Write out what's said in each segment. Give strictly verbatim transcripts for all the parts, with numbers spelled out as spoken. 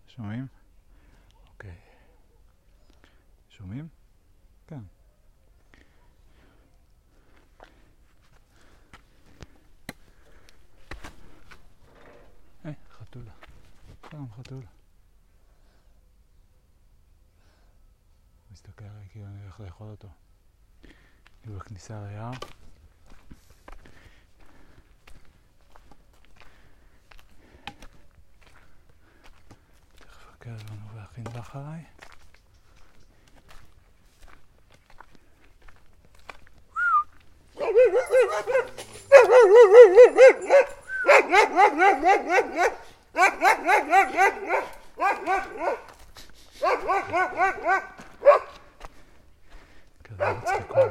שומעים? אוקיי. שומעים? כן. היי, חתולה. שלום, חתולה. מסתכל עליי כאילו אני הולך לאכול אותו. אני בכניסה ליער. תכף הכלב לנו להכין באחריי. כזה מצחיקון.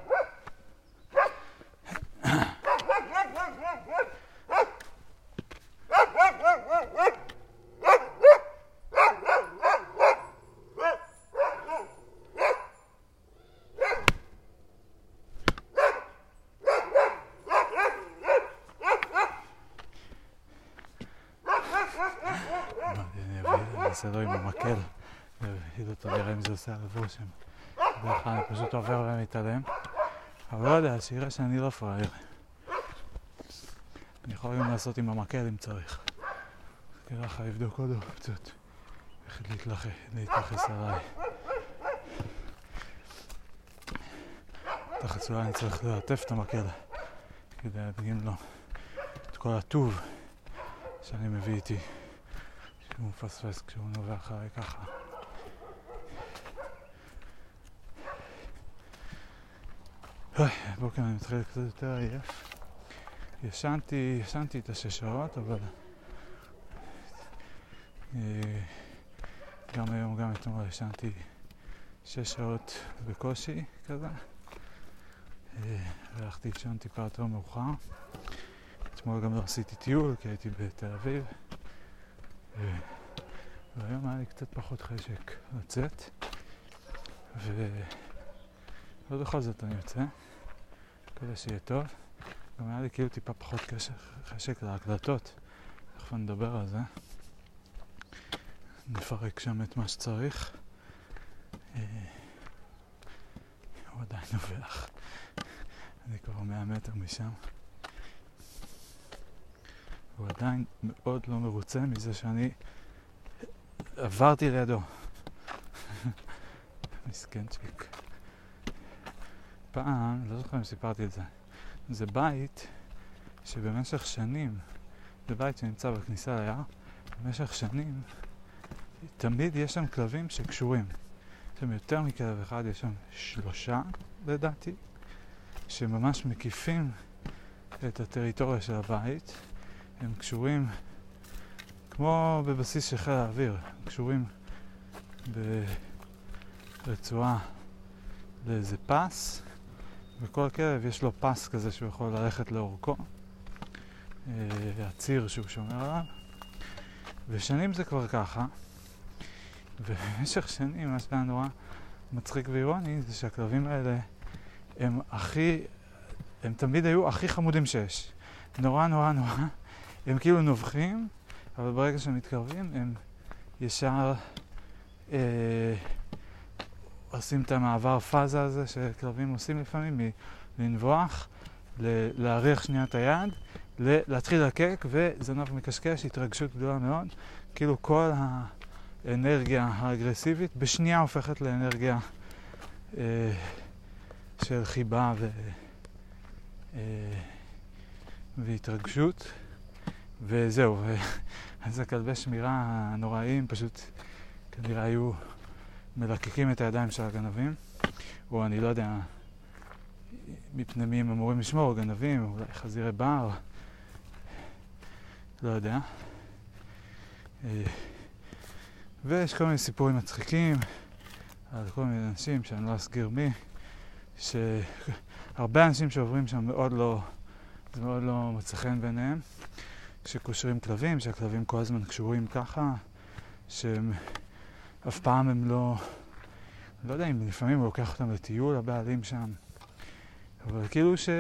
אני אעשה לו עם המקל ואגיד אותו לראה אם זה עושה עליו רושם. בדרך כלל אני פשוט עובר ומתעלם, אבל לא יודע, שיראה שאני לא פראייר. אני יכול גם לעשות עם המקל אם צריך. ככה יבדוק עוד אופציות איך להתייחס עליי. תחת אולי אני צריך לעטף את המקל כדי להדגים לו את כל הטוב שאני מביא איתי, שהוא מפספס כשהוא נובע אחריי ככה. בוקר אני מתחיל קצת יותר עייף. ישנתי, ישנתי את השש שעות, אבל גם היום, גם אתמול ישנתי שש שעות בקושי כזה. הלכתי לישון טיפה יותר מאוחר. אתמול גם לא עשיתי טיול כי הייתי בתל אביב. והיום היה לי קצת פחות חשק לצאת. ובכל זאת אני יוצא. מקווה שיהיה טוב. גם היה לי כאילו טיפה פחות חשק להקלטות. תכף נדבר על זה. נפרק שם את מה שצריך. הוא עדיין נובח. אני כבר מאה מטר משם. הוא עדיין מאוד לא מרוצה מזה שאני עברתי לידו. מסכנצ'יק. פעם, לא זוכר אם סיפרתי את זה, זה בית שבמשך שנים, זה בית שנמצא בכניסה ליער, במשך שנים תמיד יש שם כלבים שקשורים. יש שם יותר מכלב אחד, יש שם שלושה לדעתי, שממש מקיפים את הטריטוריה של הבית. הם קשורים כמו בבסיס של חיל האוויר, קשורים ברצועה לאיזה פס, וכל כלב יש לו פס כזה שהוא יכול ללכת לאורכו, הציר שהוא שומר עליו, ושנים זה כבר ככה. ובמשך שנים מה שהיה נורא מצחיק ואירוני זה שהכלבים האלה הם הכי, הם תמיד היו הכי חמודים שיש, נורא נורא נורא, הם כאילו נובחים, אבל ברגע שהם מתקרבים הם ישר אה, עושים את המעבר פאזה הזה שכלבים עושים לפעמים, מלנבוח, להריח שנייה את היד, להתחיל לקק, וזנב מקשקש, התרגשות גדולה מאוד, כאילו כל האנרגיה האגרסיבית בשנייה הופכת לאנרגיה אה, של חיבה ו, אה, והתרגשות, וזהו. אז הכלבי שמירה הנוראים פשוט כנראה היו מלקקים את הידיים של הגנבים, או אני לא יודע מפני מי הם אמורים לשמור, גנבים, אולי חזירי בר, לא יודע. ויש כל מיני סיפורים מצחיקים על כל מיני אנשים שאני לא אסגיר מי, שהרבה אנשים שעוברים שם מאוד לא, זה מאוד לא מצא חן ביניהם, כשקושרים כלבים, שהכלבים כל הזמן קשורים ככה, שהם אף פעם הם לא, לא יודע אם לפעמים הוא לוקח אותם לטיול, הבעלים שם, אבל כאילו ש...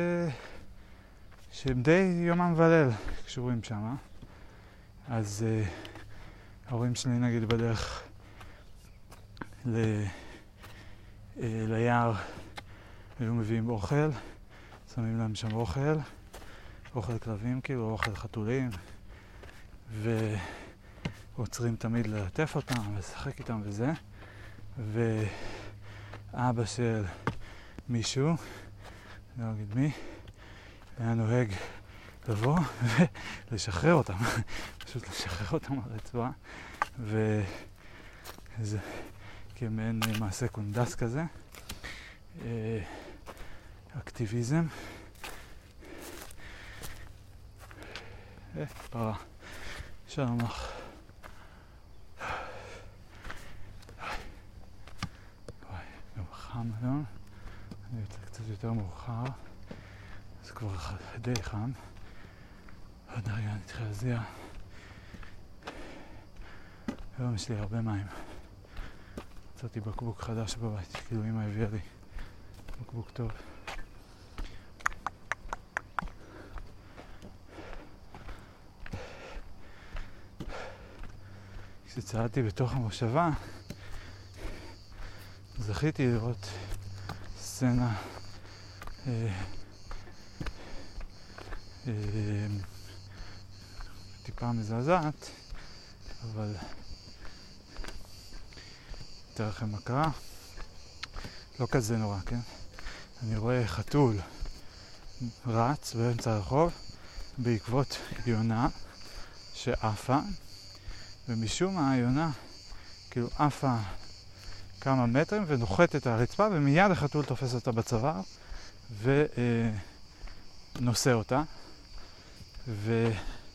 שהם די יומם וליל קשורים שם, אז uh, ההורים שלי נגיד בדרך ל... ליער היו מביאים אוכל, שמים להם שם אוכל, אוכל כלבים כאילו, אוכל חתולים, ועוצרים תמיד ללטף אותם ולשחק איתם וזה. ואבא של מישהו, אני לא אגיד מי, היה נוהג לבוא ולשחרר אותם, פשוט לשחרר אותם על הרצועה, וזה כמעין מעשה קונדס כזה, אקטיביזם. אה, פרה, שלום לך. וואי, גם חם היום, אני יוצא קצת יותר מאוחר, זה כבר די חם. עוד רגע אני צריך להזיע. היום יש לי הרבה מים. מצאתי בקבוק חדש בבית, כאילו אמא הביאה לי בקבוק טוב. כשצעדתי בתוך המושבה, זכיתי לראות סצנה אה, אה, טיפה מזעזעת, אבל אתאר לכם מה קרה. לא כזה נורא, כן? אני רואה חתול רץ באמצע הרחוב בעקבות יונה שעפה, ומשום מה היונה כאילו עפה כמה מטרים ונוחתת על הרצפה, ומיד החתול תופס אותה בצוואר ונושא אותה, וזה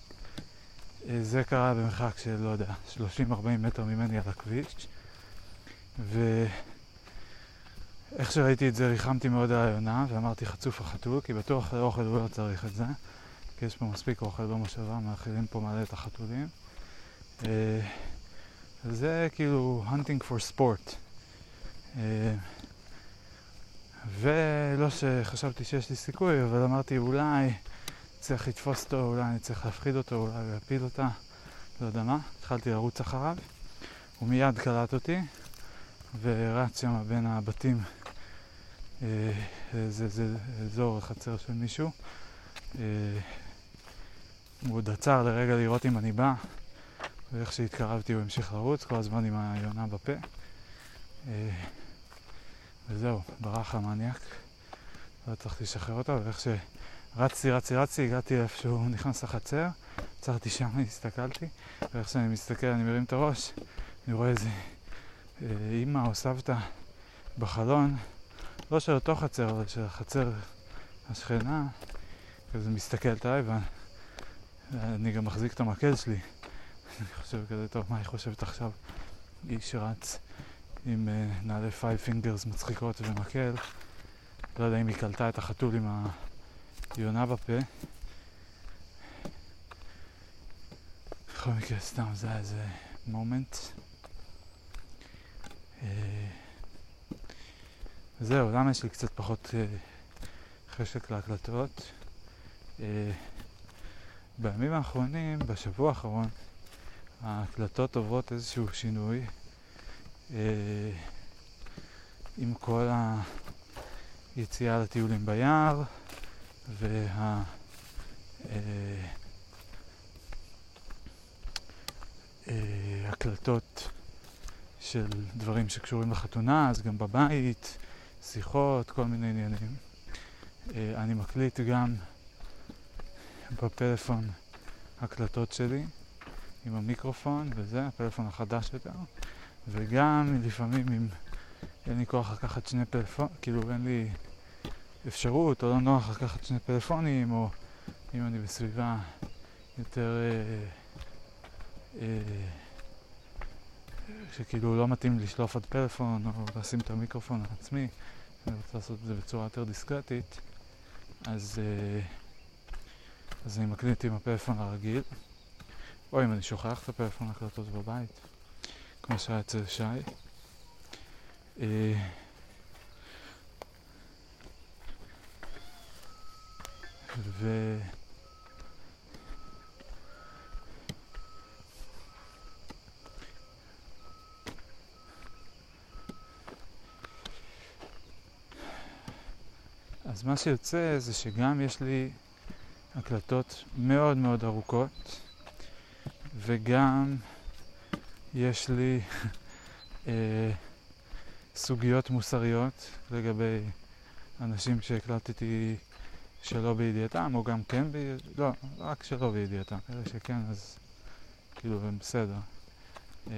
קרה במרחק של לא יודע שלושים ארבעים מטר ממני על הכביש. ואיך שראיתי את זה ריחמתי מאוד על היונה ואמרתי חצוף החתול, כי בטוח לאוכל הוא לא צריך את זה, כי יש פה מספיק אוכל במושבה, מאכילים פה מלא את החתולים. זה כאילו hunting for sport. ולא שחשבתי שיש לי סיכוי, אבל אמרתי אולי צריך לתפוס אותו, אולי אני צריך להפחיד אותו, אולי להפיל אותה, לא יודע מה. התחלתי לרוץ אחריו, הוא מיד קלט אותי ורץ שם בין הבתים, זה, זה אזור חצר של מישהו. הוא עוד עצר לרגע לראות אם אני בא, ואיך שהתקרבתי הוא המשיך לרוץ כל הזמן עם היונה בפה. וזהו, ברח המניאק, לא הצלחתי לשחרר אותה, ואיך שרצתי, רצתי, רצתי, הגעתי איפשהו, הוא נכנס לחצר, עצרתי שם, הסתכלתי, ואיך שאני מסתכל, אני מרים את הראש, אני רואה איזה אמא או סבתא בחלון, לא של אותו חצר, אבל של החצר השכנה, כזה מסתכלת עליי, ואני גם מחזיק את המקל שלי. אני חושב כזה, טוב, מה היא חושבת עכשיו? איש רץ עם uh, נעלי פייב פינגרס מצחיקות ומקל. לא יודע אם היא קלטה את החתול עם היונה בפה. בכל מקרה, סתם, זה היה איזה מומנט. Uh, זהו, למה יש לי קצת פחות uh, חשק להקלטות? Uh, בימים האחרונים, בשבוע האחרון, ההקלטות עוברות איזשהו שינוי. Uh, עם כל היציאה לטיולים ביער וההקלטות uh, uh, של דברים שקשורים לחתונה, אז גם בבית, שיחות, כל מיני עניינים. Uh, אני מקליט גם בפלאפון הקלטות שלי עם המיקרופון וזה, הפלאפון החדש יותר, וגם לפעמים אם אין לי כוח לקחת שני פלאפון, כאילו אין לי אפשרות או לא נוח לקחת שני פלאפונים, או אם אני בסביבה יותר אה, אה, שכאילו לא מתאים לשלוף עד פלאפון או לשים את המיקרופון על עצמי, אני רוצה לעשות את זה בצורה יותר דיסקרטית, אז, אה, אז אני מקליט עם הפלאפון הרגיל, או אם אני שוכח את הפלאפון הקלטות בבית, כמו שהיה אצל שי. אה, ו... אז מה שיוצא זה שגם יש לי הקלטות מאוד מאוד ארוכות, וגם יש לי אה, סוגיות מוסריות לגבי אנשים שהקלטתי שלא בידיעתם, או גם כן בידיעתם, לא, רק שלא בידיעתם, אלה שכן אז כאילו הם בסדר. אה,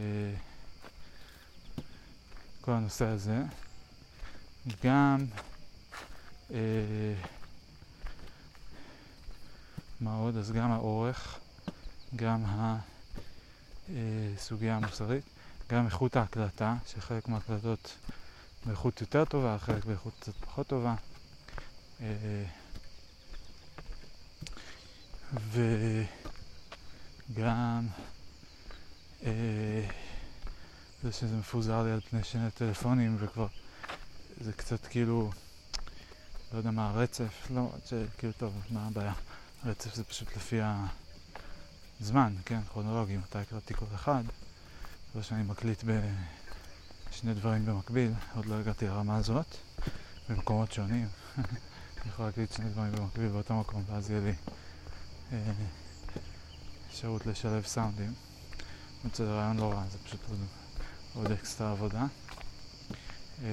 כל הנושא הזה. גם אה, מה עוד? אז גם האורך, גם הסוגיה המוסרית, גם איכות ההקלטה, שחלק מההקלטות באיכות יותר טובה, חלק באיכות קצת פחות טובה. אה, וגם אה, זה שזה מפוזר לי על פני שני טלפונים, וכבר זה קצת כאילו, לא יודע מה, הרצף, לא, זה כאילו טוב, מה הבעיה? הרצף זה פשוט לפי הזמן, כן, כרונולוגי, מתי הקלטתי כל אחד. לא שאני מקליט בשני דברים במקביל, עוד לא הגעתי לרמה הזאת, במקומות שונים. אני יכול להקליט שני דברים במקביל באותו מקום, ואז יהיה לי אה, אפשרות לשלב סאונדים. זה רעיון לא רע, זה פשוט עוד, עוד אקסטרה עבודה. אה,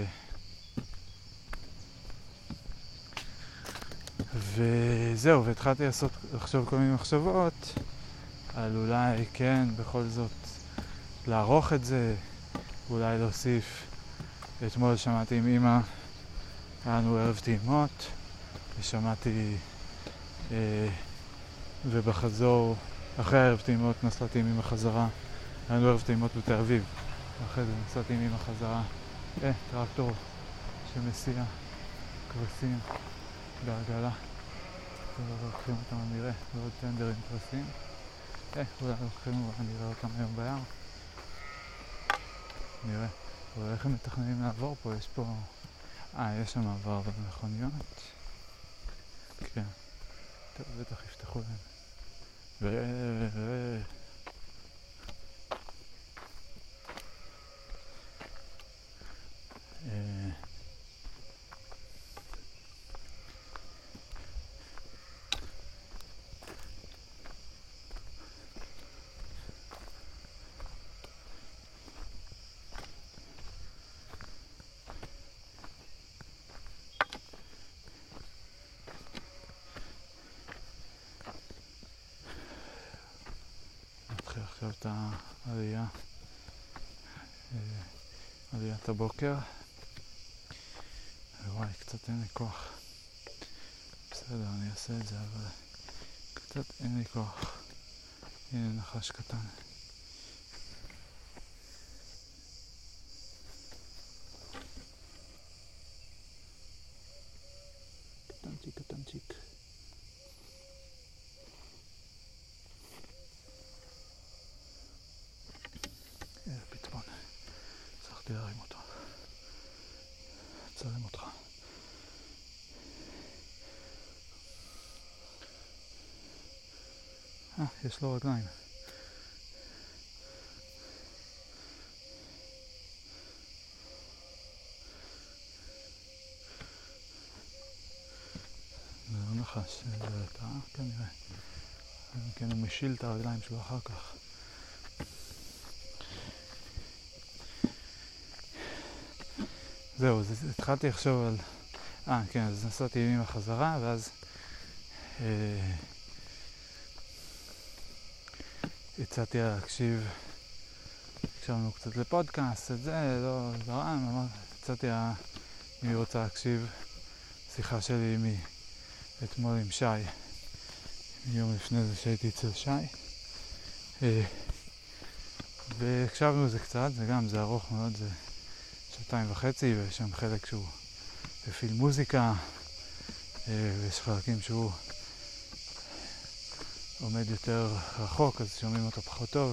וזהו, והתחלתי לעשות, לחשוב כל מיני מחשבות על אולי כן בכל זאת לערוך את זה, אולי להוסיף. אתמול שמעתי עם אמא, היה לנו ערב טעימות, ושמעתי אה, ובחזור, אחרי הערב טעימות נסעתי עם אמא חזרה, היה לנו ערב טעימות בתל אביב, ואחרי זה נסעתי עם אמא חזרה, אה, טרקטור שמסיע כבשים בעגלה, ולוקחים אותם הנראה, ועוד טנדר עם כבשים, אה, אולי לוקחים ונראה אותם היום ביער, נראה, אבל איך הם מתכננים לעבור פה? יש פה, אה, יש שם מעבר במכוניות, כן, טוב, בטח יפתחו להם, ו... ו... נתחיל עכשיו את העלייה, עליית הבוקר. וואי, קצת אין לי כוח. בסדר, אני אעשה את זה, אבל קצת אין לי כוח. הנה נחש קטן. קטנצ'יק, קטנצ'יק. איזה פתרון. הצלחתי להרים אותו. צלם אותך. אה, יש לו רגליים. זה לא נחש, זה אתה כנראה. כן, הוא משיל את הרגליים שלו אחר כך. זהו, אז התחלתי לחשוב על... אה, כן, אז נסעתי עם החזרה, ואז אה, הצעתי להקשיב, הקשבנו קצת לפודקאסט, את זה, לא זרם, אמר, הצעתי לה, אם היא רוצה להקשיב, שיחה שלי מ... אתמול עם שי, יום לפני זה שהייתי אצל שי, אה, והקשבנו לזה קצת, זה גם, זה ארוך מאוד, זה שעתיים וחצי, ויש שם חלק שהוא הפעיל מוזיקה, ויש חלקים שהוא עומד יותר רחוק, אז שומעים אותו פחות טוב.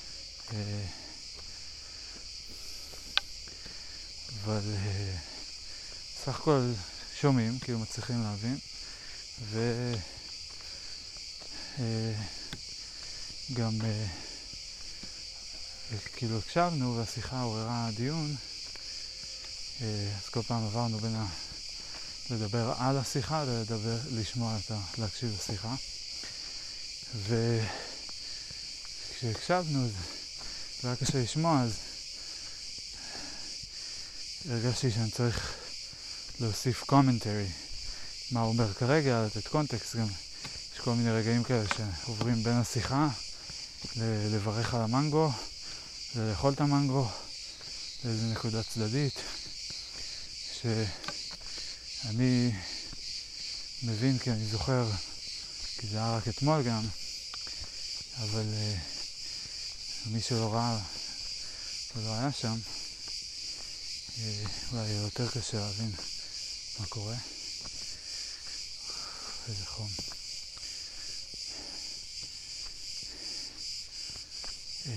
אבל סך הכל שומעים, כאילו מצליחים להבין, וגם כאילו הקשבנו, והשיחה עוררה דיון, אז כל פעם עברנו בין לדבר על השיחה, לדבר, לשמוע את ה... להקשיב לשיחה. וכשהקשבנו, זה היה קשה לשמוע, אז הרגשתי שאני צריך להוסיף קומנטרי, מה הוא אומר כרגע, לתת קונטקסט. גם יש כל מיני רגעים כאלה שעוברים בין השיחה, ל- לברך על המנגו, לאכול את המנגו, לאיזו נקודה צדדית, שאני מבין כי אני זוכר, כי זה היה רק אתמול גם, אבל uh, מי שלא ראה ולא היה שם, uh, אולי יהיה יותר קשה להבין מה קורה. איזה חום. Uh,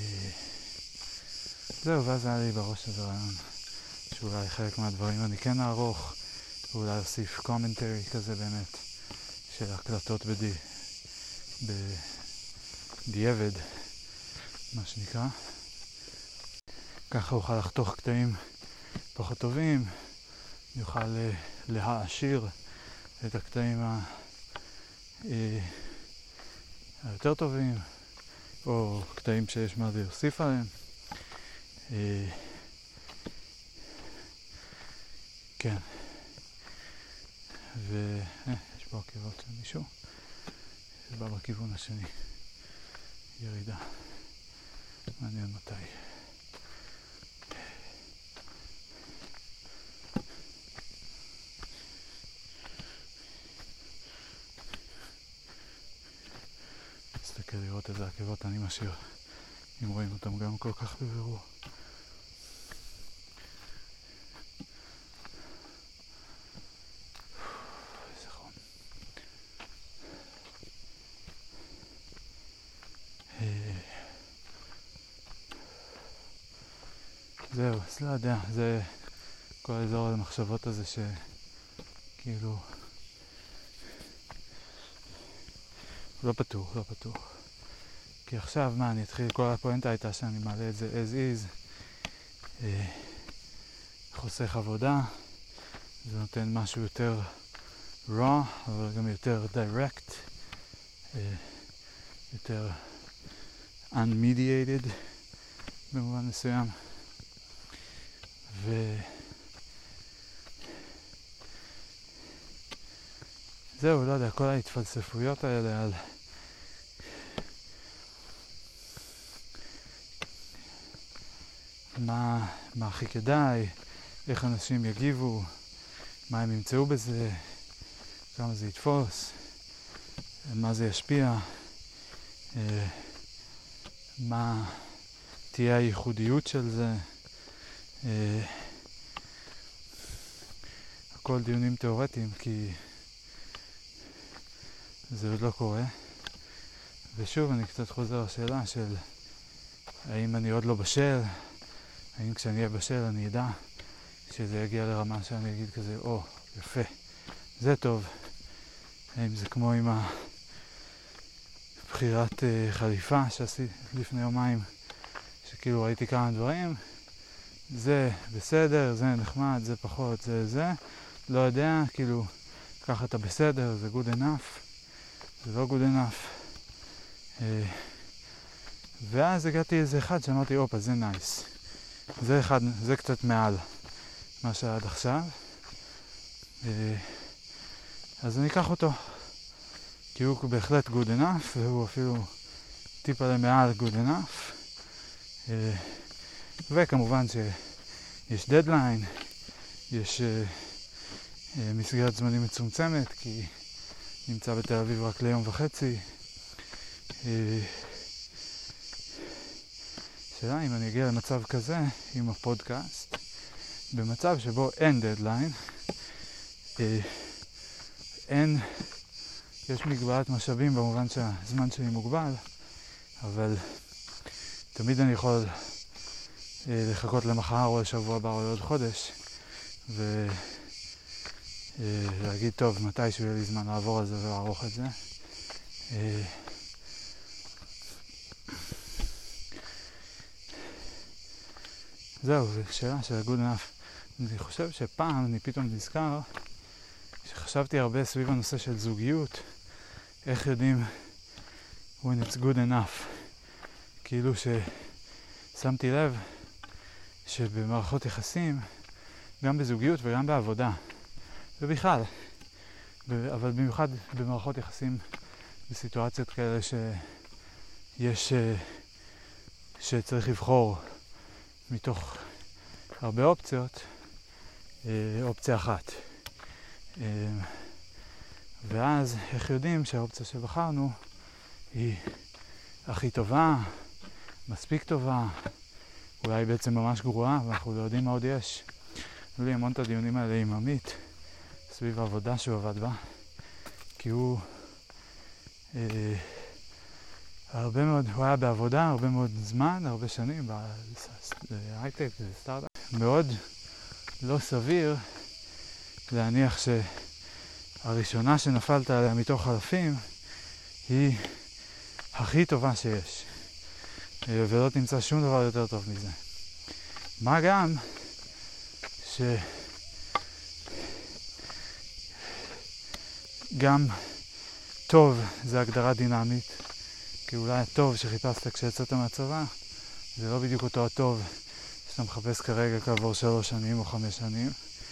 זהו, ואז היה לי בראש הזה רעיון שאולי חלק מהדברים אני כן אערוך, ואולי אוסיף קומנטרי כזה באמת של הקלטות בדי, בדיעבד, מה שנקרא. ככה אוכל לחתוך קטעים פחות טובים, יוכל להעשיר את הקטעים ה... היותר טובים, או קטעים שיש מה להוסיף עליהם. כן. ויש פה עקבות למישהו שבא בכיוון השני. ירידה. מעניין מתי. נסתכל לראות איזה עקבות אני משאיר, אם רואים אותם גם כל כך בבירור. איזה חום. זהו, אז לא יודע, זה כל האזור המחשבות הזה שכאילו לא פתור, לא פתור. כי עכשיו, מה, אני אתחיל, כל הפואנטה הייתה שאני מעלה את זה as is, אה, חוסך עבודה, זה נותן משהו יותר raw, אבל גם יותר direct, אה, יותר unmediated במובן מסוים. ו... זהו, לא יודע, כל ההתפלספויות האלה על מה, מה הכי כדאי, איך אנשים יגיבו, מה הם ימצאו בזה, כמה זה יתפוס, מה זה ישפיע, מה תהיה הייחודיות של זה. הכל דיונים תיאורטיים, כי זה עוד לא קורה. ושוב, אני קצת חוזר לשאלה של האם אני עוד לא בשל, האם כשאני אהיה בשל אני אדע שזה יגיע לרמה שאני אגיד כזה, או, יפה, זה טוב. האם זה כמו עם הבחירת uh, חליפה שעשיתי לפני יומיים, שכאילו ראיתי כמה דברים, זה בסדר, זה נחמד, זה פחות, זה זה, לא יודע, כאילו, ככה אתה בסדר, זה good enough, זה לא good enough. Uh, ואז הגעתי איזה אחד שאמרתי, אופה, זה נייס. זה אחד, זה קצת מעל מה שעד עכשיו. Uh, אז אני אקח אותו. כי הוא בהחלט good enough, והוא אפילו טיפה למעל good enough. Uh, וכמובן שיש דדליין, יש uh, uh, מסגרת זמנים מצומצמת, כי נמצא בתל אביב רק ליום וחצי. Uh, שאלה אם אני אגיע למצב כזה עם הפודקאסט, במצב שבו אין דדליין, uh, אין, יש מגבלת משאבים במובן שהזמן שלי מוגבל, אבל תמיד אני יכול uh, לחכות למחר או לשבוע הבא או לעוד חודש ולהגיד, uh, טוב, מתישהו יהיה לי זמן לעבור על זה ולערוך את זה. Uh, זהו, זו שאלה של good enough. אני חושב שפעם אני פתאום נזכר שחשבתי הרבה סביב הנושא של זוגיות, איך יודעים when it's good enough. כאילו ששמתי לב שבמערכות יחסים, גם בזוגיות וגם בעבודה, ובכלל, אבל במיוחד במערכות יחסים בסיטואציות כאלה שיש, שצריך לבחור מתוך הרבה אופציות, אופציה אחת. ואז איך יודעים שהאופציה שבחרנו היא הכי טובה, מספיק טובה, אולי בעצם ממש גרועה, ואנחנו לא יודעים מה עוד יש. היו לי המון את הדיונים האלה עם עמית, סביב העבודה שהוא עבד בה, כי הוא אה, הרבה מאוד, הוא היה בעבודה הרבה מאוד זמן, הרבה שנים, בהייטק, בסטארט-אפ. מאוד לא סביר להניח שהראשונה שנפלת עליה מתוך אלפים היא הכי טובה שיש. ולא תמצא שום דבר יותר טוב מזה. מה גם שגם טוב זה הגדרה דינמית, כי אולי הטוב שחיפשת כשיצאת מהצבא זה לא בדיוק אותו הטוב שאתה מחפש כרגע כעבור שלוש שנים או חמש שנים.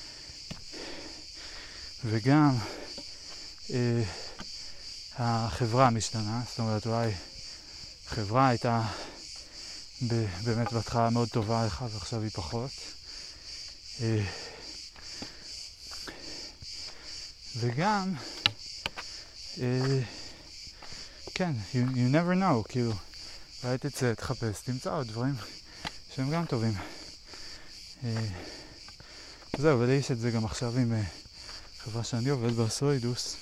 וגם אה, החברה משתנה, זאת אומרת אולי חברה הייתה באמת בהתחלה מאוד טובה לך ועכשיו היא פחות. וגם כן, you, you never know, כאילו אולי תצא, תחפש, תמצא עוד דברים שהם גם טובים. זהו, ולי יש את זה גם עכשיו עם חברה שאני עובד בסולידוס,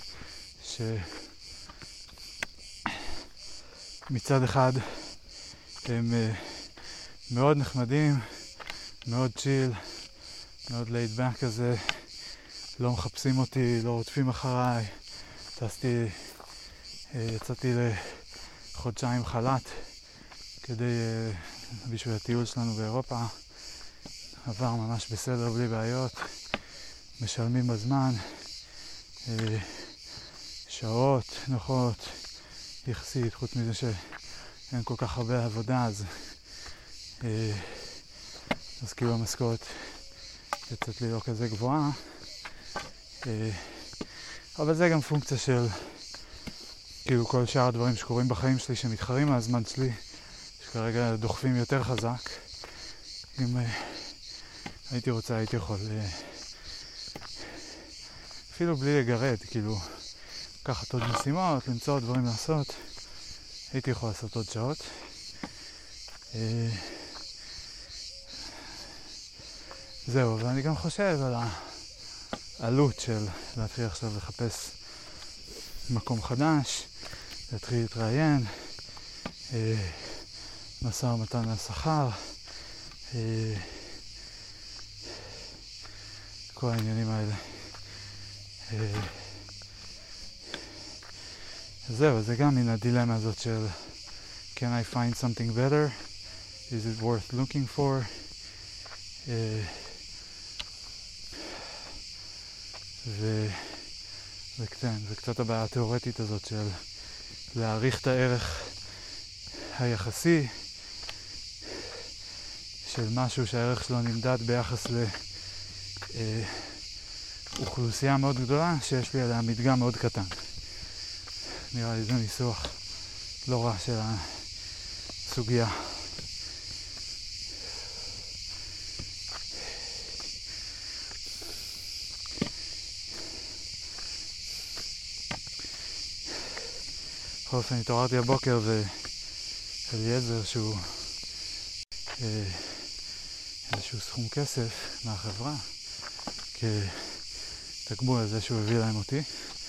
שמצד אחד הם uh, מאוד נחמדים, מאוד צ'יל, מאוד laid back כזה, לא מחפשים אותי, לא רודפים אחריי. טסתי, uh, יצאתי לחודשיים חל"ת כדי, uh, בשביל הטיול שלנו באירופה. עבר ממש בסדר, בלי בעיות, משלמים בזמן, uh, שעות נוחות יחסית, חוץ מזה ש... אין כל כך הרבה עבודה, אז, אה, אז כאילו המשכורת יצאת לי לא כזה גבוהה. אה, אבל זה גם פונקציה של כאילו כל שאר הדברים שקורים בחיים שלי שמתחרים מהזמן שלי, שכרגע דוחפים יותר חזק. אם אה, הייתי רוצה, הייתי יכול אה, אפילו בלי לגרד, כאילו לקחת עוד משימות, למצוא עוד דברים לעשות. הייתי יכול לעשות עוד שעות. זהו, ואני גם חושב על העלות של להתחיל עכשיו לחפש מקום חדש, להתחיל להתראיין, משא ומתן על שכר, כל העניינים האלה. זהו, זה גם מן הדילמה הזאת של can I find something better? Is it worth looking for? Uh, ו... וכן, זה קצת הבעיה התיאורטית הזאת של להעריך את הערך היחסי של משהו שהערך שלו נמדד ביחס לאוכלוסייה מאוד גדולה שיש לי עליה מדגם מאוד קטן. נראה לי זה ניסוח לא רע של הסוגיה. בכל אופן התעוררתי הבוקר ואליעזר שהוא אה, איזשהו סכום כסף מהחברה כתגמול על זה שהוא הביא להם אותי.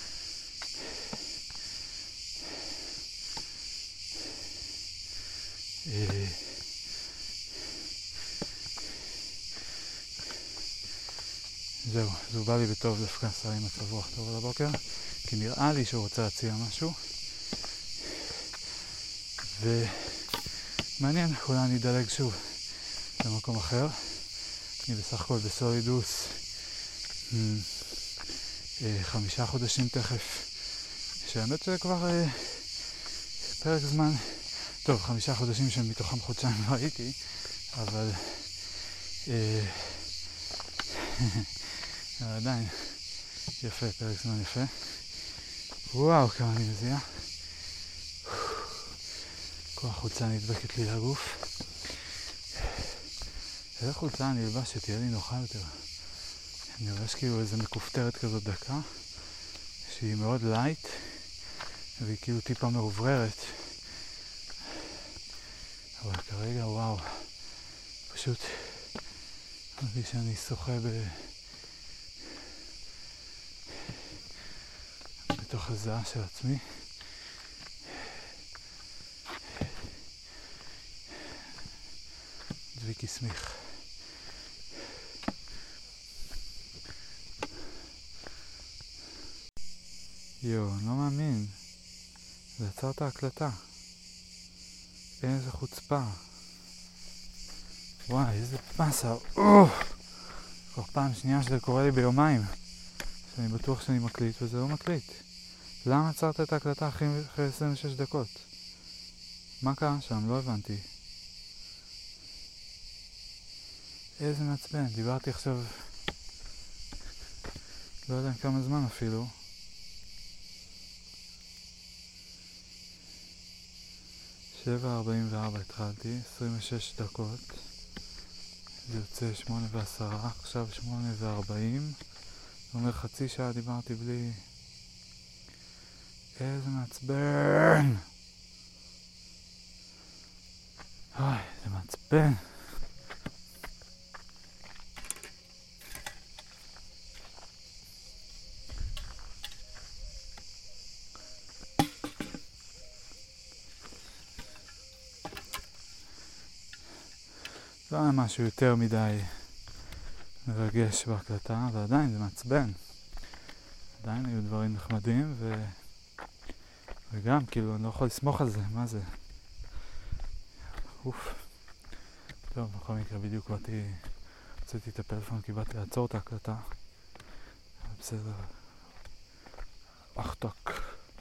זהו, אז הוא בא לי בטוב דווקא עשה עם מצב רוח טוב על הבוקר, כי נראה לי שהוא רוצה להציע משהו. ומעניין, אולי אני אדלג שוב למקום אחר. אני בסך הכל בסולידוס אה, חמישה חודשים תכף, שהאמת שזה כבר אה, פרק זמן, טוב, חמישה חודשים שמתוכם חודשיים לא הייתי, אבל אה, עדיין יפה, פרק זמן יפה. וואו, כמה אני מזיע. כל החולצה נדבקת לי לגוף. איזה חולצה אני אלבש שתהיה לי נוחה יותר. אני רואה שכאילו איזה מכופתרת כזאת דקה, שהיא מאוד לייט, והיא כאילו טיפה מעובררת. אבל כרגע, וואו, פשוט מרגיש שאני שוחה ב... בתוך הזעה של עצמי. דביקי סמיך. יו, אני לא מאמין. זה עצר את ההקלטה. איזה חוצפה. וואי, איזה פסה. כבר פעם שנייה שזה קורה לי ביומיים. שאני בטוח שאני מקליט וזה לא מקליט. למה עצרת את ההקלטה אחרי עשרים ושש דקות? מה קרה שם? לא הבנתי. איזה מעצבן. דיברתי עכשיו... לא יודע כמה זמן אפילו. שבע ארבעים וארבע התחלתי, עשרים ושש דקות. זה יוצא שמונה ועשרה, עכשיו שמונה וארבעים. זאת אומרת חצי שעה דיברתי בלי... איזה מעצבן. אוי, זה מעצבן. לא היה משהו יותר מדי מרגש בהקלטה, אבל עדיין זה מעצבן. עדיין היו דברים נחמדים, ו... וגם, כאילו, אני לא יכול לסמוך על זה, מה זה? אוף. טוב, בכל מקרה, בדיוק באתי, הוצאתי את הפלאפון, כי באתי לעצור את ההקלטה. בסדר. אחתוק.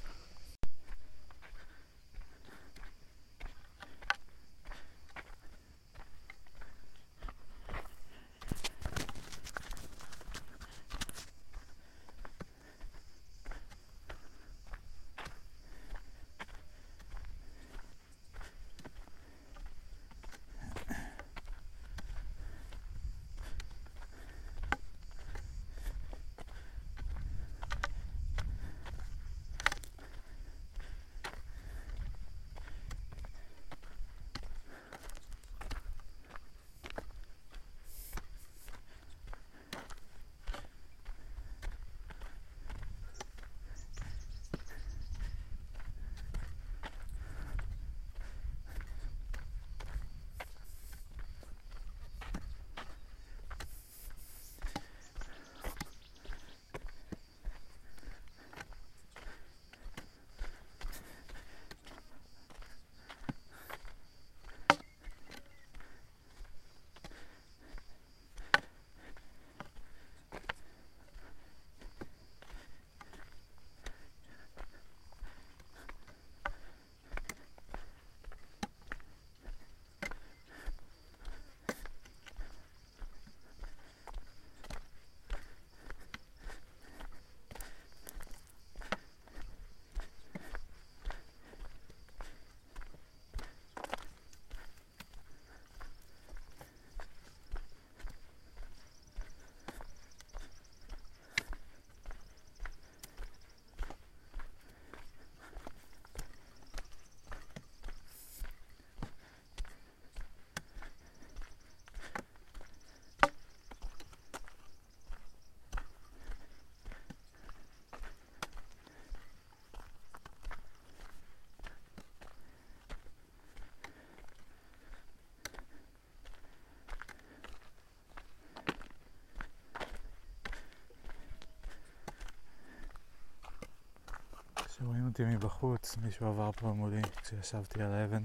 כשרואים אותי מבחוץ, מישהו עבר פה מולי כשישבתי על האבן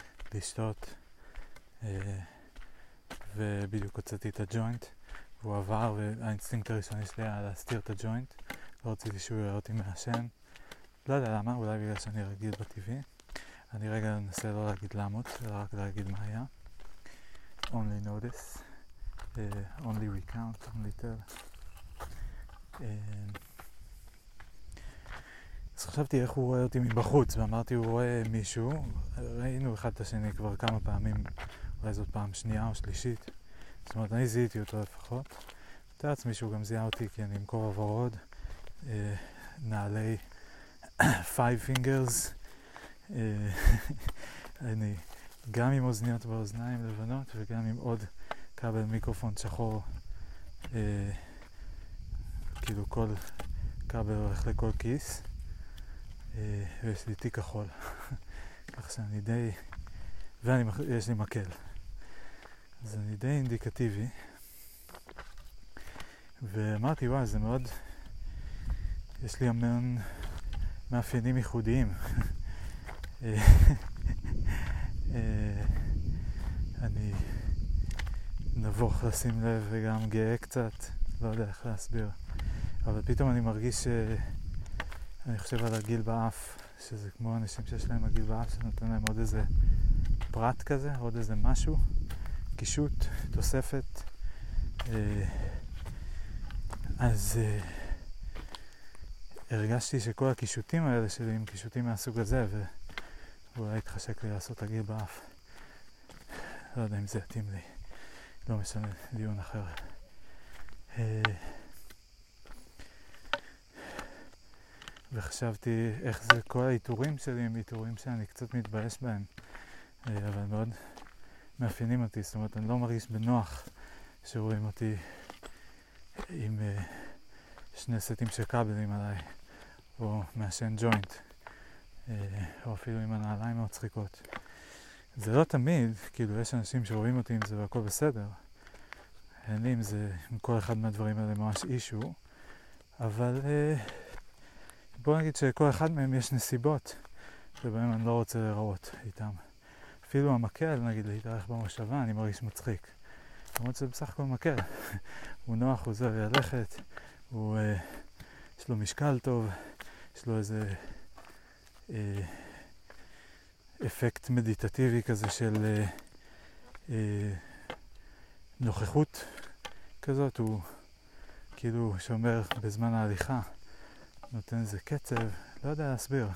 לשתות, ובדיוק הוצאתי את הג'וינט והוא עבר, והאינסטינקט הראשוני שלי היה להסתיר את הג'וינט, לא רציתי שהוא יראה אותי מעשן. לא יודע למה, אולי בגלל שאני רגיל בטבעי. אני רגע אנסה לא להגיד למות, אלא רק להגיד מה היה. Only notice, uh, only recount, only tell. Uh, אז חשבתי איך הוא רואה אותי מבחוץ, ואמרתי הוא רואה מישהו. ראינו אחד את השני כבר כמה פעמים, אולי זאת פעם שנייה או שלישית. זאת אומרת, אני זיהיתי אותו לפחות. מתאר לעצמי שהוא גם זיהה אותי כי אני עם כובע ורוד, uh, נעלי five fingers, uh, אני גם עם אוזניות באוזניים לבנות וגם עם עוד כבל מיקרופון שחור, אה, כאילו כל כבל הולך לכל כיס, אה, ויש לי תיק כחול, כך שאני די, ויש לי מקל, אז אני די אינדיקטיבי, ואמרתי וואי זה מאוד, יש לי המון מאפיינים ייחודיים. אני נבוך לשים לב וגם גאה קצת, לא יודע איך להסביר, אבל פתאום אני מרגיש שאני חושב על הגיל באף, שזה כמו אנשים שיש להם הגיל באף שנותן להם עוד איזה פרט כזה, עוד איזה משהו, קישוט, תוספת. אז הרגשתי שכל הקישוטים האלה שלי הם קישוטים מהסוג הזה, ו ואולי התחשק לי לעשות הגיל באף. לא יודע אם זה יתאים לי. לא משנה, דיון אחר. וחשבתי איך זה, כל האיתורים שלי הם איתורים שאני קצת מתבייש בהם. אבל מאוד מאפיינים אותי. זאת אומרת, אני לא מרגיש בנוח שרואים אותי עם שני סטים של כבלים עליי, או מעשן ג'וינט. או אפילו עם הנעליים מאוד צחיקות. זה לא תמיד, כאילו יש אנשים שרואים אותי עם זה והכל בסדר. אין לי עם זה, עם כל אחד מהדברים האלה ממש אישו, אבל אה, בוא נגיד שכל אחד מהם יש נסיבות שבהם אני לא רוצה לראות איתם. אפילו המקל, נגיד להתארח במושבה, אני מרגיש מצחיק. למרות שזה בסך הכל מקל. הוא נוח, הוא זר ללכת, הוא, אה, יש לו משקל טוב, יש לו איזה אה, אפקט מדיטטיבי כזה של אה, אה, נוכחות כזאת, הוא כאילו שומר בזמן ההליכה, נותן איזה קצב, לא יודע להסביר,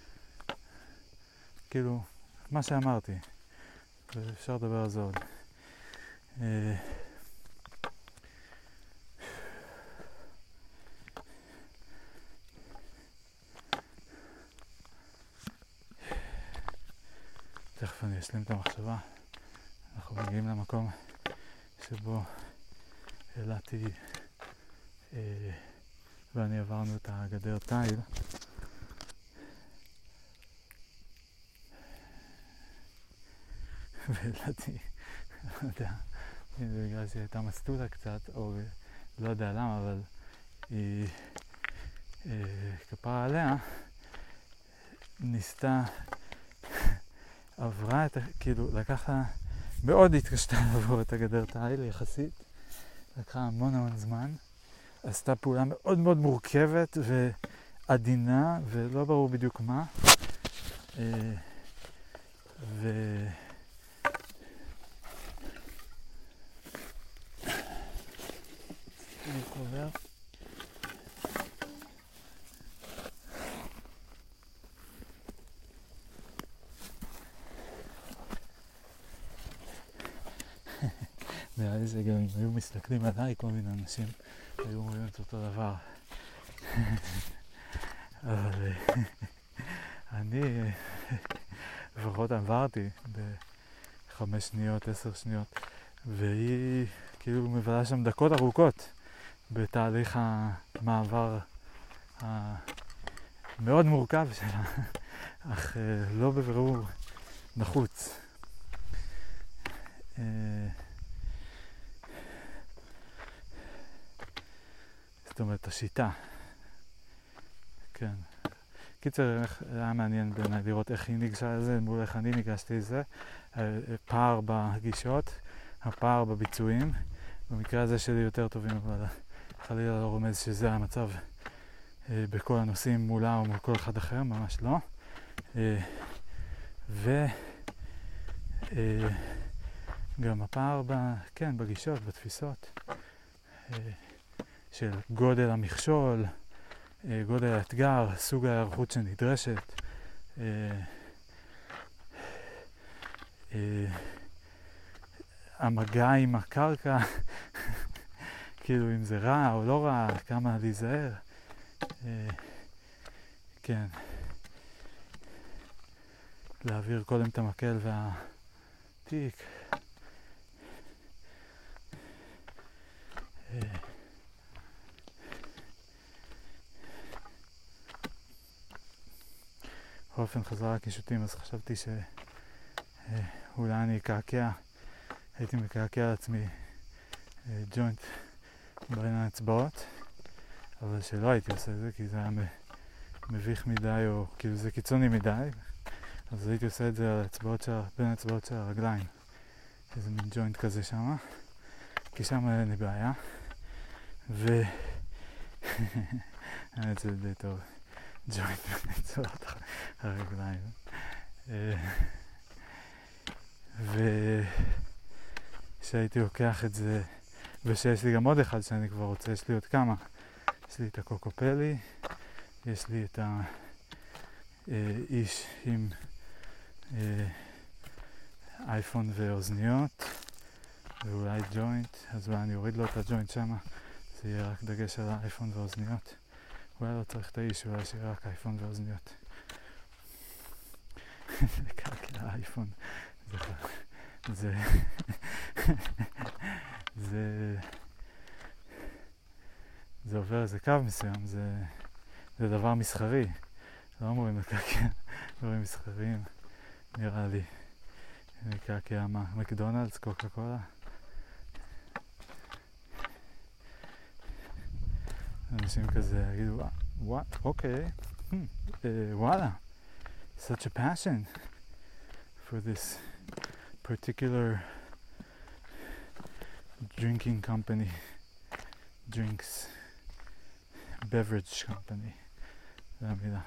כאילו מה שאמרתי, ואפשר לדבר על זה עוד. אה, תכף אני אשלים את המחשבה. אנחנו מגיעים למקום שבו אלעתי אה, ואני עברנו את הגדר תיל. ואלעתי, לא יודע, בגלל שהיא הייתה מסטולה קצת, או לא יודע למה, אבל היא אה, כפרה עליה, ניסתה עברה את, כאילו, לקחה, מאוד התקשתה לעבור את הגדר תיל יחסית, לקחה המון המון זמן, עשתה פעולה מאוד מאוד מורכבת ועדינה, ולא ברור בדיוק מה, ו... אני חובר. נראה לי זה גם אם היו מסתכלים עליי, כל מיני אנשים היו אומרים את אותו דבר. אבל אני לפחות עברתי בחמש שניות, עשר שניות, והיא כאילו מבלה שם דקות ארוכות בתהליך המעבר המאוד מורכב שלה, אך לא בבירור נחוץ. זאת אומרת, השיטה. כן. קיצר, היה מעניין בעיניי לראות איך היא ניגשה לזה, מול איך אני ניגשתי לזה. פער בגישות, הפער בביצועים. במקרה הזה שלי יותר טובים, אבל חלילה לא רומז שזה המצב אה, בכל הנושאים מולה או מול כל אחד אחר, ממש לא. אה, ו... אה, גם הפער ב, כן, בגישות, בתפיסות, אה, של גודל המכשול, אה, גודל האתגר, סוג ההיערכות שנדרשת, אה, אה, המגע עם הקרקע, כאילו אם זה רע או לא רע, כמה להיזהר, אה, כן, להעביר קודם את המקל והתיק, אה, באופן חזרה לקישוטים, אז חשבתי שאולי אני אקעקע, הייתי מקעקע על עצמי אה, ג'וינט בין האצבעות, אבל שלא הייתי עושה את זה כי זה היה מביך מדי או כאילו זה קיצוני מדי, אז הייתי עושה את זה על האצבעות של, בין האצבעות של הרגליים, איזה מין ג'וינט כזה שמה, כי שם אין לי בעיה, ו... האמת זה די טוב, ג'וינט בין האצבעות הרגליים. ושהייתי לוקח את זה, ושיש לי גם עוד אחד שאני כבר רוצה, יש לי עוד כמה. יש לי את הקוקופלי, יש לי את האיש עם אייפון ואוזניות, ואולי ג'וינט, אז אולי אני אוריד לו את הג'וינט שמה, זה יהיה רק דגש על האייפון ואוזניות. אולי לא צריך את האיש, אולי שיהיה רק אייפון ואוזניות. זה קרקע האייפון, זה... זה... זה... זה עובר איזה קו מסוים, זה, זה דבר מסחרי. לא אמורים לקעקע דברים מסחריים, נראה לי. לקעקע מה? מקדונלדס, קוקה קולה? אנשים כזה יגידו, what? אוקיי, וואלה. Such a passion for this particular drinking company, drinks, beverage company, זה המילה.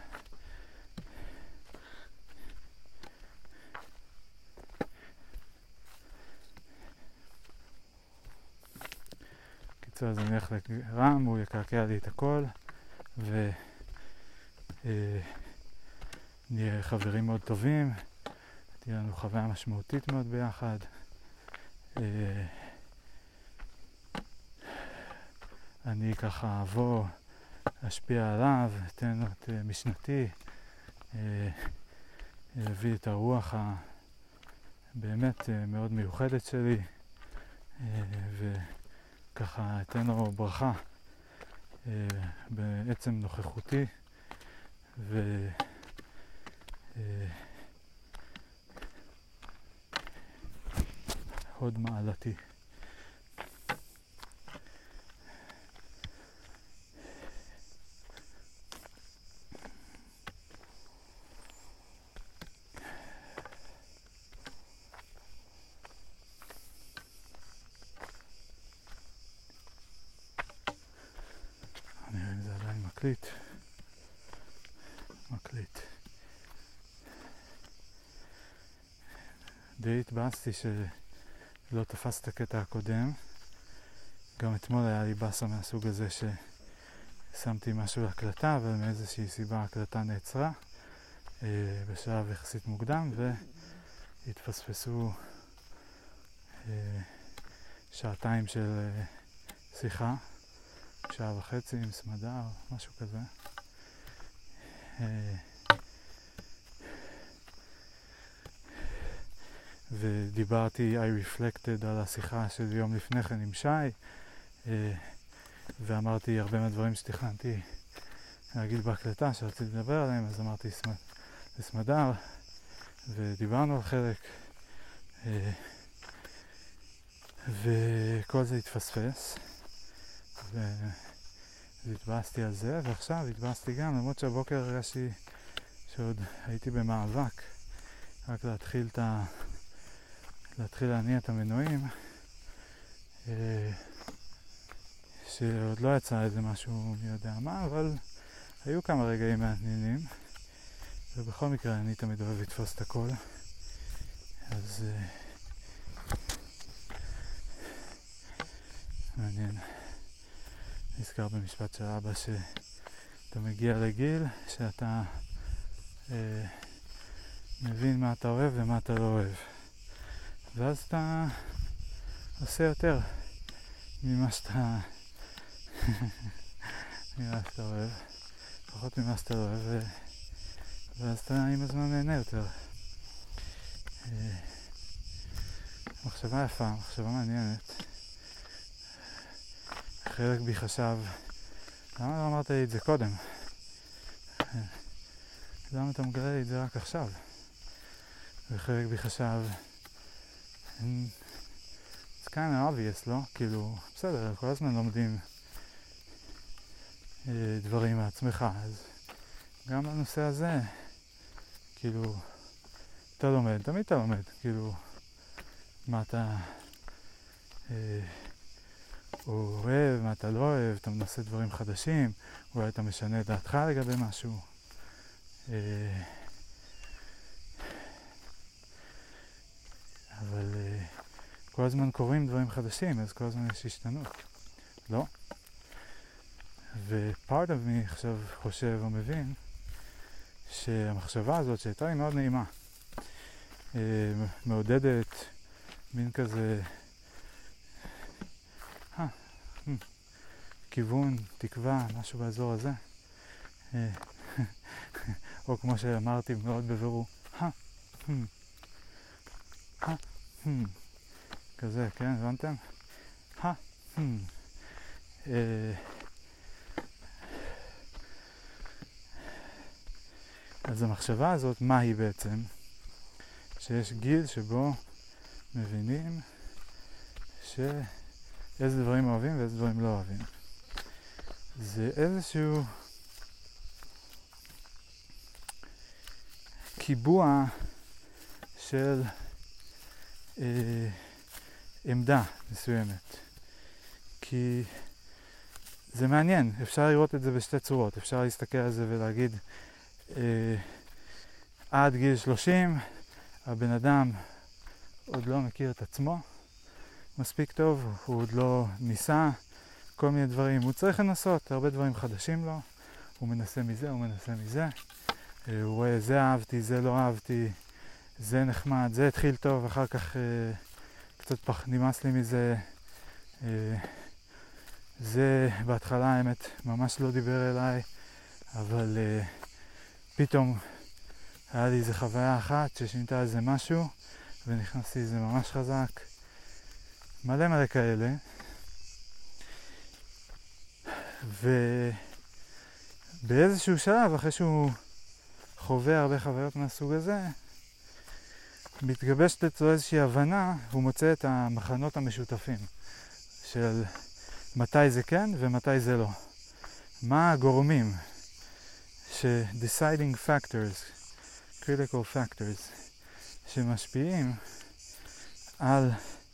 קיצור, אז אני הולך לרם, הוא יקעקע לי את הכל, ו... אה, נהיה חברים מאוד טובים, תהיה לנו חוויה משמעותית מאוד ביחד. אה, אני ככה אבוא, אשפיע עליו, אתן לו את משנתי, אה, אביא את הרוח הבאמת מאוד מיוחדת שלי, אה, וככה אתן לו ברכה אה, בעצם נוכחותי, ו... הוד מעלתי. אני רואה אם זה עדיין מקליט. מקליט. די התבאסתי שלא תפס את הקטע הקודם. גם אתמול היה לי באסה מהסוג הזה ששמתי משהו להקלטה, אבל מאיזושהי סיבה ההקלטה נעצרה אה, בשלב יחסית מוקדם, והתפספסו אה, שעתיים של אה, שיחה, שעה וחצי עם סמדר, משהו כזה. אה, ודיברתי, I reflected על השיחה של יום לפני כן עם שי, ואמרתי הרבה מהדברים שתכננתי להגיד בהקלטה שרציתי לדבר עליהם, אז אמרתי לסמדר, ודיברנו על חלק, וכל זה התפספס, והתבאסתי על זה, ועכשיו התבאסתי גם, למרות שהבוקר הרגשתי שעוד הייתי במאבק, רק להתחיל את ה... להתחיל להניע את המנועים, שעוד לא יצא איזה משהו מי יודע מה, אבל היו כמה רגעים מעניינים, ובכל מקרה אני תמיד אוהב לתפוס את הכל. אז uh, מעניין. נזכר במשפט של אבא שאתה מגיע לגיל שאתה uh, מבין מה אתה אוהב ומה אתה לא אוהב, ואז אתה עושה יותר ממה שאתה ממה שאתה אוהב, פחות ממה שאתה לא אוהב, ו... ואז אתה עם הזמן נהנה יותר. מחשבה יפה, מחשבה מעניינת. חלק בי חשב, למה לא אמרת לי את זה קודם? למה אתה מגלה לי את זה רק עכשיו? וחלק בי חשב, it's kind of obvious, לא? כאילו, בסדר, כל הזמן לומדים דברים מעצמך, אז גם בנושא הזה, כאילו, אתה לומד, תמיד אתה לומד, כאילו, מה אתה אה, אוהב, מה אתה לא אוהב, אתה מנסה דברים חדשים, אולי אתה משנה את דעתך לגבי משהו. אה, אבל אה, כל הזמן קוראים דברים חדשים, אז כל הזמן יש השתנות, לא? ו-part of me עכשיו חושב או מבין שהמחשבה הזאת שהייתה לי מאוד נעימה, אה, מעודדת מין כזה אה, כיוון, תקווה, משהו באזור הזה, אה, או כמו שאמרתי מאוד בבירור, אה, אה, כזה, כן, הבנתם? אה, אה, אז המחשבה הזאת, מה היא בעצם? שיש גיל שבו מבינים שאיזה דברים אוהבים ואיזה דברים לא אוהבים. זה איזשהו קיבוע של אה, עמדה מסוימת. כי זה מעניין, אפשר לראות את זה בשתי צורות. אפשר להסתכל על זה ולהגיד Uh, עד גיל שלושים הבן אדם עוד לא מכיר את עצמו מספיק טוב, הוא עוד לא ניסה כל מיני דברים, הוא צריך לנסות הרבה דברים חדשים לו, הוא מנסה מזה, הוא מנסה מזה, uh, הוא רואה זה אהבתי, זה לא אהבתי, זה נחמד, זה התחיל טוב, אחר כך uh, קצת פח, נמאס לי מזה, uh, זה בהתחלה האמת ממש לא דיבר אליי, אבל uh, פתאום היה לי איזו חוויה אחת ששינתה איזה משהו ונכנסתי איזה ממש חזק, מלא מלא כאלה. ובאיזשהו שלב, אחרי שהוא חווה הרבה חוויות מהסוג הזה, מתגבשת אצלו איזושהי הבנה, הוא מוצא את המחנות המשותפים של מתי זה כן ומתי זה לא, מה הגורמים ש-deciding factors, critical factors, שמשפיעים על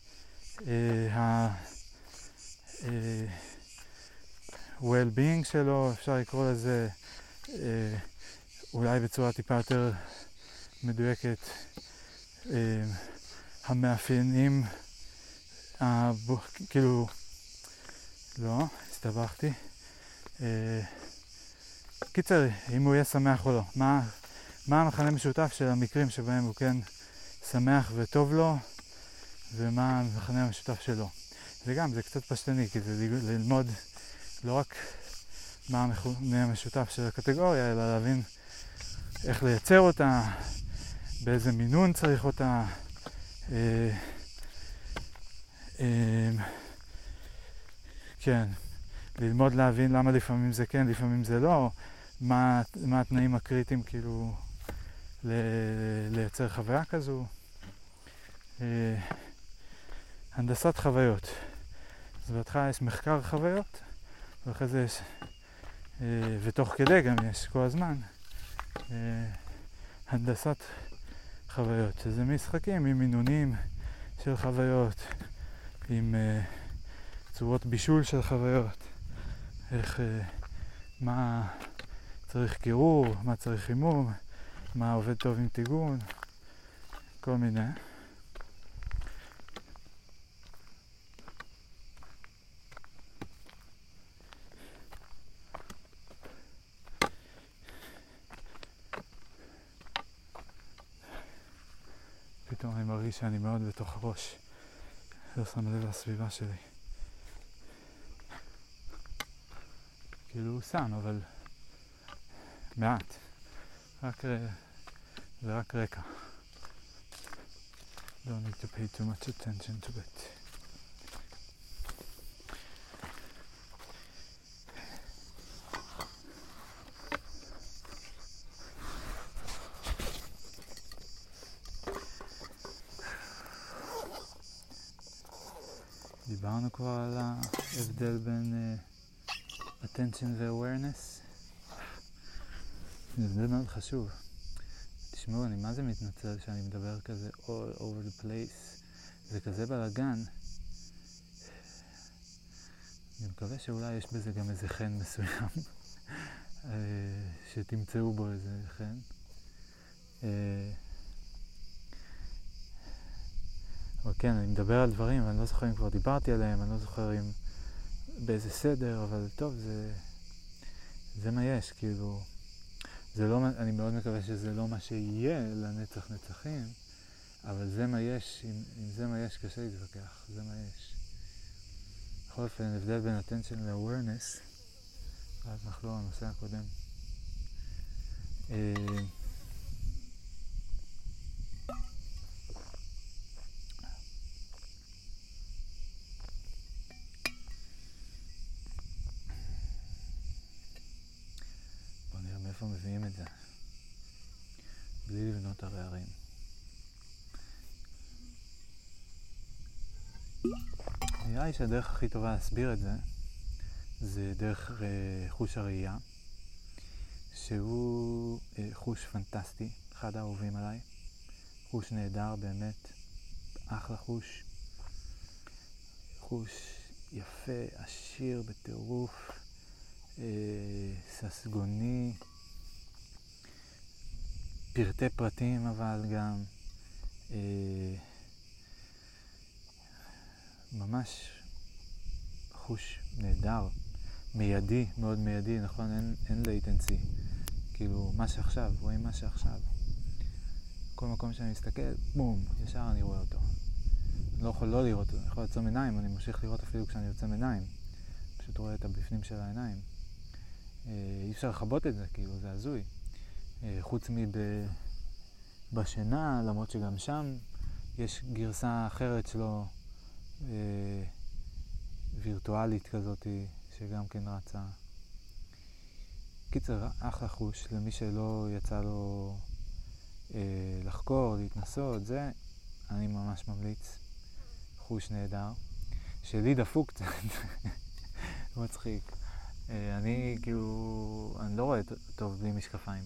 ה-well-being שלו, אפשר לקרוא לזה uh, אולי בצורה טיפה יותר מדויקת, uh, המאפיינים, uh, כאילו, לא, הסתבכתי, uh, קיצר, אם הוא יהיה שמח או לא, מה, מה המחנה משותף של המקרים שבהם הוא כן שמח וטוב לו, ומה המחנה המשותף שלו. זה גם, זה קצת פשטני, כי זה ללמוד לא רק מה המחנה המשותף של הקטגוריה, אלא להבין איך לייצר אותה, באיזה מינון צריך אותה, אה, אה, כן, ללמוד להבין למה לפעמים זה כן, לפעמים זה לא, מה, מה התנאים הקריטיים כאילו ל, לייצר חוויה כזו. אה, הנדסת חוויות. אז בהתחלה יש מחקר חוויות, ואחרי זה יש, אה, ותוך כדי גם יש כל הזמן, אה, הנדסת חוויות, שזה משחקים עם מינונים של חוויות, עם אה, צורות בישול של חוויות, איך, אה, מה צריך קירור, מה צריך חימום, מה עובד טוב עם טיגון, כל מיני. פתאום אני מרגיש שאני מאוד בתוך הראש, לא שם לב לסביבה שלי. כאילו הוא שם, אבל מעט. רק, זה רק רקע. Don't need to pay too much attention to it. דיברנו כבר על ההבדל בין uh, attention ו-awareness. זה הבדל מאוד חשוב. תשמעו, אני מה זה מתנצל שאני מדבר כזה all over the place. זה כזה בלגן. אני מקווה שאולי יש בזה גם איזה חן מסוים. שתמצאו בו איזה חן. אבל כן, אני מדבר על דברים, אני לא זוכר אם כבר דיברתי עליהם, אני לא זוכר אם באיזה סדר, אבל טוב, זה, זה מה יש, כאילו, זה לא, אני מאוד מקווה שזה לא מה שיהיה לנצח נצחים, אבל זה מה יש, אם, אם זה מה יש קשה להתווכח, זה מה יש. בכל אופן, הבדל בין attention ל-awareness, אז נחלו הנושא הקודם. איפה מביאים את זה? בלי לבנות הרערים. נראה לי שהדרך הכי טובה להסביר את זה זה דרך חוש הראייה, שהוא חוש פנטסטי, אחד האהובים עליי, חוש נהדר באמת, אחלה חוש, חוש יפה, עשיר בטירוף, ססגוני, פרטי פרטים, אבל גם אה, ממש חוש נהדר, מיידי, מאוד מיידי, נכון? אין, אין latency, כאילו מה שעכשיו, רואים מה שעכשיו. כל מקום שאני מסתכל, בום, ישר אני רואה אותו. אני לא יכול לא לראות אותו, אני יכול לעצום עיניים, אני ממשיך לראות אפילו כשאני יוצא עיניים. פשוט רואה את הבפנים של העיניים. אה, אי אפשר לחבות את זה, כאילו, זה הזוי. חוץ מבשינה, למרות שגם שם יש גרסה אחרת שלו, אה, וירטואלית כזאת, שגם כן רצה. קיצר, אחלה חוש, למי שלא יצא לו אה, לחקור, להתנסות, זה אני ממש ממליץ. חוש נהדר. שלי דפוק קצת, מצחיק. אה, אני כאילו, אני לא רואה טוב בלי משקפיים.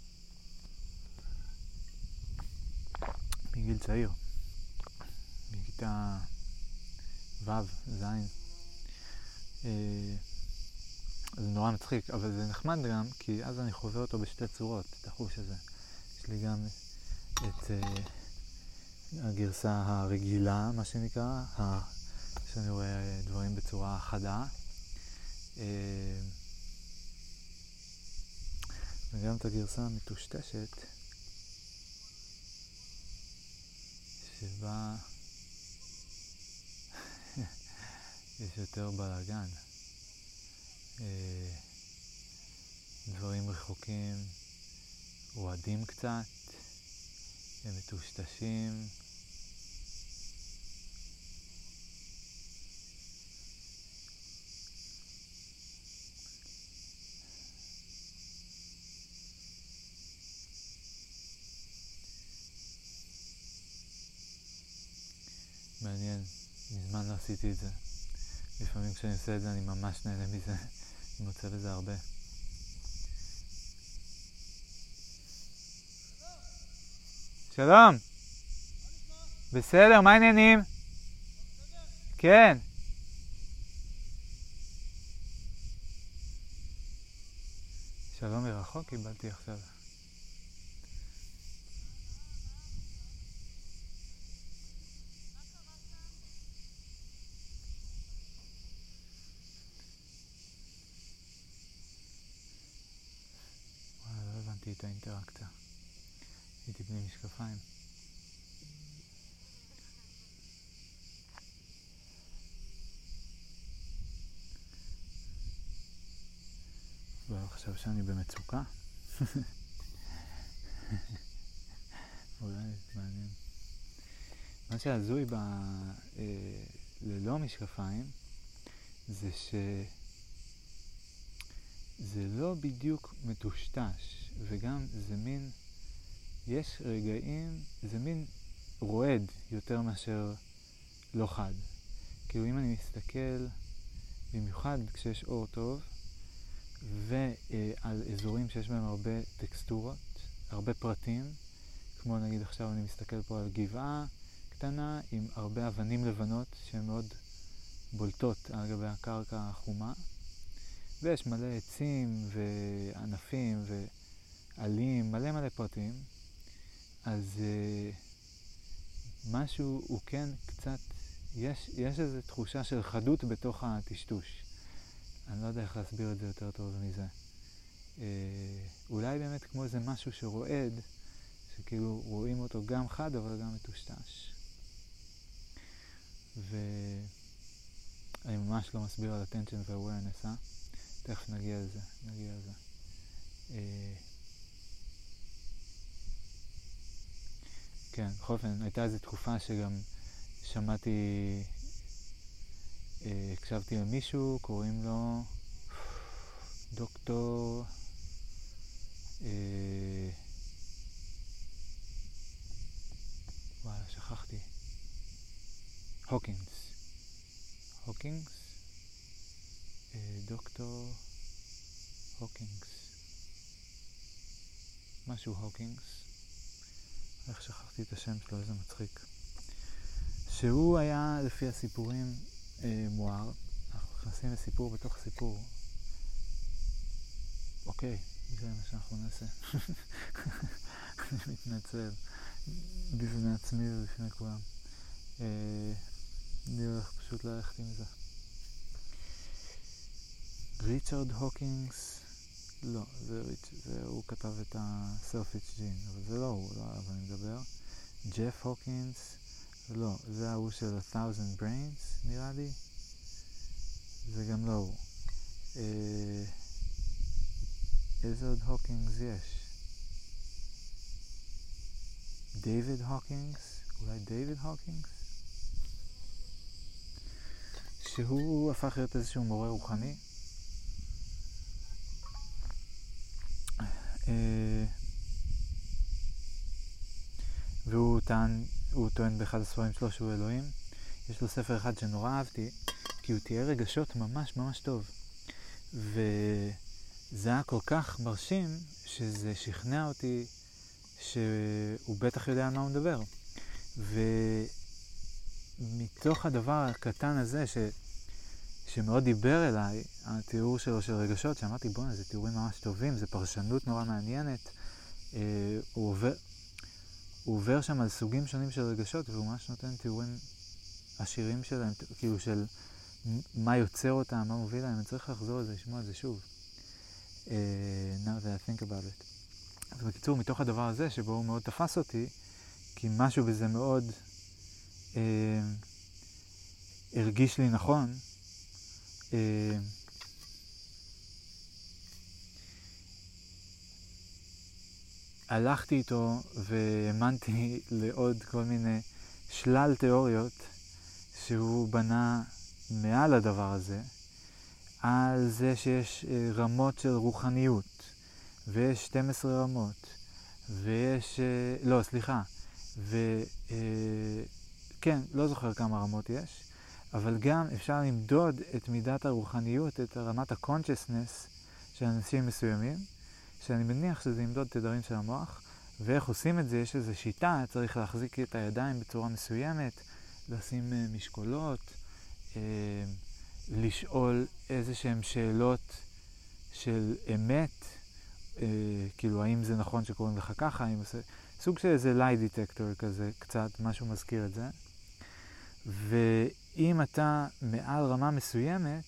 מגיל צעיר, בכיתה ו', ז'. זה נורא מצחיק, אבל זה נחמד גם, כי אז אני חווה אותו בשתי צורות, את החוש הזה. יש לי גם את uh, הגרסה הרגילה, מה שנקרא, ה... שאני רואה דברים בצורה חדה. Uh, וגם את הגרסה המטושטשת, שבה יש יותר בלגן. דברים רחוקים, רועדים קצת, הם מטושטשים. מעניין, מזמן לא עשיתי את זה. לפעמים כשאני עושה את זה אני ממש נהנה מזה, אני מוצא בזה הרבה. שלום! בסדר, מה העניינים? כן. שלום מרחוק. רחוק קיבלתי עכשיו. וואלה, לא הבנתי את האינטראקציה. הייתי בלי משקפיים. לא חשב שאני במצוקה. אולי מעניין. מה שהזוי ב... אה, ללא משקפיים זה ש... זה לא בדיוק מטושטש, וגם זה מין... יש רגעים, זה מין רועד יותר מאשר לא חד. כאילו אם אני מסתכל, במיוחד כשיש אור טוב, ועל אזורים שיש בהם הרבה טקסטורות, הרבה פרטים, כמו נגיד עכשיו אני מסתכל פה על גבעה קטנה עם הרבה אבנים לבנות שהן מאוד בולטות על גבי הקרקע החומה, ויש מלא עצים וענפים ועלים, מלא מלא פרטים, אז uh, משהו הוא כן קצת, יש, יש איזו תחושה של חדות בתוך הטשטוש. אני לא יודע איך להסביר את זה יותר טוב מזה. אה, אולי באמת כמו איזה משהו שרועד, שכאילו רואים אותו גם חד אבל גם מטושטש. ואני ממש לא מסביר על attention ו-awareness, אה? תכף נגיע לזה, נגיע לזה. אה, כן, בכל אופן, הייתה איזו תקופה שגם שמעתי, אה, הקשבתי למישהו, קוראים לו דוקטור אה, וואלה, שכחתי. הוקינגס. הוקינגס? אה, דוקטור הוקינגס. משהו הוקינגס. איך שכחתי את השם שלו, איזה מצחיק. שהוא היה, לפי הסיפורים, אה, מואר. אנחנו נכנסים לסיפור בתוך סיפור. אוקיי, זה מה שאנחנו נעשה. אני מתנצל בפני עצמי ובפני כולם. אה, אני הולך פשוט ללכת עם זה. ריצ'רד הוקינגס, לא, זה, זה הוא כתב את ה-Selfish Gene, אבל זה לא הוא, לא עליו אני מדבר. ג'ף הוקינס, לא, זה ההוא של A Thousand Brains, נראה לי. זה גם לא הוא. אה, איזה עוד הוקינגס יש? דיוויד הוקינגס? אולי דיוויד הוקינגס? שהוא הפך להיות איזשהו מורה רוחני. והוא טען, הוא טוען באחד הספרים שלו שהוא אלוהים. יש לו ספר אחד שנורא אהבתי, כי הוא תיאר רגשות ממש ממש טוב. וזה היה כל כך מרשים, שזה שכנע אותי שהוא בטח יודע על מה הוא מדבר. ומתוך הדבר הקטן הזה ש... שמאוד דיבר אליי, התיאור שלו של רגשות, שאמרתי, בוא'נה, זה תיאורים ממש טובים, זה פרשנות נורא מעניינת. אה, הוא עובר, הוא עובר שם על סוגים שונים של רגשות, והוא ממש נותן תיאורים עשירים שלהם, כאילו של מה יוצר אותם, מה מוביל להם. אני צריך לחזור לזה, לשמוע את זה שוב. Uh, now that I think about it. אז בקיצור, מתוך הדבר הזה, שבו הוא מאוד תפס אותי, כי משהו בזה מאוד uh, הרגיש לי נכון, uh, הלכתי איתו והאמנתי לעוד כל מיני שלל תיאוריות שהוא בנה מעל הדבר הזה, על זה שיש רמות של רוחניות, ויש שתים עשרה רמות, ויש, לא, סליחה, וכן, לא זוכר כמה רמות יש, אבל גם אפשר למדוד את מידת הרוחניות, את רמת ה-consciousness של אנשים מסוימים, שאני מניח שזה ימדוד תדרים של המוח, ואיך עושים את זה, יש איזו שיטה, צריך להחזיק את הידיים בצורה מסוימת, לשים משקולות, לשאול איזה שהן שאלות של אמת, אה, כאילו, האם זה נכון שקוראים לך ככה, האם זה... סוג של איזה lie detector כזה, קצת, משהו מזכיר את זה. ואם אתה מעל רמה מסוימת,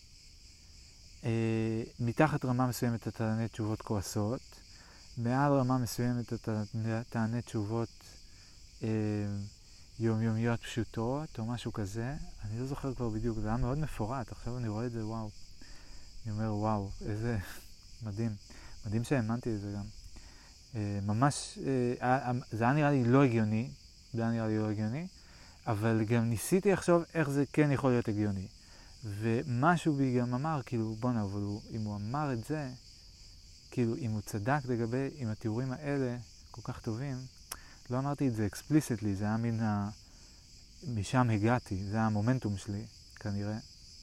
אה, מתחת רמה מסוימת אתה תענה תשובות כועסות, מעל רמה מסוימת אתה תענה תשובות אה, יומיומיות פשוטות, או משהו כזה. אני לא זוכר כבר בדיוק, זה היה מאוד מפורט, עכשיו אני רואה את זה, וואו. אני אומר, וואו, איזה מדהים. מדהים שהאמנתי את זה גם. אה, ממש, אה, זה היה נראה לי לא הגיוני, זה היה נראה לי לא הגיוני, אבל גם ניסיתי לחשוב איך זה כן יכול להיות הגיוני. ומשהו בי גם אמר, כאילו, בוא נעבור, אם הוא אמר את זה, כאילו, אם הוא צדק לגבי, אם התיאורים האלה כל כך טובים, לא אמרתי את זה explicitly, זה היה מן ה... משם הגעתי, זה היה המומנטום שלי, כנראה.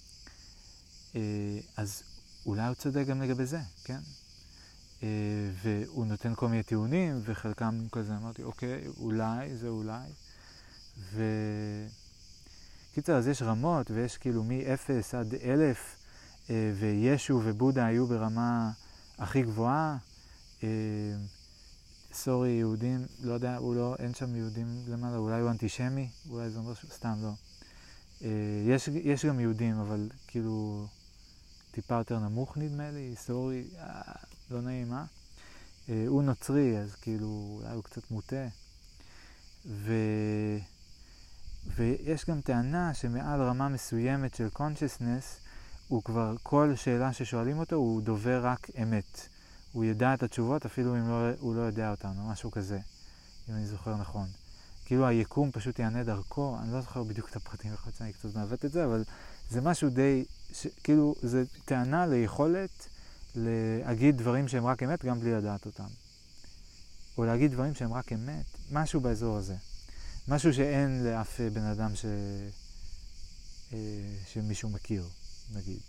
אז אולי הוא צדק גם לגבי זה, כן? והוא נותן כל מיני טיעונים, וחלקם כזה, אמרתי, אוקיי, אולי, זה אולי. ו... קיצר, אז יש רמות, ויש כאילו מ-אפס עד אלף, וישו ובודה היו ברמה הכי גבוהה. סורי, יהודים, לא יודע, הוא לא, אין שם יהודים למעלה, אולי הוא אנטישמי, אולי זה אומר סתם, לא. יש, יש גם יהודים, אבל כאילו טיפה יותר נמוך נדמה לי, סורי, לא נעים, מה? הוא נוצרי, אז כאילו אולי הוא קצת מוטה. ו... ויש גם טענה שמעל רמה מסוימת של consciousness, הוא כבר, כל שאלה ששואלים אותו, הוא דובר רק אמת. הוא ידע את התשובות, אפילו אם לא, הוא לא יודע אותן, או משהו כזה, אם אני זוכר נכון. כאילו היקום פשוט יענה דרכו, אני לא זוכר בדיוק את הפרטים, יכול להיות שאני קצת מעוות את זה, אבל זה משהו די, ש, כאילו, זה טענה ליכולת להגיד דברים שהם רק אמת, גם בלי לדעת אותם. או להגיד דברים שהם רק אמת, משהו באזור הזה. משהו שאין לאף בן אדם ש... שמישהו מכיר, נגיד.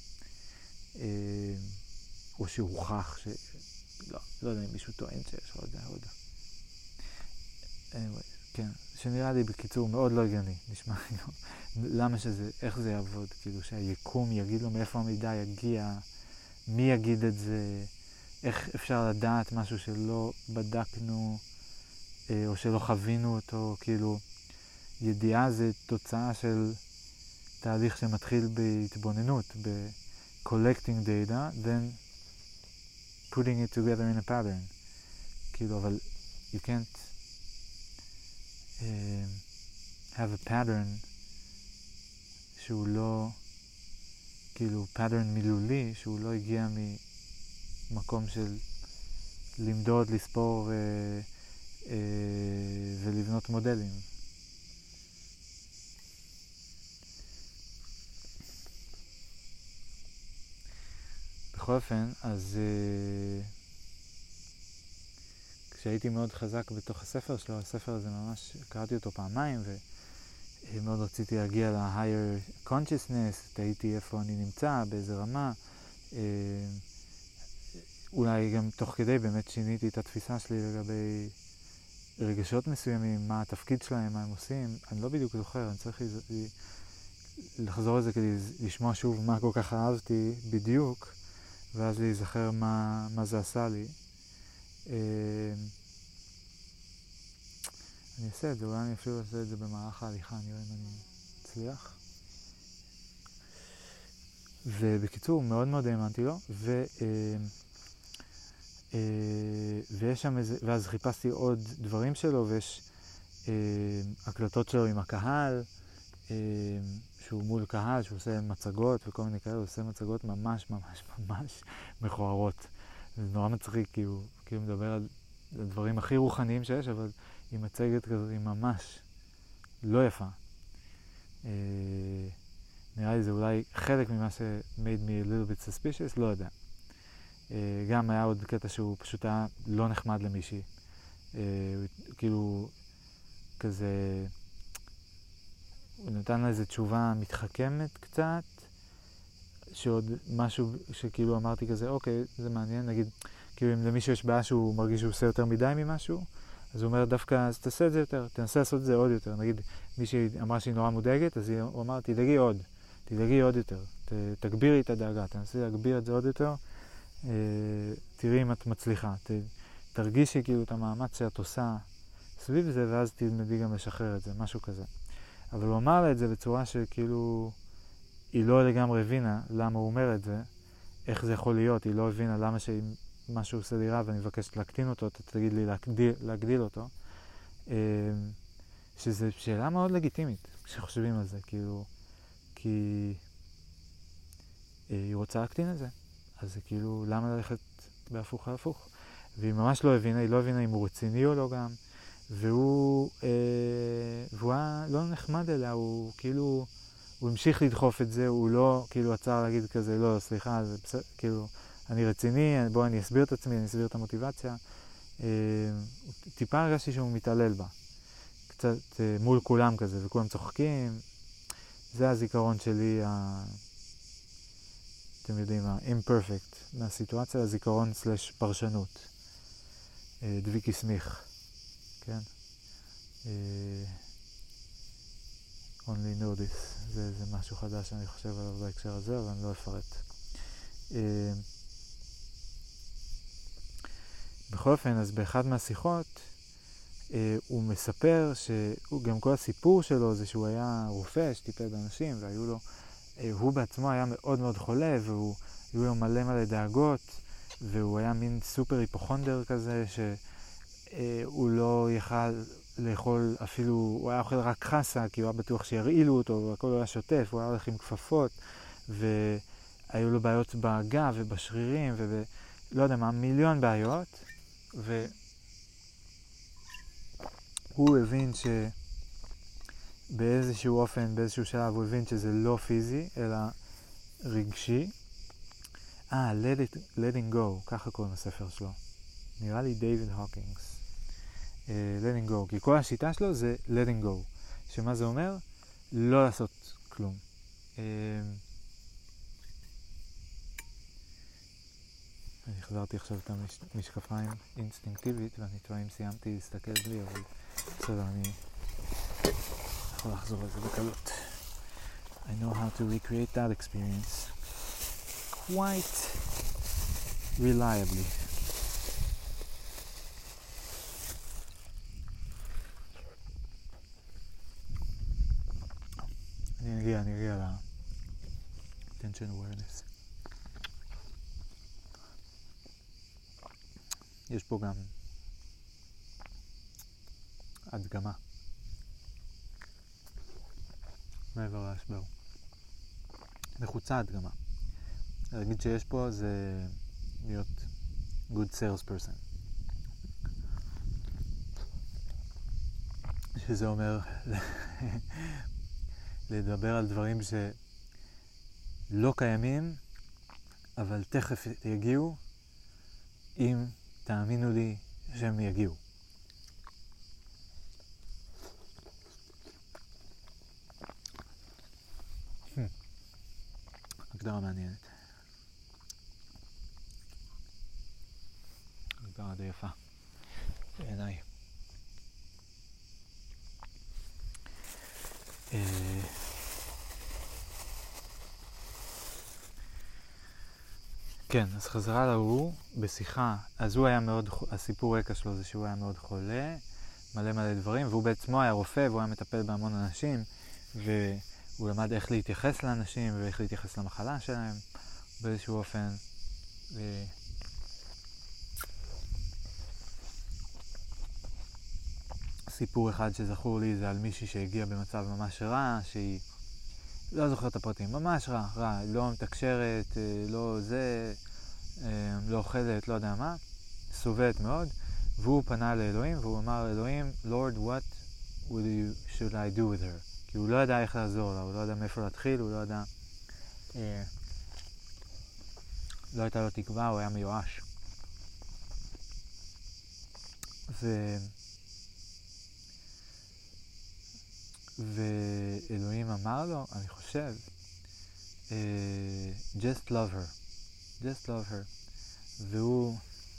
או שהוכח ש... לא, לא יודע אם מישהו טוען שיש, לא יודע, לא יודע. anyway, כן, שנראה לי בקיצור מאוד לא הגיוני, נשמע לי, למה שזה, איך זה יעבוד, כאילו שהיקום יגיד לו מאיפה המידע יגיע, מי יגיד את זה, איך אפשר לדעת משהו שלא בדקנו, או שלא חווינו אותו, כאילו, ידיעה זה תוצאה של תהליך שמתחיל בהתבוננות, ב-collecting data, then putting it together in a pattern. כאילו, אבל you can't uh, have a pattern שהוא לא, כאילו, pattern מילולי, שהוא לא הגיע ממקום של למדוד, לספור ו... Uh, ולבנות מודלים. בכל אופן, אז uh, כשהייתי מאוד חזק בתוך הספר שלו, הספר הזה ממש, קראתי אותו פעמיים, ומאוד רציתי להגיע ל-higher consciousness, תהיתי איפה אני נמצא, באיזה רמה, uh, אולי גם תוך כדי באמת שיניתי את התפיסה שלי לגבי רגשות מסוימים, מה התפקיד שלהם, מה הם עושים, אני לא בדיוק זוכר, אני צריך לחזור לזה כדי לשמוע שוב מה כל כך אהבתי בדיוק, ואז להיזכר מה, מה זה עשה לי. אני אעשה את זה, אולי אני אפילו אעשה את זה במהלך ההליכה, נראה אם אני אצליח. ובקיצור, מאוד מאוד האמנתי לו, ו... Uh, ויש שם איזה, ואז חיפשתי עוד דברים שלו, ויש uh, הקלטות שלו עם הקהל, uh, שהוא מול קהל, שהוא עושה מצגות וכל מיני כאלה, הוא עושה מצגות ממש ממש ממש מכוערות. זה נורא מצחיק, כי הוא כאילו מדבר על הדברים הכי רוחניים שיש, אבל היא מצגת כזאת, היא ממש לא יפה. Uh, נראה לי זה אולי חלק ממה ש-made me a little bit suspicious, לא יודע. גם היה עוד קטע שהוא פשוט היה לא נחמד למישהי. כאילו, כזה, הוא נתן לה איזו תשובה מתחכמת קצת, שעוד משהו שכאילו אמרתי כזה, אוקיי, זה מעניין, נגיד, כאילו אם למישהו יש בעיה שהוא מרגיש שהוא עושה יותר מדי ממשהו, אז הוא אומר דווקא, אז תעשה את זה יותר, תנסה לעשות את זה עוד יותר. נגיד, מישהי אמרה שהיא נורא מודאגת, אז הוא אמר, תדאגי עוד, תדאגי עוד יותר, ת, תגבירי את הדאגה, תנסי להגביר את זה עוד יותר, אה, תראי אם את מצליחה, ת, תרגישי כאילו את המאמץ שאת עושה סביב זה, ואז תלמדי גם לשחרר את זה, משהו כזה. אבל הוא אמר לה את זה בצורה שכאילו היא לא לגמרי הבינה למה הוא אומר את זה, איך זה יכול להיות, היא לא הבינה למה שמשהו עושה לי רע ואני מבקשת להקטין אותו, אתה תגיד לי להגדיל, להגדיל אותו. שזו שאלה מאוד לגיטימית כשחושבים על זה, כאילו, כי היא רוצה להקטין את זה, אז זה כאילו, למה ללכת בהפוך להפוך? והיא ממש לא הבינה, היא לא הבינה אם הוא רציני או לא גם, והוא, אה, והוא היה לא נחמד אליה, הוא כאילו, הוא המשיך לדחוף את זה, הוא לא כאילו עצר להגיד כזה, לא, סליחה, זה בסדר, כאילו, אני רציני, בוא אני אסביר את עצמי, אני אסביר את המוטיבציה. אה, טיפה הרגשתי שהוא מתעלל בה, קצת אה, מול כולם כזה, וכולם צוחקים. זה הזיכרון שלי, ה... אתם יודעים, ה-imperfect מהסיטואציה, הזיכרון סלש פרשנות. אה, דביקי סמיך, כן? אה, only notice, זה, זה משהו חדש שאני חושב עליו בהקשר הזה, אבל אני לא אפרט. אה, בכל אופן, אז באחד מהשיחות, אה, הוא מספר שגם כל הסיפור שלו זה שהוא היה רופא שטיפל באנשים, והיו לו, אה, הוא בעצמו היה מאוד מאוד חולה, והוא, היו לו מלא מלא דאגות, והוא היה מין סופר היפוכונדר כזה, שהוא לא יכל לאכול אפילו, הוא היה אוכל רק חסה, כי הוא היה בטוח שירעילו אותו, והכל היה שוטף, הוא היה הולך עם כפפות, והיו לו בעיות בגב ובשרירים, ולא יודע מה, מיליון בעיות, והוא הבין שבאיזשהו אופן, באיזשהו שלב, הוא הבין שזה לא פיזי, אלא רגשי. אה, let it, letting go, ככה קוראים הספר שלו. נראה לי דיוויד הוקינגס. Uh, letting go, כי כל השיטה שלו זה letting go, שמה זה אומר? לא לעשות כלום. Uh, אני חזרתי עכשיו את המשקפיים אינסטינקטיבית, ואני טועה אם סיימתי להסתכל בלי, אבל בסדר, אני יכול לחזור על זה בקלות. I know how to recreate that experience quite reliably. אני אגיע, אני אגיע ל-attention awareness. יש פה גם הדגמה מעבר להשבר. נחוצה הדגמה. להגיד שיש פה זה להיות good salesperson. שזה אומר לדבר על דברים שלא קיימים, אבל תכף יגיעו, אם תאמינו לי שהם יגיעו. הגדרה מעניינת. הגדרה די יפה. בעיניי. כן, אז חזרה להוא בשיחה, אז הוא היה מאוד, הסיפור רקע שלו זה שהוא היה מאוד חולה, מלא מלא דברים, והוא בעצמו היה רופא והוא היה מטפל בהמון אנשים, והוא למד איך להתייחס לאנשים ואיך להתייחס למחלה שלהם באיזשהו אופן. ו... סיפור אחד שזכור לי זה על מישהי שהגיעה במצב ממש רע, שהיא לא זוכרת את הפרטים, ממש רע, רע, לא מתקשרת, לא זה, לא אוכלת, לא יודע מה, סובלת מאוד, והוא פנה לאלוהים והוא אמר לאלוהים, Lord, what would you, should I do with her? כי הוא לא ידע איך לעזור לה, הוא לא ידע מאיפה להתחיל, הוא לא ידע, אה, לא הייתה לו תקווה, הוא היה מיואש. ו... ואלוהים אמר לו, אני חושב, uh, just love her, just love her, והוא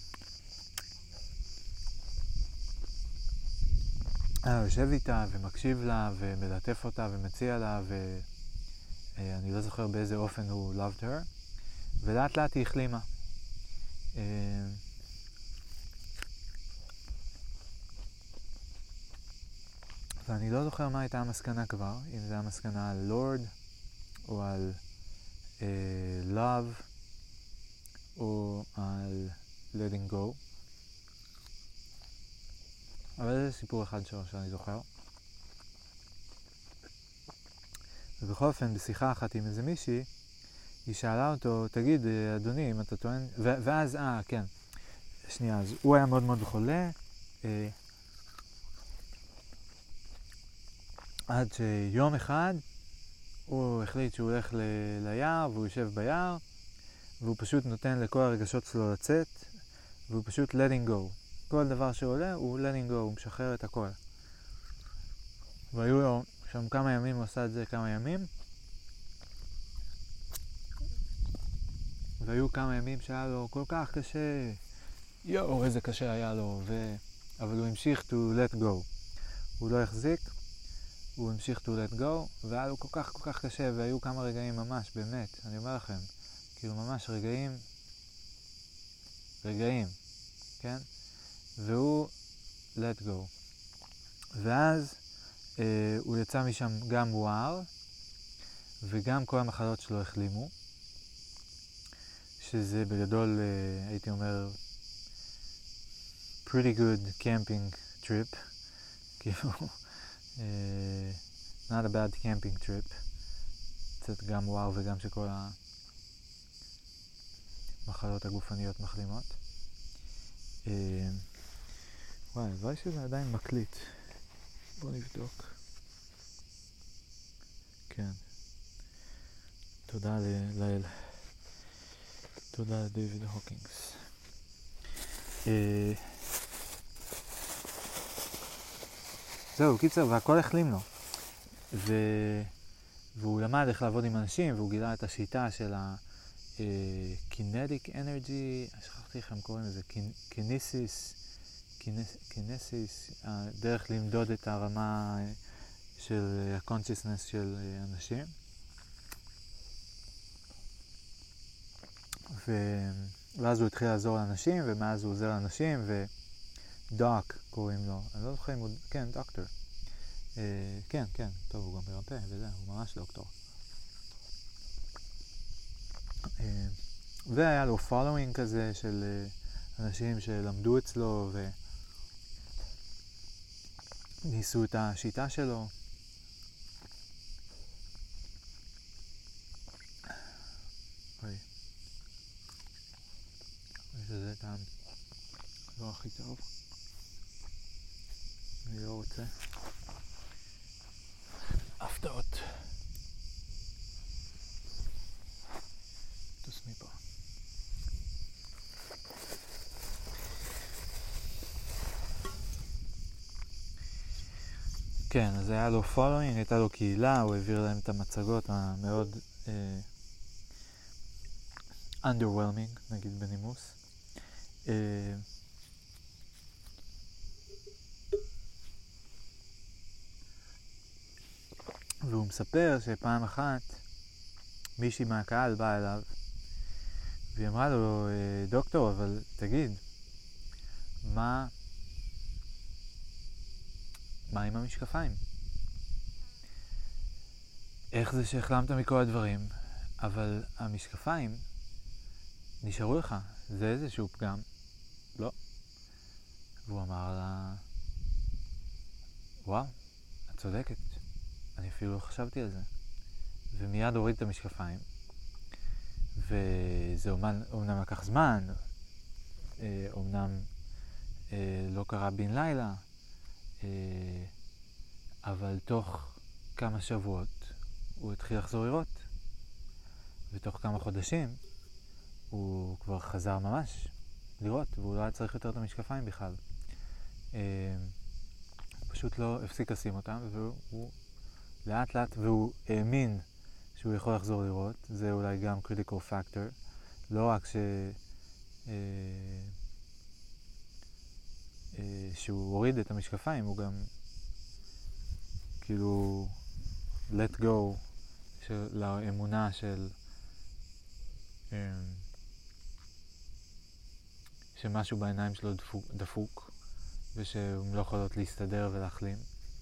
היה יושב איתה ומקשיב לה ומלטף אותה ומציע לה, ואני uh, לא זוכר באיזה אופן הוא loved her, ולאט לאט היא החלימה. ואני לא זוכר מה הייתה המסקנה כבר, אם זה המסקנה על לורד, או על uh, love, או על letting go. אבל זה סיפור אחד שלו שאני זוכר. ובכל אופן, בשיחה אחת עם איזה מישהי, היא שאלה אותו, תגיד, אדוני, אם אתה טוען... ו- ואז, אה, כן. שנייה, אז הוא היה מאוד מאוד חולה, אה, עד שיום אחד הוא החליט שהוא הולך ל- ליער, והוא יושב ביער, והוא פשוט נותן לכל הרגשות שלו לצאת, והוא פשוט letting go. כל דבר שעולה הוא letting go, הוא משחרר את הכל. והיו לו שם כמה ימים, הוא עשה את זה כמה ימים, והיו כמה ימים שהיה לו כל כך קשה, יואו, איזה קשה היה לו, ו... אבל הוא המשיך to let go. הוא לא החזיק, הוא המשיך to let go, והיה לו כל כך כל כך קשה, והיו כמה רגעים ממש, באמת, אני אומר לכם, כאילו ממש רגעים, רגעים, כן? והוא let go. ואז אה, הוא יצא משם גם וואר, וגם כל המחלות שלו החלימו, שזה בגדול, אה, הייתי אומר, pretty good camping trip, כאילו, אה, not a bad camping trip, קצת גם וואר וגם שכל המחלות הגופניות מחלימות. אה, וואי, הלוואי שזה עדיין מקליט. בוא נבדוק. כן. תודה לאל. תודה לדיוויד הוקינגס. אה, זהו, קיצר, והכל החלים לו. ו... והוא למד איך לעבוד עם אנשים, והוא גילה את השיטה של ה-kinetic energy, שכחתי איך הם קוראים לזה, kinesis, kinesis, הדרך למדוד את הרמה של ה-consciousness של אנשים. ו... ואז הוא התחיל לעזור לאנשים, ומאז הוא עוזר לאנשים, ודוק קוראים לו, אני לא זוכר אם הוא, כן, דוקטור. אה, כן, כן, טוב, הוא גם מרפא, וזה, הוא ממש דוקטור. אה, והיה לו following כזה של אה, אנשים שלמדו אצלו, וניסו את השיטה שלו. אוי. שזה טעם לא הכי טוב. אני לא רוצה הפתעות. טוס מפה. כן, אז היה לו following, הייתה לו קהילה, הוא העביר להם את המצגות המאוד אה, underwhelming, נגיד בנימוס. אה, והוא מספר שפעם אחת מישהי מהקהל באה אליו והיא אמרה לו, דוקטור, אבל תגיד, מה מה עם המשקפיים? איך זה שהחלמת מכל הדברים, אבל המשקפיים נשארו לך, זה איזשהו פגם? לא. והוא אמר לה, וואו, את צודקת, אני אפילו לא חשבתי על זה. ומיד הוריד את המשקפיים, וזה אומנם, אומנם לקח זמן, אומנם לא קרה בן לילה, אבל תוך כמה שבועות הוא התחיל לחזור לראות, ותוך כמה חודשים הוא כבר חזר ממש לראות, והוא לא היה צריך יותר את המשקפיים בכלל. הוא פשוט לא הפסיק לשים אותם, והוא לאט לאט, והוא האמין שהוא יכול לחזור לראות. זה אולי גם critical factor, לא רק ש... אה, אה, שהוא הוריד את המשקפיים, הוא גם כאילו let go של, לאמונה של אה, שמשהו בעיניים שלו דפוק, דפוק ושהן לא יכולות להסתדר ולהחלים.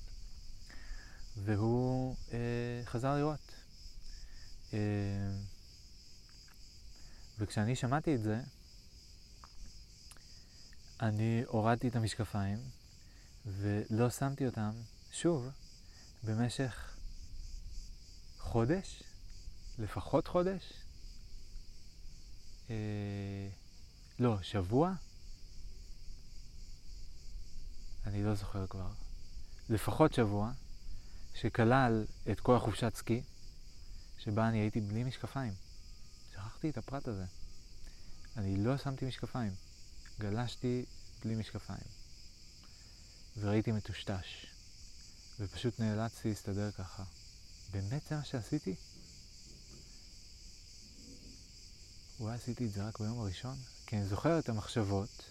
והוא אה, חזר לראות. אה, וכשאני שמעתי את זה, אני הורדתי את המשקפיים ולא שמתי אותם שוב במשך חודש, לפחות חודש, אה, לא, שבוע, אני לא זוכר כבר, לפחות שבוע, שכלל את כל החופשת סקי, שבה אני הייתי בלי משקפיים. שכחתי את הפרט הזה. אני לא שמתי משקפיים. גלשתי בלי משקפיים. וראיתי מטושטש. ופשוט נאלצתי להסתדר ככה. באמת זה מה שעשיתי? אולי עשיתי את זה רק ביום הראשון? כי אני זוכר את המחשבות.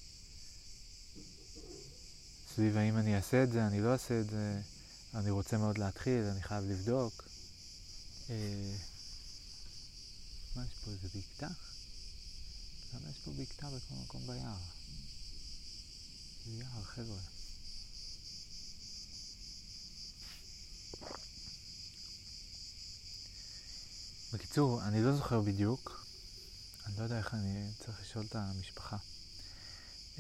סביב האם אני אעשה את זה, אני לא אעשה את זה. אני רוצה מאוד להתחיל, אני חייב לבדוק. אה... מה יש פה? איזה בקתה? למה יש פה בקתה בכל מקום ביער? זה יער, חבר'ה. בקיצור, אני לא זוכר בדיוק. אני לא יודע איך אני צריך לשאול את המשפחה. אה...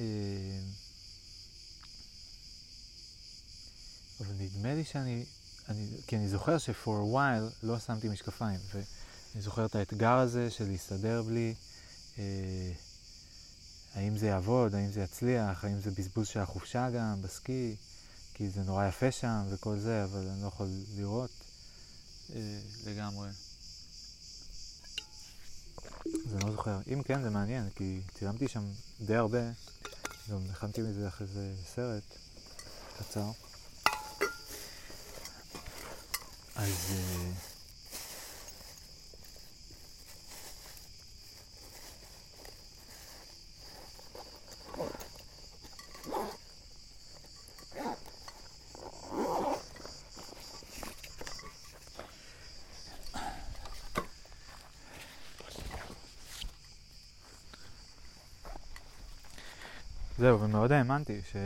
אבל נדמה לי שאני... אני, כי אני זוכר ש-for a while לא שמתי משקפיים, ואני זוכר את האתגר הזה של להסתדר בלי, אה, האם זה יעבוד, האם זה יצליח, האם זה בזבוז של החופשה גם בסקי, כי זה נורא יפה שם וכל זה, אבל אני לא יכול לראות אה, לגמרי. זה לא זוכר. אם כן, זה מעניין, כי צילמתי שם די הרבה, גם הכנתי מזה אחרי זה סרט קצר. אז אה, זהו, ומאוד האמנתי ש...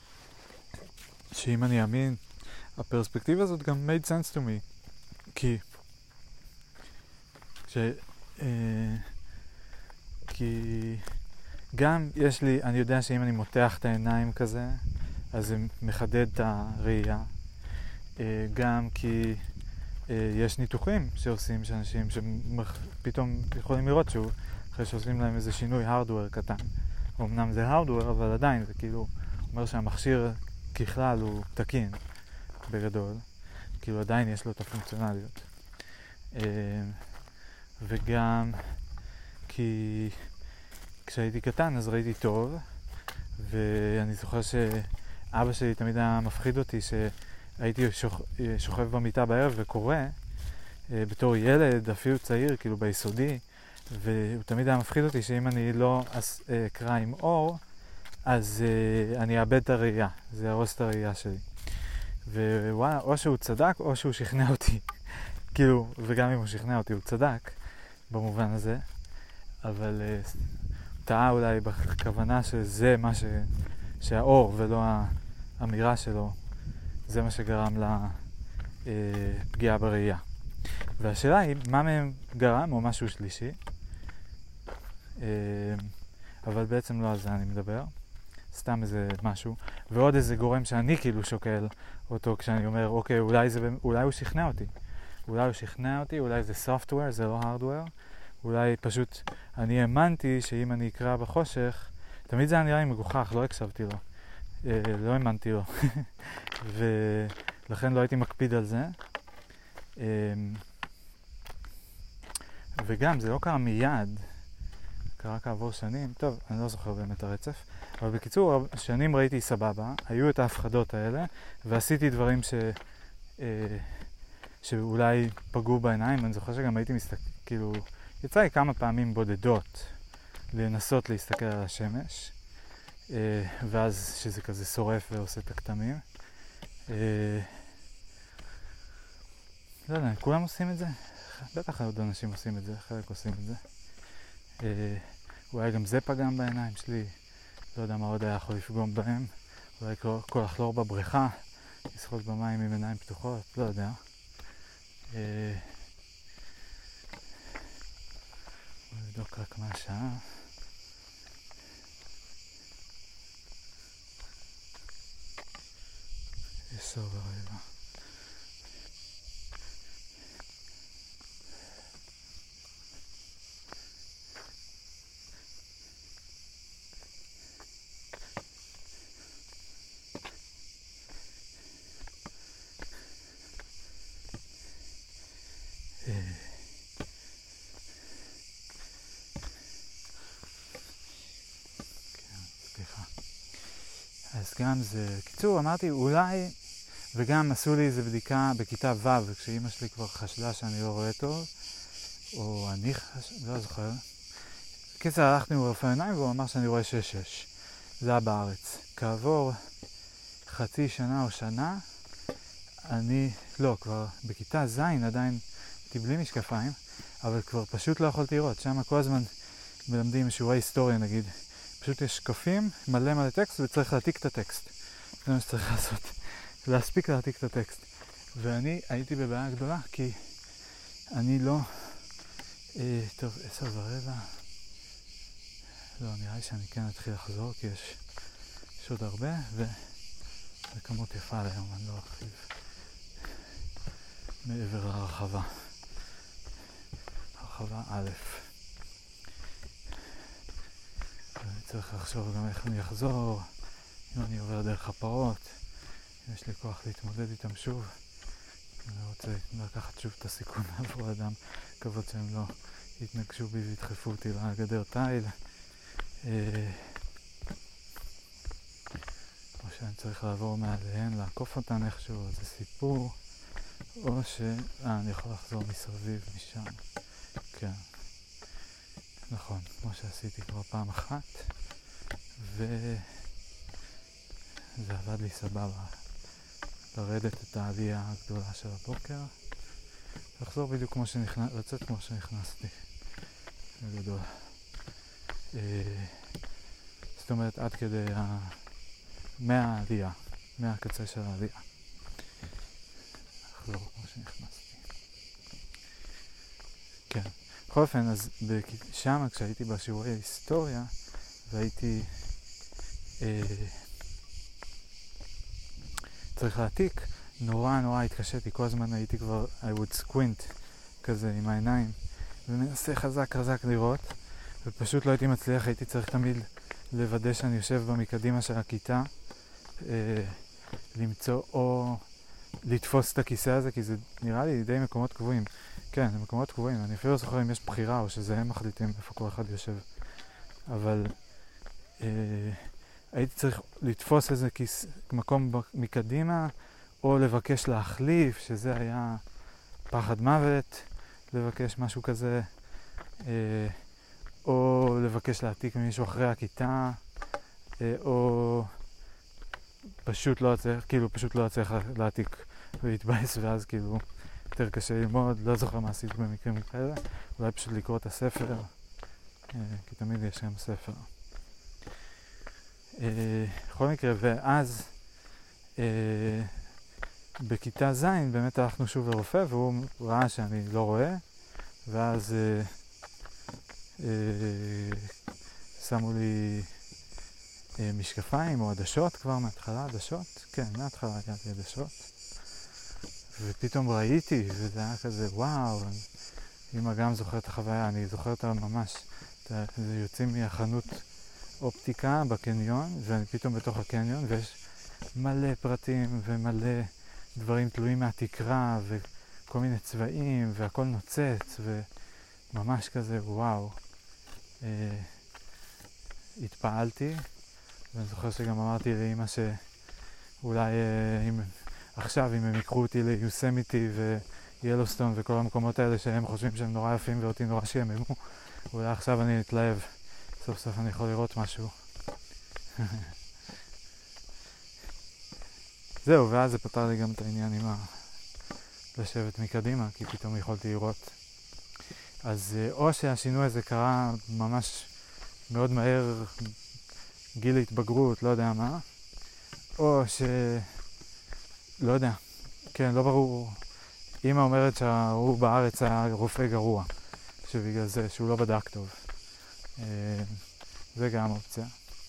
שאם אני אאמין, הפרספקטיבה הזאת גם made sense to me. כי... ש... אה... כי... גם יש לי, אני יודע שאם אני מותח את העיניים כזה, אז זה מחדד את הראייה. אה, גם כי אה, יש ניתוחים שעושים שאנשים שפתאום יכולים לראות שהוא, אחרי שעושים להם איזה שינוי hardware קטן. אמנם זה hardware, אבל עדיין זה כאילו אומר שהמכשיר ככלל הוא תקין בגדול. כאילו עדיין יש לו את הפונקציונליות. וגם כי כשהייתי קטן אז ראיתי טוב, ואני זוכר שאבא שלי תמיד היה מפחיד אותי שהייתי שוכ... שוכב במיטה בערב וקורא בתור ילד, אפילו צעיר, כאילו ביסודי, והוא תמיד היה מפחיד אותי שאם אני לא אקרא עם אור, אז אני אאבד את הראייה, זה ירוס את הראייה שלי. ווואלה, או שהוא צדק או שהוא שכנע אותי. כאילו, וגם אם הוא שכנע אותי, הוא צדק במובן הזה. אבל uh, טעה אולי בכוונה שזה מה ש... שהאור ולא האמירה שלו, זה מה שגרם לפגיעה uh, בראייה. והשאלה היא, מה מהם גרם או משהו שלישי? Uh, אבל בעצם לא על זה אני מדבר. סתם איזה משהו, ועוד איזה גורם שאני כאילו שוקל אותו כשאני אומר, אוקיי, אולי, זה, אולי הוא שכנע אותי. אולי הוא שכנע אותי, אולי זה software, זה לא hardware. אולי פשוט אני האמנתי שאם אני אקרא בחושך, תמיד זה היה נראה לי מגוחך, לא הקשבתי לו. אה, לא האמנתי לו. ולכן לא הייתי מקפיד על זה. אה, וגם, זה לא קרה מיד. קרה כעבור שנים, טוב, אני לא זוכר באמת הרצף, אבל בקיצור, שנים ראיתי סבבה, היו את ההפחדות האלה, ועשיתי דברים ש... אה, שאולי פגעו בעיניים, אני זוכר שגם הייתי מסתכל, כאילו, יצא לי כמה פעמים בודדות לנסות להסתכל על השמש, אה, ואז שזה כזה שורף ועושה את הכתמים. אה, לא יודע, כולם עושים את זה? בטח עוד אנשים עושים את זה, חלק עושים את זה. אולי גם זה פגם בעיניים שלי, לא יודע מה עוד היה יכול לפגום בהם, אולי כל לחלור בבריכה, לשחות במים עם עיניים פתוחות, לא יודע. נבדוק רק מה השעה. עשר ורבע. אז גם זה, קיצור, אמרתי אולי, וגם עשו לי איזו בדיקה בכיתה ו' כשאימא שלי כבר חשדה שאני לא רואה טוב, או אני חשד, לא זוכר. בקיצור, הלכתי עם רופא עיניים והוא אמר שאני רואה שש שש. זה היה בארץ. כעבור חצי שנה או שנה, אני, לא, כבר בכיתה ז' עדיין הייתי בלי משקפיים, אבל כבר פשוט לא יכולתי לראות. שם כל הזמן מלמדים שיעורי היסטוריה נגיד. פשוט יש שקפים, מלא מלא טקסט וצריך להעתיק את הטקסט. זה מה שצריך לעשות, להספיק להעתיק את הטקסט. ואני הייתי בבעיה גדולה כי אני לא... אה, טוב, עשר ורבע. לא, נראה לי שאני כן אתחיל לחזור כי יש, יש עוד הרבה וזה כמות יפה להיום, אני לא ארחיב מעבר להרחבה. הרחבה א'. אני צריך לחשוב גם איך אני אחזור, אם אני עובר דרך הפרות, אם יש לי כוח להתמודד איתם שוב. אני רוצה לקחת שוב את הסיכון עבור אדם, כבוד שהם לא יתנגשו בי וידחפו אותי לגדר תיל. או שאני צריך לעבור מעליהן, לעקוף אותן איכשהו, זה סיפור, או שאני יכול לחזור מסביב משם. כן. נכון, כמו שעשיתי כבר פעם אחת, וזה עבד לי סבבה. לרדת את העלייה הגדולה של הבוקר, לחזור בדיוק כמו שנכנס, לצאת כמו שנכנסתי. זה גדול. זאת אומרת, עד כדי מהעלייה, מהקצה של העלייה. לחזור כמו שנכנסתי. כן. בכל אופן, אז שם כשהייתי בשיעורי היסטוריה והייתי אה, צריך להעתיק, נורא נורא התקשיתי, כל הזמן הייתי כבר I would squint כזה עם העיניים ומנסה חזק חזק לראות ופשוט לא הייתי מצליח, הייתי צריך תמיד לוודא שאני יושב במקדימה של הכיתה, אה, למצוא או לתפוס את הכיסא הזה, כי זה נראה לי די מקומות קבועים. כן, זה מקומות קבועים, אני אפילו לא זוכר אם יש בחירה או שזה הם מחליטים איפה כל אחד יושב. אבל אה, הייתי צריך לתפוס איזה כיס, מקום מקדימה, או לבקש להחליף, שזה היה פחד מוות, לבקש משהו כזה, אה, או לבקש להעתיק ממישהו אחרי הכיתה, אה, או פשוט לא צריך, כאילו פשוט לא צריך להעתיק ולהתבאס, ואז כאילו יותר קשה ללמוד, לא זוכר מה עשיתי במקרים כאלה, אולי פשוט לקרוא את הספר, אה, כי תמיד יש שם ספר. אה, בכל מקרה, ואז אה, בכיתה ז' באמת הלכנו שוב לרופא, והוא ראה שאני לא רואה, ואז אה, אה, שמו לי אה, משקפיים או עדשות כבר מההתחלה, עדשות? כן, מההתחלה היה לי עדשות. ופתאום ראיתי, וזה היה כזה, וואו, אמא גם זוכר את החוויה, אני זוכר אותה ממש. זה יוצאים מהחנות אופטיקה בקניון, ואני פתאום בתוך הקניון, ויש מלא פרטים ומלא דברים תלויים מהתקרה, וכל מיני צבעים, והכל נוצץ, וממש כזה, וואו. אה, התפעלתי, ואני זוכר שגם אמרתי לאמא שאולי אה, אם... עכשיו, אם הם יקחו אותי ליוסמיטי ויילוסטון וכל המקומות האלה שהם חושבים שהם נורא יפים ואותי נורא שיממו, אולי עכשיו אני אתלהב, סוף סוף אני יכול לראות משהו. זהו, ואז זה פתר לי גם את העניין עם ה... לשבת מקדימה, כי פתאום יכולתי לראות. אז או שהשינוי הזה קרה ממש מאוד מהר גיל התבגרות, לא יודע מה, או ש... לא יודע, כן, לא ברור. אמא אומרת שהוא בארץ היה רופא גרוע, שבגלל זה, שהוא לא בדק טוב. זה גם אופציה.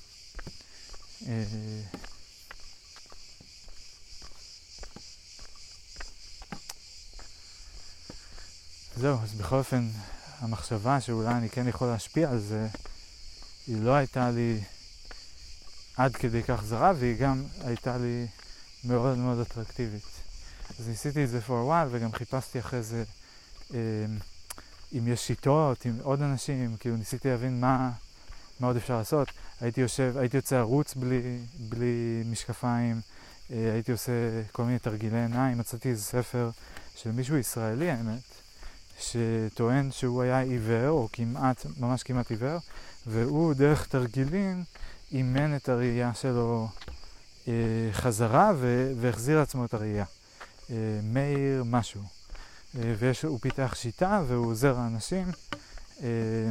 זהו, אז בכל אופן, המחשבה שאולי אני כן יכול להשפיע על זה, היא לא הייתה לי עד כדי כך זרה, והיא גם הייתה לי מאוד מאוד אטרקטיבית. אז ניסיתי את זה for a while, וגם חיפשתי אחרי זה אה, אם יש שיטות, עם עוד אנשים, כאילו ניסיתי להבין מה, מה עוד אפשר לעשות. הייתי יושב, הייתי יוצא ערוץ בלי, בלי משקפיים, אה, הייתי עושה כל מיני תרגילי עיניים, מצאתי איזה ספר של מישהו ישראלי, האמת, שטוען שהוא היה עיוור, או כמעט, ממש כמעט עיוור, והוא דרך תרגילים אימן את הראייה שלו אה, חזרה ו- והחזיר לעצמו את הראייה. אה, מאיר משהו. אה, והוא פיתח שיטה והוא עוזר לאנשים. אה,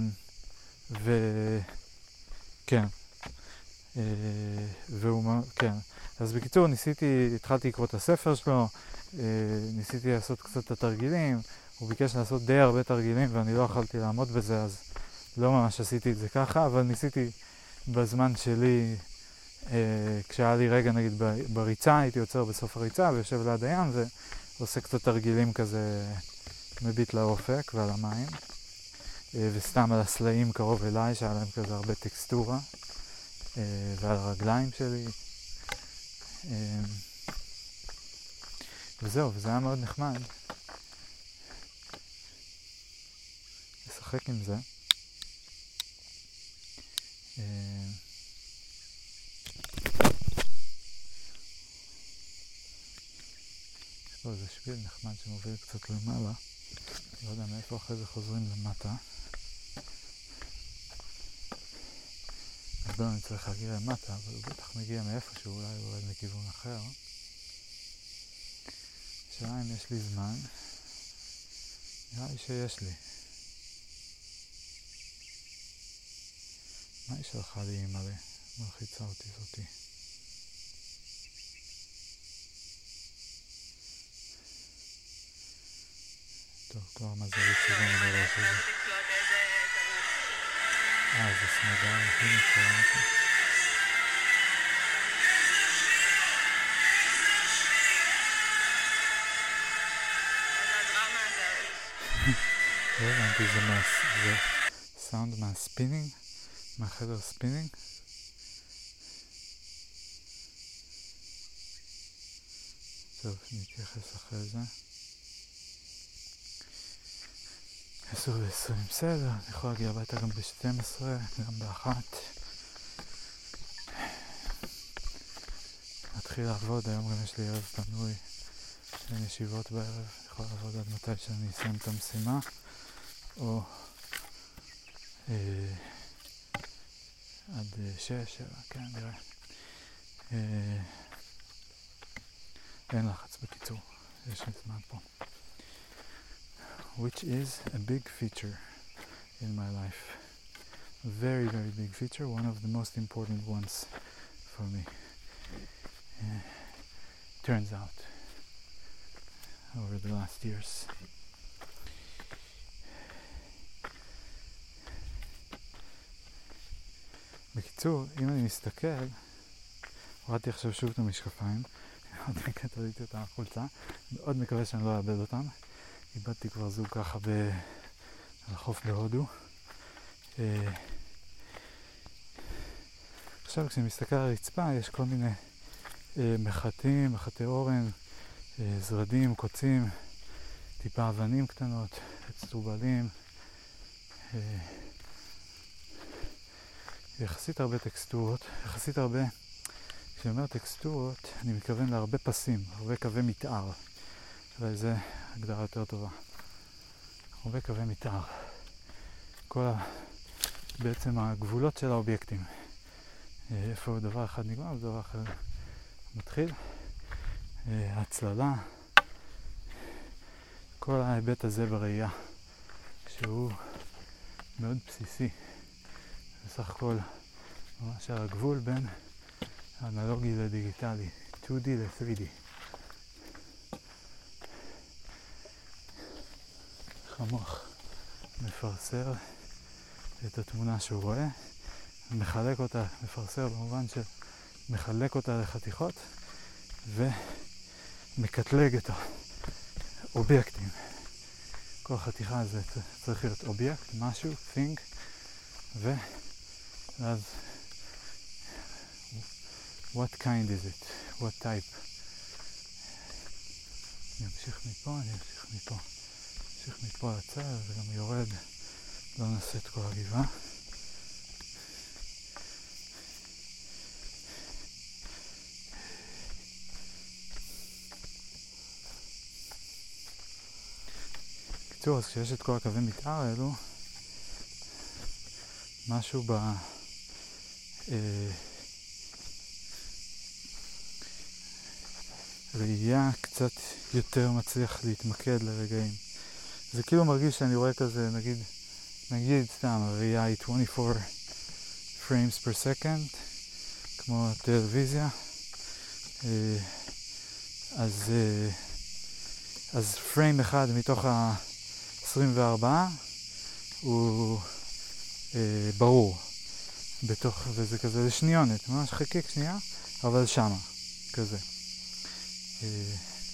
וכן. אה, והוא, כן. אז בקיצור ניסיתי, התחלתי לקרוא את הספר שלו, אה, ניסיתי לעשות קצת את התרגילים, הוא ביקש לעשות די הרבה תרגילים ואני לא יכולתי לעמוד בזה, אז לא ממש עשיתי את זה ככה, אבל ניסיתי בזמן שלי, אה, כשהיה לי רגע נגיד בריצה, הייתי יוצר בסוף הריצה ויושב ליד הים ועושה קצת תרגילים כזה מביט לאופק ועל המים, אה, וסתם על הסלעים קרוב אליי שהיה להם כזה הרבה טקסטורה, אה, ועל הרגליים שלי. אה, וזהו, וזה היה מאוד נחמד לשחק עם זה. יש פה איזה שביל נחמד שמוביל קצת למעלה, לא יודע מאיפה אחרי זה חוזרים למטה, אז לא אני צריך להגיע למטה, אבל הוא בטח מגיע מאיפשהו, אולי הוא יורד מכיוון אחר. השאלה אם יש לי זמן, נראה לי שיש לי. מה היא שלחה לי אמא לי? מלחיצה אותי זאתי. טוב, כבר מזל יציבים אני רואה שזה. אה, זה סמדה, היא נקראה אותי. לא הבנתי, זה סאונד מהספינינג? מהחדר ספינינג? טוב, נתייחס אחרי זה. עשר ועשרים, בסדר, אני יכול להגיע הביתה גם ב-שתים עשרה, גם באחת. נתחיל לעבוד, היום גם יש לי ערב פנוי, אין ישיבות בערב, אני יכול לעבוד עד מתי שאני אסיים את המשימה, או אה, עד שש, שבע, כן, נראה. אה, אין לחץ בקיצור, יש לי זמן פה. Which is a big feature in my life. A very, very big feature, one of the most important ones for me. Uh, turns out, over the last years. בקיצור, אם אני מסתכל, הורדתי עכשיו שוב את המשקפיים, עוד מקט ראיתי אותם החולצה, מאוד מקווה שאני לא אאבד אותם. איבדתי כבר זוג ככה ב... על החוף בהודו. אה... עכשיו כשאני מסתכל על הרצפה יש כל מיני אה, מחטים, מחטי אורן, אה, זרדים, קוצים, טיפה אבנים קטנות, צטובלים. אה... יחסית הרבה טקסטורות, יחסית הרבה, כשאני אומר טקסטורות אני מתכוון להרבה פסים, הרבה קווי מתאר. אולי זה הגדרה יותר טובה. הרבה קווי מתאר. כל ה... בעצם הגבולות של האובייקטים. איפה דבר אחד נגמר ודבר אחר מתחיל. הצללה. כל ההיבט הזה בראייה, שהוא מאוד בסיסי בסך הכל ממש הגבול בין אנלוגי לדיגיטלי, שתיים די ל-שלוש די. איך המוח מפרסר את התמונה שהוא רואה, מחלק אותה, מפרסר במובן של מחלק אותה לחתיכות ומקטלג את האובייקטים. כל חתיכה הזה צריך להיות אובייקט, משהו, thing, ואז what kind is it? what type? אני אמשיך מפה, אני אמשיך מפה. אמשיך מפה לצד, וגם יורד, לא נעשה את כל הגבעה. בקיצור, אז כשיש את כל הקווי מתאר האלו, משהו ב... אה, ראייה קצת יותר מצליח להתמקד לרגעים. זה כאילו מרגיש שאני רואה כזה, נגיד, נגיד סתם, הראייה היא עשרים וארבע frames per second, כמו הטלוויזיה. אה, אז, אה, אז פריים אחד מתוך ה-עשרים וארבע הוא אה, ברור. בתוך, וזה כזה לשניונת, ממש חקיק שנייה, אבל שמה, כזה. אה,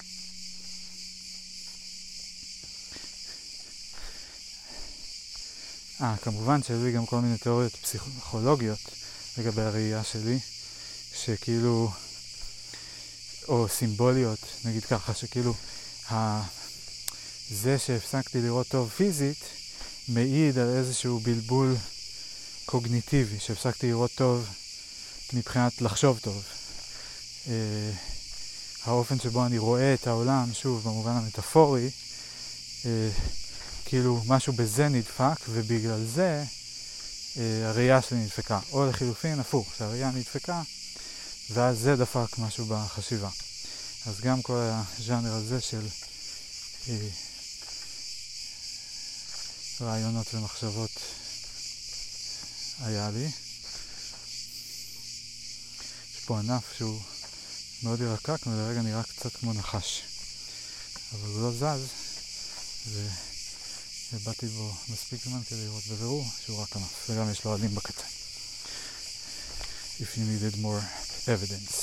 אה, כמובן שהיו לי גם כל מיני תיאוריות פסיכולוגיות לגבי הראייה שלי, שכאילו, או סימבוליות, נגיד ככה, שכאילו, ה... זה שהפסקתי לראות טוב פיזית, מעיד על איזשהו בלבול קוגניטיבי, שהפסקתי לראות טוב מבחינת לחשוב טוב. אה, האופן שבו אני רואה את העולם, שוב, במובן המטאפורי, אה, כאילו משהו בזה נדפק, ובגלל זה אה, הראייה שלי נדפקה. או לחילופין, הפוך, שהראייה נדפקה, ואז זה דפק משהו בחשיבה. אז גם כל הז'אנר הזה של אה, רעיונות ומחשבות היה לי. יש פה ענף שהוא מאוד ירקק, ולרגע נראה קצת כמו נחש. אבל הוא לא זז, ובאתי בו מספיק זמן כדי לראות בבירור שהוא רק ענף, וגם יש לו עלים בקצה. If you needed more evidence.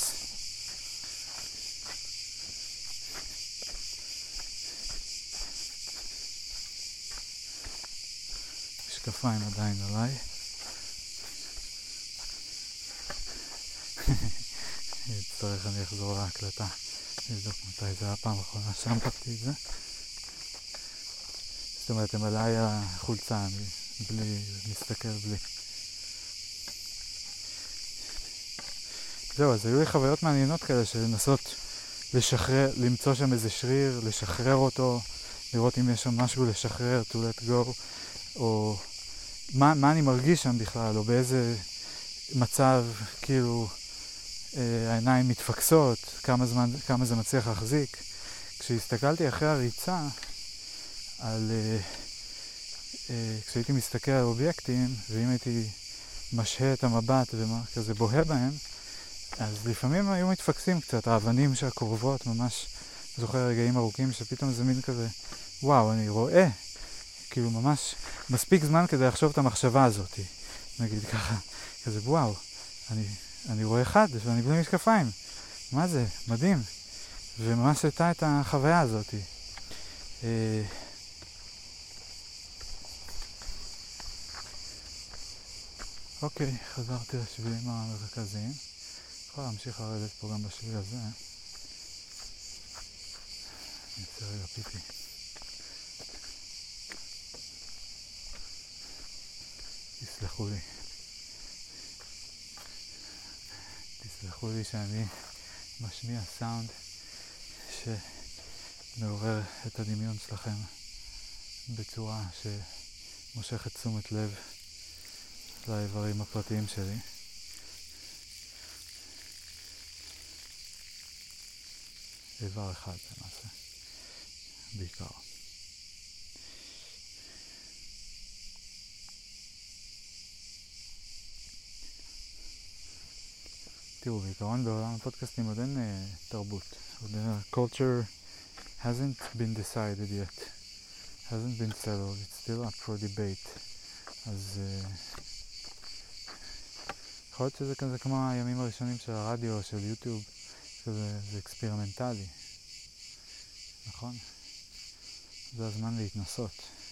משקפיים עדיין עליי. צריך אני אחזור להקלטה, לבדוק מתי זה היה הפעם האחרונה שמתי את זה. זאת אומרת, הם עליי החולצה, אני בלי, מסתכל בלי. זהו, אז היו לי חוויות מעניינות כאלה של לנסות לשחרר, למצוא שם איזה שריר, לשחרר אותו, לראות אם יש שם משהו לשחרר, to let go, או מה, מה אני מרגיש שם בכלל, או באיזה מצב, כאילו, העיניים מתפקסות, כמה זמן, כמה זה מצליח להחזיק. כשהסתכלתי אחרי הריצה, על, כשהייתי מסתכל על אובייקטים, ואם הייתי משהה את המבט וכזה בוהה בהם, אז לפעמים היו מתפקסים קצת, האבנים שהקרובות, ממש זוכר רגעים ארוכים שפתאום זה מין כזה, וואו, אני רואה, כאילו ממש מספיק זמן כדי לחשוב את המחשבה הזאת, נגיד ככה, כזה וואו, אני... אני רואה אחד ואני בלי משקפיים. מה זה? מדהים. וממש הייתה את החוויה הזאת. אה... אוקיי, חזרתי לשבילים המרכזיים. יכול להמשיך לרדת פה גם בשביל הזה. אני אצא רגע פיפי. תסלחו לי. תסלחו לי שאני משמיע סאונד שמעורר את הדמיון שלכם בצורה שמושכת תשומת לב לאיברים הפרטיים שלי. איבר אחד למעשה, בעיקר. תראו, בעיקרון בעולם הפודקאסטים עוד אין uh, תרבות. עוד uh, culture hasn't been decided yet. hasn't been settled. It's still up for debate. אז uh, יכול להיות שזה כזה כמו הימים הראשונים של הרדיו, של יוטיוב. שזה, זה אקספרימנטלי. נכון? זה הזמן להתנסות.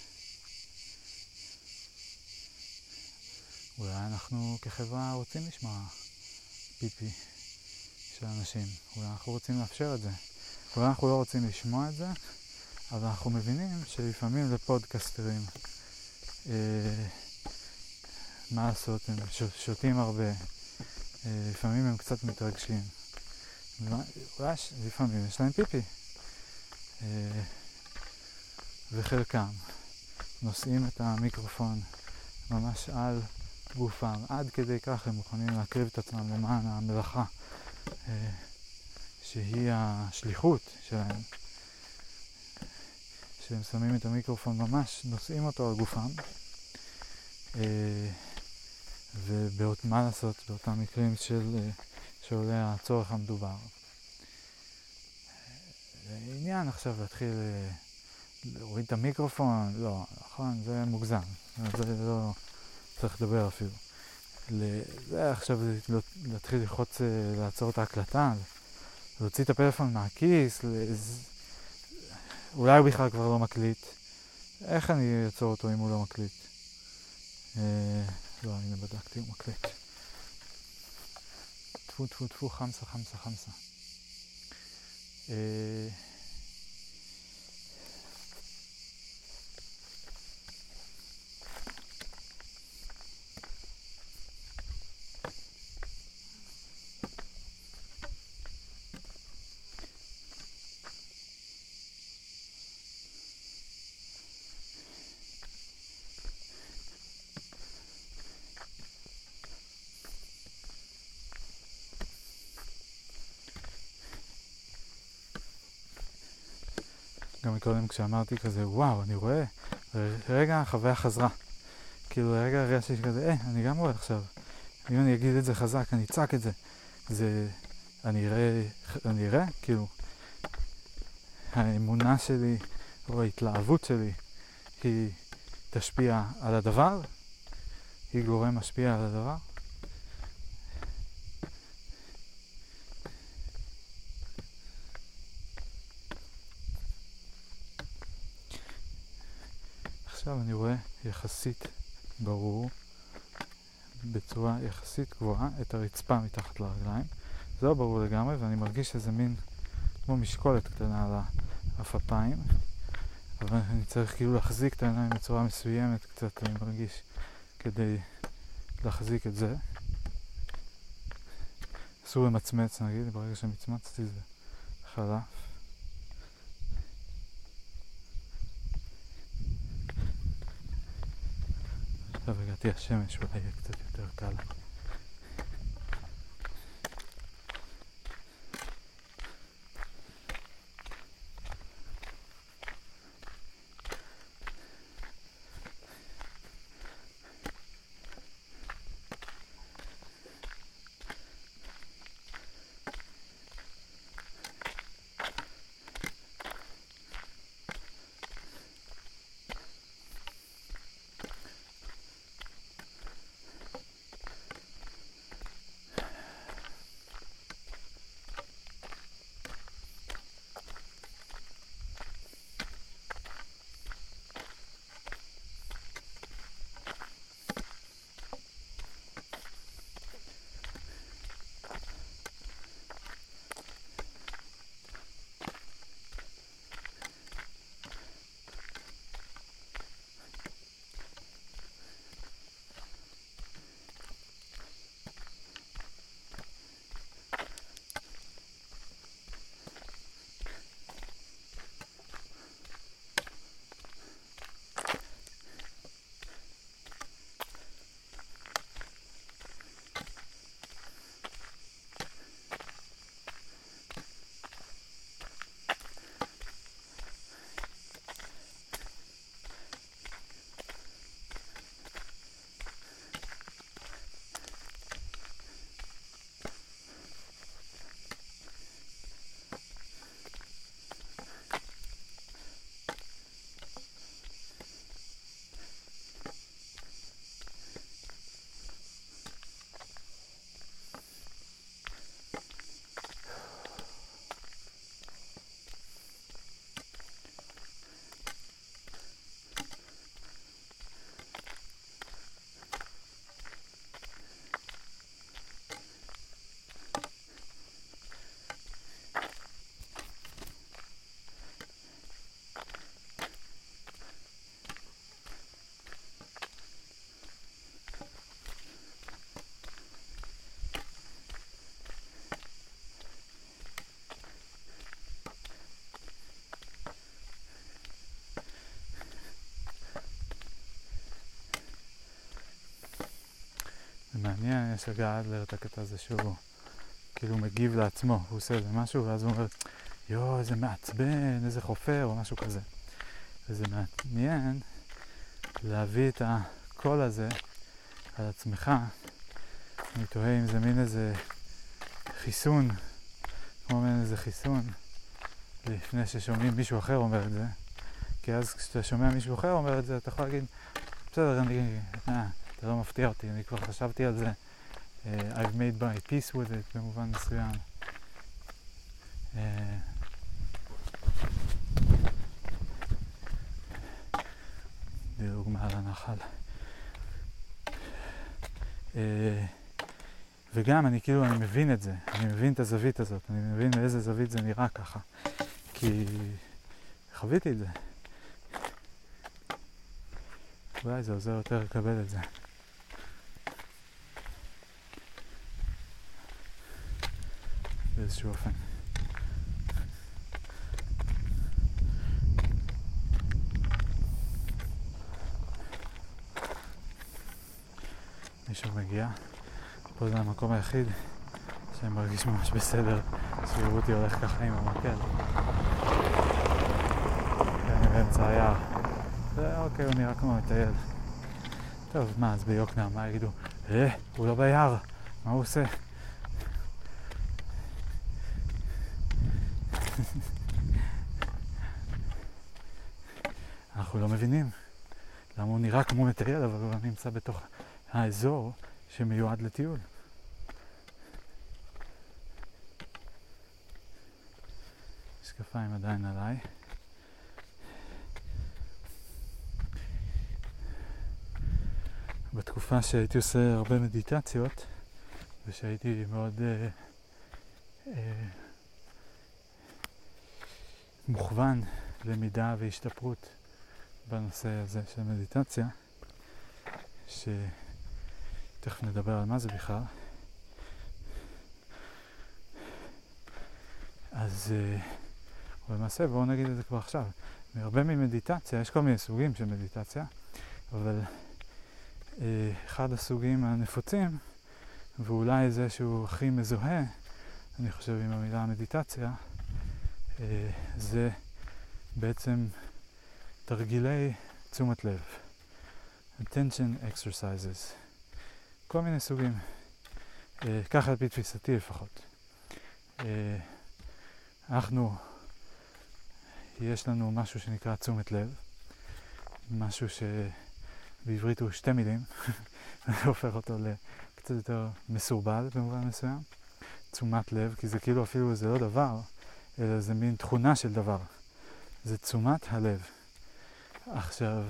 אולי אנחנו כחברה רוצים לשמוע פיפי של אנשים. אולי אנחנו רוצים לאפשר את זה. אולי אנחנו לא רוצים לשמוע את זה, אבל אנחנו מבינים שלפעמים לפודקאסטרים אה, מה לעשות, הם שותים הרבה. אה, לפעמים הם קצת מתרגשים. אולי לפעמים יש להם פיפי. אה, וחלקם נושאים את המיקרופון ממש על גופם, עד כדי כך הם מוכנים להקריב את עצמם למען המלאכה אה, שהיא השליחות שלהם, שהם שמים את המיקרופון ממש, נושאים אותו על גופם, אה, ובאות מה לעשות באותם מקרים של, אה, שעולה הצורך המדובר. זה עניין עכשיו להתחיל אה, להוריד את המיקרופון, לא, נכון, זה מוגזם, זה לא צריך לדבר אפילו. זה עכשיו להתחיל ללחוץ, לעצור את ההקלטה, להוציא את הפלאפון מהכיס, אולי הוא בכלל כבר לא מקליט. איך אני אעצור אותו אם הוא לא מקליט? לא, הנה בדקתי, הוא מקליט. טפו טפו טפו, חמסה חמסה חמסה. גם מקודם כשאמרתי כזה, וואו, אני רואה, רגע החוויה חזרה. כאילו, רגע הרגשתי כזה, אה, אני גם רואה עכשיו. אם אני אגיד את זה חזק, אני אצעק את זה. זה, אני אראה, אני אראה, כאילו, האמונה שלי, או ההתלהבות שלי, היא תשפיע על הדבר? היא גורם משפיע על הדבר? עכשיו אני רואה יחסית ברור, בצורה יחסית גבוהה, את הרצפה מתחת לרגליים. זה לא ברור לגמרי, ואני מרגיש שזה מין כמו משקולת קטנה על האפיים, אבל אני צריך כאילו להחזיק את העיניים בצורה מסוימת קצת, אני מרגיש, כדי להחזיק את זה. אסור למצמץ, נגיד, ברגע שמצמצתי זה חלף. עכשיו הגעתי השמש, אולי יהיה קצת יותר קל. מעניין, יש הגה אדלר את הקטע הזה שהוא כאילו מגיב לעצמו, הוא עושה איזה משהו ואז הוא אומר יו, איזה מעצבן, איזה חופר או משהו כזה. וזה מעניין להביא את הקול הזה על עצמך. אני תוהה אם זה מין איזה חיסון, כמו מין איזה חיסון לפני ששומעים מישהו אחר אומר את זה. כי אז כשאתה שומע מישהו אחר אומר את זה, אתה יכול להגיד בסדר, אני, אה, אתה לא מפתיע אותי, אני כבר חשבתי על זה. Uh, I've made my peace with it במובן מסוים. Uh, דוגמה על הנחל. Uh, וגם אני כאילו, אני מבין את זה, אני מבין את הזווית הזאת, אני מבין מאיזה זווית זה נראה ככה. כי חוויתי את זה. אולי זה עוזר יותר לקבל את זה. באיזשהו אופן. מישהו מגיע, פה זה המקום היחיד שאני מרגיש ממש בסדר שיראו אותי הולך ככה עם המקל. אני באמצע היער. אוקיי, הוא נראה כמו מטייל. טוב, מה, אז ביוקנעם, מה יגידו? אה, הוא לא ביער, מה הוא עושה? אנחנו לא מבינים למה הוא נראה כמו מטייל, אבל הוא נמצא בתוך האזור שמיועד לטיול. משקפיים עדיין עליי. בתקופה שהייתי עושה הרבה מדיטציות ושהייתי מאוד אה, אה, מוכוון למידה והשתפרות בנושא הזה של מדיטציה, שתכף נדבר על מה זה בכלל. אז uh, למעשה בואו נגיד את זה כבר עכשיו. מהרבה ממדיטציה, יש כל מיני סוגים של מדיטציה, אבל uh, אחד הסוגים הנפוצים, ואולי זה שהוא הכי מזוהה, אני חושב עם המילה מדיטציה, uh, זה בעצם תרגילי תשומת לב. attention exercises. כל מיני סוגים. Uh, ככה על פי תפיסתי לפחות. Uh, אנחנו, יש לנו משהו שנקרא תשומת לב, משהו שבעברית הוא שתי מילים, אני הופך אותו לקצת יותר מסורבל במובן מסוים. תשומת לב, כי זה כאילו אפילו זה לא דבר, אלא זה מין תכונה של דבר. זה תשומת הלב. עכשיו,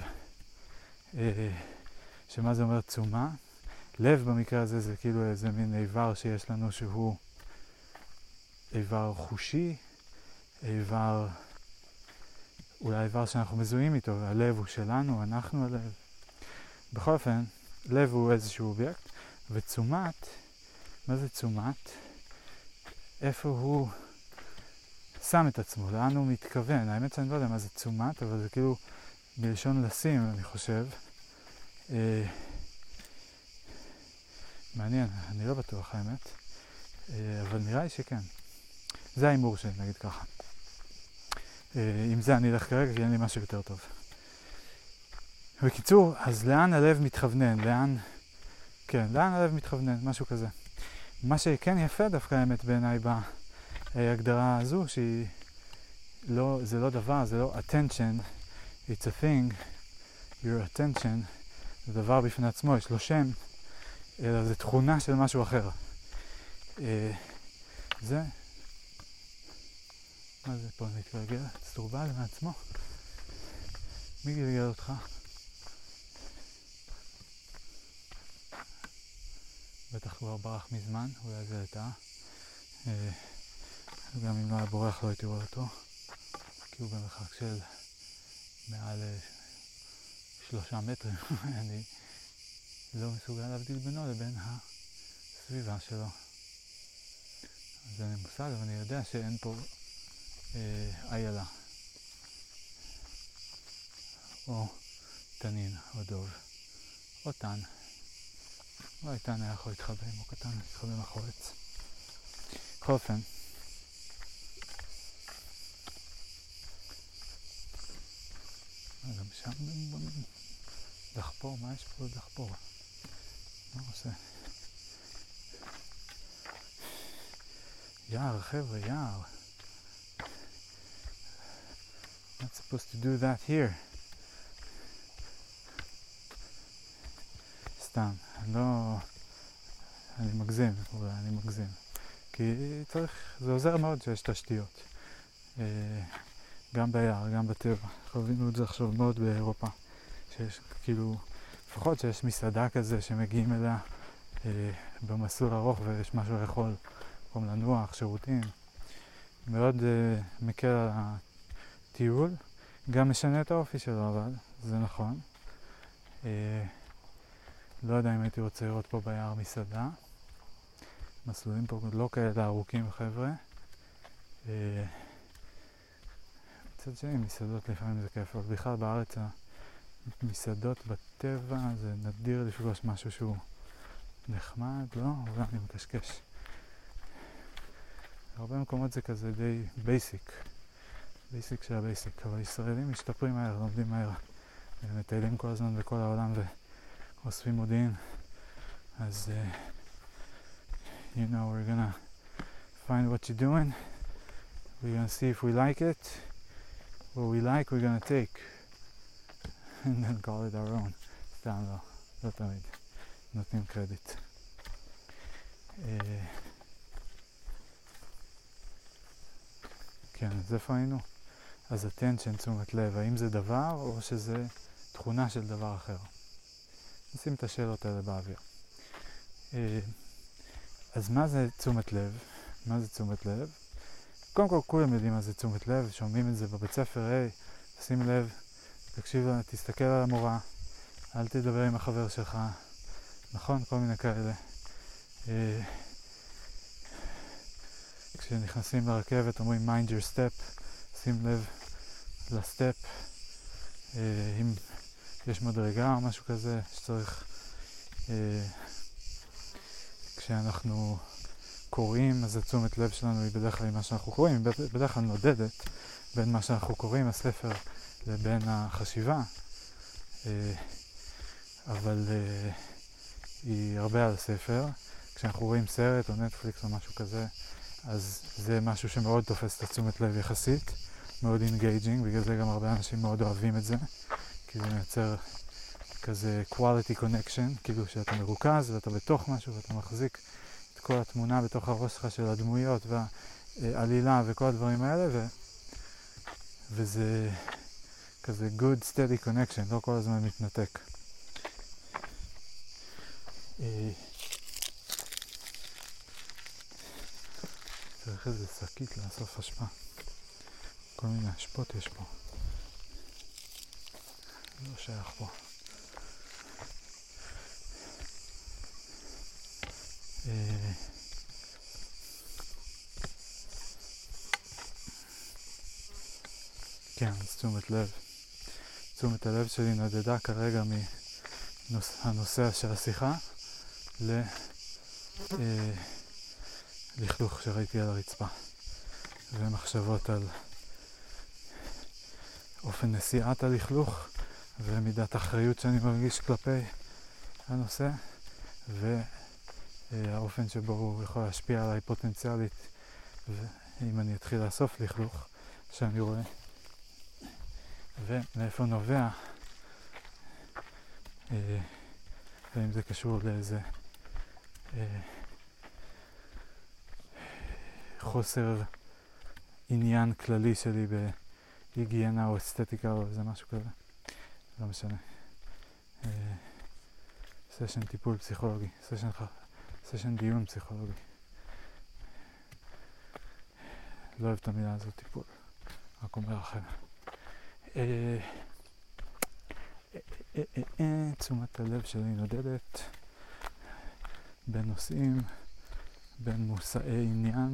שמה זה אומר תשומה? לב במקרה הזה זה כאילו איזה מין איבר שיש לנו שהוא איבר חושי, איבר, אולי איבר שאנחנו מזוהים איתו, הלב הוא שלנו, אנחנו הלב. בכל אופן, לב הוא איזשהו אובייקט, ותשומת, מה זה תשומת? איפה הוא שם את עצמו, לאן הוא מתכוון? האמת שאני לא יודע מה זה תשומת, אבל זה כאילו בלשון לשים, אני חושב. אה, מעניין, אני לא בטוח האמת, אה, אבל נראה לי שכן. זה האימור שלי, נגיד ככה. אה, עם זה אני אלך כרגע, כי אין לי משהו יותר טוב. בקיצור, אז לאן הלב מתכוונן? לאן, כן, לאן הלב מתכוונן? משהו כזה. מה שכן יפה דווקא האמת בעיניי בהגדרה הזו, שהיא לא, זה לא דבר, זה לא attention, it's a thing, your attention, זה דבר בפני עצמו, יש לו שם, אלא זה תכונה של משהו אחר. אה, זה, מה זה פה מתגלגל? סטורבל מעצמו? מי גלגל אותך? בטח כבר ברח מזמן, אולי זה הייתה. אה, גם אם לא היה בורח לא הייתי רואה אותו, כי הוא במרחק של מעל שלושה מטרים. אני לא מסוגל להבדיל בינו לבין הסביבה שלו. אז אין לי מושג, אבל אני יודע שאין פה אה, איילה או תנין או דוב או תן. אולי תענה היה יכול להתחבא אם הוא קטן, להתחבא מאחורץ. בכל אופן, גם שם דחפור, מה יש פה דחפור? מה עושה? יער, חבר'ה, יער. Not supposed to do that here. סתם, אני לא... אני מגזים, אולי אני מגזים. כי צריך, זה עוזר מאוד שיש תשתיות. גם ביער, גם בטבע. חווינו את זה עכשיו מאוד באירופה. שיש כאילו, לפחות שיש מסעדה כזה שמגיעים אליה אה, במסלול ארוך ויש משהו לאכול, במקום לנוח, שירותים. מאוד אה, מקל על הטיול. גם משנה את האופי שלו, אבל זה נכון. אה, לא יודע אם הייתי רוצה לראות פה ביער מסעדה. מסלולים פה לא כאלה ארוכים, חבר'ה. אה, מצד שני, מסעדות לפעמים זה כיף, אבל בכלל בארץ המסעדות בטבע זה נדיר לפגוש משהו שהוא נחמד, לא? אבל אני מקשקש. הרבה מקומות זה כזה די בייסיק. בייסיק של הבייסיק, אבל ישראלים משתפרים מהר, לומדים מהר. הם מטיילים כל הזמן בכל העולם ואוספים מודיעין. אז, uh, you know, we're gonna find what you're doing. We're gonna see if we like it. What we like, we're gonna take. And then call it our own. סתם לא, לא תמיד. נותנים קרדיט. כן, אז איפה היינו? אז attention, תשומת לב, האם זה דבר או שזה תכונה של דבר אחר? נשים את השאלות האלה באוויר. אז מה זה תשומת לב? מה זה תשומת לב? קודם כל כולם יודעים מה זה תשומת לב, שומעים את זה בבית ספר, היי, שים לב, תקשיב, תסתכל על המורה, אל תדבר עם החבר שלך, נכון? כל מיני כאלה. כשנכנסים לרכבת אומרים mind your step, שים לב לסטפ, אם יש מדרגה או משהו כזה שצריך, כשאנחנו קוראים, אז התשומת לב שלנו היא בדרך כלל עם מה שאנחנו קוראים, היא בדרך כלל נודדת בין מה שאנחנו קוראים, הספר, לבין החשיבה, אבל היא הרבה על הספר. כשאנחנו רואים סרט או נטפליקס או משהו כזה, אז זה משהו שמאוד תופס את התשומת לב יחסית, מאוד אינגייג'ינג, בגלל זה גם הרבה אנשים מאוד אוהבים את זה, כי זה מייצר כזה quality connection, כאילו שאתה מרוכז ואתה בתוך משהו ואתה מחזיק את כל התמונה בתוך הראש שלך של הדמויות והעלילה וכל הדברים האלה, ו... וזה כזה good steady connection, לא כל הזמן מתנתק. צריך איזה שקית לאסוף אשפה. כל מיני אשפות יש פה. לא שייך פה. כן, אז תשומת לב. תשומת הלב שלי נדדה כרגע מהנושא של השיחה ל... לכלוך שראיתי על הרצפה ומחשבות על אופן נשיאת הלכלוך ומידת האחריות שאני מרגיש כלפי הנושא והאופן שבו הוא יכול להשפיע עליי פוטנציאלית ואם אני אתחיל לאסוף לכלוך שאני רואה ומאיפה נובע ואם זה קשור לאיזה חוסר עניין כללי שלי בהיגיינה או אסתטיקה או איזה משהו כזה. לא משנה. סשן טיפול פסיכולוגי, סשן, סשן דיון פסיכולוגי. לא אוהב את המילה הזאת טיפול, רק אומר אחר. תשומת הלב שלי נודדת בין נושאים, בין מושאי עניין.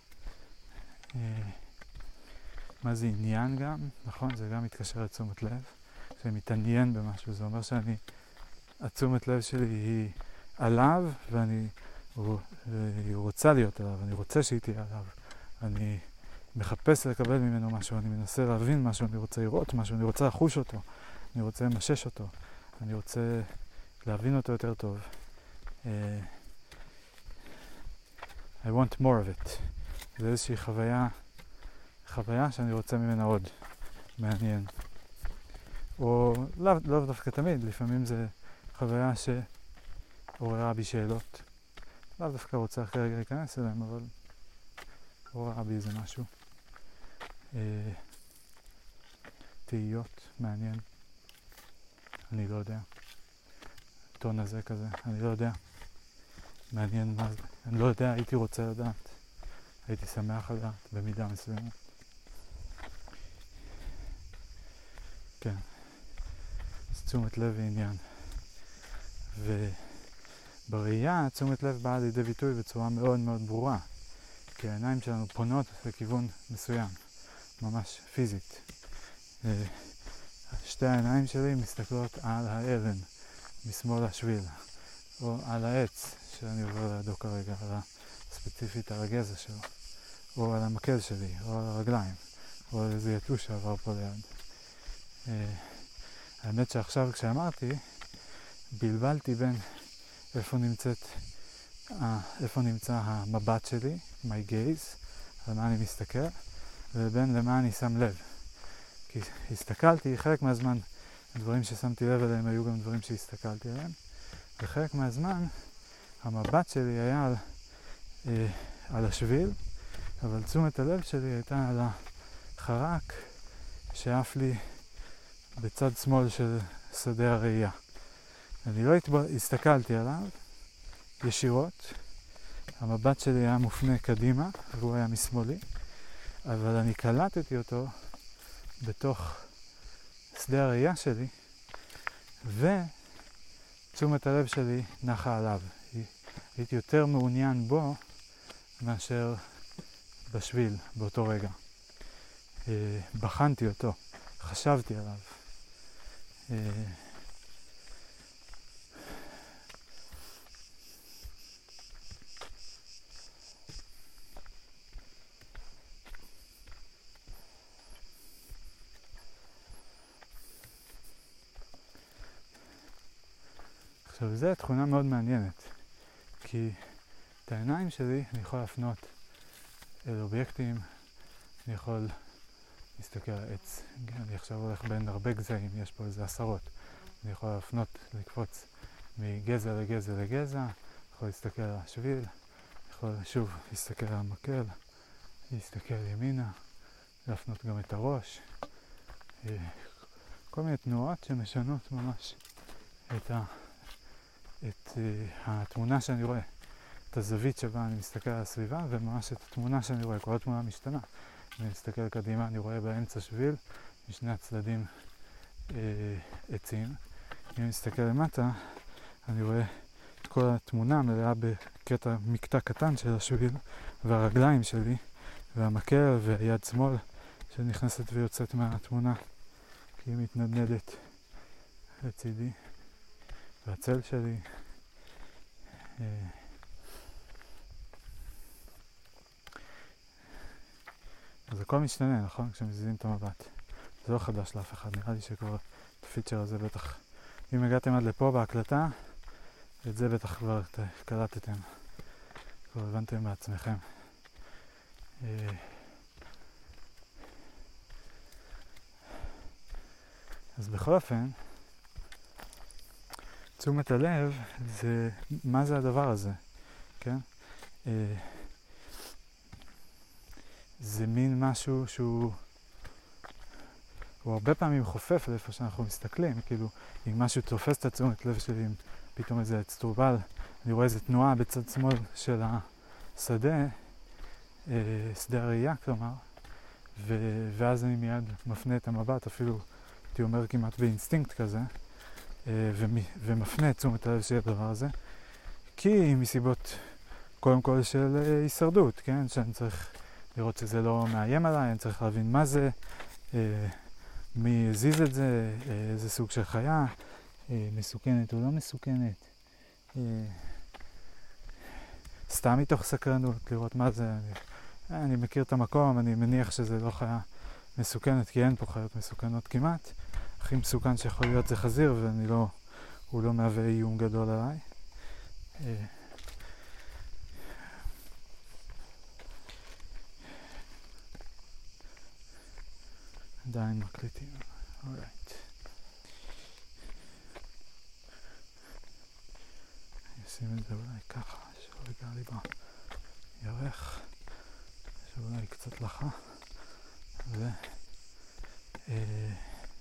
מה זה עניין גם? נכון, זה גם מתקשר לתשומת לב. כשאני מתעניין במשהו, זה אומר שאני, התשומת לב שלי היא עליו, ואני, הוא, והיא רוצה להיות עליו, אני רוצה שהיא תהיה עליו. אני מחפש לקבל ממנו משהו, אני מנסה להבין משהו, אני רוצה לראות משהו, אני רוצה לחוש אותו, אני רוצה למשש אותו, אני רוצה להבין אותו יותר טוב. Uh, I want more of it. זה איזושהי חוויה, חוויה שאני רוצה ממנה עוד. מעניין. או לא, לא דווקא תמיד, לפעמים זה חוויה שעוררה בי שאלות. לא דווקא רוצה כרגע להיכנס אליהם, אבל עוררה בי איזה משהו. אה, תהיות, מעניין. אני לא יודע. טון הזה כזה, אני לא יודע. מעניין מה זה. אני לא יודע, הייתי רוצה לדעת. הייתי שמח לדעת במידה מסוימת. כן. אז תשומת לב ועניין. ובראייה, תשומת לב באה לידי ביטוי בצורה מאוד מאוד ברורה. כי העיניים שלנו פונות לכיוון מסוים, ממש פיזית. שתי העיניים שלי מסתכלות על האבן, משמאל השביל, או על העץ שאני עובר לידו כרגע, על הספציפית על הגזע שלו, או על המקל שלי, או על הרגליים, או על איזה יתוש שעבר פה ליד. האמת שעכשיו כשאמרתי, בלבלתי בין איפה נמצאת, איפה נמצא המבט שלי, my gaze, על מה אני מסתכל, ובין למה אני שם לב. כי הסתכלתי, חלק מהזמן, הדברים ששמתי לב אליהם היו גם דברים שהסתכלתי עליהם, וחלק מהזמן, המבט שלי היה על, אה, על השביל, אבל תשומת הלב שלי הייתה על החרק שאף לי בצד שמאל של שדה הראייה. אני לא התב... הסתכלתי עליו ישירות, המבט שלי היה מופנה קדימה, והוא היה משמאלי, אבל אני קלטתי אותו בתוך שדה הראייה שלי, ותשומת הלב שלי נחה עליו. הייתי יותר מעוניין בו מאשר בשביל באותו רגע. בחנתי אותו, חשבתי עליו. עכשיו, זו תכונה מאוד מעניינת, כי את העיניים שלי אני יכול להפנות אל אובייקטים, אני יכול להסתכל על עץ, אני עכשיו הולך בין הרבה גזעים, יש פה איזה עשרות, אני יכול להפנות, לקפוץ מגזע לגזע לגזע, יכול להסתכל על השביל, יכול שוב להסתכל על המקל, להסתכל ימינה, להפנות גם את הראש, כל מיני תנועות שמשנות ממש את ה... את uh, התמונה שאני רואה, את הזווית שבה אני מסתכל על הסביבה, וממש את התמונה שאני רואה, כל התמונה משתנה. אני מסתכל קדימה, אני רואה באמצע שביל, משני הצדדים uh, עצים. אם אני מסתכל למטה, אני רואה את כל התמונה מלאה בקטע מקטע קטן של השביל, והרגליים שלי, והמקל והיד שמאל שנכנסת ויוצאת מהתמונה, כי היא מתנדנדת לצידי. והצל שלי. אז הכל משתנה, נכון? כשמזיזים את המבט. זה לא חדש לאף אחד, נראה לי שכבר את הפיצ'ר הזה בטח, אם הגעתם עד לפה בהקלטה, את זה בטח כבר קלטתם, כבר הבנתם בעצמכם. אז בכל אופן, תשומת הלב זה, מה זה הדבר הזה, כן? אה, זה מין משהו שהוא, הוא הרבה פעמים חופף לאיפה שאנחנו מסתכלים, כאילו, אם משהו תופס את התשומת לב שלי, אם פתאום איזה צטורבל, אני רואה איזה תנועה בצד שמאל של השדה, אה, שדה הראייה כלומר, ו- ואז אני מיד מפנה את המבט, אפילו, הייתי אומר כמעט באינסטינקט כזה, ומפנה את תשומת הלב של הדבר הזה, כי מסיבות קודם כל של הישרדות, כן? שאני צריך לראות שזה לא מאיים עליי, אני צריך להבין מה זה, מי הזיז את זה, איזה סוג של חיה, מסוכנת או לא מסוכנת, סתם מתוך סקרנות, לראות מה זה. אני, אני מכיר את המקום, אני מניח שזה לא חיה מסוכנת, כי אין פה חיות מסוכנות כמעט. הכי מסוכן שיכול להיות זה חזיר, ואני לא, הוא לא מהווה איום גדול עליי. עדיין מקליטים. Alright. אני אשים את זה אולי ככה, שלא יגע לי בירך, שאולי קצת לחה, ו... אה...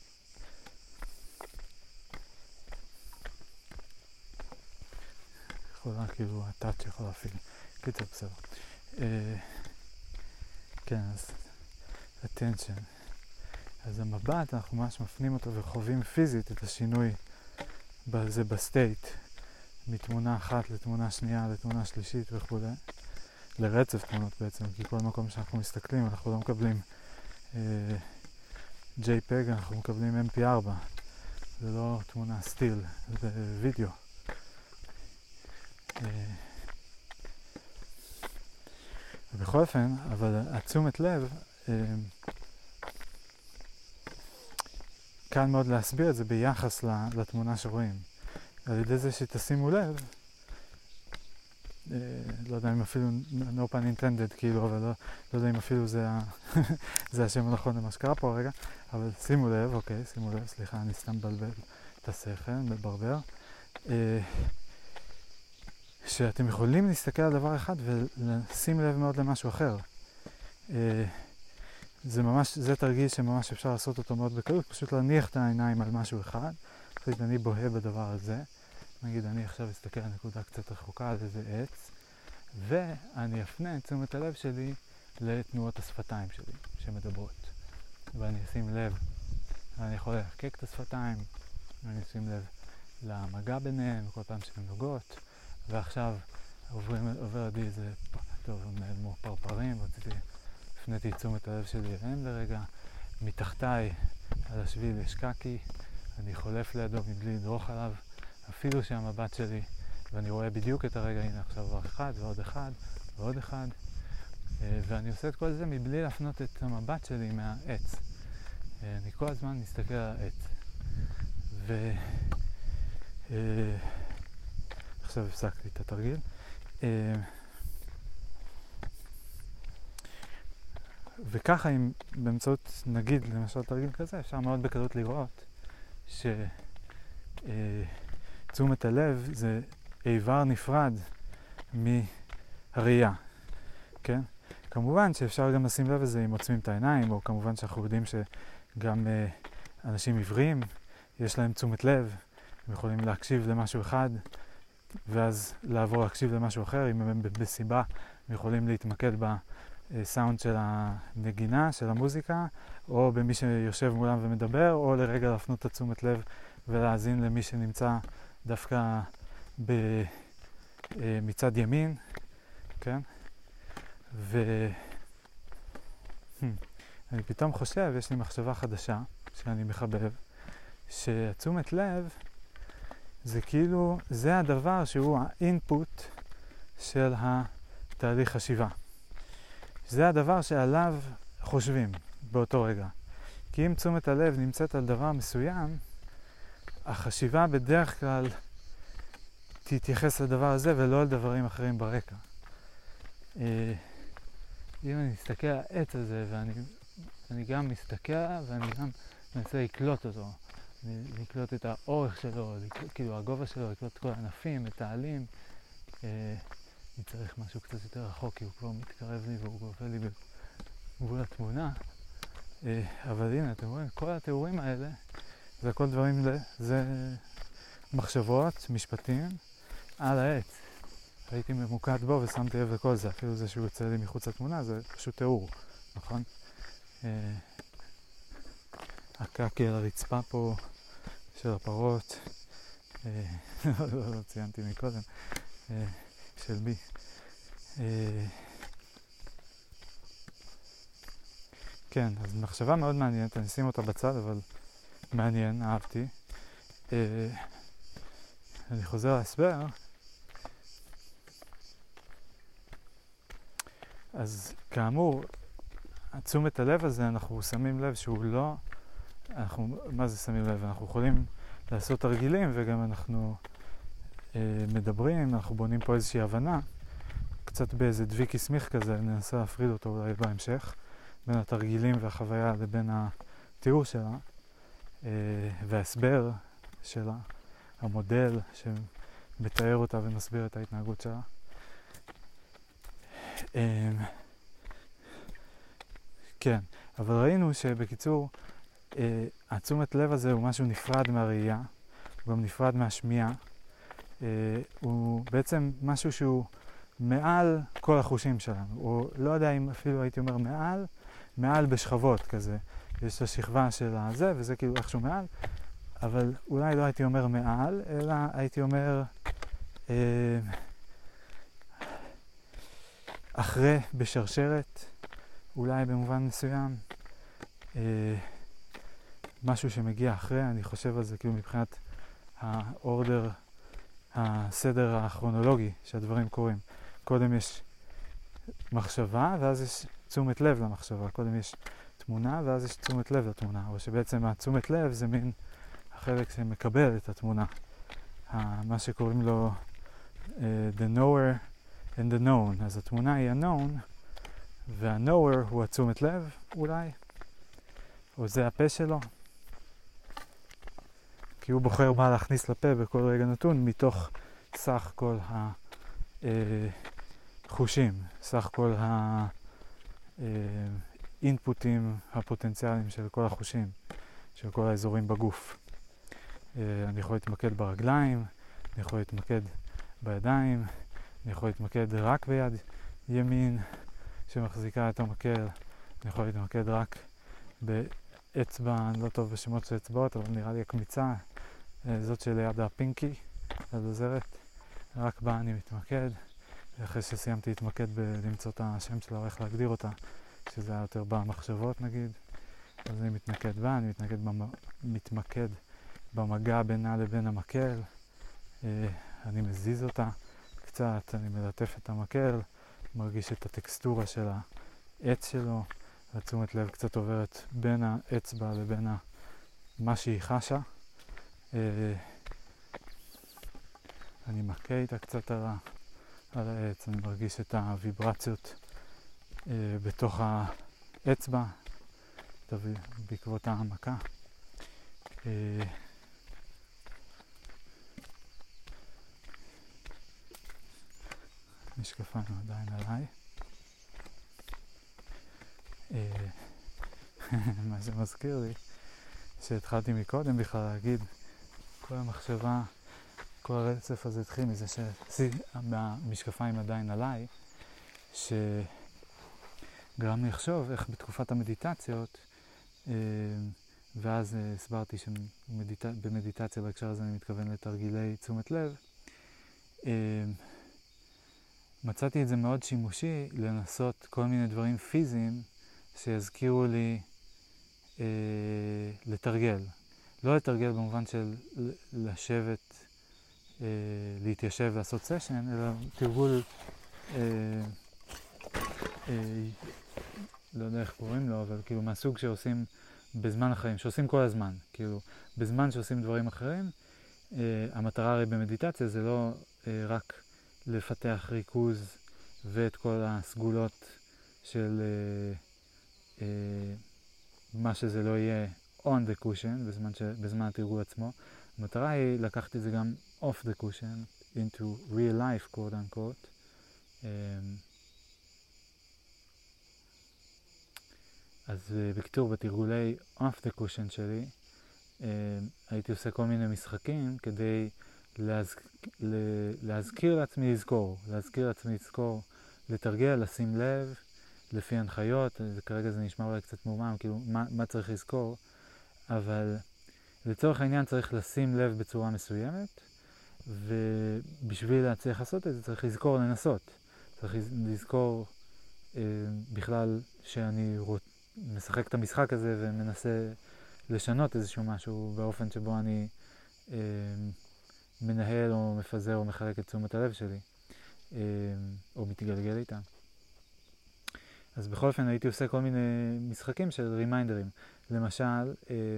יכולה, כאילו, הטאץ' יכול להפעיל. קיצר, בסדר. אה... כן, אז... attention. אז המבט, אנחנו ממש מפנים אותו וחווים פיזית את השינוי בזה בסטייט, מתמונה אחת לתמונה שנייה, לתמונה שלישית וכו'. לרצף תמונות בעצם, כי כל מקום שאנחנו מסתכלים, אנחנו לא מקבלים אה, ג'יי פג, אנחנו מקבלים אם פי ארבע. זה לא תמונה סטיל, זה וידאו. אה, ובכל אופן, אבל התשומת לב, אה, קל מאוד להסביר את זה ביחס לתמונה שרואים. על ידי זה שתשימו לב, אה, לא יודע אם אפילו, no pun intended, כאילו, אבל לא, לא יודע אם אפילו זה, זה השם הנכון למה שקרה פה הרגע, אבל שימו לב, אוקיי, שימו לב, סליחה, אני סתם מבלבל את השכל, מברבר, אה, שאתם יכולים להסתכל על דבר אחד ולשים לב מאוד למשהו אחר. אה, זה ממש, זה תרגיל שממש אפשר לעשות אותו מאוד בקלות, פשוט להניח את העיניים על משהו אחד, אחרי אני בוהה בדבר הזה, נגיד אני עכשיו אסתכל על נקודה קצת רחוקה על איזה עץ, ואני אפנה את תשומת הלב שלי לתנועות השפתיים שלי שמדברות. ואני אשים לב, אני יכול להחקק את השפתיים, ואני אשים לב למגע ביניהם, כל פעם שהן נוגעות, ועכשיו עוברים, עובר לי איזה, טוב, נעלמו פרפרים, רציתי, הפניתי את תשומת הלב שלי אליהם לרגע, מתחתיי על השביל יש קקי, אני חולף לידו מבלי לדרוך עליו, אפילו שהמבט שלי, ואני רואה בדיוק את הרגע, הנה עכשיו עוד אחד ועוד אחד ועוד אחד, ואני עושה את כל זה מבלי להפנות את המבט שלי מהעץ. אני כל הזמן מסתכל על העץ. ו... עכשיו הפסקתי את התרגיל. וככה, אם באמצעות, נגיד, למשל תרגיל כזה, אפשר מאוד בקלות לראות שתשומת הלב זה איבר נפרד מהראייה, כן? כמובן שאפשר גם לשים לב לזה אם עוצמים את העיניים, או כמובן שאנחנו יודעים שגם אנשים עיוורים, יש להם תשומת לב, הם יכולים להקשיב למשהו אחד, ואז לעבור להקשיב למשהו אחר, אם הם בסיבה, הם יכולים להתמקד בסאונד של הנגינה, של המוזיקה, או במי שיושב מולם ומדבר, או לרגע להפנות את התשומת לב ולהאזין למי שנמצא דווקא מצד ימין, כן? ואני פתאום חושב, יש לי מחשבה חדשה שאני מחבב, שהתשומת לב זה כאילו, זה הדבר שהוא האינפוט של התהליך חשיבה. זה הדבר שעליו חושבים באותו רגע. כי אם תשומת הלב נמצאת על דבר מסוים, החשיבה בדרך כלל תתייחס לדבר הזה ולא על דברים אחרים ברקע. אם אני מסתכל על העץ הזה ואני אני גם מסתכל עליו ואני גם מנסה לקלוט אותו, לקלוט את האורך שלו, לקלוט, כאילו הגובה שלו, לקלוט את כל הענפים, את העלים. אה, אני צריך משהו קצת יותר רחוק כי הוא כבר מתקרב לי והוא גובה לי בגבול התמונה. אה, אבל הנה, אתם רואים, כל התיאורים האלה, זה הכל דברים, זה מחשבות, משפטים על העץ. הייתי ממוקד בו ושמתי לב לכל זה, אפילו זה שהוא יוצא לי מחוץ לתמונה, זה פשוט תיאור, נכון? אה, הקקי על הרצפה פה של הפרות, אה, לא, לא, לא ציינתי מקודם, אה, של בי. אה, כן, אז מחשבה מאוד מעניינת, אני אשים אותה בצד, אבל מעניין, אהבתי. אה, אני חוזר להסבר, אז כאמור, תשומת הלב הזה, אנחנו שמים לב שהוא לא, אנחנו, מה זה שמים לב? אנחנו יכולים לעשות תרגילים וגם אנחנו אה, מדברים, אנחנו בונים פה איזושהי הבנה, קצת באיזה דביקי סמיך כזה, ננסה להפריד אותו אולי בהמשך, בין התרגילים והחוויה לבין התיאור שלה, אה, וההסבר שלה, המודל שמתאר אותה ומסביר את ההתנהגות שלה. אה, כן, אבל ראינו שבקיצור, אה, התשומת לב הזה הוא משהו נפרד מהראייה, הוא גם נפרד מהשמיעה, אה, הוא בעצם משהו שהוא מעל כל החושים שלנו, או לא יודע אם אפילו הייתי אומר מעל, מעל בשכבות כזה. יש את השכבה של הזה, וזה כאילו איכשהו מעל, אבל אולי לא הייתי אומר מעל, אלא הייתי אומר אה, אחרי בשרשרת, אולי במובן מסוים, אה, משהו שמגיע אחרי, אני חושב על זה כאילו מבחינת האורדר, הסדר הכרונולוגי שהדברים קורים. קודם יש מחשבה ואז יש תשומת לב למחשבה, קודם יש תמונה ואז יש תשומת לב לתמונה, או שבעצם התשומת לב זה מין החלק שמקבל את התמונה, מה שקוראים לו uh, the knower and the known. אז התמונה היא ה-known וה-knower הוא התשומת לב אולי, או זה הפה שלו, כי הוא בוחר מה להכניס לפה בכל רגע נתון מתוך סך כל החושים, סך כל האינפוטים הפוטנציאליים של כל החושים, של כל האזורים בגוף. אני יכול להתמקד ברגליים, אני יכול להתמקד בידיים, אני יכול להתמקד רק ביד ימין שמחזיקה את המקל, אני יכול להתמקד רק באצבע, אני לא טוב בשמות של אצבעות, אבל נראה לי הקמיצה, זאת שליד הפינקי, ליד הזרת, רק בה אני מתמקד, ואחרי שסיימתי להתמקד בלמצוא את השם שלה, או איך להגדיר אותה, שזה היה יותר במחשבות נגיד, אז אני מתמקד בה, אני מתמקד, במ... מתמקד במגע בינה לבין המקל, אני מזיז אותה קצת, אני מלטף את המקל, מרגיש את הטקסטורה של העץ שלו, והתשומת לב קצת עוברת בין האצבע לבין מה שהיא חשה. אני מכה איתה קצת על, על העץ, אני מרגיש את הוויברציות בתוך האצבע, בעקבות העמקה. משקפיים עדיין עליי. מה שמזכיר לי, שהתחלתי מקודם בכלל להגיד, כל המחשבה, כל הרצף הזה התחיל מזה שהמשקפיים עדיין עליי, שגרם לי לחשוב איך בתקופת המדיטציות, ואז הסברתי שבמדיטציה בהקשר הזה אני מתכוון לתרגילי תשומת לב, מצאתי את זה מאוד שימושי לנסות כל מיני דברים פיזיים שיזכירו לי אה, לתרגל. לא לתרגל במובן של לשבת, אה, להתיישב ולעשות סשן, אלא תרגול, אה, אה, לא יודע איך קוראים לו, אבל כאילו מהסוג שעושים בזמן החיים, שעושים כל הזמן. כאילו בזמן שעושים דברים אחרים, אה, המטרה הרי במדיטציה זה לא אה, רק לפתח ריכוז ואת כל הסגולות של אה, אה, מה שזה לא יהיה on the cushion בזמן, ש... בזמן התרגול עצמו. המטרה היא לקחת את זה גם off the cushion into real life quote unquote. אה, אז אה, בקיצור בתרגולי off the cushion שלי אה, הייתי עושה כל מיני משחקים כדי להז... להזכיר לעצמי לזכור, להזכיר לעצמי לזכור, לתרגל, לשים לב, לפי הנחיות, כרגע זה נשמע אולי קצת מומם, כאילו מה, מה צריך לזכור, אבל לצורך העניין צריך לשים לב בצורה מסוימת, ובשביל להצליח לעשות את זה צריך לזכור לנסות, צריך לזכור אה, בכלל שאני רוצ... משחק את המשחק הזה ומנסה לשנות איזשהו משהו באופן שבו אני אה, מנהל או מפזר או מחלק את תשומת הלב שלי, או מתגלגל איתה. אז בכל אופן הייתי עושה כל מיני משחקים של רימיינדרים. למשל,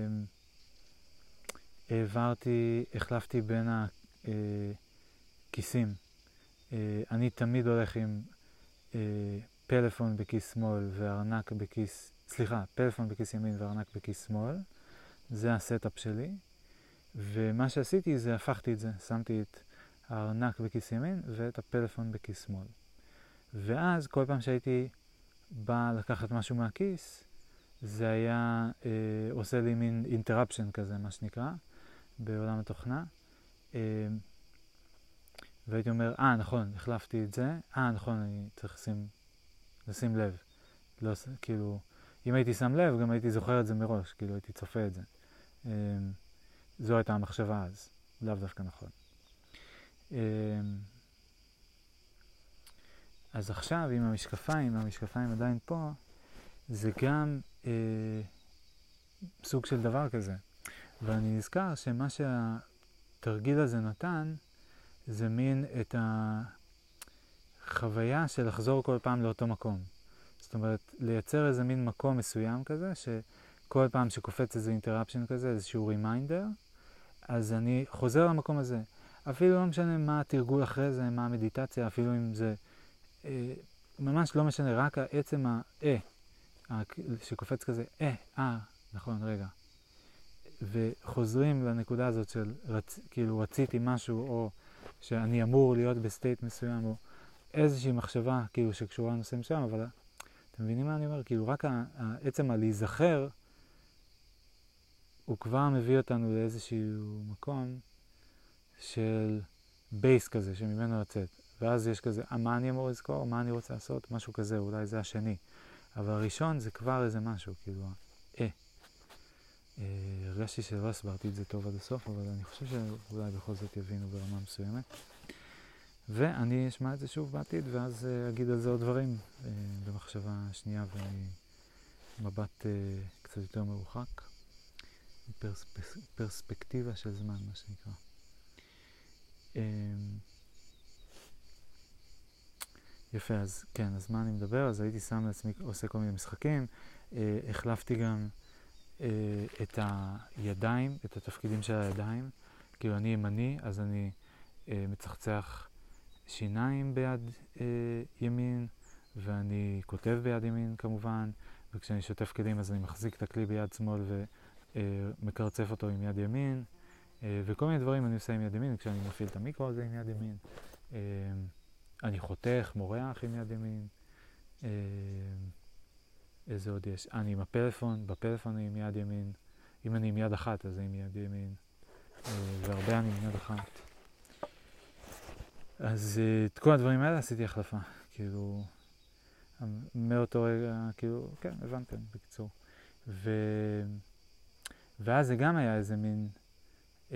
העברתי, החלפתי בין הכיסים. אני תמיד הולך עם פלאפון בכיס שמאל וארנק בכיס, סליחה, פלאפון בכיס ימין וארנק בכיס שמאל. זה הסטאפ שלי. ומה שעשיתי זה הפכתי את זה, שמתי את הארנק בכיס ימין ואת הפלאפון בכיס שמאל. ואז כל פעם שהייתי בא לקחת משהו מהכיס, זה היה אה, עושה לי מין אינטראפשן כזה, מה שנקרא, בעולם התוכנה. אה, והייתי אומר, אה, נכון, החלפתי את זה, אה, נכון, אני צריך לשים, לשים לב. לא, כאילו, אם הייתי שם לב, גם הייתי זוכר את זה מראש, כאילו, הייתי צופה את זה. אה, זו הייתה המחשבה אז, לאו דווקא נכון. אה, אז עכשיו עם המשקפיים, המשקפיים עדיין פה, זה גם אה, סוג של דבר כזה. ואני נזכר שמה שהתרגיל הזה נתן, זה מין את החוויה של לחזור כל פעם לאותו מקום. זאת אומרת, לייצר איזה מין מקום מסוים כזה, שכל פעם שקופץ איזה אינטראפשן כזה, איזשהו רימיינדר, אז אני חוזר למקום הזה. אפילו לא משנה מה התרגול אחרי זה, מה המדיטציה, אפילו אם זה אה, ממש לא משנה, רק העצם האה, שקופץ כזה, אה, אה, נכון, רגע. וחוזרים לנקודה הזאת של רצ, כאילו רציתי משהו, או שאני אמור להיות בסטייט מסוים, או איזושהי מחשבה כאילו שקשורה לנושא מסוים, אבל אתם מבינים מה אני אומר? כאילו רק העצם הלהיזכר, הוא כבר מביא אותנו לאיזשהו מקום של בייס כזה, שממנו לצאת. ואז יש כזה, מה אני אמור לזכור? מה אני רוצה לעשות? משהו כזה, אולי זה השני. אבל הראשון זה כבר איזה משהו, כאילו, אה. אה, הרגשתי שלא הסברתי את זה טוב עד הסוף, אבל אני חושב שאולי בכל זאת יבינו ברמה מסוימת. ואני אשמע את זה שוב בעתיד, ואז אה, אגיד על זה עוד דברים אה, במחשבה שנייה ומבט אה, קצת יותר מרוחק. פרספ... פרספקטיבה של זמן, מה שנקרא. אה, יפה, אז כן, אז מה אני מדבר? אז הייתי שם לעצמי, עושה כל מיני משחקים, אה, החלפתי גם אה, את הידיים, את התפקידים של הידיים, כאילו אני ימני, אז אני אה, מצחצח שיניים ביד אה, ימין, ואני כותב ביד ימין כמובן, וכשאני שוטף כלים אז אני מחזיק את הכלי ביד שמאל ומקרצף אותו עם יד ימין, אה, וכל מיני דברים אני עושה עם יד ימין, כשאני מפעיל את המיקרו הזה עם יד ימין. אה, אני חותך, מורח עם יד ימין. אה, איזה עוד יש? אני עם הפלאפון, בפלאפון אני עם יד ימין. אם אני עם יד אחת, אז אני עם יד ימין. אה, והרבה אני עם יד אחת. אז אה, את כל הדברים האלה עשיתי החלפה. כאילו, מאותו רגע, כאילו, כן, הבנתם, בקיצור. ו... ואז זה גם היה איזה מין... אה,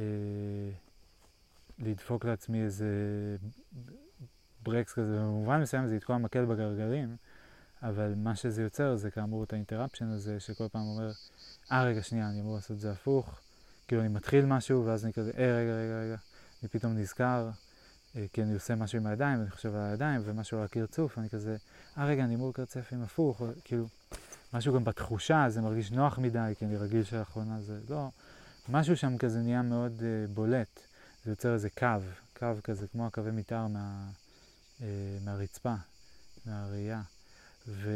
לדפוק לעצמי איזה... ברקס כזה, במובן מסוים זה יתקוע מקל בגרגרים, אבל מה שזה יוצר זה כאמור את האינטראפשן הזה, שכל פעם אומר, אה רגע שנייה, אני אמור לעשות זה הפוך, כאילו אני מתחיל משהו, ואז אני כזה, אה רגע רגע רגע, אני פתאום נזכר, אה, כי אני עושה משהו עם הידיים, ואני חושב על הידיים, ומשהו על הקרצוף, ואני כזה, אה רגע, אני אמור לקרצף עם הפוך, או, כאילו, משהו גם בתחושה, זה מרגיש נוח מדי, כי אני רגיל שלאחרונה זה לא, משהו שם כזה נהיה מאוד אה, בולט, זה יוצר איזה קו, קו כזה, כמו הקווי מתאר מה... Uh, מהרצפה, מהראייה, ו...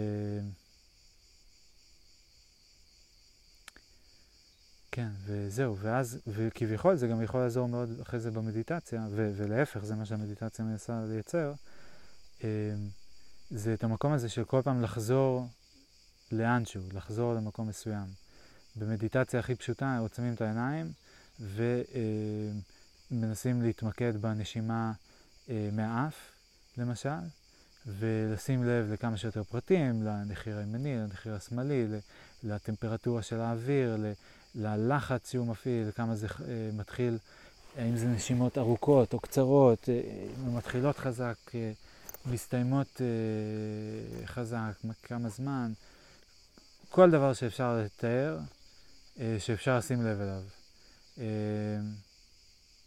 כן, וזהו, ואז, וכביכול זה גם יכול לעזור מאוד אחרי זה במדיטציה, ו- ולהפך, זה מה שהמדיטציה מנסה לייצר, uh, זה את המקום הזה של כל פעם לחזור לאנשהו, לחזור למקום מסוים. במדיטציה הכי פשוטה, עוצמים את העיניים, ומנסים uh, להתמקד בנשימה uh, מהאף, למשל, ולשים לב לכמה שיותר פרטים, לנחיר הימני, לנחיר השמאלי, לטמפרטורה של האוויר, ללחץ שהוא מפעיל, לכמה זה אה, מתחיל, האם זה נשימות ארוכות או קצרות, אה, מתחילות חזק, אה, מסתיימות אה, חזק, כמה זמן, כל דבר שאפשר לתאר, אה, שאפשר לשים לב אליו. אה,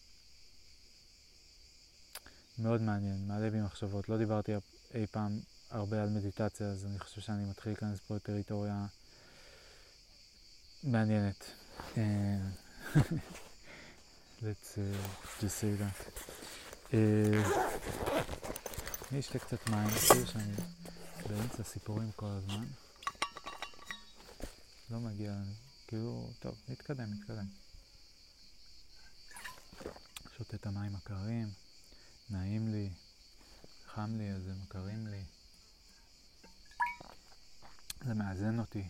מאוד מעניין, מעלה בי מחשבות. לא דיברתי אי פעם הרבה על מדיטציה, אז אני חושב שאני מתחיל להיכנס פה לטריטוריה מעניינת. Let's uh, just say that. אני אשתה קצת מים, כאילו שאני באמצע סיפורים כל הזמן. לא מגיע, כאילו, טוב, נתקדם, נתקדם. שותה את המים הקרים, נעים לי, חם לי, אז הם מקרים לי. זה מאזן אותי.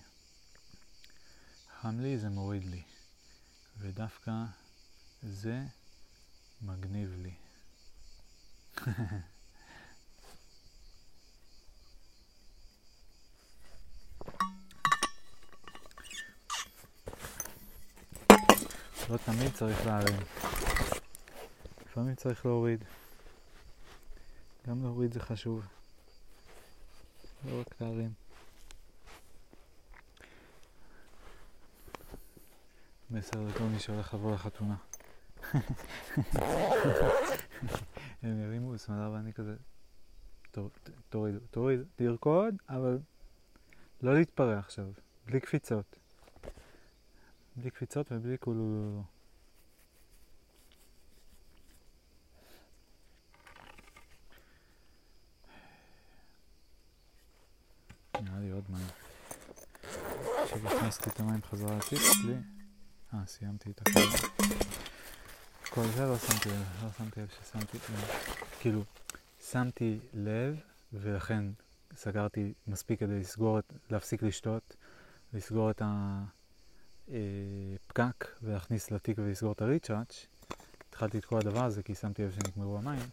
חם לי, זה מוריד לי. ודווקא זה מגניב לי. לא תמיד צריך להרים. לפעמים צריך להוריד. גם להוריד זה חשוב. לא רק להרים. מסר לכל מי שהולך לבוא לחתונה. הם ירימו שמאלה ואני כזה תוריד, תוריד, תרקוד, אבל לא להתפרע עכשיו, בלי קפיצות. בלי קפיצות ובלי כולו. נראה לי עוד מים. עכשיו הכנסתי את המים חזרה לציץ בלי... אה, סיימתי את הכל. כל זה לא שמתי לב, לא שמתי לב ששמתי לב. כאילו, שמתי לב ולכן סגרתי מספיק כדי לסגור את, להפסיק לשתות, לסגור את הפקק ולהכניס לתיק ולסגור את הריצ'אץ'. התחלתי את כל הדבר הזה כי שמתי לב שנגמרו המים.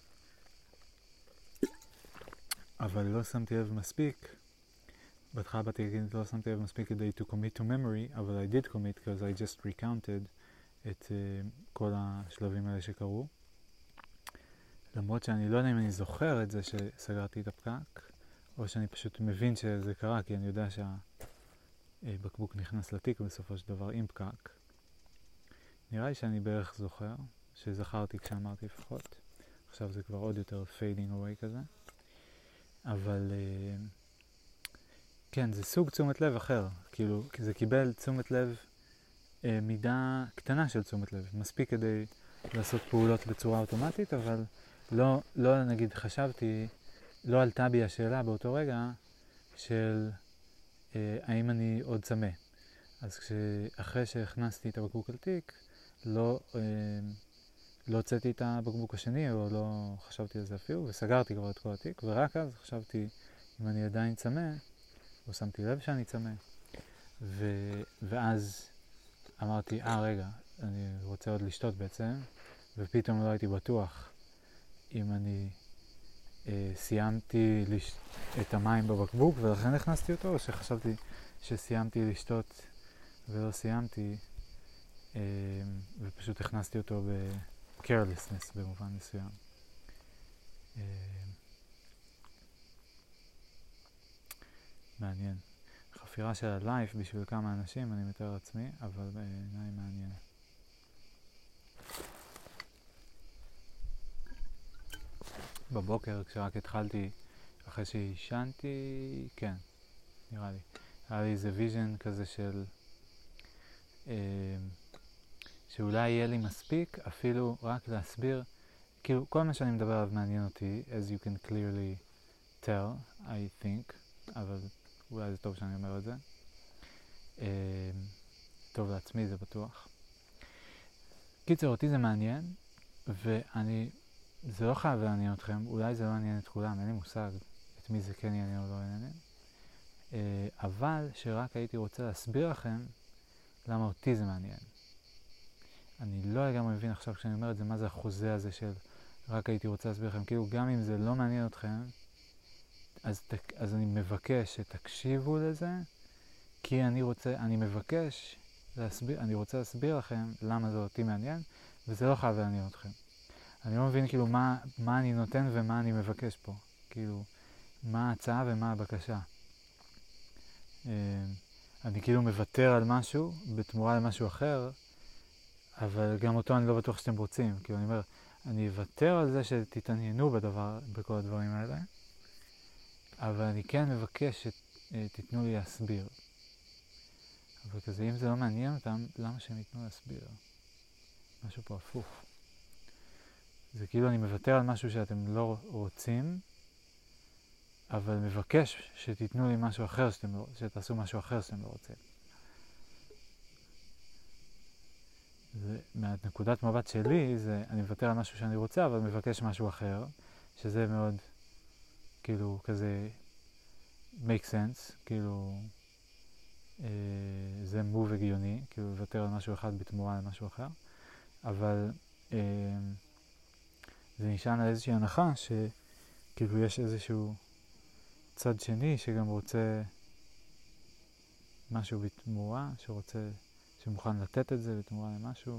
אבל לא שמתי לב מספיק. בהתחלה באתי להגיד, לא שמתי לב מספיק כדי to commit to memory, אבל I did commit because I just recounted את uh, כל השלבים האלה שקרו. למרות שאני לא יודע אם אני זוכר את זה שסגרתי את הפקק, או שאני פשוט מבין שזה קרה, כי אני יודע שהבקבוק נכנס לתיק בסופו של דבר עם פקק. נראה לי שאני בערך זוכר, שזכרתי כשאמרתי לפחות. עכשיו זה כבר עוד יותר fading away כזה. אבל... Uh, כן, זה סוג תשומת לב אחר, כאילו, זה קיבל תשומת לב, אה, מידה קטנה של תשומת לב, מספיק כדי לעשות פעולות בצורה אוטומטית, אבל לא, לא נגיד חשבתי, לא עלתה בי השאלה באותו רגע של אה, האם אני עוד צמא. אז אחרי שהכנסתי את הבקבוק על תיק, לא, אה, לא הוצאתי את הבקבוק השני, או לא חשבתי על זה אפילו, וסגרתי כבר את כל התיק, ורק אז חשבתי אם אני עדיין צמא, או שמתי לב שאני צמא, ו... ואז אמרתי, אה רגע, אני רוצה עוד לשתות בעצם, ופתאום לא הייתי בטוח אם אני אה, סיימתי לש... את המים בבקבוק ולכן הכנסתי אותו, או שחשבתי שסיימתי לשתות ולא סיימתי, אה, ופשוט הכנסתי אותו ב-carelessness במובן מסוים. אה, מעניין. חפירה של הלייף בשביל כמה אנשים, אני מתאר עצמי, אבל בעיניי מעניין. בבוקר כשרק התחלתי, אחרי שהישנתי, כן, נראה לי. היה לי איזה ויז'ן כזה של, אה, שאולי יהיה לי מספיק, אפילו רק להסביר, כאילו כל מה שאני מדבר עליו מעניין אותי, as you can clearly tell, I think, אבל אולי זה טוב שאני אומר את זה. אה, טוב לעצמי, זה בטוח. קיצר, אותי זה מעניין, ואני, זה לא חייב לעניין אתכם, אולי זה לא עניין את כולם, אין לי מושג את מי זה כן יעניין או לא יעניין. אה, אבל שרק הייתי רוצה להסביר לכם למה אותי זה מעניין. אני לא לגמרי מבין עכשיו כשאני אומר את זה, מה זה החוזה הזה של רק הייתי רוצה להסביר לכם, כאילו גם אם זה לא מעניין אתכם, אז, אז אני מבקש שתקשיבו לזה, כי אני רוצה, אני מבקש להסביר, אני רוצה להסביר לכם למה זה אותי מעניין, וזה לא חייב לעניין אתכם. אני לא מבין כאילו מה, מה אני נותן ומה אני מבקש פה, כאילו מה ההצעה ומה הבקשה. אני כאילו מוותר על משהו בתמורה למשהו אחר, אבל גם אותו אני לא בטוח שאתם רוצים, כאילו אני אומר, אני אוותר על זה שתתעניינו בדבר, בכל הדברים האלה, אבל אני כן מבקש שתיתנו לי להסביר. אבל כזה, אם זה לא מעניין אותם, למה שהם ייתנו להסביר? משהו פה הפוך. זה כאילו אני מוותר על משהו שאתם לא רוצים, אבל מבקש שתיתנו לי משהו אחר, שאתם לא, שתעשו משהו אחר שאתם לא רוצים. זה, מהנקודת מבט שלי, זה, אני מוותר על משהו שאני רוצה, אבל מבקש משהו אחר, שזה מאוד, כאילו, כזה, make sense, כאילו, אה, זה move הגיוני, כאילו, לוותר על משהו אחד בתמורה למשהו אחר, אבל אה, זה נשען על איזושהי הנחה, שכאילו יש איזשהו צד שני שגם רוצה משהו בתמורה, שרוצה, שמוכן לתת את זה בתמורה למשהו.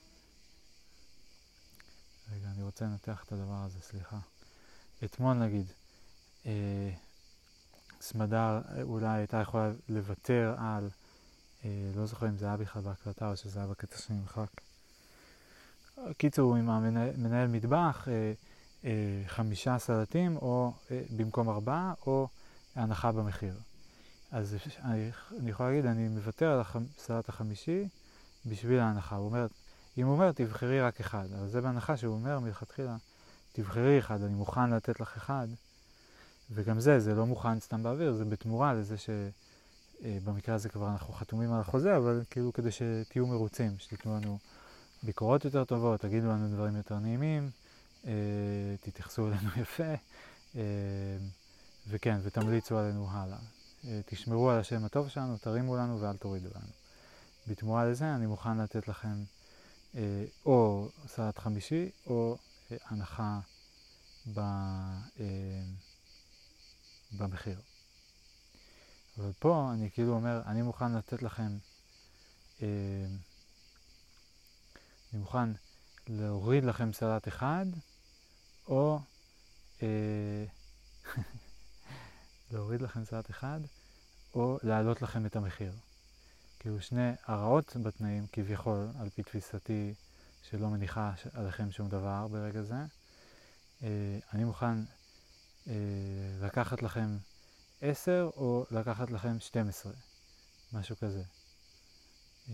רגע, אני רוצה לנתח את הדבר הזה, סליחה. אתמול נגיד, אה, סמדר אולי הייתה יכולה לוותר על, אה, לא זוכר אם זה היה בכלל בהקלטה או שזה היה בקטע שנמחק. קיצור, עם המנהל מטבח, אה, אה, חמישה סלטים או אה, במקום ארבעה, או הנחה במחיר. אז אני, אני יכול להגיד, אני מוותר על הסלט החמישי בשביל ההנחה. הוא אומר, אם הוא אומר, תבחרי רק אחד, אבל זה בהנחה שהוא אומר מלכתחילה, תבחרי אחד, אני מוכן לתת לך אחד, וגם זה, זה לא מוכן סתם באוויר, זה בתמורה לזה שבמקרה הזה כבר אנחנו חתומים על החוזה, אבל כאילו כדי שתהיו מרוצים, שתיתנו לנו ביקורות יותר טובות, תגידו לנו דברים יותר נעימים, אה, תתייחסו אלינו יפה, אה, וכן, ותמליצו עלינו הלאה. אה, תשמרו על השם הטוב שלנו, תרימו לנו ואל תורידו לנו. בתמורה לזה אני מוכן לתת לכם אה, או סלט חמישי או אה, הנחה ב, אה, במחיר. אבל פה אני כאילו אומר, אני מוכן לתת לכם, אה, אני מוכן להוריד לכם סלט אחד, או אה, להוריד לכם סלט אחד, או להעלות לכם את המחיר. כאילו שני הרעות בתנאים, כביכול, על פי תפיסתי שלא מניחה עליכם שום דבר ברגע זה. אה, אני מוכן אה, לקחת לכם עשר, או לקחת לכם שתים עשרה. משהו כזה. אה,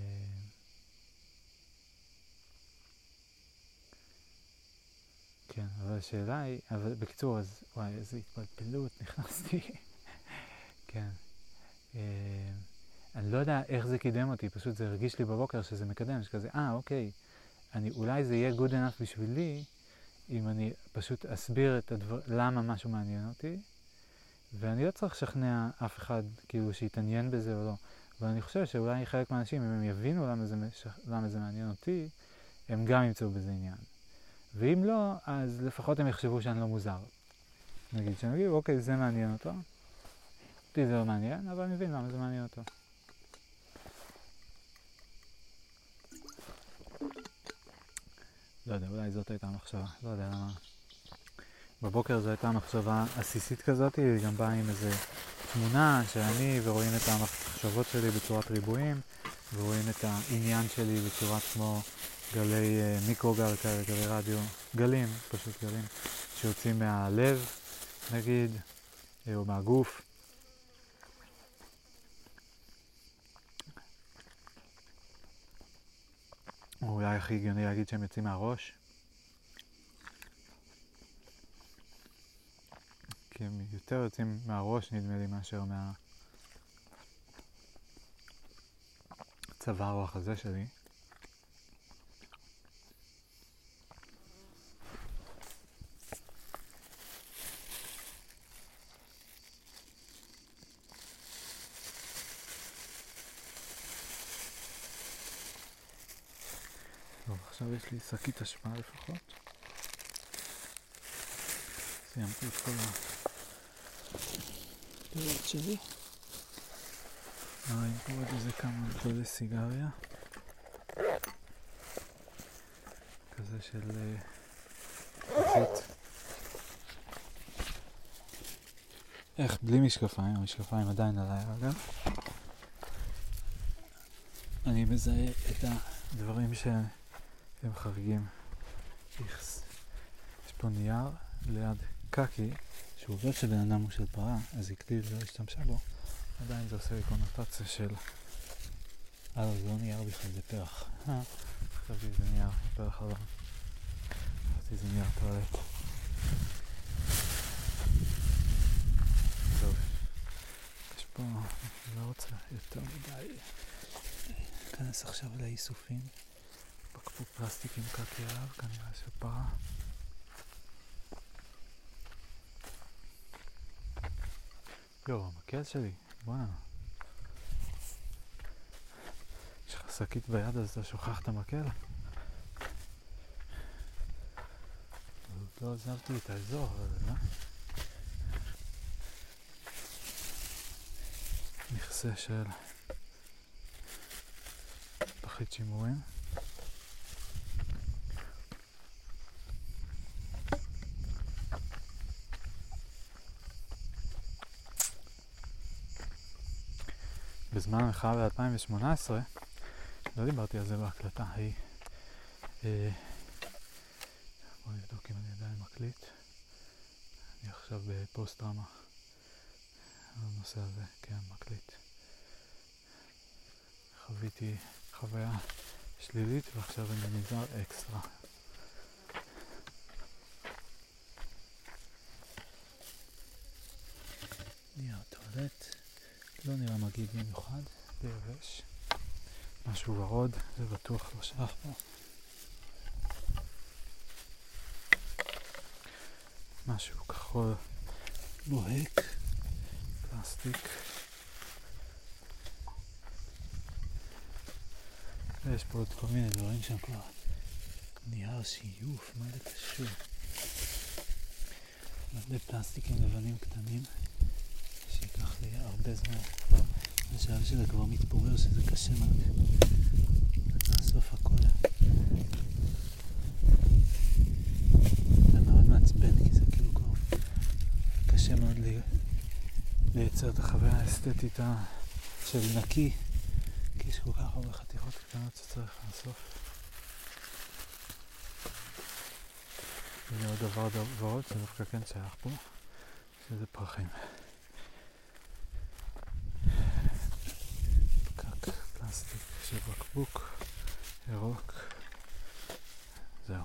כן, אבל השאלה היא, אבל בקיצור, אז וואי, איזו התפלפלות, נכנסתי. כן. אה, אני לא יודע איך זה קידם אותי, פשוט זה הרגיש לי בבוקר שזה מקדם, שכזה, אה, אוקיי, אני, אולי זה יהיה good enough בשבילי, אם אני פשוט אסביר את הדבר, למה משהו מעניין אותי, ואני לא צריך לשכנע אף אחד, כאילו, שיתעניין בזה או לא, אבל אני חושב שאולי חלק מהאנשים, אם הם יבינו למה זה, למה זה מעניין אותי, הם גם ימצאו בזה עניין. ואם לא, אז לפחות הם יחשבו שאני לא מוזר. נגיד, שאני אגיד, אוקיי, זה מעניין אותו. אותי זה לא מעניין, אבל אני מבין למה זה מעניין אותו. לא יודע, אולי זאת הייתה המחשבה. לא יודע למה. בבוקר זו הייתה מחשבה עסיסית כזאת, היא גם באה עם איזה תמונה שאני, ורואים את המחשבות שלי בצורת ריבועים, ורואים את העניין שלי בצורת כמו גלי uh, מיקרוגל כאלה, גלי רדיו, גלים, פשוט גלים, שיוצאים מהלב, נגיד, או מהגוף. או אולי הכי הגיוני להגיד שהם יוצאים מהראש. כי הם יותר יוצאים מהראש, נדמה לי, מאשר מהצוואר או החזה שלי. טוב, עכשיו יש לי שקית אשפה לפחות. סיימתי את כל הדעות שלי. נראים פה עוד איזה כמה גדולי סיגריה. כזה של חית. איך, בלי משקפיים, המשקפיים עדיין עליי אגב. אני מזהה את הדברים שהם חריגים. יש פה נייר ליד קקי, שהוא לא של בן אדם הוא של פרה, אז אקליל לא השתמשה בו, עדיין זה עושה לי קונוטציה של אה, זה לא נייר בכלל, זה פרח. אה, חשבתי זה נייר, פרח לבן. חשבתי זה נייר טואלט. טוב, יש פה, אני לא רוצה יותר מדי. ניכנס עכשיו לאיסופים. בקבוק פלסטיק עם קקי עליו, כנראה שפרה. יו, המקל שלי, בוא'נה. יש לך שקית ביד אז אתה שוכח את המקל? לא עזבתי את האזור, אבל לא? מכסה של פחית שימורים. בזמן המחאה ב-אלפיים ושמונה עשרה, לא דיברתי על זה בהקלטה ההיא. בואו נבדוק אם אני עדיין מקליט. אני עכשיו בפוסט טראומה. הנושא הזה, כן, מקליט. חוויתי חוויה שלילית ועכשיו אני נזהר אקסטרה. נייר טואלט. לא נראה מגעיל במיוחד, די יבש. משהו ורוד, זה בטוח לא שייך פה. משהו כחול בוהק, פלסטיק. ויש פה עוד כל מיני דברים שם כבר. נייר שיוף, מה זה קשור? מלא פלסטיקים לבנים קטנים. שיקח לי הרבה זמן כבר, בשלב שזה כבר מתפורר, שזה קשה מאוד לאסוף הכל. זה מאוד מעצבן, כי זה כאילו כבר קשה מאוד לי, לייצר את החוויה האסתטית של נקי, כי יש כל כך הרבה חתיכות קטנות שצריך לאסוף. וזה עוד דבר ועוד שדווקא כן שייך פה, שזה פרחים. פלסטיק של בקבוק ירוק. זהו.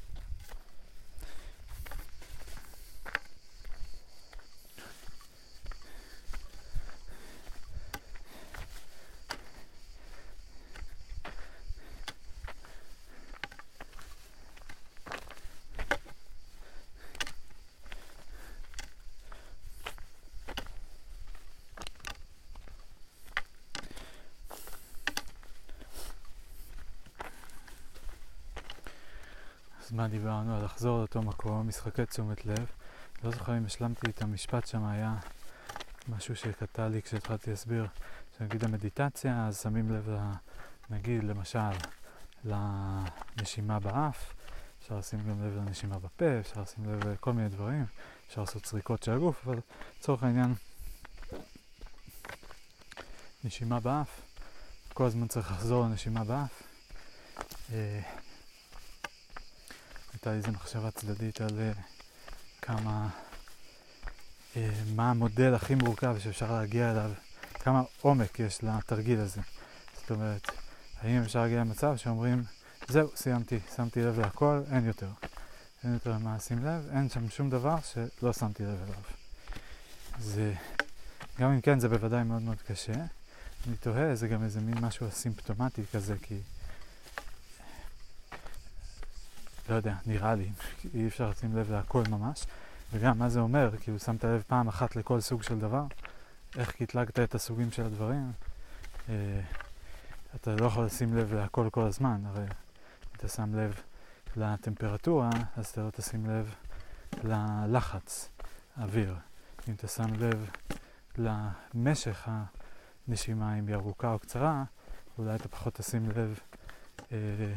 אז מה דיברנו? על לחזור לאותו מקום, משחקי תשומת לב. לא זוכר אם השלמתי את המשפט שם, היה משהו שקטע לי כשהתחלתי להסביר, שנגיד המדיטציה, אז שמים לב, נגיד למשל, לנשימה באף, אפשר לשים גם לב לנשימה בפה, אפשר לשים לב לכל מיני דברים, אפשר לעשות צריקות של הגוף, אבל לצורך העניין, נשימה באף, כל הזמן צריך לחזור לנשימה באף. הייתה לי איזו מחשבה צדדית על כמה, מה המודל הכי מורכב שאפשר להגיע אליו, כמה עומק יש לתרגיל הזה. זאת אומרת, האם אפשר להגיע למצב שאומרים, זהו, סיימתי, שמתי לב להכל, אין יותר. אין יותר מה לשים לב, אין שם שום דבר שלא שמתי לב אליו. זה, גם אם כן, זה בוודאי מאוד מאוד קשה. אני תוהה, זה גם איזה מין משהו אסימפטומטי כזה, כי לא יודע, נראה לי, אי אפשר לשים לב להכל ממש. וגם מה זה אומר, כאילו שמת לב פעם אחת לכל סוג של דבר, איך קטלגת את הסוגים של הדברים, אה, אתה לא יכול לשים לב להכל כל הזמן, הרי אם אתה שם לב לטמפרטורה, אז אתה לא תשים לב ללחץ האוויר. אם אתה שם לב למשך הנשימה, אם היא ארוכה או קצרה, אולי אתה פחות תשים לב אה,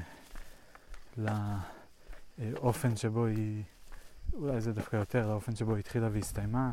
לאופן שבו היא, אולי זה דווקא יותר, לאופן שבו היא התחילה והסתיימה.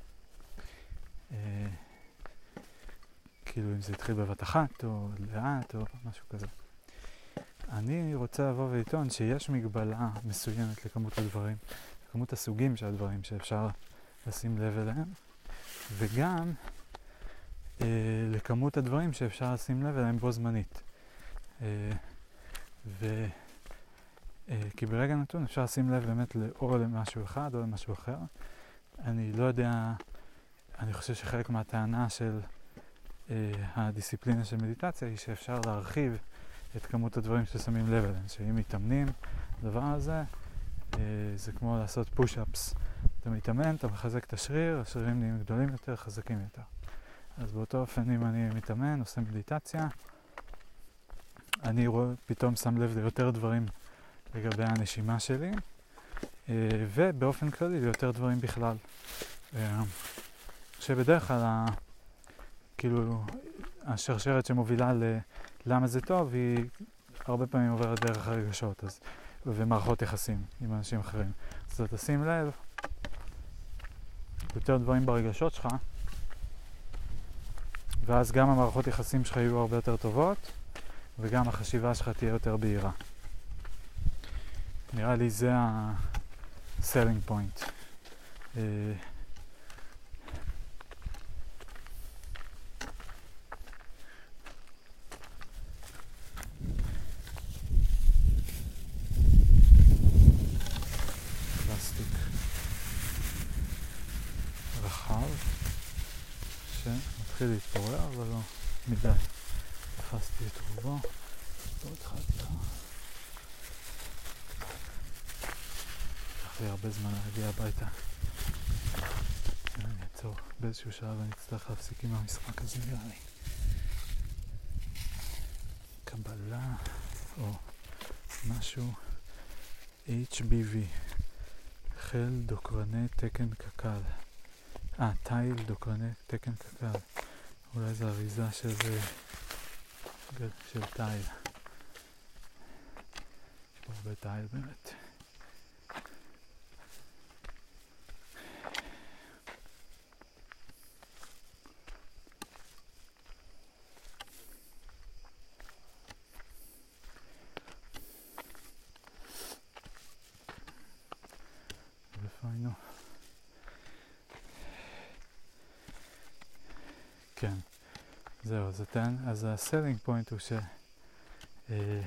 אה, כאילו אם זה התחיל בבת אחת או לאט או משהו כזה. אני רוצה לבוא ולטעון שיש מגבלה מסוימת לכמות הדברים, כמות הסוגים של הדברים שאפשר לשים לב אליהם, וגם אה, לכמות הדברים שאפשר לשים לב אליהם בו זמנית. אה, ו... אה, כי ברגע נתון אפשר לשים לב באמת או למשהו אחד או למשהו אחר. אני לא יודע, אני חושב שחלק מהטענה של אה, הדיסציפלינה של מדיטציה היא שאפשר להרחיב את כמות הדברים ששמים לב אליהם, שאם מתאמנים, הדבר הזה אה, זה כמו לעשות פוש-אפס. אתה מתאמן, אתה מחזק את השריר, השרירים נהיים גדולים יותר, חזקים יותר. אז באותו אופן, אם אני מתאמן, עושה מדיטציה, אני רואה, פתאום שם לב ליותר דברים לגבי הנשימה שלי, אה, ובאופן כללי ליותר דברים בכלל. אה, שבדרך כלל, ה, כאילו, השרשרת שמובילה ל... למה זה טוב, היא הרבה פעמים עוברת דרך הרגשות, אז, ומערכות יחסים עם אנשים אחרים. אז אתה תשים לב, יותר דברים ברגשות שלך, ואז גם המערכות יחסים שלך יהיו הרבה יותר טובות, וגם החשיבה שלך תהיה יותר בהירה. נראה לי זה ה-selling point. אה, מתחיל להתפורר, אבל לא מדי. תפסתי את רובו, לא התחלתי לך. לקח לי הרבה זמן להגיע הביתה. אני אעצור באיזשהו שלב ואני אצטרך להפסיק עם המשחק הזה נראה לי. קבלה או משהו אייץ' בי וי, חיל דוקרני תקן קק"ל. אה, תיל דוקרני תקן קק"ל. אולי זו אריזה של, של תיל. יש פה הרבה תיל באמת. איפה היינו? כן, זהו, אז אתן, אז הסלינג פוינט הוא ש... אה,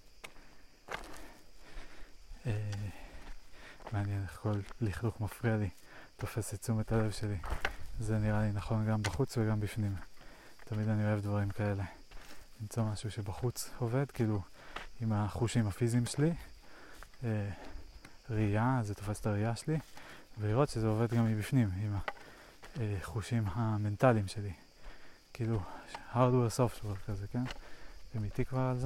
אה, מעניין איך כל לכלוך מפריע לי, תופס את תשומת הלב שלי. זה נראה לי נכון גם בחוץ וגם בפנים. תמיד אני אוהב דברים כאלה. למצוא משהו שבחוץ עובד, כאילו עם החושים הפיזיים שלי, אה, ראייה, זה תופס את הראייה שלי, ולראות שזה עובד גם מבפנים, עם החושים המנטליים שלי. כאילו, hardware software כזה, כן? אתם איתי כבר על זה?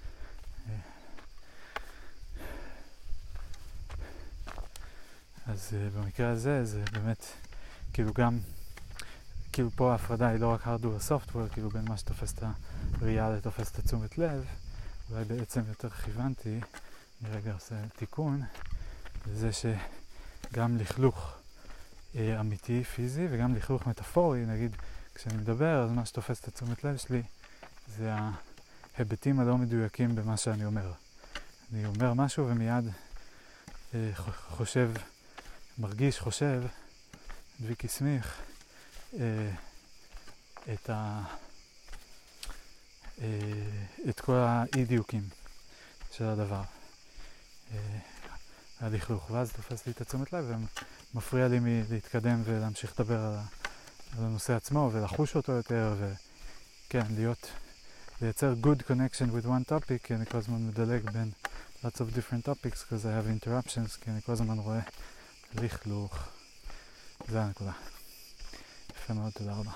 אז במקרה הזה, זה באמת, כאילו גם, כאילו פה ההפרדה היא לא רק hardware software, כאילו בין מה שתופס את הראייה לתופס את התשומת לב, אולי בעצם יותר כיוונתי, אני רגע עושה תיקון, זה שגם לכלוך אה, אמיתי, פיזי, וגם לכלוך מטאפורי, נגיד, כשאני מדבר, אז מה שתופס את התשומת לב שלי זה ההיבטים הלא מדויקים במה שאני אומר. אני אומר משהו ומיד אה, חושב, מרגיש, חושב, דביקי סמיך, אה, את, ה, אה, את כל האי-דיוקים של הדבר. אה, הלכלוך, ואז תופס לי את התשומת לב ומפריע לי מלהתקדם ולהמשיך לדבר על ה... על הנושא עצמו ולחוש אותו יותר וכן, להיות, לייצר good connection with one topic כי אני כל הזמן מדלג בין lots of different topics because I have interruptions כי אני כל הזמן רואה לכלוך. זה הנקודה. יפה מאוד, תודה רבה.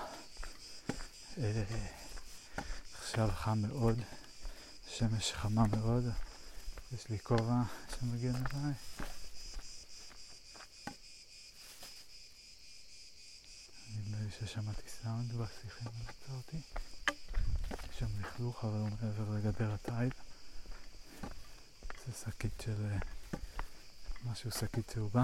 עכשיו חם מאוד, שמש חמה מאוד, יש לי כובע שמגיע אליי. נדמה לי ששמעתי סאונד בשיחה מלצה אותי. יש שם לכלוך, אבל הוא מעבר לגדר התיל. זה שקית של משהו, שקית צהובה.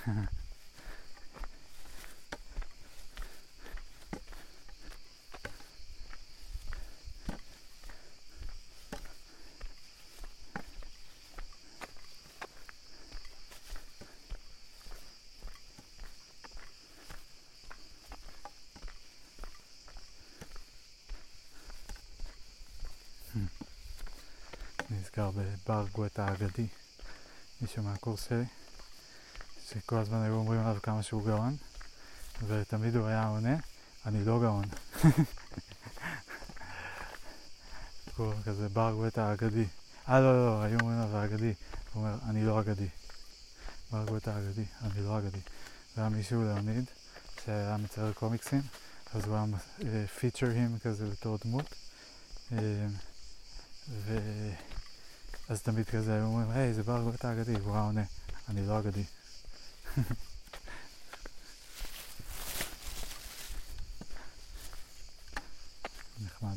נזכר בבר גואטה האגדי, מישהו מהקורס שלי, שכל הזמן היו אומרים עליו כמה שהוא גאון, ותמיד הוא היה עונה, אני לא גאון. קוראים כזה בר גואטה האגדי. אה לא לא, היו אומרים עליו האגדי, הוא אומר, אני לא אגדי. בר גואטה האגדי, אני לא אגדי. והיה מישהו לאוניד, שהיה מצייר קומיקסים, אז הוא היה פיצ'ר הים כזה לתור דמות. ו... אז תמיד כזה היו אומרים, היי, זה בר גואטה האגדי, והוא היה עונה, אני לא אגדי. נחמד.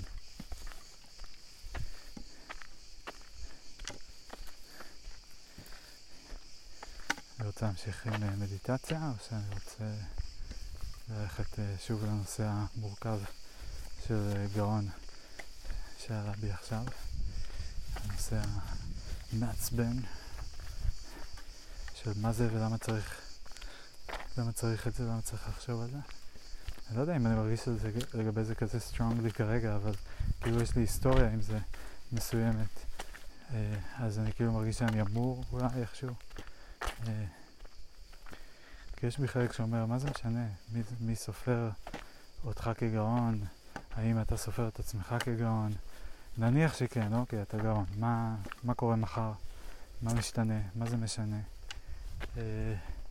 אני רוצה להמשיך עם מדיטציה, או שאני רוצה ללכת שוב לנושא המורכב של גאון שעלה בי עכשיו, הנושא המעצבן של מה זה ולמה צריך למה צריך את זה, למה צריך לחשוב על זה. אני לא יודע אם אני מרגיש על זה, לגבי זה כזה strongly כרגע, אבל כאילו יש לי היסטוריה עם זה מסוימת, אז אני כאילו מרגיש שאני אמור אולי איכשהו, כי יש בי חלק שאומר, מה זה משנה? מי, מי סופר אותך כגאון? האם אתה סופר את עצמך כגאון? נניח שכן, אוקיי, אתה גאון. מה, מה קורה מחר? מה משתנה? מה זה משנה? אה,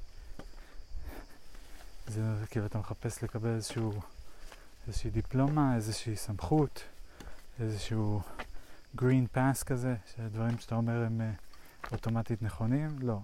זה כאילו אתה מחפש לקבל איזשהו, איזושהי דיפלומה, איזושהי סמכות, איזשהו green pass כזה, שהדברים שאתה אומר הם uh, אוטומטית נכונים? לא.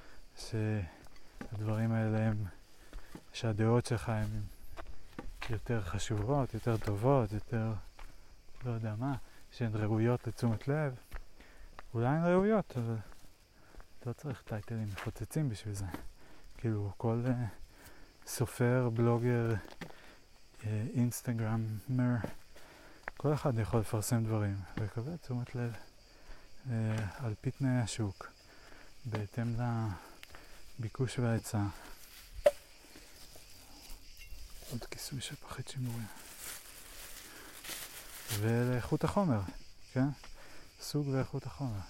שהדברים האלה הם, שהדעות שלך הן יותר חשובות, יותר טובות, יותר, לא יודע מה, שהן ראויות לתשומת לב. אולי הן ראויות, אבל לא צריך טייטלים מפוצצים בשביל זה. כאילו כל uh, סופר, בלוגר, uh, אינסטגרמר, כל אחד יכול לפרסם דברים ולקבל תשומת לב uh, על פי תנאי השוק, בהתאם לביקוש וההיצע. עוד כיסוי של פחית שימורים. ולאיכות החומר, כן? סוג ואיכות החומר.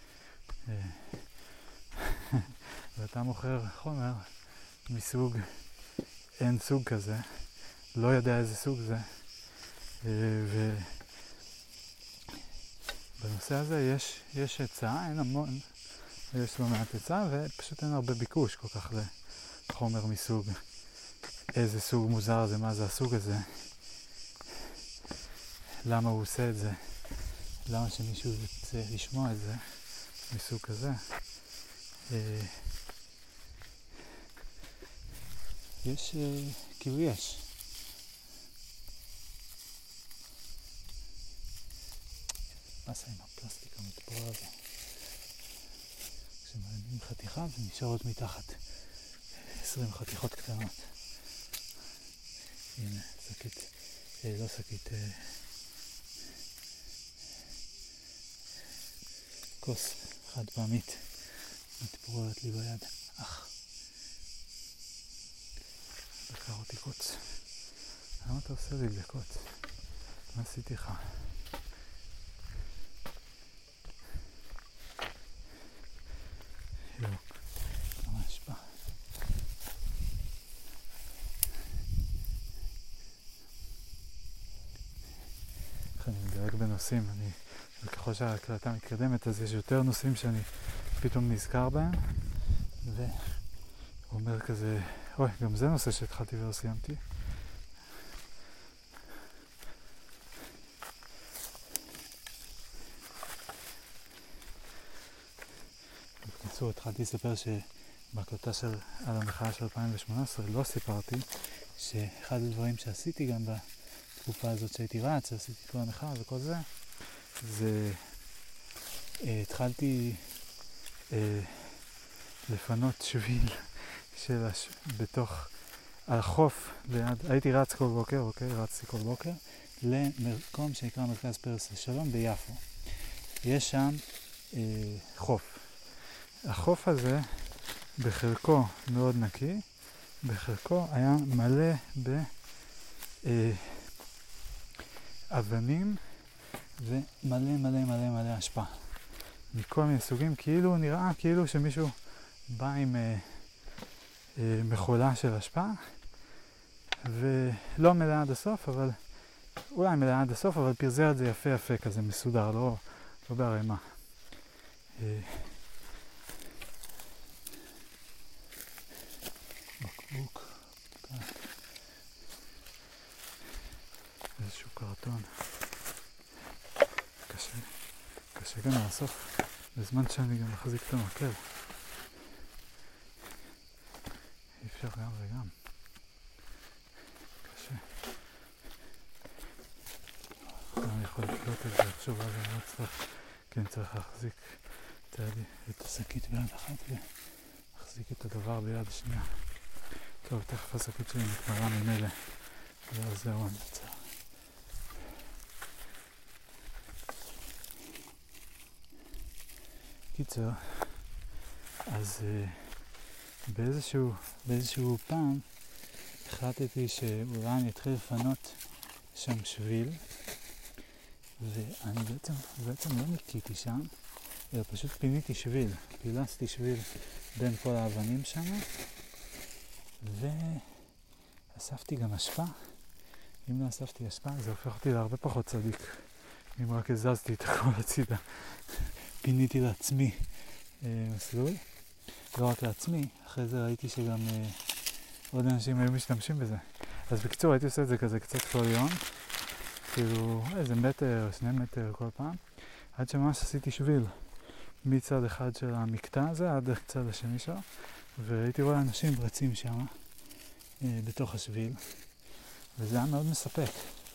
ואתה מוכר חומר מסוג, אין סוג כזה, לא יודע איזה סוג זה. ובנושא הזה יש, יש היצע, אין המון, יש לא מעט היצע, ופשוט אין הרבה ביקוש כל כך לחומר מסוג. איזה סוג מוזר זה, מה זה הסוג הזה, למה הוא עושה את זה, למה שמישהו ירצה לשמוע את זה מסוג כזה. יש, כאילו יש. מה זה עם הפלסטיק המתפורר הזה? כשמרימים חתיכה ונשארות מתחת עשרים חתיכות קטנות. הנה, שקית, אה, לא שקית, אה, כוס חד פעמית מתפוררת לי ביד. אך, דקר אותי קוץ. למה אתה עושה לי לקוץ? מה עשיתי לך? יו, כמה השפעה. אני מדרג בנושאים, אני, וככל שההקלטה מתקדמת אז יש יותר נושאים שאני פתאום נזכר בהם, והוא אומר כזה, אוי, גם זה נושא שהתחלתי ולא סיימתי. בקיצור, התחלתי לספר שבהקלטה של, על המחאה של אלפיים שמונה עשרה לא סיפרתי שאחד הדברים שעשיתי גם בתקופה הזאת שהייתי רץ, עשיתי כל המחאה וכל זה, זה uh, התחלתי uh, לפנות שביל של הש... בתוך החוף ליד, הייתי רץ כל בוקר, אוקיי, רצתי כל בוקר, למקום שנקרא מרכז פרס לשלום ביפו. יש שם אה, חוף. החוף הזה בחלקו מאוד נקי, בחלקו היה מלא באבנים ומלא מלא מלא מלא אשפה. מכל מיני סוגים, כאילו נראה כאילו שמישהו בא עם אה, אה, מכולה של אשפה, ולא מלאה עד הסוף, אבל אולי מלאה עד הסוף, אבל פרזר את זה יפה יפה, כזה מסודר, לא, לא בהרמה. אה, בקבוק, איזשהו קרטון. קשה, קשה גם לאסוף בזמן שאני גם מחזיק את המקל. אי אפשר גם וגם. קשה. אני יכול לקלוט את זה, לחשוב על זה, אני לא צריך, כן צריך להחזיק את, את השקית ביד אחת ולהחזיק את הדבר ביד השנייה. טוב, תכף השקית שלי נתמרה ממילא, ואז זהו אני צריך. קיצר, אז uh, באיזשהו, באיזשהו פעם החלטתי שאולי אני אתחיל לפנות שם שביל, ואני בעצם, בעצם לא ניקיתי שם, אלא פשוט פיניתי שביל, פילסתי שביל בין כל האבנים שם, ואספתי גם אשפה. אם לא אספתי אשפה, זה הופך אותי להרבה פחות צדיק, אם רק הזזתי את הכל הצידה. פיניתי לעצמי אה, מסלול, לא רק לעצמי, אחרי זה ראיתי שגם אה, עוד אנשים היו משתמשים בזה. אז בקיצור הייתי עושה את זה כזה קצת כל יום, כאילו איזה מטר, שני מטר כל פעם, עד שממש עשיתי שביל מצד אחד של המקטע הזה עד הצד השני שלו, והייתי רואה אנשים רצים שם אה, בתוך השביל, וזה היה מאוד מספק.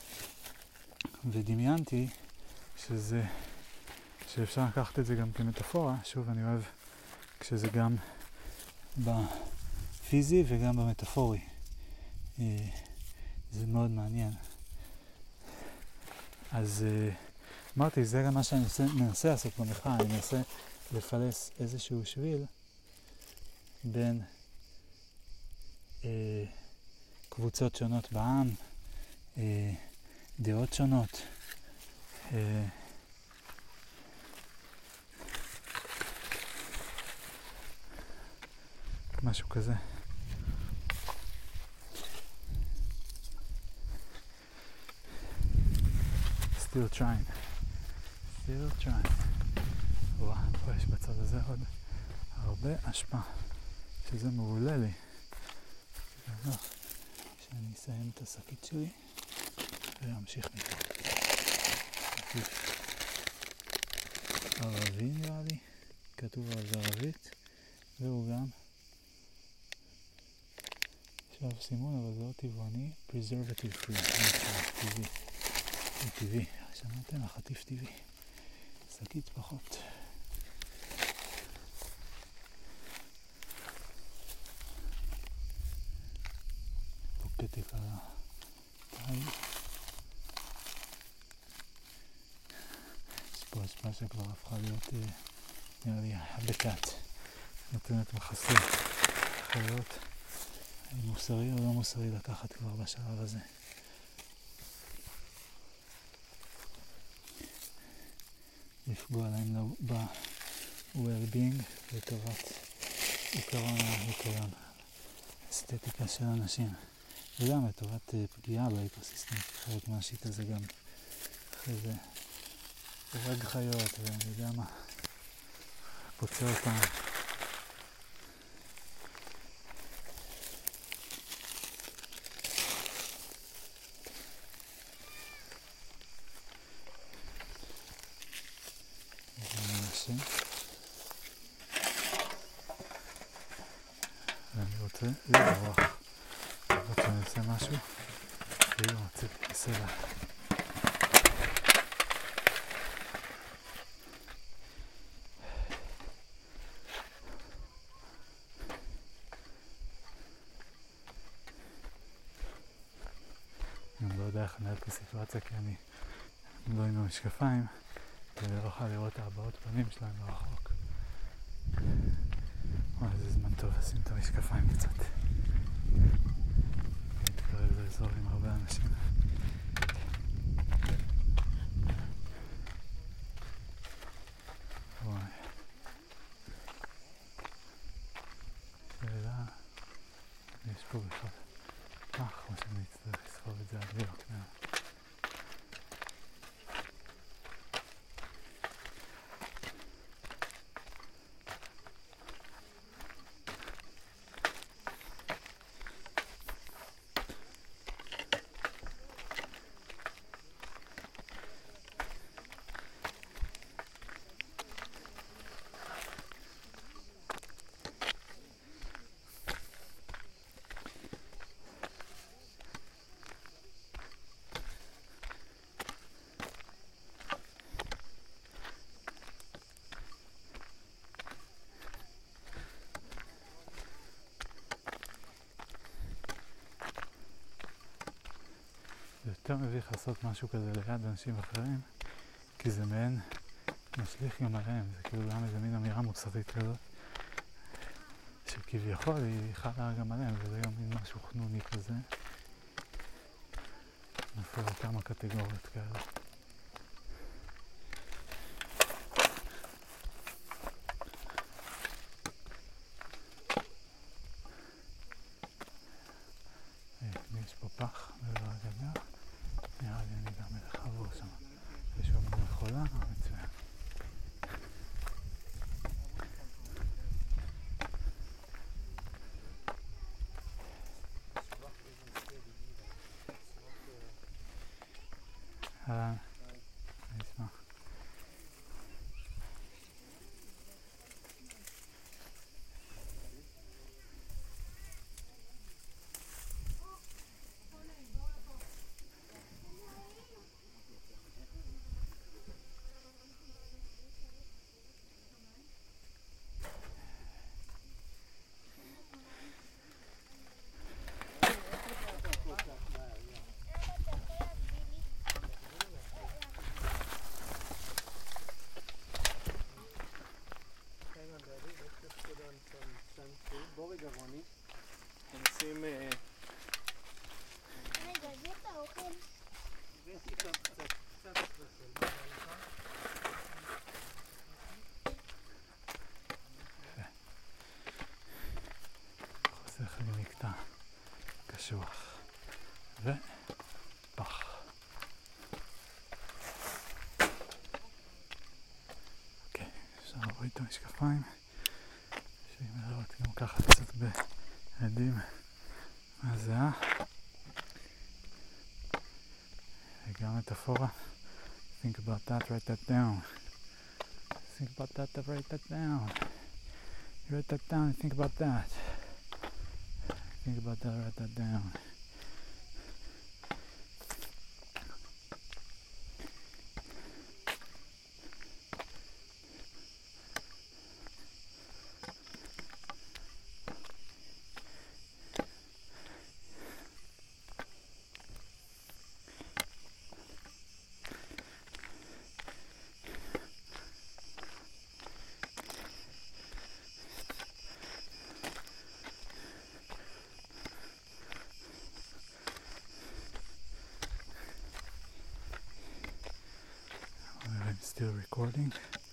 ודמיינתי שזה שאפשר לקחת את זה גם כמטאפורה, שוב אני אוהב כשזה גם בפיזי וגם במטאפורי. זה מאוד מעניין. אז אמרתי, זה גם מה שאני מנסה לעשות במחקר, אני מנסה לפלס איזשהו שביל בין אה, קבוצות שונות בעם, אה, דעות שונות, אה, משהו כזה. Still trying. Still trying. וואו, פה יש בצד הזה עוד הרבה אשפה, שזה מעולה לי. לא, שאני אסיים את השקית שלי ואמשיך מפה. ערבי נראה לי, כתוב על זה ערבית, והוא גם עכשיו סימון, אבל זה לא טבעוני, preservative free, טבעי, זה טבעי, שמעתם? החטיף טבעי, שקית פחות. פה פתק על התאי, יש פה השפעה שכבר הפכה להיות, נראה לי, הבקת, נותנת מחסה חיות. מוסרי או לא מוסרי לקחת כבר בשלב הזה. לפגוע להם ב-well-being לטובת עיקרון ההיקיון, אסתטיקה של אנשים, וגם לטובת פגיעה באקוסיסטם. חלק מהשיט הזה גם אחרי זה הורג חיות ואני יודע מה, פוצע אותם. ואני רוצה לברוח, לראות שאני עושה משהו, כאילו מצאתי בסלע. איך לנהל פה סיטואציה, כי אני לא עם המשקפיים, ואני לא יכול לראות את הבעות פנים שלהם מרחוק. וואי, זה זמן טוב לשים את המשקפיים קצת. להתקרב לאזור עם הרבה אנשים. וואי. שאלה, יש פה בכלל פח, או שאני אצטרך לסחוב את זה עד ביוקנעם. זה יותר מביך לעשות משהו כזה ליד אנשים אחרים, כי זה מעין משליך גם עליהם, זה כאילו גם איזה מין אמירה מוסרית כזאת, שכביכול היא חלה גם עליהם, וזה גם מין משהו חנוני כזה. נפל לכמה קטגוריות כאלה. יש פה פח ולא הגדר, נראה לי אני גם אלך לעבור שם. יש שם מכולה, מצוין. אהלן, אני אשמח. בורג גרוני, נשים... רגע, זה את האוכל? הבאתי כאן קצת, קצת אוכל. חוסך לי מקטע קשוח ופח. אוקיי, אפשר להוריד את המשקפיים שאם לראות גם ככה קצת בעדים מהזיעה וגם מטאפורה. Think about that, write that down. Think about that, write that down. You write that down and think about that. Think about that, write that down. I'm still recording.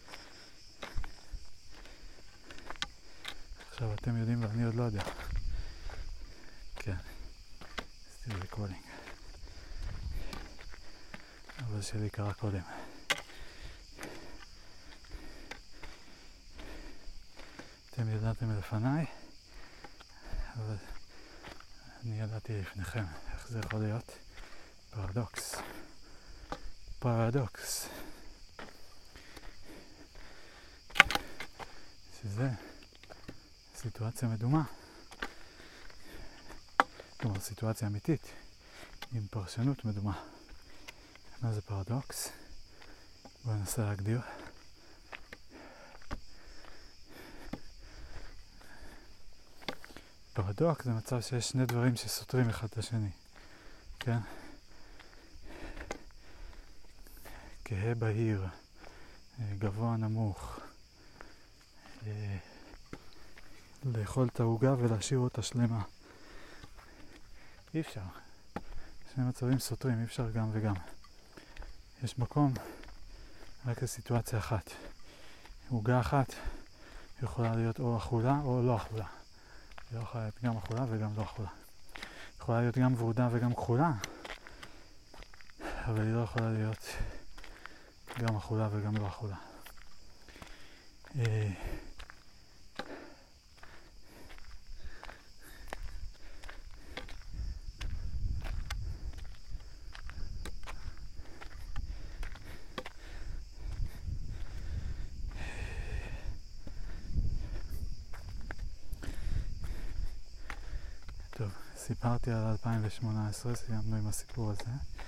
עכשיו אתם יודעים ואני עוד לא יודע. כן, still recording. אבל שלי קרה קודם. אתם ידעתם לפניי, אבל אני ידעתי לפניכם. איך זה יכול להיות? פרדוקס. פרדוקס. שזה סיטואציה מדומה. כלומר, סיטואציה אמיתית עם פרשנות מדומה. מה זה פרדוקס? בואו ננסה להגדיר. פרדוקס זה מצב שיש שני דברים שסותרים אחד את השני. כן? כהה בהיר, גבוה נמוך, לאכול את העוגה ולהשאיר אותה שלמה. אי אפשר. שני מצבים סותרים, אי אפשר גם וגם. יש מקום רק לסיטואציה אחת. עוגה אחת יכולה להיות או אכולה או לא אכולה. היא לא יכולה להיות גם אכולה וגם לא אכולה. יכולה להיות גם ורודה וגם כחולה, אבל היא לא יכולה להיות גם אכולה וגם לא אכולה. טוב, סיפרתי על אלפיים שמונה עשרה, סיימנו עם הסיפור הזה.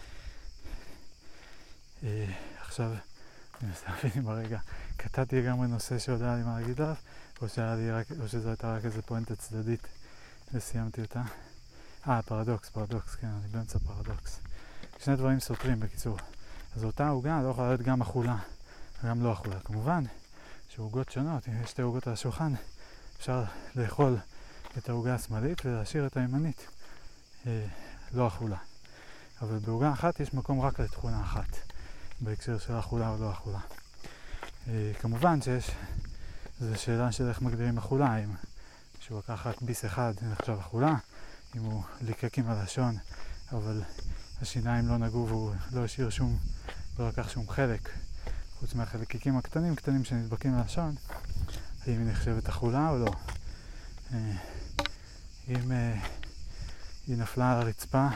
אה, עכשיו, אני מסתכל ברגע, קטעתי גם בנושא שעוד היה לי מה להגיד עליו, או, רק, או שזו הייתה רק איזה פואנטה צדדית וסיימתי אותה. אה, פרדוקס, פרדוקס, כן, אני באמצע פרדוקס. שני דברים סותרים בקיצור. אז אותה עוגה לא יכולה להיות גם אכולה וגם לא אכולה. כמובן שעוגות שונות, אם יש שתי עוגות על השולחן, אפשר לאכול את העוגה השמאלית ולהשאיר את הימנית אה, לא אכולה. אבל בעוגה אחת יש מקום רק לתכונה אחת, בהקשר של אכולה או לא אכולה. אה, כמובן שיש, זו שאלה של איך מגדירים אכולה, אם שהוא לקח רק ביס אחד זה נחשב אכולה, אם הוא ליקק עם הלשון, אבל השיניים לא נגעו והוא לא השאיר שום, לא לקח שום חלק, חוץ מהחלקיקים הקטנים, קטנים שנדבקים ללשון, האם היא נחשבת אכולה או לא. אה, אם אה, היא נפלה על הרצפה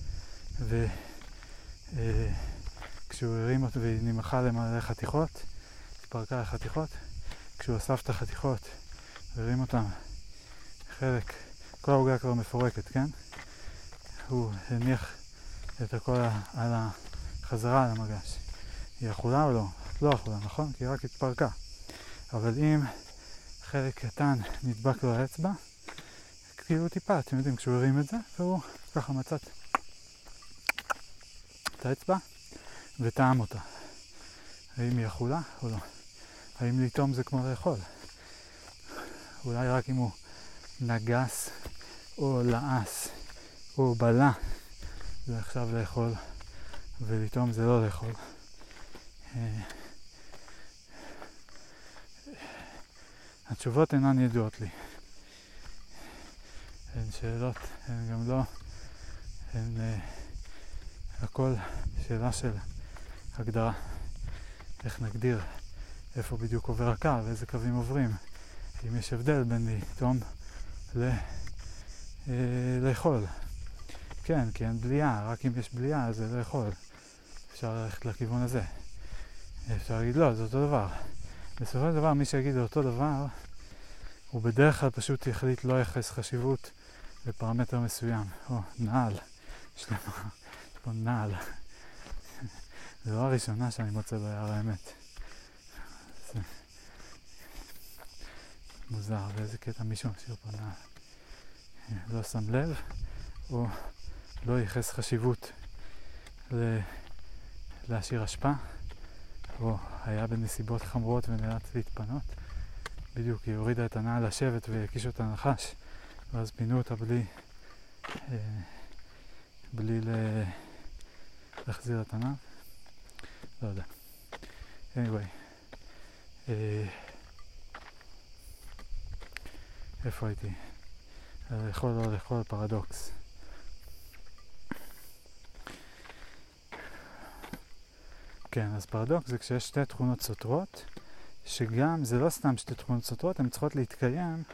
וכשהוא אה, הרים אותה והיא נמחה למלא חתיכות, התפרקה לחתיכות, כשהוא אסף את החתיכות והרים אותם חלק, כל העוגה כבר מפורקת, כן? הוא הניח את הכל על החזרה על המגש. היא אכולה או לא? לא אכולה, נכון? כי היא רק התפרקה. אבל אם חלק קטן נדבק לו האצבע, כאילו טיפה, אתם יודעים, כשהוא הרים את זה, והוא ככה מצא את האצבע וטעם אותה. האם היא אכולה או לא? האם לטעום זה כמו לאכול? אולי רק אם הוא נגס או לעס או בלה, זה עכשיו לאכול, ולטעום זה לא לאכול. התשובות אינן ידועות לי. הן שאלות, הן גם לא, הן אה, הכל שאלה של הגדרה. איך נגדיר איפה בדיוק עובר הקו ואיזה קווים עוברים. אם יש הבדל בין לטעום ל, אה, לאכול. כן, כי אין בליעה, רק אם יש בליעה זה לאכול. אפשר ללכת לכיוון הזה. אפשר להגיד לא, זה אותו דבר. בסופו של דבר מי שיגיד זה אותו דבר, הוא בדרך כלל פשוט יחליט לא יחס חשיבות בפרמטר מסוים. או, נעל. שלמה. יש פה נעל. זה לא הראשונה שאני מוצא ביער האמת. זה מוזר, באיזה קטע מישהו משאיר פה נעל. לא שם לב, או לא יחס חשיבות ל... להשאיר השפעה, או היה בנסיבות חמורות ונאלץ להתפנות. בדיוק, היא הורידה את הנעל לשבת והקיש אותה נחש, ואז פינו אותה בלי, אה, בלי ל... להחזיר את הנעל. לא יודע. anyway. אה, איפה הייתי? לאכול או לא לאכול פרדוקס. כן, אז פרדוקס זה כשיש שתי תכונות סותרות, שגם, זה לא סתם שתי תכונות סותרות, הן צריכות להתקיים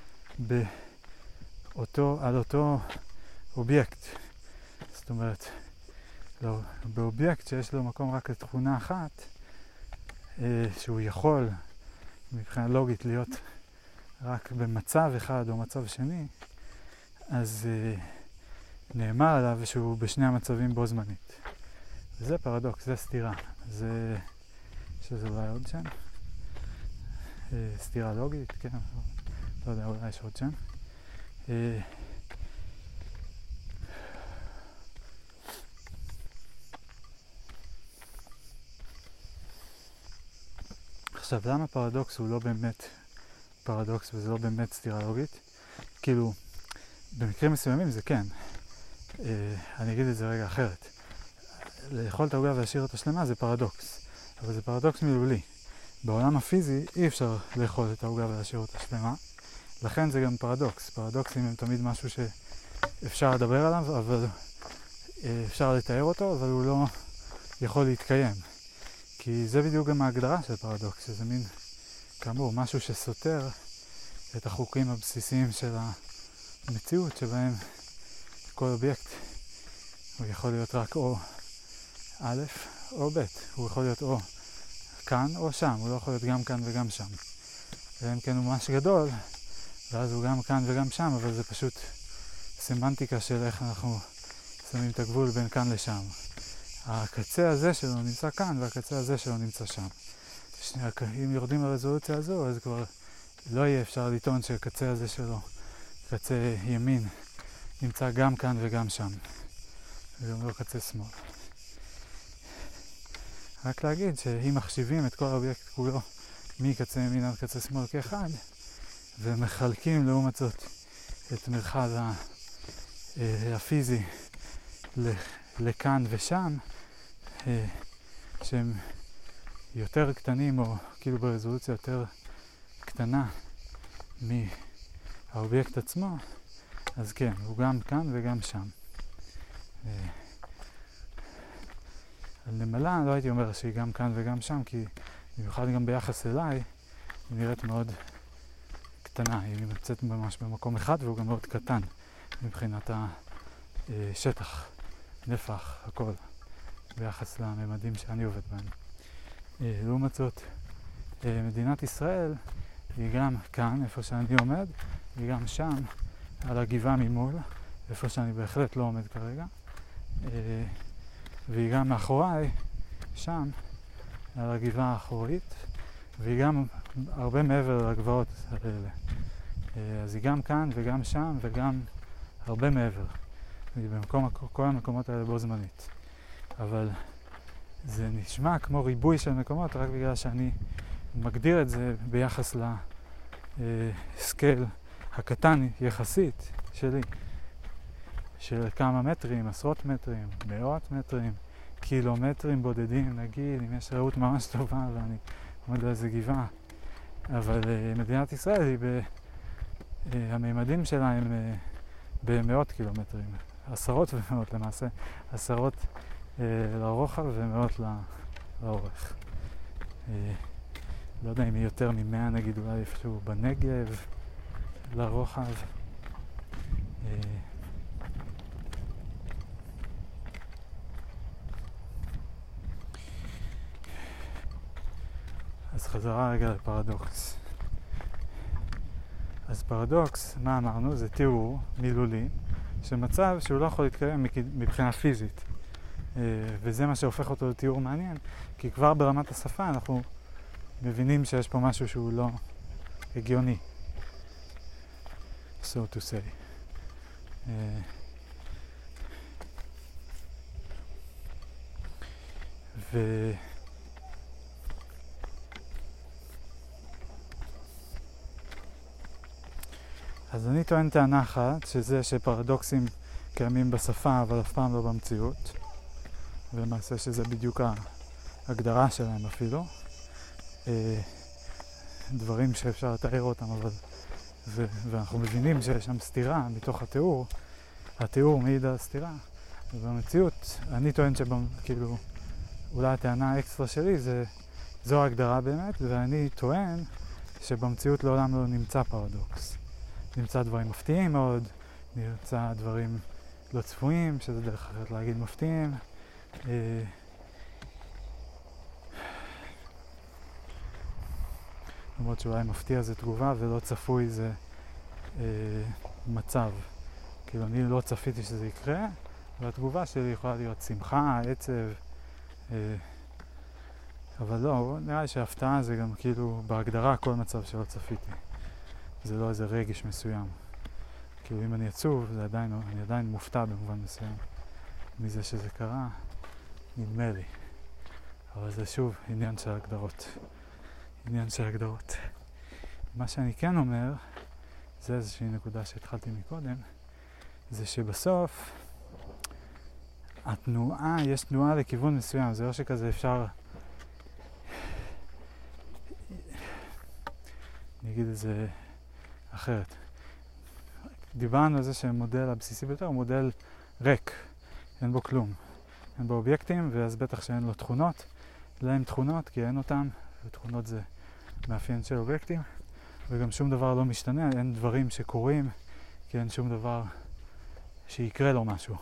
באותו, על אותו אובייקט. זאת אומרת, לא, באובייקט שיש לו מקום רק לתכונה אחת, אה, שהוא יכול מבחינה לוגית להיות רק במצב אחד או מצב שני, אז אה, נאמר עליו שהוא בשני המצבים בו זמנית. וזה פרדוקס, זה סתירה. זה, שזה אולי עוד שם. אה, סתירה לוגית, כן, לא יודע, אולי יש עוד שם. אה, עכשיו, למה פרדוקס הוא לא באמת פרדוקס וזה לא באמת סתירה לוגית? כאילו, במקרים מסוימים זה כן. אה, אני אגיד את זה רגע אחרת. לאכול את העוגה ולהשאיר אותה שלמה זה פרדוקס, אבל זה פרדוקס מילולי. בעולם הפיזי אי אפשר לאכול את העוגה ולהשאיר אותה שלמה, לכן זה גם פרדוקס. פרדוקסים הם תמיד משהו שאפשר לדבר עליו, אבל אפשר לתאר אותו, אבל הוא לא יכול להתקיים. כי זה בדיוק גם ההגדרה של פרדוקס, שזה מין, כאמור, משהו שסותר את החוקים הבסיסיים של המציאות, שבהם כל אובייקט הוא יכול להיות רק או א' או ב', הוא יכול להיות או כאן או שם, הוא לא יכול להיות גם כאן וגם שם. ואם כן הוא ממש גדול, ואז הוא גם כאן וגם שם, אבל זה פשוט סמנטיקה של איך אנחנו שמים את הגבול בין כאן לשם. הקצה הזה שלו נמצא כאן והקצה הזה שלו נמצא שם. שני, אם יורדים לרזולוציה הזו, אז כבר לא יהיה אפשר לטעון שהקצה הזה שלו, קצה ימין, נמצא גם כאן וגם שם. וגם לא קצה שמאל. רק להגיד שאם מחשיבים את כל האובייקט כולו מקצה ימין עד קצה שמאל כאחד, ומחלקים לעומת זאת את מרחב הפיזי לכאן ושם, שהם יותר קטנים או כאילו ברזולוציה יותר קטנה מהאובייקט עצמו, אז כן, הוא גם כאן וגם שם. על נמלה לא הייתי אומר שהיא גם כאן וגם שם, כי במיוחד גם ביחס אליי היא נראית מאוד קטנה, היא נמצאת ממש במקום אחד והוא גם מאוד קטן מבחינת השטח, נפח, הכל, ביחס לממדים שאני עובד בהם. לעומת זאת, מדינת ישראל היא גם כאן, איפה שאני עומד, היא גם שם, על הגבעה ממול, איפה שאני בהחלט לא עומד כרגע, והיא גם מאחוריי, שם, על הגבעה האחורית, והיא גם הרבה מעבר לגבעות האלה. אז היא גם כאן וגם שם וגם הרבה מעבר. היא במקום, כל המקומות האלה בו זמנית. אבל זה נשמע כמו ריבוי של מקומות רק בגלל שאני מגדיר את זה ביחס לסקייל הקטן יחסית שלי. של כמה מטרים, עשרות מטרים, מאות מטרים, קילומטרים בודדים, נגיד, אם יש ראות ממש טובה ואני עומד על איזה גבעה. אבל uh, מדינת ישראל היא, ב, uh, הממדים שלה הם uh, במאות קילומטרים, עשרות ומאות למעשה, עשרות uh, לרוחב ומאות לאורך. Uh, לא יודע אם היא יותר ממאה, נגיד אולי איפשהו בנגב, לרוחב. Uh, אז חזרה רגע לפרדוקס. אז פרדוקס, מה אמרנו? זה תיאור מילולי של מצב שהוא לא יכול להתקיים מבחינה פיזית. וזה מה שהופך אותו לתיאור מעניין, כי כבר ברמת השפה אנחנו מבינים שיש פה משהו שהוא לא הגיוני. So to say. ו... אז אני טוען טענה אחת, שזה שפרדוקסים קיימים בשפה, אבל אף פעם לא במציאות. ולמעשה שזה בדיוק ההגדרה שלהם אפילו. דברים שאפשר לתאר אותם, אבל... ו- ואנחנו מבינים שיש שם סתירה מתוך התיאור. התיאור מעיד על הסתירה. ובמציאות, אני טוען שכאילו, אולי הטענה האקסטרה שלי זה, זו ההגדרה באמת, ואני טוען שבמציאות לעולם לא נמצא פרדוקס. נמצא דברים מפתיעים מאוד, נמצא דברים לא צפויים, שזה דרך אחרת להגיד מפתיעים. אה, למרות שאולי מפתיע זה תגובה ולא צפוי זה אה, מצב. כאילו אני לא צפיתי שזה יקרה, והתגובה שלי יכולה להיות שמחה, עצב, אה, אבל לא, נראה לי שההפתעה זה גם כאילו בהגדרה כל מצב שלא צפיתי. זה לא איזה רגש מסוים. כאילו אם אני עצוב, זה עדיין, אני עדיין מופתע במובן מסוים מזה שזה קרה, נדמה לי. אבל זה שוב עניין של הגדרות. עניין של הגדרות. מה שאני כן אומר, זה איזושהי נקודה שהתחלתי מקודם, זה שבסוף התנועה, יש תנועה לכיוון מסוים, זה לא שכזה אפשר, אני אגיד את זה אחרת. דיברנו על זה שהמודל הבסיסי ביותר הוא מודל ריק, אין בו כלום. אין בו אובייקטים, ואז בטח שאין לו תכונות. להם תכונות, כי אין אותם, ותכונות זה מאפיין של אובייקטים, וגם שום דבר לא משתנה, אין דברים שקורים, כי אין שום דבר שיקרה לו משהו.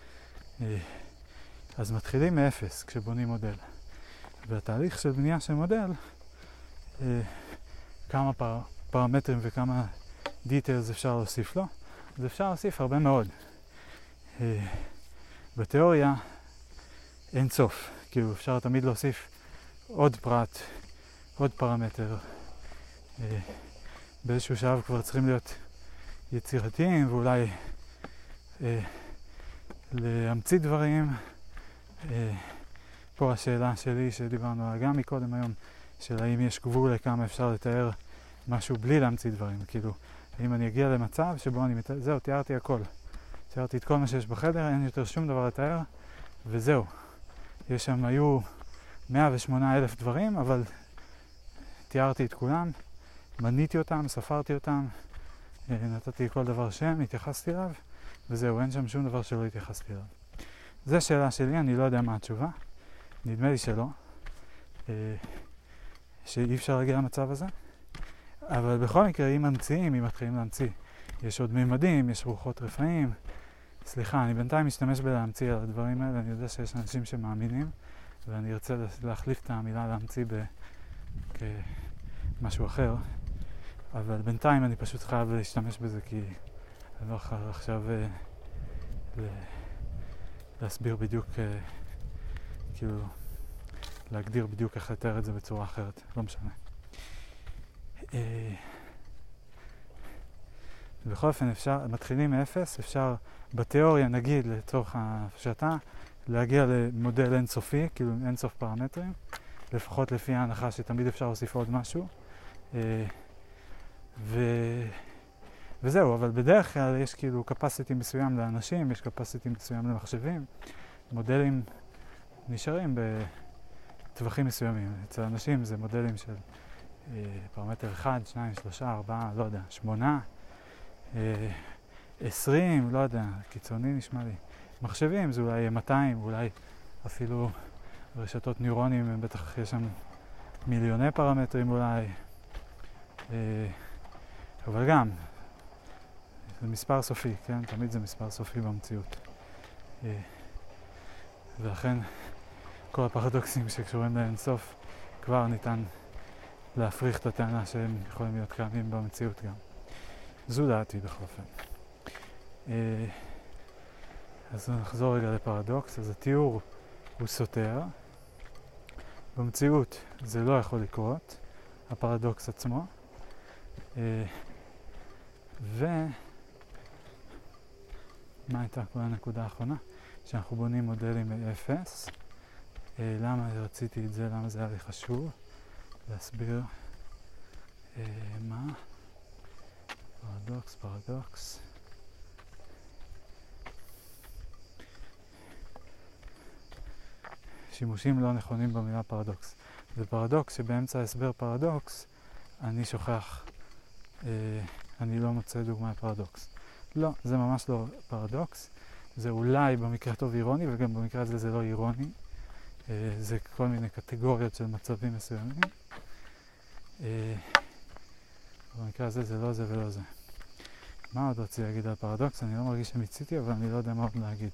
אז מתחילים מאפס כשבונים מודל. והתהליך של בנייה של מודל, כמה פר, פרמטרים וכמה דיטלס אפשר להוסיף לו, אז אפשר להוסיף הרבה מאוד. בתיאוריה אין סוף, כאילו אפשר תמיד להוסיף עוד פרט, עוד פרמטר. באיזשהו שלב כבר צריכים להיות יצירתיים ואולי אה, להמציא דברים. אה, פה השאלה שלי שדיברנו עליה גם מקודם היום, של האם יש גבול לכמה אפשר לתאר משהו בלי להמציא דברים. כאילו, האם אני אגיע למצב שבו אני מתאר, זהו, תיארתי הכל. תיארתי את כל מה שיש בחדר, אין יותר שום דבר לתאר, וזהו. יש שם, היו מאה ושמונה אלף דברים, אבל תיארתי את כולם, מניתי אותם, ספרתי אותם, נתתי כל דבר שם, התייחסתי אליו, וזהו, אין שם שום דבר שלא התייחסתי אליו. זו שאלה שלי, אני לא יודע מה התשובה, נדמה לי שלא, שאי אפשר להגיע למצב הזה, אבל בכל מקרה, אם ממציאים, אם מתחילים להמציא, יש עוד מימדים, יש רוחות רפאים, סליחה, אני בינתיים משתמש בלהמציא על הדברים האלה, אני יודע שיש אנשים שמאמינים, ואני ארצה להחליף את המילה להמציא כמשהו אחר, אבל בינתיים אני פשוט חייב להשתמש בזה, כי אני לא יכול עכשיו ל... להסביר בדיוק, כאילו, להגדיר בדיוק איך לתאר את זה בצורה אחרת, לא משנה. בכל אופן, אפשר, מתחילים מאפס, אפשר בתיאוריה, נגיד, לצורך ההפשטה, להגיע למודל אינסופי, כאילו אינסוף פרמטרים, לפחות לפי ההנחה שתמיד אפשר להוסיף עוד משהו. ו... וזהו, אבל בדרך כלל יש כאילו capacity מסוים לאנשים, יש capacity מסוים למחשבים, מודלים נשארים בטווחים מסוימים. אצל אנשים זה מודלים של אה, פרמטר אחד, שניים, שלושה, ארבעה, לא יודע, שמונה, אה, עשרים, לא יודע, קיצוני נשמע לי. מחשבים זה אולי מאתיים, אולי אפילו רשתות ניורונים, הם בטח יש שם מיליוני פרמטרים אולי, אה, אבל גם, זה מספר סופי, כן? תמיד זה מספר סופי במציאות. אה, ולכן כל הפרדוקסים שקשורים לאינסוף כבר ניתן להפריך את הטענה שהם יכולים להיות קיימים במציאות גם. זו דעתי בכל אופן. אה, אז נחזור רגע לפרדוקס. אז התיאור הוא סותר. במציאות זה לא יכול לקרות, הפרדוקס עצמו. אה, ו... מה הייתה כל הנקודה האחרונה? שאנחנו בונים מודלים מאפס. אה, למה רציתי את זה? למה זה היה לי חשוב? להסביר אה, מה? פרדוקס, פרדוקס. שימושים לא נכונים במילה פרדוקס. זה פרדוקס שבאמצע הסבר פרדוקס אני שוכח, אה, אני לא מוצא דוגמה פרדוקס. לא, זה ממש לא פרדוקס. זה אולי במקרה טוב אירוני, וגם במקרה הזה זה לא אירוני. אה, זה כל מיני קטגוריות של מצבים מסוימים. אה, במקרה הזה זה לא זה ולא זה. מה עוד רציתי להגיד על פרדוקס? אני לא מרגיש שמיציתי, אבל אני לא יודע מה עוד להגיד.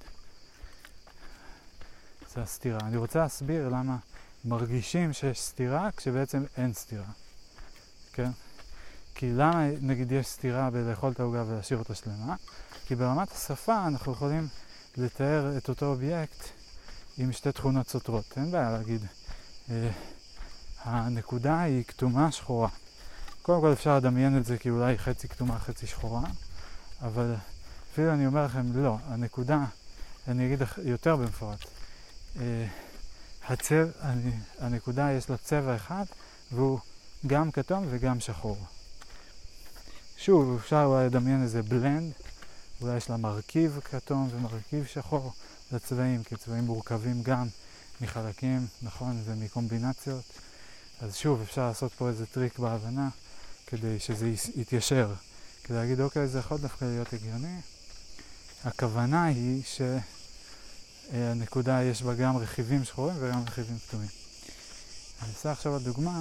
זה הסתירה. אני רוצה להסביר למה מרגישים שיש סתירה כשבעצם אין סתירה. כן? כי למה נגיד יש סתירה בלאכול את העוגה ולהשאיר אותה שלמה? כי ברמת השפה אנחנו יכולים לתאר את אותו אובייקט עם שתי תכונות סותרות. אין בעיה להגיד, אה, הנקודה היא כתומה שחורה. קודם כל אפשר לדמיין את זה כי אולי חצי כתומה חצי שחורה, אבל אפילו אני אומר לכם לא, הנקודה, אני אגיד יותר במפורט, אה, הצבע, הנקודה יש לה צבע אחד והוא גם כתום וגם שחור. שוב, אפשר אולי לדמיין איזה בלנד, אולי יש לה מרכיב כתום ומרכיב שחור לצבעים, כי צבעים מורכבים גם מחלקים, נכון, ומקומבינציות. אז שוב, אפשר לעשות פה איזה טריק בהבנה, כדי שזה יתיישר. כדי להגיד, אוקיי, זה יכול דווקא להיות הגיוני. הכוונה היא שהנקודה יש בה גם רכיבים שחורים וגם רכיבים כתומים. אני אעשה עכשיו הדוגמה.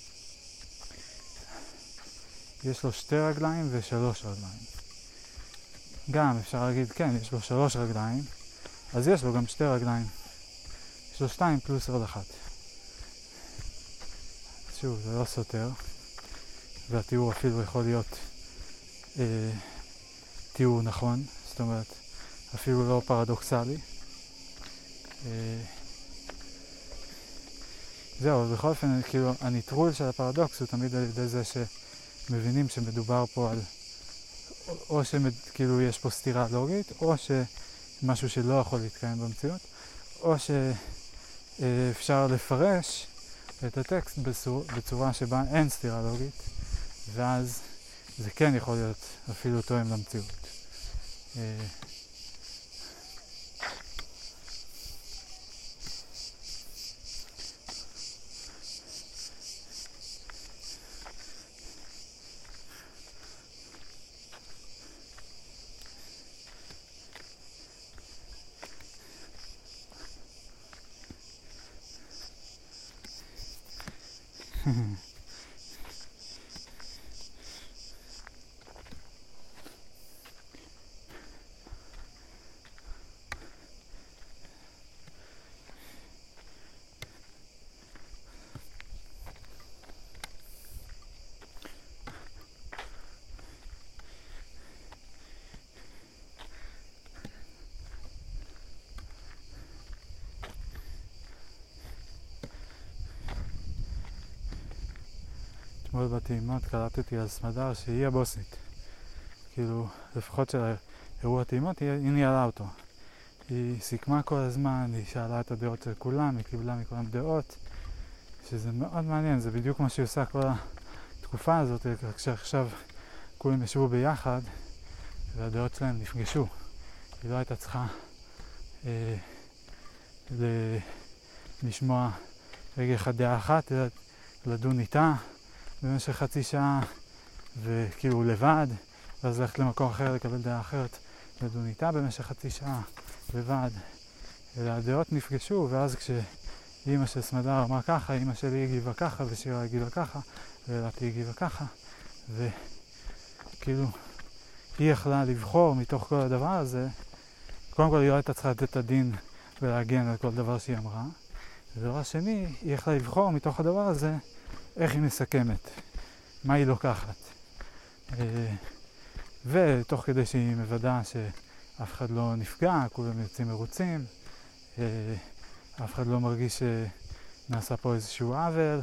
יש לו שתי רגליים ושלוש רגליים. גם אפשר להגיד, כן, יש לו שלוש רגליים, אז יש לו גם שתי רגליים. יש לו שתיים פלוס עוד אחת. שוב, זה לא סותר, והתיאור אפילו יכול להיות אה, תיאור נכון, זאת אומרת, אפילו לא פרדוקסלי. אה, זהו, בכל אופן, כאילו, הניטרול של הפרדוקס הוא תמיד על ידי זה שמבינים שמדובר פה על, או שכאילו יש פה סתירה לוגית, או שמשהו שלא יכול להתקיים במציאות, או שאפשר לפרש את הטקסט בצורה שבה אין סתירה לוגית, ואז זה כן יכול להיות אפילו תואם למציאות. אתמול בטעימות קלטתי על סמדר שהיא הבוסית. כאילו, לפחות של האירוע טעימות, היא, היא ניהלה אותו. היא סיכמה כל הזמן, היא שאלה את הדעות של כולם, היא קיבלה מכולם דעות, שזה מאוד מעניין, זה בדיוק מה שהיא עושה כל התקופה הזאת, כשעכשיו כולם ישבו ביחד, והדעות שלהם נפגשו. היא לא הייתה צריכה אה, ל- לשמוע רגע אחד דעה אחת, אלא לדון איתה במשך חצי שעה, וכאילו לבד, ואז ללכת למקום אחר לקבל דעה אחרת, לדון איתה במשך חצי שעה, לבד. אלא הדעות נפגשו, ואז כשאימא של סמדר אמרה ככה, אימא שלי הגיבה ככה, ושירה הגיבה ככה, ואלתי הגיבה ככה, וכאילו היא יכלה לבחור מתוך כל הדבר הזה. קודם כל היא לא הייתה צריכה לתת את הדין ולהגן על כל דבר שהיא אמרה. ודבר שני, היא יכלה לבחור מתוך הדבר הזה איך היא מסכמת, מה היא לוקחת. ותוך כדי שהיא מוודאה שאף אחד לא נפגע, כולם יוצאים מרוצים, אף אחד לא מרגיש שנעשה פה איזשהו עוול,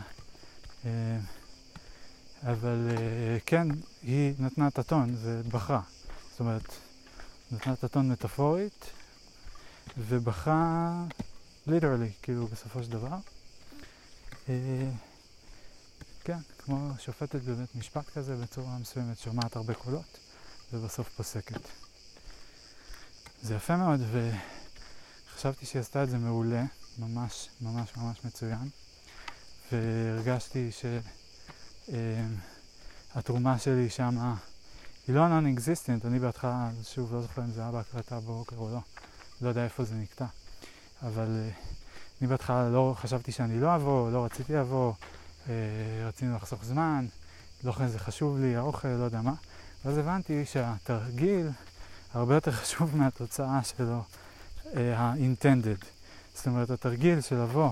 אבל כן, היא נתנה את הטון ובחרה. זאת אומרת, נתנה את הטון מטאפורית ובחרה literally, כאילו בסופו של דבר. כן, כמו שופטת בבית משפט כזה, בצורה מסוימת, שומעת הרבה קולות, ובסוף פוסקת. זה יפה מאוד, וחשבתי שהיא עשתה את זה מעולה, ממש ממש ממש מצוין, והרגשתי שהתרומה שלי שמה היא לא non-existent, אני בהתחלה, שוב, לא זוכר אם זה היה בהקלטה בבוקר או לא, לא יודע איפה זה נקטע, אבל אני בהתחלה לא חשבתי שאני לא אבוא, לא רציתי לבוא, רצינו לחסוך זמן, לא חושב זה חשוב לי, האוכל, לא יודע מה. ואז הבנתי שהתרגיל הרבה יותר חשוב מהתוצאה שלו, ה-intended. זאת אומרת, התרגיל של לבוא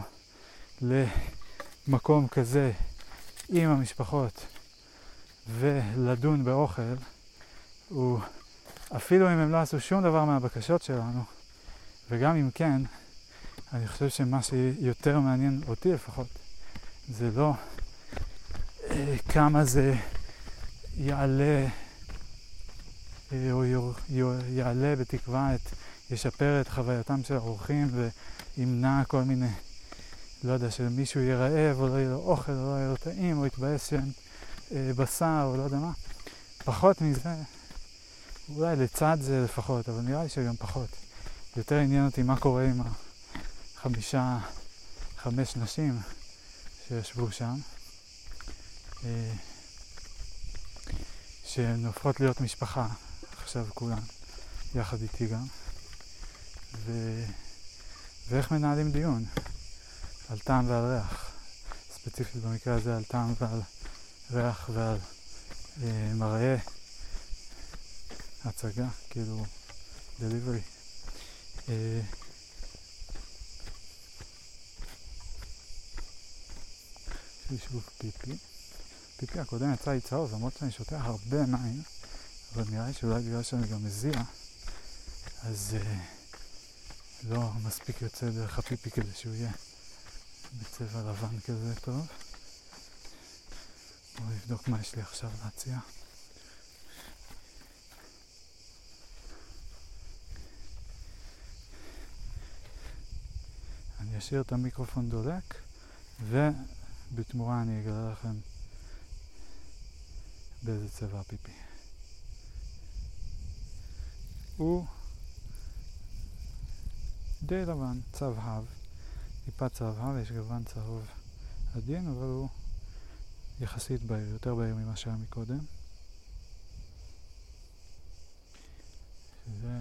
למקום כזה עם המשפחות ולדון באוכל, הוא, אפילו אם הם לא עשו שום דבר מהבקשות שלנו, וגם אם כן, אני חושב שמה שיותר מעניין אותי לפחות, זה לא אה, כמה זה יעלה אה, או יור, יור, יעלה בתקווה את, ישפר את חווייתם של האורחים וימנע כל מיני לא יודע, שמישהו יהיה רעב, או לא יהיה לו אוכל, או לא יהיה לו טעים, או יתבאס שאין אה, בשר, או לא יודע מה. פחות מזה, אולי לצד זה לפחות, אבל נראה לי שגם פחות. יותר עניין אותי מה קורה עם החמישה, חמש נשים שישבו שם, אה, שהן הופכות להיות משפחה, עכשיו כולן, יחד איתי גם. ו... ואיך מנהלים דיון על טעם ועל ריח, ספציפית במקרה הזה על טעם ועל ריח ועל אה, מראה הצגה, כאילו דליברי. אה, שישבו פיפי. פיפי הקודם יצא לי צהוב, למרות שאני שותה הרבה מים, אבל נראה לי שאולי בגלל שאני גם מזיע, אז אה, לא מספיק יוצא דרך הפיפי כדי שהוא יהיה בצבע לבן כזה טוב. בואו נבדוק מה יש לי עכשיו להציע. אני אשאיר את המיקרופון דולק, ובתמורה אני אגלה לכם באיזה צבע הפיפי. הוא די לבן, צהוב, טיפה צהוב, יש גוון צהוב עדין, אבל הוא יחסית בהיר, יותר בהיר ממה שהיה מקודם. שזה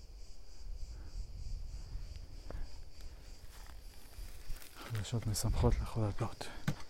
חדשות משמחות לכל הדעות.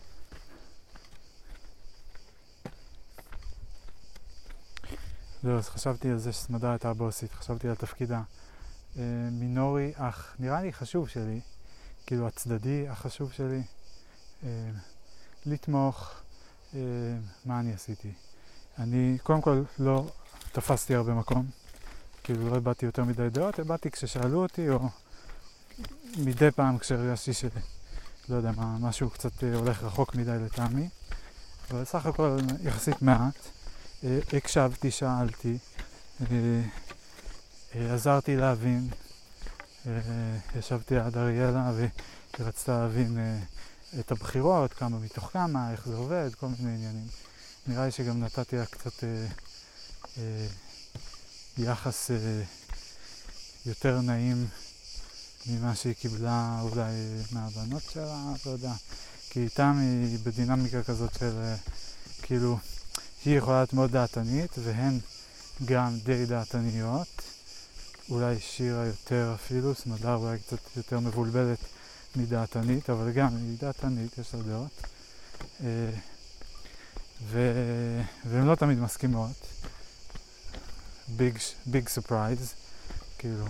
זהו, אז חשבתי על זה שסמדר הייתה הבוסית, חשבתי על תפקיד המינורי, אך נראה לי חשוב שלי, כאילו הצדדי החשוב שלי, אה, לתמוך. אה, מה אני עשיתי? אני קודם כל לא תפסתי הרבה מקום, כאילו לא הבאתי יותר מדי דעות, הבאתי כששאלו אותי, או מדי פעם כשהרגשתי שלא יודע מה, משהו קצת הולך רחוק מדי לטעמי, אבל סך הכל יחסית מעט. אה, הקשבתי, שאלתי, אה, אה, עזרתי להבין, אה, ישבתי עד אריאלה והיא רצתה להבין אה, את הבחירות, כמה מתוך כמה, איך זה עובד, כל מיני עניינים. נראה לי שגם נתתי לה קצת אה, אה, יחס אה, יותר נעים ממה שהיא קיבלה אולי מהבנות שלה, לא יודע. כי איתם היא בדינמיקה כזאת של אה, כאילו היא יכולה להיות מאוד דעתנית והן גם די דעתניות. אולי שירה יותר אפילו, סמדר אולי קצת יותר מבולבלת מדעתנית, אבל גם היא דעתנית, יש לה דעות. אה, ו... והן לא תמיד מסכימות. ביג, ביג סופרייז, כאילו,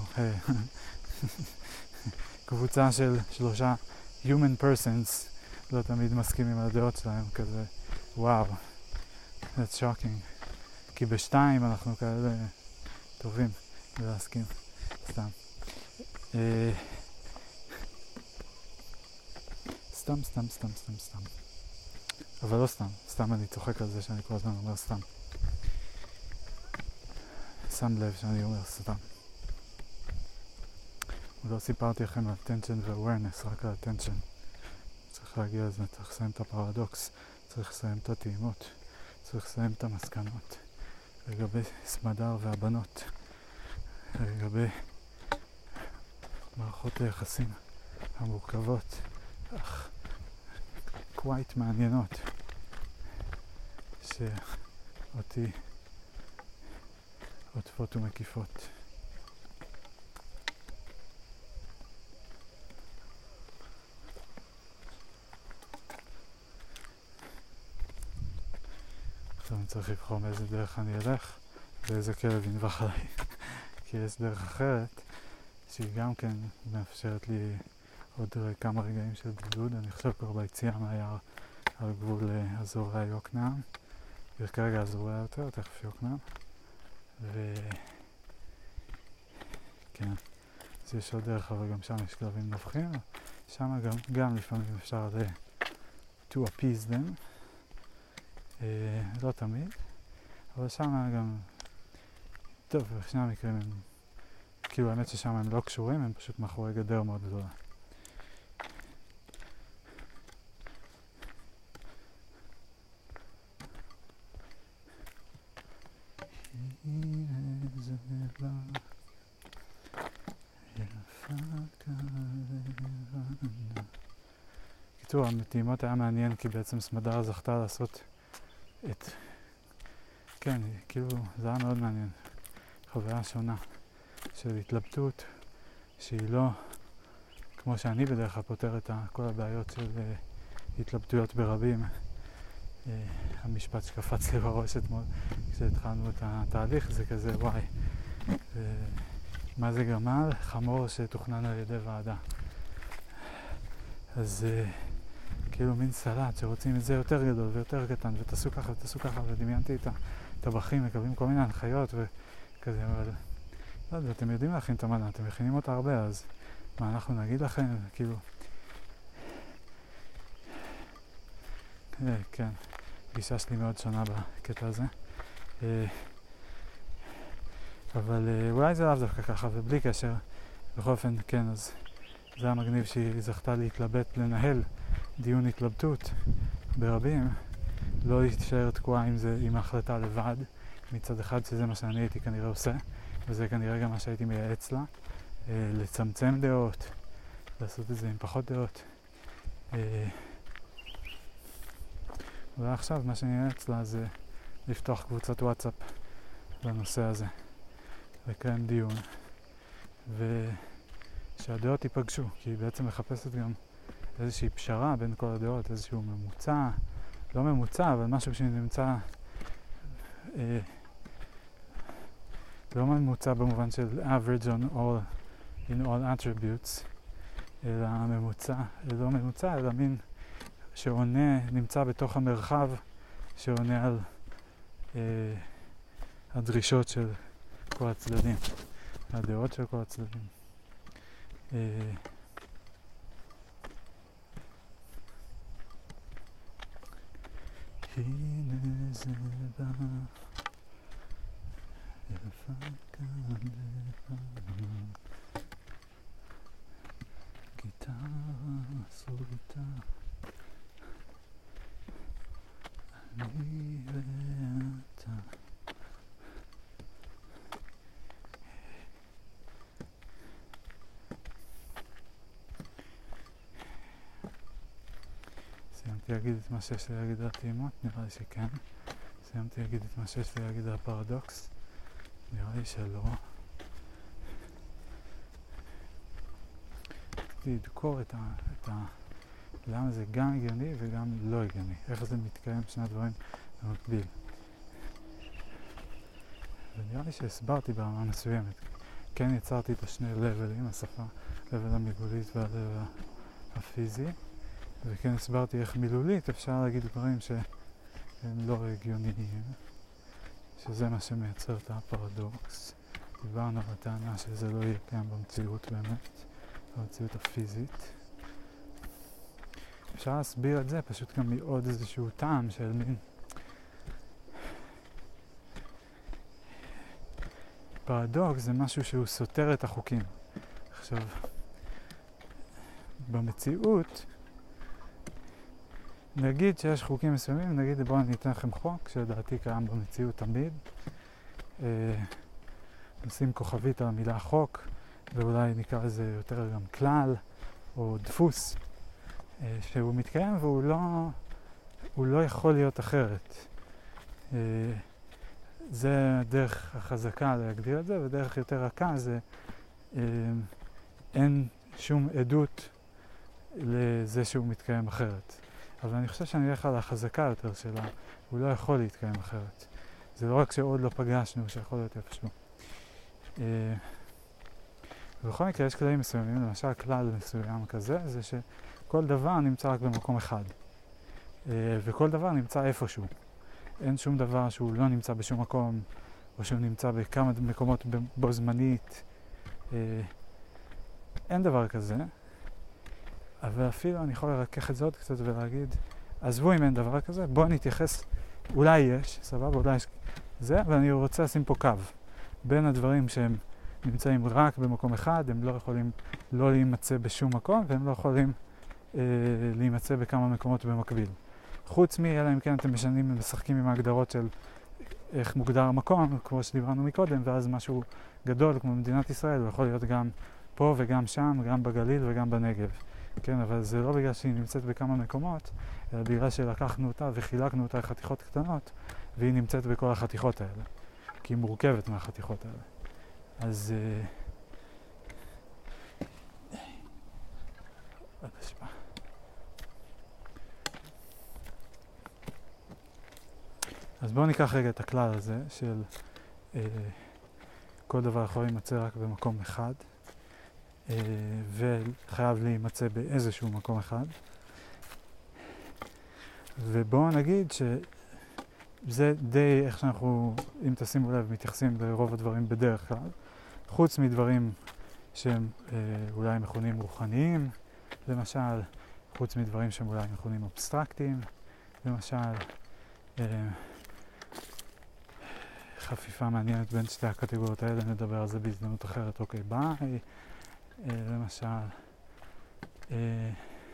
קבוצה של שלושה human persons לא תמיד מסכימים על הדעות שלהם, כזה, וואו, that's shocking. כי בשתיים אנחנו כאלה טובים להסכים, סתם. אה, סתם, סתם, סתם, סתם, סתם. אבל לא סתם, סתם אני צוחק על זה שאני כל הזמן אומר סתם. שם לב שאני אומר סתם. לא סיפרתי לכם על attention ו-awareness, רק על attention. צריך להגיע לזה, צריך לסיים את הפרדוקס, צריך לסיים את הטעימות, צריך לסיים את המסקנות. לגבי סמדר והבנות, לגבי מערכות היחסים המורכבות, אך קווייט מעניינות, שאותי עוטפות ומקיפות. עכשיו אני צריך לבחור מאיזה דרך אני אלך ואיזה כלב ינבח עליי. כי יש דרך אחרת שהיא גם כן מאפשרת לי עוד כמה רגעים של בידוד. אני חושב כבר ביציאה מהיער על גבול אזורי יוקנעם. כרגע אזורי יותר, תכף יוקנעם. ו... כן, אז יש עוד דרך, אבל גם שם יש כלבים נובחים. שם גם, גם לפעמים אפשר ל... to appease them. אה, לא תמיד, אבל שם גם... טוב, בשני המקרים הם... כאילו האמת ששם הם לא קשורים, הם פשוט מאחורי גדר מאוד גדולה. הנה זה בא, יפה כלבנה. קיצור, הטעימות היה מעניין כי בעצם סמדר זכתה לעשות את... כן, כאילו, זה היה מאוד מעניין. חוויה שונה של התלבטות שהיא לא כמו שאני בדרך כלל פותר את כל הבעיות של uh, התלבטויות ברבים. Uh, המשפט שקפץ לי בראש אתמול כשהתחלנו את התהליך זה כזה וואי, uh, מה זה גמל? חמור שתוכנן על ידי ועדה. אז uh, כאילו מין סלט שרוצים את זה יותר גדול ויותר קטן ותעשו ככה ותעשו ככה, ודמיינתי את הטבחים מקבלים כל מיני הנחיות וכזה, אבל לא יודע, אתם יודעים להכין את המנה, אתם מכינים אותה הרבה, אז מה אנחנו נגיד לכם? כאילו אה, כן, גישה שלי מאוד שונה בקטע הזה, אה, אבל אה, אולי זה לאו דווקא ככה, ובלי קשר, בכל אופן, כן, אז זה היה מגניב שהיא זכתה להתלבט, לנהל דיון התלבטות ברבים, לא להישאר תקועה עם זה, עם ההחלטה לבד, מצד אחד שזה מה שאני הייתי כנראה עושה, וזה כנראה גם מה שהייתי מייעץ לה, אה, לצמצם דעות, לעשות את זה עם פחות דעות. אה, ועכשיו מה שאני מייעץ לה זה לפתוח קבוצת וואטסאפ לנושא הזה, לקיים דיון, ושהדעות ייפגשו, כי היא בעצם מחפשת גם איזושהי פשרה בין כל הדעות, איזשהו ממוצע, לא ממוצע, אבל משהו שנמצא אה, לא ממוצע במובן של average on all, in all attributes, אלא ממוצע, לא ממוצע, אלא מין שעונה, נמצא בתוך המרחב שעונה על אה, הדרישות של כל הצדדים, הדעות של כל הצדדים. אה, הנה זה בא, יפה כלבנה, גיטרה סרוטה, אני ואתה. סיימתי להגיד את מה שיש לי להגיד על הטעימות? נראה לי שכן. סיימתי להגיד את מה שיש לי להגיד על הפרדוקס? נראה לי שלא. רציתי לדקור את ה... את ה... למה זה גם הגיוני וגם לא הגיוני. איך זה מתקיים שני הדברים במקביל. ונראה לי שהסברתי ברמה מסוימת. כן יצרתי את השני לבלים, השפה, לבל המילולית והלבל הפיזי. וכן הסברתי איך מילולית אפשר להגיד דברים שהם לא הגיוניים, שזה מה שמייצר את הפרדוקס. דיברנו על הטענה שזה לא יהיה קיים במציאות באמת, במציאות הפיזית. אפשר להסביר את זה פשוט גם מעוד איזשהו טעם של מין פרדוקס זה משהו שהוא סותר את החוקים. עכשיו, במציאות נגיד שיש חוקים מסוימים, נגיד בואו אני אתן לכם חוק שלדעתי קיים במציאות תמיד. אה, נשים כוכבית על המילה חוק, ואולי נקרא לזה יותר גם כלל או דפוס, אה, שהוא מתקיים והוא לא, הוא לא יכול להיות אחרת. אה, זה דרך החזקה להגדיר את זה, ודרך יותר רכה זה אה, אין שום עדות לזה שהוא מתקיים אחרת. אבל אני חושב שאני אלך על החזקה יותר שלה, הוא לא יכול להתקיים אחרת. זה לא רק שעוד לא פגשנו, שיכול להיות איפשהו. ובכל מקרה יש כללים מסוימים, למשל כלל מסוים כזה, זה שכל דבר נמצא רק במקום אחד. וכל דבר נמצא איפשהו. אין שום דבר שהוא לא נמצא בשום מקום, או שהוא נמצא בכמה מקומות בו זמנית. אין דבר כזה. אבל אפילו אני יכול לרכך את זה עוד קצת ולהגיד, עזבו אם אין דבר כזה, בואו נתייחס, אולי יש, סבבה, אולי יש זה, אבל אני רוצה לשים פה קו. בין הדברים שהם נמצאים רק במקום אחד, הם לא יכולים לא להימצא בשום מקום, והם לא יכולים אה, להימצא בכמה מקומות במקביל. חוץ מי, אלא אם כן אתם משנים, משחקים עם ההגדרות של איך מוגדר המקום, כמו שדיברנו מקודם, ואז משהו גדול כמו מדינת ישראל, הוא יכול להיות גם פה וגם שם, גם בגליל וגם בנגב. כן, אבל זה לא בגלל שהיא נמצאת בכמה מקומות, אלא בגלל שלקחנו אותה וחילקנו אותה לחתיכות קטנות, והיא נמצאת בכל החתיכות האלה, כי היא מורכבת מהחתיכות האלה. אז... עד השפעה. אז בואו ניקח רגע את הכלל הזה של אה, כל דבר יכול להימצא רק במקום אחד, אה, וחייב להימצא באיזשהו מקום אחד. ובואו נגיד שזה די איך שאנחנו, אם תשימו לב, מתייחסים לרוב הדברים בדרך כלל, חוץ מדברים שהם אה, אולי מכונים רוחניים, למשל, חוץ מדברים שהם אולי מכונים אבסטרקטיים, למשל, אה, חפיפה מעניינת בין שתי הקטגוריות האלה, נדבר על זה בהזדמנות אחרת, אוקיי, ביי, אה, למשל, אה,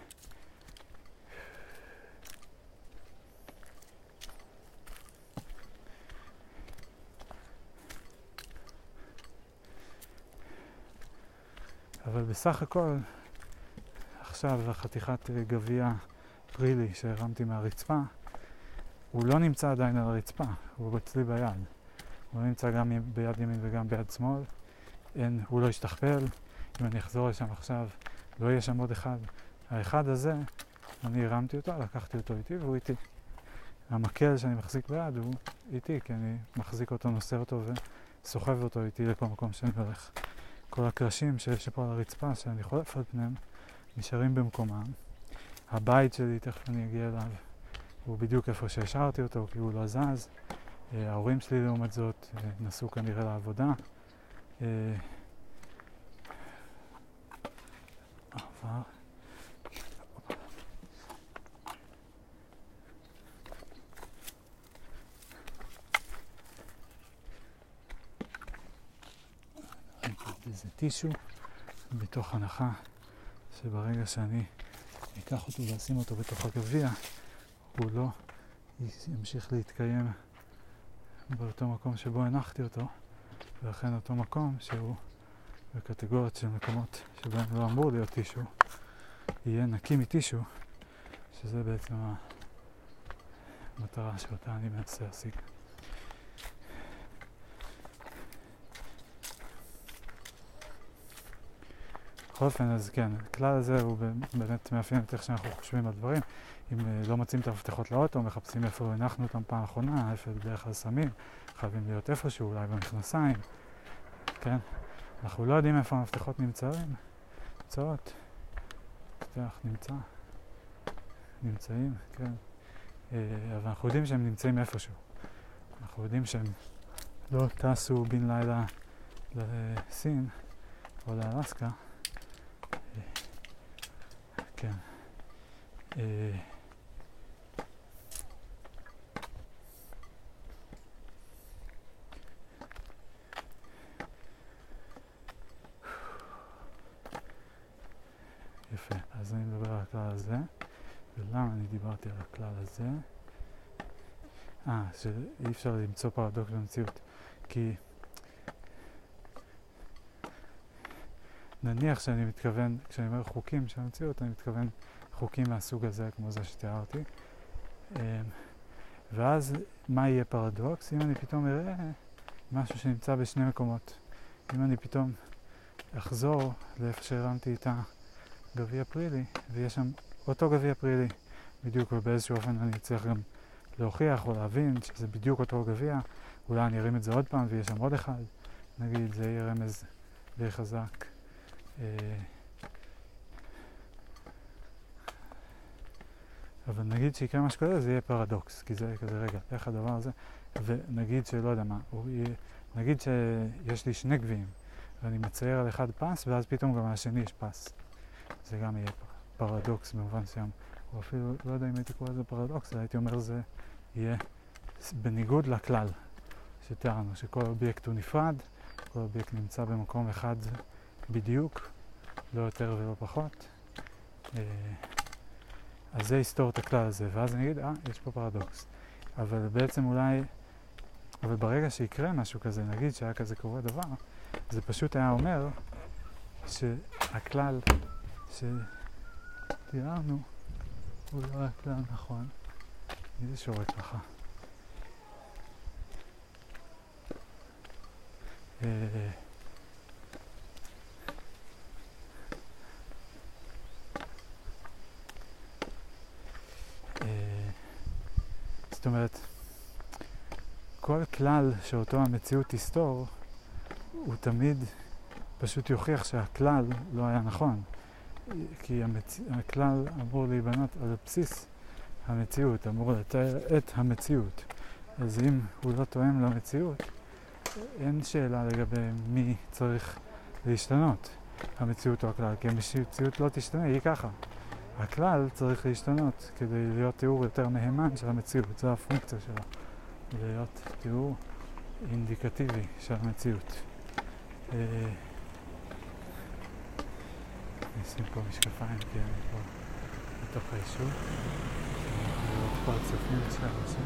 אבל בסך הכל, עכשיו החתיכת גביע פרילי שהרמתי מהרצפה, הוא לא נמצא עדיין על הרצפה, הוא אצלי ביד. הוא לא נמצא גם ביד ימין וגם ביד שמאל. אין, הוא לא ישתכפל. אם אני אחזור לשם עכשיו, לא יהיה שם עוד אחד. האחד הזה, אני הרמתי אותו, לקחתי אותו איתי והוא איתי. המקל שאני מחזיק ביד הוא איתי, כי אני מחזיק אותו, נושא אותו וסוחב אותו איתי לכל מקום שאני הולך. כל הקרשים שיש פה על הרצפה שאני חולף על פניהם נשארים במקומם. הבית שלי, תכף אני אגיע אליו, הוא בדיוק איפה שהשארתי אותו, כי הוא לא זז. ההורים שלי לעומת זאת נסעו כנראה לעבודה. עבר. איזה טישו, בתוך הנחה שברגע שאני אקח אותו ואשים אותו בתוך הגביע, הוא לא ימשיך להתקיים באותו מקום שבו הנחתי אותו, ולכן אותו מקום שהוא בקטגוריות של מקומות שבהם לא אמור להיות טישו, יהיה נקי מטישו, שזה בעצם המטרה שאותה אני מנסה להשיג. בכל אופן, אז כן, הכלל הזה הוא באמת מאפיין את איך שאנחנו חושבים על דברים. אם לא מוצאים את המפתחות לאוטו, מחפשים איפה הנחנו אותם פעם האחרונה, איפה בדרך כלל שמים, חייבים להיות איפשהו, אולי במכנסיים, כן? אנחנו לא יודעים איפה המפתחות נמצאים, נמצאות, מפתח נמצא, נמצאים, כן? אבל אנחנו יודעים שהם נמצאים איפשהו. אנחנו יודעים שהם לא טסו בן לילה לסין או לאלסקה, כן. יפה, אז אני מדבר על הכלל הזה, ולמה אני דיברתי על הכלל הזה? אה, שאי אפשר למצוא פרדוקס במציאות, כי נניח שאני מתכוון, כשאני אומר חוקים של המציאות, אני מתכוון חוקים מהסוג הזה, כמו זה שתיארתי. ואז מה יהיה פרדוקס? אם אני פתאום אראה משהו שנמצא בשני מקומות. אם אני פתאום אחזור לאיפה שהרמתי את הגביע פרילי, ויש שם אותו גביע פרילי, בדיוק ובאיזשהו אופן אני צריך גם להוכיח או להבין שזה בדיוק אותו גביע, אולי אני ארים את זה עוד פעם ויש שם עוד אחד, נגיד זה יהיה רמז די חזק. אבל נגיד שיקרה משהו כזה, זה יהיה פרדוקס, כי זה כזה רגע, איך הדבר הזה, ונגיד שלא יודע מה, יהיה, נגיד שיש לי שני גביעים, ואני מצייר על אחד פס, ואז פתאום גם על השני יש פס. זה גם יהיה פרדוקס במובן מסוים, או אפילו, לא יודע אם הייתי קורא לזה פרדוקס, הייתי אומר זה יהיה בניגוד לכלל שתיארנו, שכל אובייקט הוא נפרד, כל אובייקט נמצא במקום אחד בדיוק, לא יותר ולא פחות. אז זה יסתור את הכלל הזה, ואז אני אגיד, אה, יש פה פרדוקס. אבל בעצם אולי אבל ברגע שיקרה משהו כזה, נגיד שהיה כזה קורה דבר, זה פשוט היה אומר שהכלל שתיארנו הוא לא הכלל נכון. מי זה שורק ככה? אה... זאת אומרת, כל כלל שאותו המציאות תסתור, הוא תמיד פשוט יוכיח שהכלל לא היה נכון. כי המצ... הכלל אמור להיבנות על בסיס המציאות, אמור לתאר את המציאות. אז אם הוא לא תואם למציאות, אין שאלה לגבי מי צריך להשתנות, המציאות או הכלל. כי המציאות לא תשתנה, היא ככה. הכלל צריך להשתנות כדי להיות תיאור יותר מהימן של המציאות, זו הפונקציה שלו, להיות תיאור אינדיקטיבי של המציאות. אני אשים פה משקפיים כי אני פה בתוך היישוב, אני לראות פה הצופים של האנשים.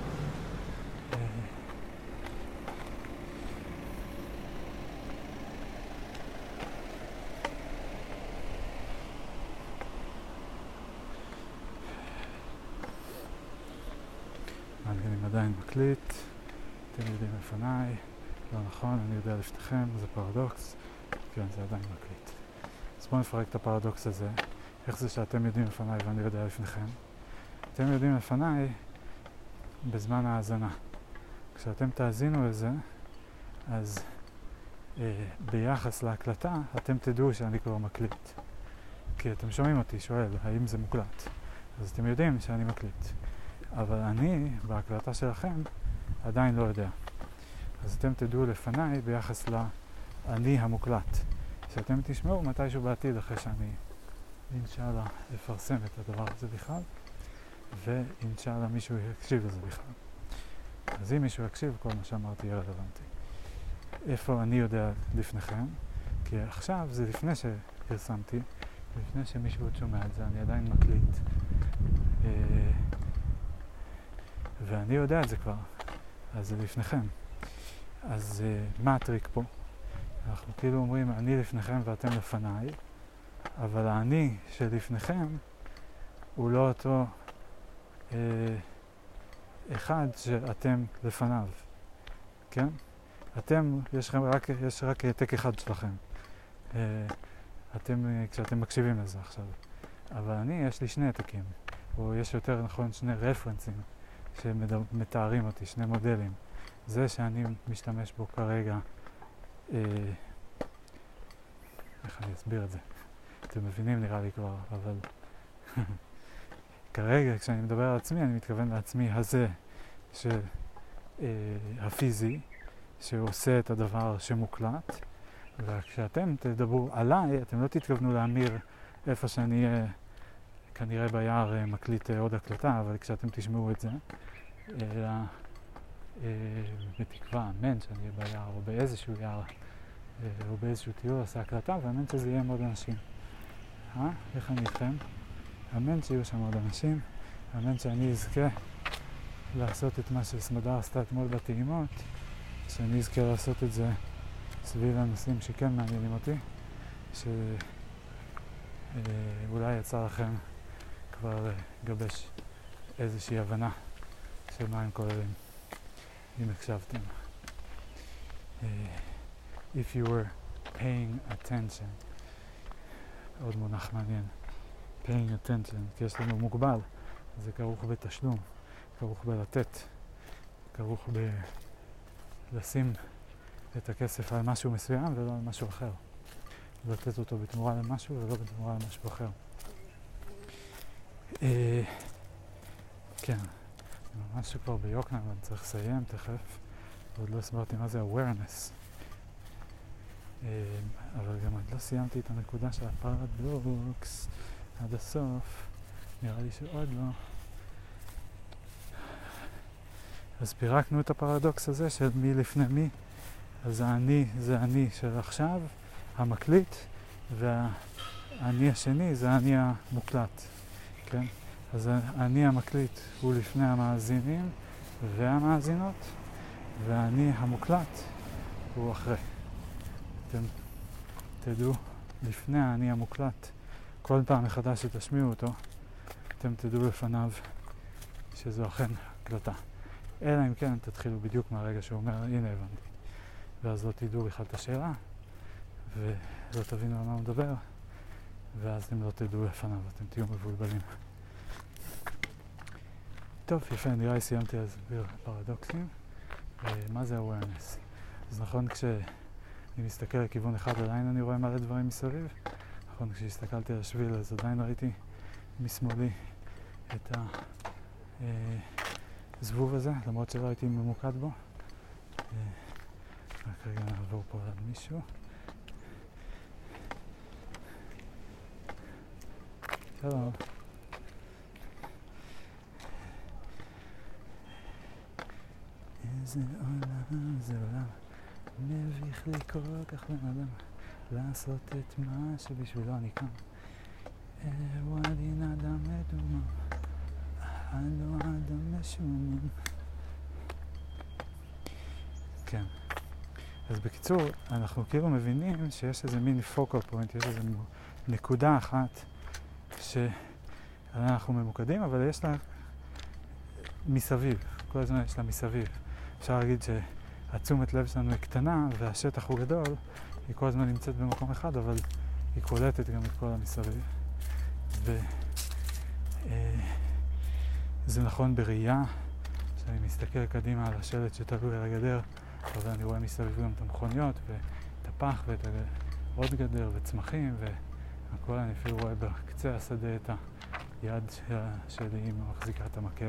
אני עדיין מקליט, אתם יודעים לפניי, לא נכון, אני יודע לפניכם, זה פרדוקס, כן, זה עדיין מקליט. אז בואו נפרק את הפרדוקס הזה, איך זה שאתם יודעים לפניי ואני יודע לפניכם. אתם יודעים לפניי בזמן ההאזנה. כשאתם תאזינו לזה, אז אה, ביחס להקלטה, אתם תדעו שאני כבר מקליט. כי אתם שומעים אותי, שואל, האם זה מוקלט? אז אתם יודעים שאני מקליט. אבל אני, בהקלטה שלכם, עדיין לא יודע. אז אתם תדעו לפניי ביחס לאני המוקלט. שאתם תשמעו מתישהו בעתיד אחרי שאני, אינשאללה, אפרסם את הדבר הזה בכלל, ואינשאללה מישהו יקשיב לזה בכלל. אז אם מישהו יקשיב, כל מה שאמרתי יהיה רלוונטי. איפה אני יודע לפניכם? כי עכשיו זה לפני שפרסמתי, לפני שמישהו עוד שומע את זה, אני עדיין מקליט. ואני יודע את זה כבר, אז זה לפניכם. אז uh, מה הטריק פה? אנחנו כאילו אומרים, אני לפניכם ואתם לפניי, אבל האני שלפניכם הוא לא אותו uh, אחד שאתם לפניו, כן? אתם, יש לכם רק, יש רק העתק אחד שלכם. Uh, אתם, uh, כשאתם מקשיבים לזה עכשיו. אבל אני, יש לי שני העתקים, או יש יותר נכון שני רפרנסים. שמתארים אותי, שני מודלים. זה שאני משתמש בו כרגע, אה, איך אני אסביר את זה? אתם מבינים נראה לי כבר, אבל כרגע כשאני מדבר על עצמי, אני מתכוון לעצמי הזה, של אה, הפיזי, שעושה את הדבר שמוקלט, וכשאתם תדברו עליי, אתם לא תתכוונו להמיר איפה שאני אה, כנראה ביער מקליט עוד הקלטה, אבל כשאתם תשמעו את זה, אלא בתקווה, אמן שאני אהיה ביער או באיזשהו יער או באיזשהו טיול עושה הקלטה, ואמן שזה יהיה מאוד אנשים. אה? איך אני איתכם? אמן שיהיו שם עוד אנשים, אמן שאני אזכה לעשות את מה שסמדר עשתה אתמול בטעימות, שאני אזכה לעשות את זה סביב הנושאים שכן מעניינים אותי, שאולי יצא לכם כבר גבש איזושהי הבנה של מה הם כוללים, אם הקשבתם. Uh, if you were paying attention, עוד מונח מעניין, paying attention, כי יש לנו מוגבל, זה כרוך בתשלום, כרוך בלתת, כרוך בלשים את הכסף על משהו מסוים ולא על משהו אחר. לתת אותו בתמורה למשהו ולא בתמורה למשהו אחר. Uh, כן, ממש כבר ביוקנעם, אני צריך לסיים תכף, ועוד לא הסברתי מה זה awareness. Uh, אבל גם עוד לא סיימתי את הנקודה של הפרדוקס עד הסוף, נראה לי שעוד לא. אז פירקנו את הפרדוקס הזה של מי לפני מי, אז האני זה אני של עכשיו, המקליט, והאני השני זה האני המוקלט, כן? אז האני המקליט הוא לפני המאזינים והמאזינות, והאני המוקלט הוא אחרי. אתם תדעו לפני האני המוקלט, כל פעם מחדש שתשמיעו אותו, אתם תדעו לפניו שזו אכן הקלטה. אלא אם כן תתחילו בדיוק מהרגע שהוא אומר, הנה הבנתי. ואז לא תדעו בכלל את השאלה, ולא תבינו על מה הוא מדבר, ואז אתם לא תדעו לפניו, אתם תהיו מבולבלים. טוב, יפה, נראה לי סיימתי להסביר פרדוקסים. מה זה awareness? אז נכון, כשאני מסתכל לכיוון אחד, עדיין אני רואה מלא דברים מסביב. נכון, כשהסתכלתי על השביל, אז עדיין ראיתי משמאלי את הזבוב הזה, למרות שלא הייתי ממוקד בו. רק רגע נעבור פה על מישהו. שלום. איזה עולם, זה עולם מביך לי כל כך בן אדם לעשות את מה שבשבילו אני קם. וואדין אדם מדומם, הלו אדם משומם. כן. אז בקיצור, אנחנו כאילו מבינים שיש איזה מין פוקל פוינט, יש איזה נקודה אחת שאנחנו ממוקדים, אבל יש לה מסביב, כל הזמן יש לה מסביב. אפשר להגיד שהתשומת לב שלנו היא קטנה והשטח הוא גדול, היא כל הזמן נמצאת במקום אחד, אבל היא קולטת גם את כל המסביב. וזה נכון בראייה, שאני מסתכל קדימה על השלט שתלוי על הגדר, אבל אני רואה מסביב גם את המכוניות ואת הפח ואת עוד גדר וצמחים, והכל אני אפילו רואה בקצה השדה את היד שלי היא מחזיקה את המקל.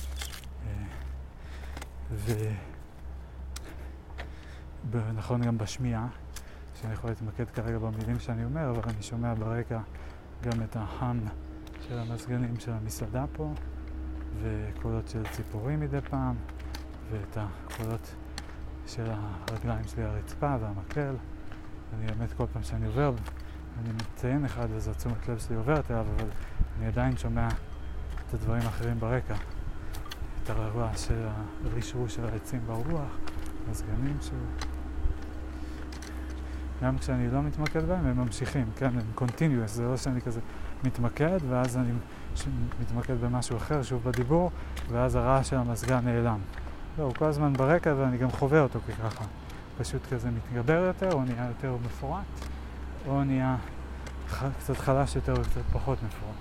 ונכון גם בשמיעה, שאני יכול להתמקד כרגע במילים שאני אומר, אבל אני שומע ברקע גם את ההם של המזגנים של המסעדה פה, וקולות של ציפורים מדי פעם, ואת הקולות של הרגליים שלי הרצפה והמקל. אני באמת כל פעם שאני עובר, אני מציין אחד, אז התשומת לב שלי עוברת אליו, אבל אני עדיין שומע את הדברים האחרים ברקע. את הרעש של הרשרוש של העצים ברוח, המזגנים של... גם כשאני לא מתמקד בהם, הם ממשיכים, כן, הם continuous, זה לא שאני כזה מתמקד, ואז אני מתמקד במשהו אחר, שוב בדיבור, ואז הרעש של המזגן נעלם. לא, הוא כל הזמן ברקע, ואני גם חווה אותו ככה. פשוט כזה מתגבר יותר, או נהיה יותר מפורט, או נהיה קצת חלש יותר וקצת פחות מפורט.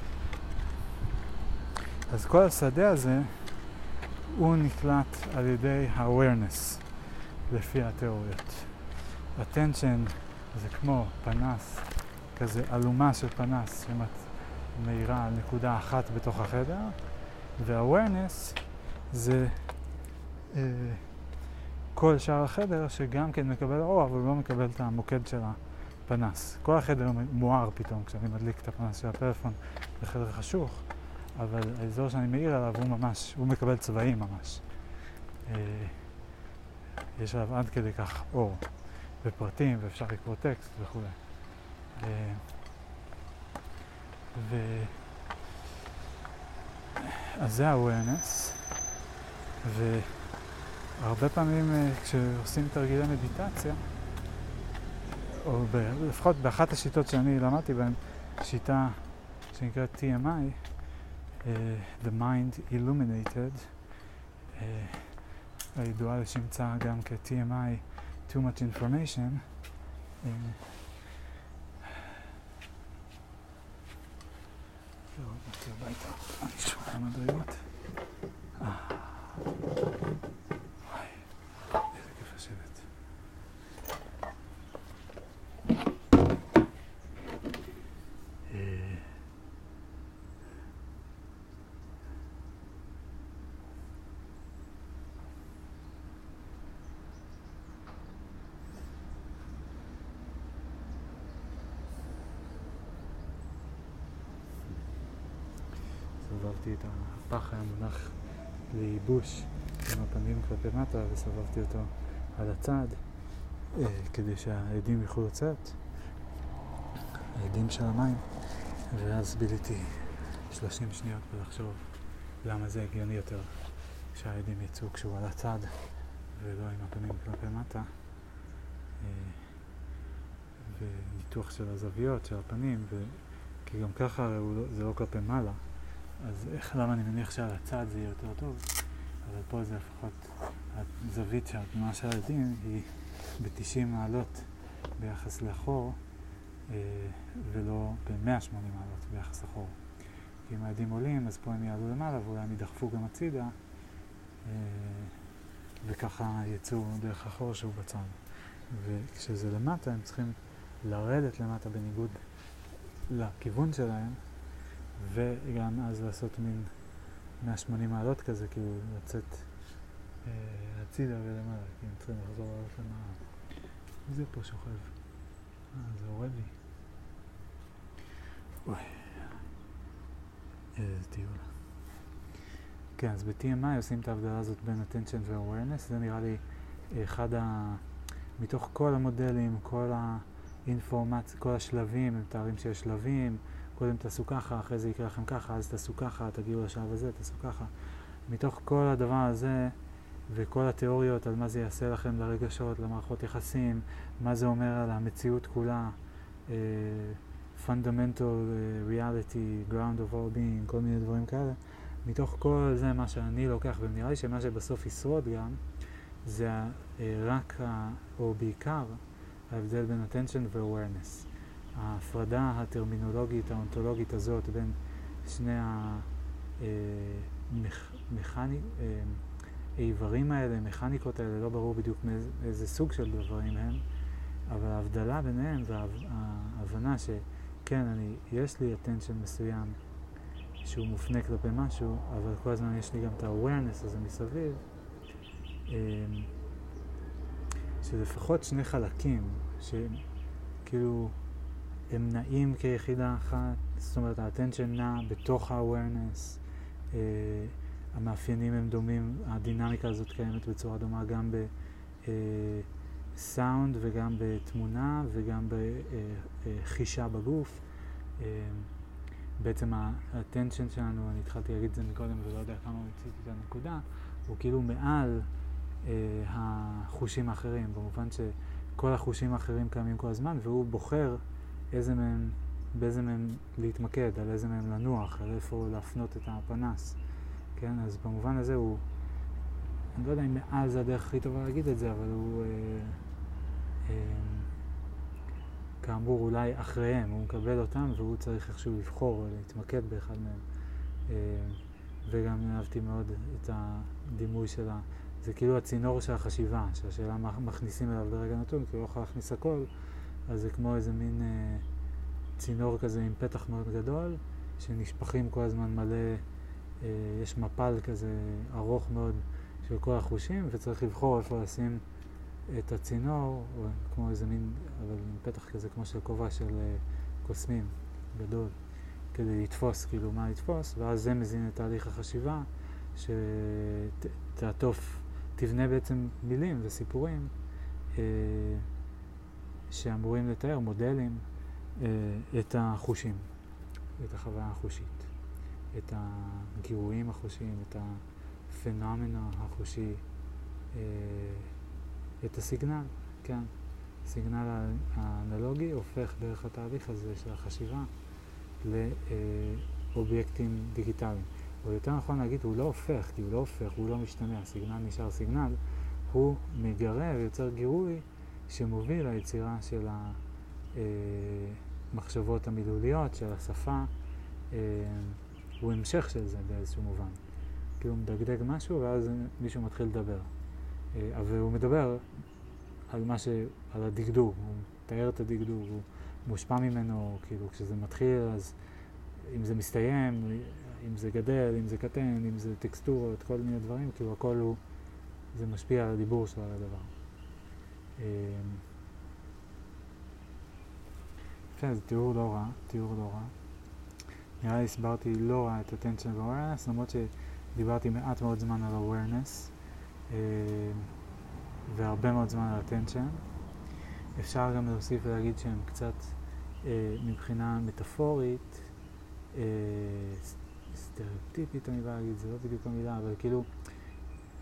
אז כל השדה הזה, הוא נקלט על ידי ה-awareness, לפי התיאוריות. attention זה כמו פנס, כזה אלומה של פנס שמאירה על נקודה אחת בתוך החדר, וה-awareness זה אה, כל שאר החדר שגם כן מקבל אור, אבל לא מקבל את המוקד של הפנס. כל החדר מואר פתאום כשאני מדליק את הפנס של הפלאפון בחדר חשוך, אבל האזור שאני מאיר עליו הוא ממש, הוא מקבל צבעים ממש. אה, יש עליו עד כדי כך אור ופרטים, ואפשר לקרוא טקסט וכו'. אה, ו... אז זה ה-awareness, והרבה פעמים אה, כשעושים תרגילי מדיטציה, או ב... לפחות באחת השיטות שאני למדתי בהן, שיטה שנקראת T M I, Uh, the mind illuminated, uh, הידועה לשמצה גם כ-T M I, too much information. Uh, לא, נתתי הביתה, אני שומע המדרגות. אה, וואי, איזה כיף לשבת. סובבתי את הפח היה מונח לייבוש עם הפנים כלפי מטה וסובבתי אותו על הצד אה, כדי שהעדים יוכלו לצאת, העדים של המים, ואז ביליתי שלושים שניות ולחשוב למה זה הגיוני יותר שהעדים יצאו כשהוא על הצד ולא עם הפנים כלפי מטה. וניתוח של הזוויות, של הפנים, ו... כי גם ככה הרי לא, זה לא כלפי מעלה, אז איך, למה אני מניח שעל הצד זה יהיה יותר טוב, אבל פה זה לפחות הזווית שהתנועה של הילדים היא ב-תשעים מעלות ביחס לאחור, ולא ב-מאה ושמונים מעלות ביחס לאחור. כי אם הילדים עולים, אז פה הם יעלו למעלה, ואולי הם ידחפו גם הצידה, וככה יצאו דרך אחור שהוא בצד. וכשזה למטה, הם צריכים לרדת למטה בניגוד לכיוון שלהם, וגם אז לעשות מין מאה ושמונים מעלות כזה, כאילו לצאת אה, הצידה ולמעלה, כי הם צריכים לחזור לעלות למעלה. מי זה פה שוכב? אה, זה הורד לי. וואי. איזה טיול. כן, אז ב-טי אם איי עושים את ההבדלה הזאת בין attention ו-awareness, זה נראה לי אחד ה... מתוך כל המודלים, כל האינפורמציה, כל השלבים, הם מתארים שיש שלבים, קודם תעשו ככה, אחרי זה יקרה לכם ככה, אז תעשו ככה, תגיעו לשלב הזה, תעשו ככה. מתוך כל הדבר הזה, וכל התיאוריות על מה זה יעשה לכם לרגשות, למערכות יחסים, מה זה אומר על המציאות כולה, uh, fundamental uh, reality, ground of all being, כל מיני דברים כאלה. מתוך כל זה, מה שאני לוקח, ונראה לי שמה שבסוף ישרוד גם, זה uh, רק, ה, או בעיקר, ההבדל בין attention ו-awareness. ההפרדה הטרמינולוגית, האונתולוגית הזאת, בין שני האיברים האלה, מכניקות האלה, לא ברור בדיוק מאיזה סוג של דברים הם, אבל ההבדלה ביניהם וההבנה שכן, אני, יש לי attention מסוים שהוא מופנה כלפי משהו, אבל כל הזמן יש לי גם את ה-awareness הזה מסביב, שלפחות שני חלקים, שכאילו הם נעים כיחידה אחת, זאת אומרת, ה-attention נע בתוך ה-awareness, אה, המאפיינים הם דומים, הדינמיקה הזאת קיימת בצורה דומה גם בסאונד וגם בתמונה וגם בחישה בגוף. אה, בעצם ה-attention שלנו, אני התחלתי להגיד את זה מקודם ולא יודע כמה מציתי את הנקודה, הוא כאילו מעל אה, החושים האחרים, במובן שכל החושים האחרים קיימים כל הזמן, והוא בוחר איזה מהם, באיזה מהם להתמקד, על איזה מהם לנוח, על איפה להפנות את הפנס. כן, אז במובן הזה הוא, אני לא יודע אם מעל זה הדרך הכי טובה להגיד את זה, אבל הוא, אה, אה, כאמור, אולי אחריהם, הוא מקבל אותם והוא צריך איכשהו לבחור או להתמקד באחד מהם. אה, וגם אהבתי מאוד את הדימוי שלה. זה כאילו הצינור של החשיבה, שהשאלה מה מכניסים אליו ברגע נתון, כי הוא לא יכול להכניס הכל, אז זה כמו איזה מין אה, צינור כזה עם פתח מאוד גדול, שנשפכים כל הזמן מלא, אה, יש מפל כזה ארוך מאוד של כל החושים, וצריך לבחור איפה לשים את הצינור, או כמו איזה מין, אבל עם פתח כזה כמו של כובע של אה, קוסמים גדול, כדי לתפוס, כאילו מה לתפוס, ואז זה מזין את תהליך החשיבה, שתעטוף, תבנה בעצם מילים וסיפורים, אה, שאמורים לתאר מודלים, אה, את החושים, את החוויה החושית, את הגירויים החושיים, את הפנומנה החושי, אה, את הסיגנל, כן. הסיגנל האנלוגי הופך דרך התהליך הזה של החשיבה לאובייקטים דיגיטליים. או יותר נכון להגיד, הוא לא הופך, כי הוא לא הופך, הוא לא משתנה, הסיגנל נשאר סיגנל, הוא מגרה ויוצר גירוי שמוביל ליצירה של המחשבות המילוליות, של השפה, הוא המשך של זה באיזשהו מובן. כי הוא מדגדג משהו ואז מישהו מתחיל לדבר. אבל הוא מדבר על מה ש... על הדגדוג, הוא מתאר את הדגדוג, הוא מושפע ממנו, כאילו כשזה מתחיל אז אם זה מסתיים, אם זה גדל, אם זה קטן, אם זה טקסטורות, כל מיני דברים, כאילו הכל הוא, זה משפיע על הדיבור שלו על הדבר. יפה, זה תיאור לא רע, תיאור לא רע. נראה לי הסברתי לא רע את attention ו-awareness, למרות שדיברתי מעט מאוד זמן על awareness, והרבה מאוד זמן על attention. אפשר גם להוסיף ולהגיד שהם קצת, מבחינה מטאפורית, סטריאוטיפית אני בא להגיד, זה לא בדיוק המילה, אבל כאילו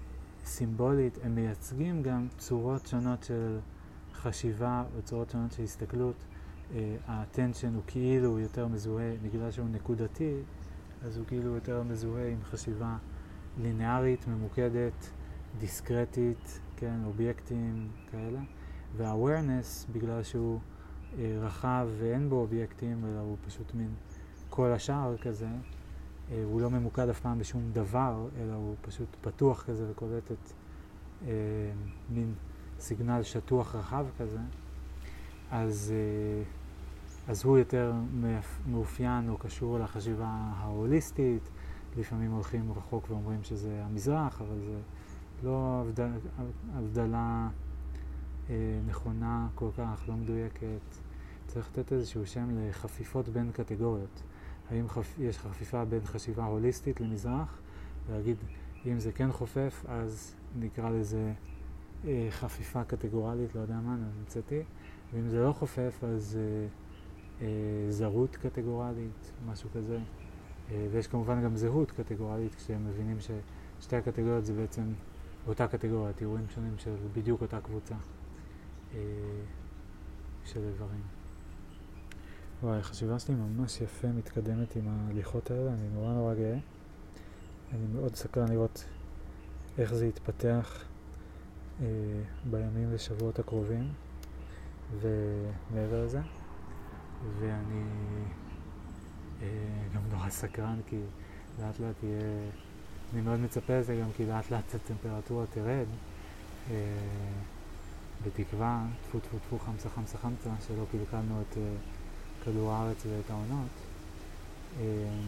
סימבולית, הם מייצגים גם צורות שונות של חשיבה או צורות שונות של הסתכלות. ה-attention הוא כאילו יותר מזוהה, בגלל שהוא נקודתי, אז הוא כאילו יותר מזוהה עם חשיבה לינארית, ממוקדת, דיסקרטית, כן, אובייקטים כאלה. וה-awareness, בגלל שהוא אה, רחב ואין בו אובייקטים, אלא הוא פשוט מין כל השאר כזה, אה, הוא לא ממוקד אף פעם בשום דבר, אלא הוא פשוט פתוח כזה וקולט את אה, מין סיגנל שטוח רחב כזה. אז, אה, אז הוא יותר מאופיין או קשור לחשיבה ההוליסטית. לפעמים הולכים רחוק ואומרים שזה המזרח, אבל זה לא הבדל, הבדלה אה, נכונה כל כך, לא מדויקת. צריך לתת איזשהו שם לחפיפות בין קטגוריות. האם חפ... יש חפיפה בין חשיבה הוליסטית למזרח, ולהגיד אם זה כן חופף, אז נקרא לזה אה, חפיפה קטגורלית, לא יודע מה, נמצאתי. ואם זה לא חופף, אז אה, אה, זרות קטגורלית, משהו כזה. אה, ויש כמובן גם זהות קטגורלית, כשהם מבינים ששתי הקטגוריות זה בעצם אותה קטגוריה, תיאורים שונים של בדיוק אותה קבוצה אה, של איברים. וואי, החשיבה שלי ממש יפה, מתקדמת עם ההליכות האלה, אני נורא נורא גאה. אני מאוד סקרן לראות איך זה יתפתח אה, בימים ושבועות הקרובים, ומעבר לזה. ואני אה, גם נורא סקרן, כי לאט לאט תהיה, אני מאוד מצפה לזה גם כי לאט לאט הטמפרטורה תרד, אה, בתקווה, טפו טפו טפו חמסה חמסה חמסה, שלא קלקלנו את אה, כדור הארץ ואת העונות. אה,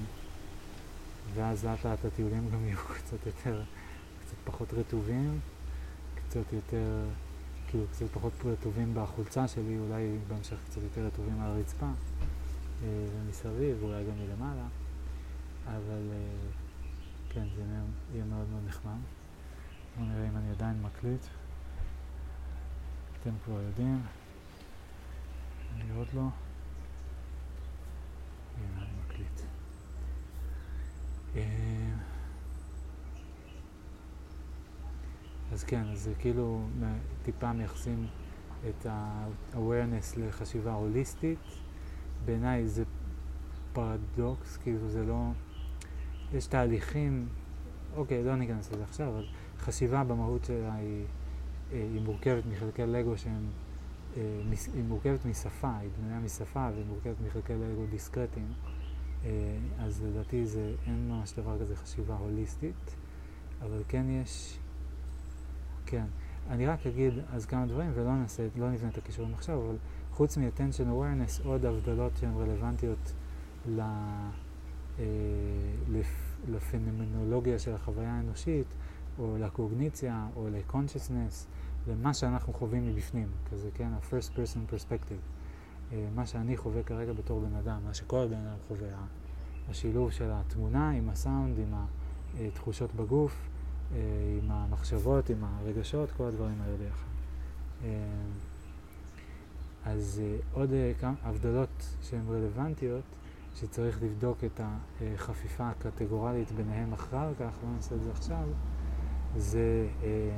ואז לאט לאט הטיולים גם יהיו קצת יותר, קצת פחות רטובים, קצת יותר, כאילו קצת פחות רטובים בחולצה שלי, אולי בהמשך קצת יותר רטובים על הרצפה אה, ומסביב, אולי גם מלמעלה, אבל אה, כן, זה יהיה מאוד מאוד נחמד. בואו נראה אם אני עדיין מקליט. אתם כבר יודעים, אני עוד לא. הנה, אני מקליט. אז כן, אז זה כאילו טיפה מייחסים את ה-awareness לחשיבה הוליסטית. בעיניי זה פרדוקס, כאילו זה לא... יש תהליכים, אוקיי, לא ניכנס לזה עכשיו, אבל חשיבה במהות שלה היא, היא מורכבת מחלקי לגו שהם... היא מורכבת משפה, היא בנויה משפה והיא מורכבת מחלקי לגו דיסקרטיים. אז לדעתי זה אין ממש דבר כזה חשיבה הוליסטית, אבל כן יש... כן, אני רק אגיד אז כמה דברים ולא נעשה, לא נבנה את הקישורים עכשיו, אבל חוץ מ-attention awareness, עוד הבדלות שהן רלוונטיות ל... לפנומנולוגיה של החוויה האנושית, או לקוגניציה, או ל-consciousness, למה שאנחנו חווים מבפנים, כזה, כן, ה-first person perspective. מה שאני חווה כרגע בתור בן אדם, מה שכל בן אדם חווה, השילוב של התמונה עם הסאונד, עם התחושות בגוף, עם המחשבות, עם הרגשות, כל הדברים האלה ביחד. אז עוד כמה הבדלות שהן רלוונטיות, שצריך לבדוק את החפיפה הקטגורלית ביניהם אחר כך, לא נעשה את זה עכשיו, זה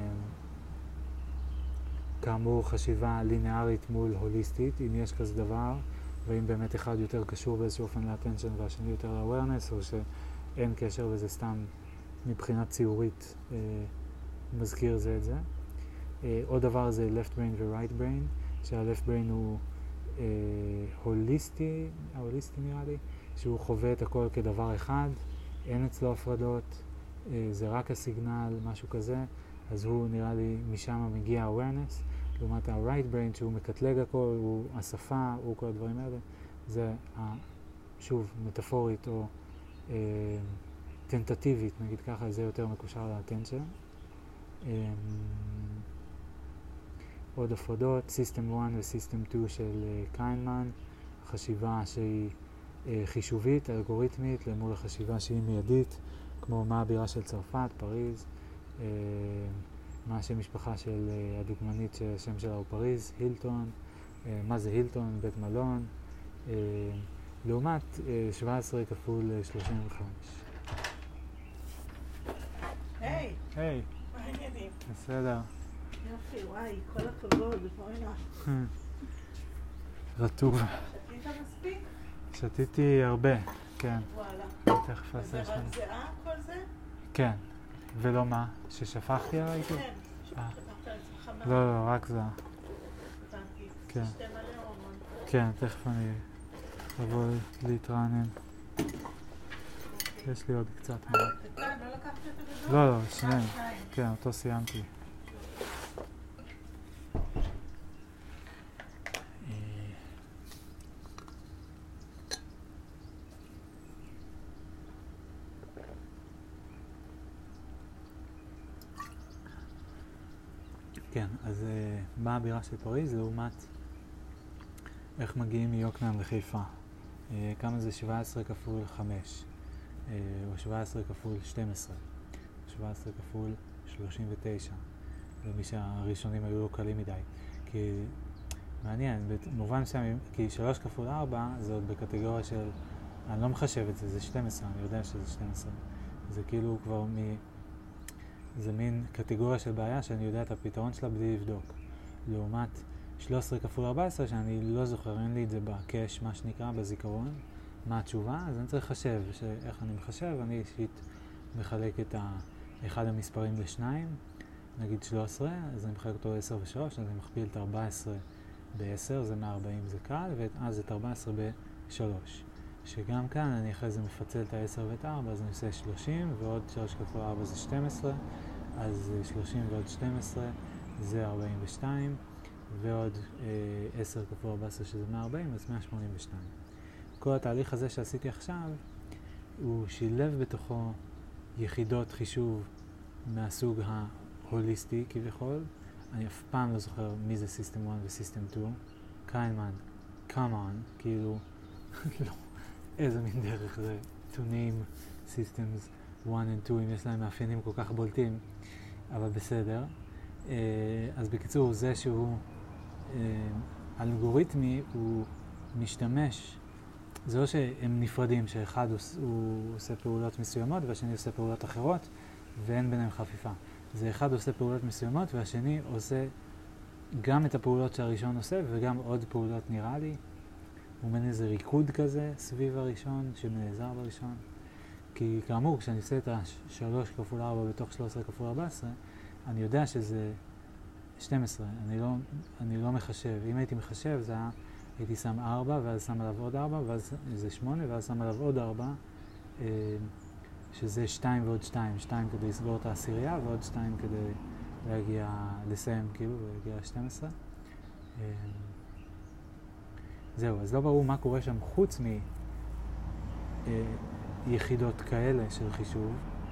כאמור חשיבה לינארית מול הוליסטית, אם יש כזה דבר, ואם באמת אחד יותר קשור באיזשהו אופן לאטנשן והשני יותר לאווירנס, או שאין קשר וזה סתם מבחינה ציורית אה, מזכיר זה את זה. אה, עוד דבר זה left brain ו-right brain, שה-left brain הוא אה, הוליסטי, ההוליסטי נראה לי, שהוא חווה את הכל כדבר אחד, אין אצלו הפרדות, אה, זה רק הסיגנל, משהו כזה, אז הוא נראה לי משם מגיע awareness, לעומת ה-right brain שהוא מקטלג הכל, הוא השפה, הוא כל הדברים האלה, זה שוב מטאפורית או אה, טנטטיבית, נגיד ככה, זה יותר מקושר לאטנשן. Um, עוד הפרדות, System אחת ו-System שתיים של uh, קיינמן, חשיבה שהיא uh, חישובית, אלגוריתמית, למול החשיבה שהיא מיידית, כמו מה הבירה של צרפת, פריז, uh, מה השם משפחה של uh, הדוגמנית שהשם שלה הוא פריז, הילטון, uh, מה זה הילטון, בית מלון, uh, לעומת uh, שבע עשרה כפול שלושים וחמש. היי! היי! מה העניינים? בסדר. יופי, וואי, כל הכבוד, בואי נע. רטוב. שתית מספיק? שתיתי הרבה, כן. וואלה. תכף זה אעשה רק שם. זהה כל זה? כן. ולא מה? ששפכתי עליי? כן. אה. שפכת לעצמך מה? לא, לא, רק זה. הבנתי. כן. שתי מלא או המון? כן, תכף אני אבוא להתרענן. יש לי עוד קצת. אה, קטן, לא לקחת את הגדול? לא, לא, שניהם. שניים. כן, אותו סיימתי. כן, אז uh, מה הבירה של פריז לעומת איך מגיעים מיוקנעם לחיפה? Uh, כמה זה שבע עשרה כפול חמש? Uh, או שבע עשרה כפול שתים עשרה? שבע עשרה כפול שלושים ותשע? למי שהראשונים היו לא קלים מדי. כי מעניין, במובן מסוים, כי שלוש כפול ארבע זה עוד בקטגוריה של, אני לא מחשב את זה, זה שתים עשרה, אני יודע שזה שתים עשרה. זה כאילו כבר מ... זה מין קטגוריה של בעיה שאני יודע את הפתרון שלה בלי לבדוק. לעומת שלוש עשרה כפול ארבע עשרה שאני לא זוכר, אין לי את זה בקש, מה שנקרא, בזיכרון, מה התשובה, אז אני צריך לחשב, איך אני מחשב, אני אישית מחלק את אחד המספרים לשניים, נגיד שלוש עשרה, אז אני מחלק אותו ל-עשר ו-שלוש, אז אני מכפיל את ארבע עשרה ב-עשר, זה מאה וארבעים, זה קל, ואז את ארבע עשרה ב-שלוש. שגם כאן אני אחרי זה מפצל את ה-עשר ואת ה-ארבע, אז אני עושה שלושים, ועוד שלוש כפול ארבע זה שתים עשרה, אז שלושים ועוד שתים עשרה זה ארבעים ושתיים, ועוד אה, עשר כפול ארבע עשרה שזה מאה וארבעים, אז מאה שמונים ושתיים. כל התהליך הזה שעשיתי עכשיו, הוא שילב בתוכו יחידות חישוב מהסוג ההוליסטי כביכול. אני אף פעם לא זוכר מי זה System one ו-System two. קיינמן, come on, כאילו, לא, איזה מין דרך זה, to name Systems one and two, אם יש להם מאפיינים כל כך בולטים, אבל בסדר. אז בקיצור, זה שהוא אלגוריתמי, הוא משתמש, זה לא שהם נפרדים, שאחד הוא עושה פעולות מסוימות והשני עושה פעולות אחרות, ואין ביניהם חפיפה. זה אחד עושה פעולות מסוימות והשני עושה גם את הפעולות שהראשון עושה וגם עוד פעולות נראה לי. הוא מין איזה ריקוד כזה סביב הראשון שנעזר בראשון. כי כאמור, כשאני עושה את ה-שלוש כפול ארבע בתוך שלוש עשרה כפול ארבע עשרה, אני יודע שזה שתים עשרה, אני לא, אני לא מחשב. אם הייתי מחשב, זה היה, הייתי שם ארבע, ואז שם עליו עוד ארבע, ואז זה שמונה, ואז שם עליו עוד ארבע, שזה שתיים ועוד שתיים, שתיים כדי לסגור את העשירייה, ועוד שתיים כדי להגיע, לסיים כאילו, ולהגיע ל-שתים עשרה. זהו, אז לא ברור מה קורה שם חוץ מיחידות כאלה של חישוב,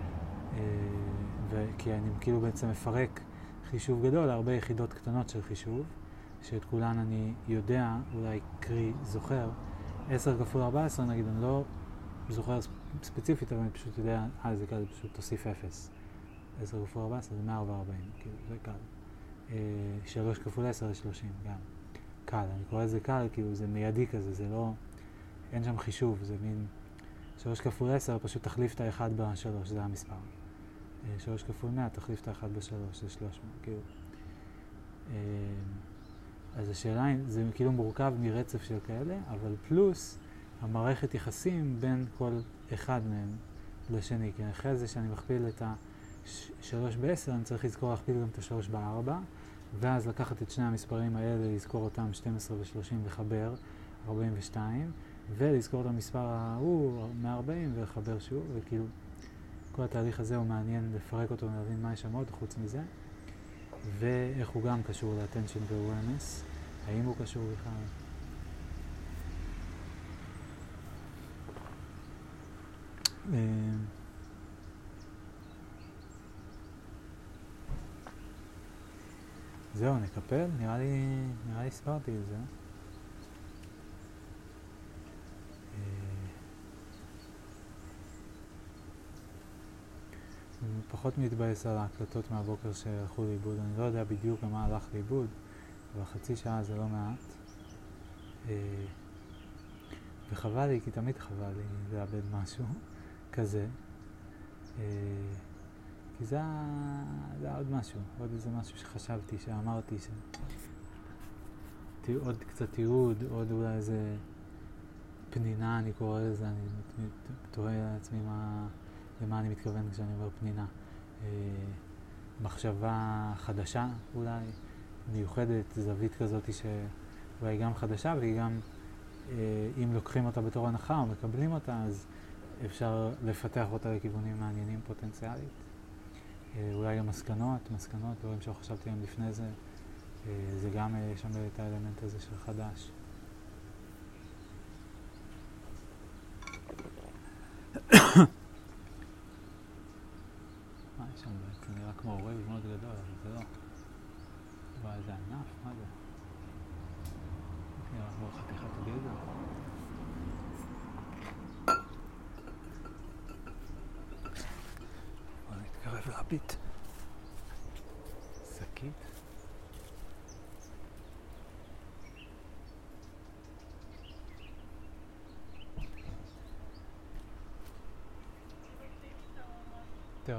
כי אני כאילו בעצם מפרק חישוב גדול להרבה יחידות קטנות של חישוב, שאת כולן אני יודע, אולי קרי זוכר. עשר כפול ארבע עשרה נגיד, אני לא זוכר ספציפית, אבל אני פשוט יודע, אה, זה קל, פשוט תוסיף אפס. עשר כפול ארבע עשרה זה מאה וארבעים, כאילו, זה קל. שלוש כפול עשר זה שלושים, גם. קל, אני קורא לזה קל, כאילו זה מיידי כזה, זה לא, אין שם חישוב, זה מין, שלוש כפול עשר, פשוט תחליף את האחד בשלוש, זה המספר. שלוש כפול מאה, תחליף את האחד בשלוש, זה שלוש מאות, כאילו. אז השאלה, זה כאילו מורכב מרצף של כאלה, אבל פלוס המערכת יחסים בין כל אחד מהם לשני, כי אחרי זה שאני מכפיל את ה-שלוש ב-עשר, אני צריך לזכור להכפיל גם את ה-שלוש ב-ארבע, ואז לקחת את שני המספרים האלה, לזכור אותם שתים עשרה ו-שלושים, לחבר ארבעים ושתיים, ולזכור את המספר ההוא, מאה וארבעים, ולחבר שוב, וכאילו כל התהליך הזה הוא מעניין לפרק אותו ולהבין מה יש שם עוד חוץ מזה, ואיך הוא גם קשור ל-attention ו-awareness, האם הוא קשור בכלל. זהו, נקפל? נראה לי, נראה לי הסברתי את זה. אני פחות מתבאס על ההקלטות מהבוקר שהלכו לאיבוד. אני לא יודע בדיוק על מה הלך לאיבוד, אבל חצי שעה זה לא מעט. וחבל לי, כי תמיד חבל לי לאבד משהו כזה. כי זה, זה עוד משהו, עוד איזה משהו שחשבתי, שאמרתי, ש... עוד קצת תיעוד, עוד אולי איזה פנינה, אני קורא לזה, אני תוהה לעצמי מה, למה אני מתכוון כשאני אומר פנינה. אה, מחשבה חדשה אולי, מיוחדת, זווית כזאת שאולי גם חדשה, והיא גם, אה, אם לוקחים אותה בתור הנחה או מקבלים אותה, אז אפשר לפתח אותה לכיוונים מעניינים פוטנציאלית. אה, אולי גם מסקנות, מסקנות, דברים שלא חשבתי עליהם לפני זה, אה, זה גם יש שם את האלמנט הזה של חדש. מה יש שם בעצם? נראה כמו עורב מאוד גדול, אבל זה לא. וואי, זה ענף? מה זה? נראה כמו חתיכת גזע. בוא נתקרב להביט. שקית? טוב.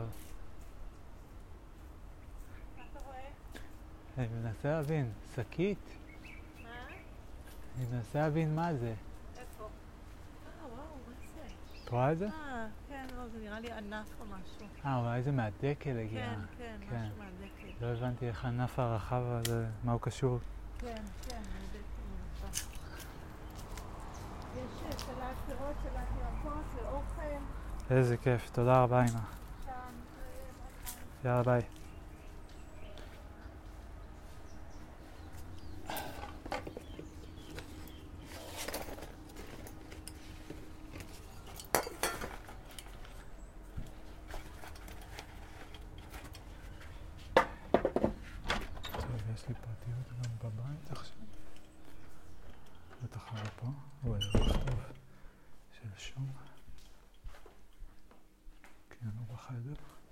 מה אתה רואה? אני מנסה להבין, שקית? מה? אני מנסה להבין מה זה. איפה? אה, וואו, מה זה? את רואה את זה? אה, כן, לא, זה נראה לי ענף או משהו. אה, אולי זה מהדקל הגיע. כן, כן, כן. משהו מהדקל. לא הבנתי איך הענף הרחב הזה, מה הוא קשור. כן, כן, מהדקל מנפה. יש סלט פירות, סלט ירקות ואוכל. איזה כיף, תודה רבה אמא. שם, יאללה ביי. טוב, יש לי פרטיות גם בבית עכשיו. בטח עלה פה, הוא איזה מכתוב של שום. כן, הוא בחדר.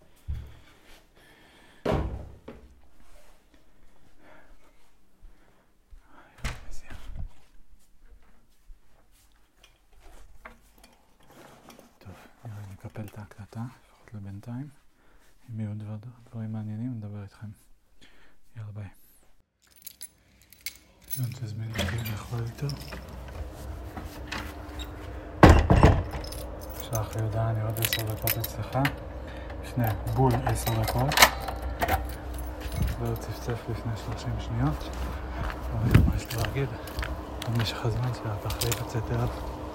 טוב, נראה לי נקפל את ההקלטה, לפחות לבינתיים. אם יהיו דבר, דברים מעניינים, נדבר איתכם. יאללה ביי. גם תזמין אותי לאכול איתו. שלח לי הודעה, אני עוד עשר דקות אצלך. לפני בול עשר דקות. ועוד צפצף לפני שלושים שניות. אבל מה יש לי להגיד? במשך הזמן שלה תחליט לצאת אליו.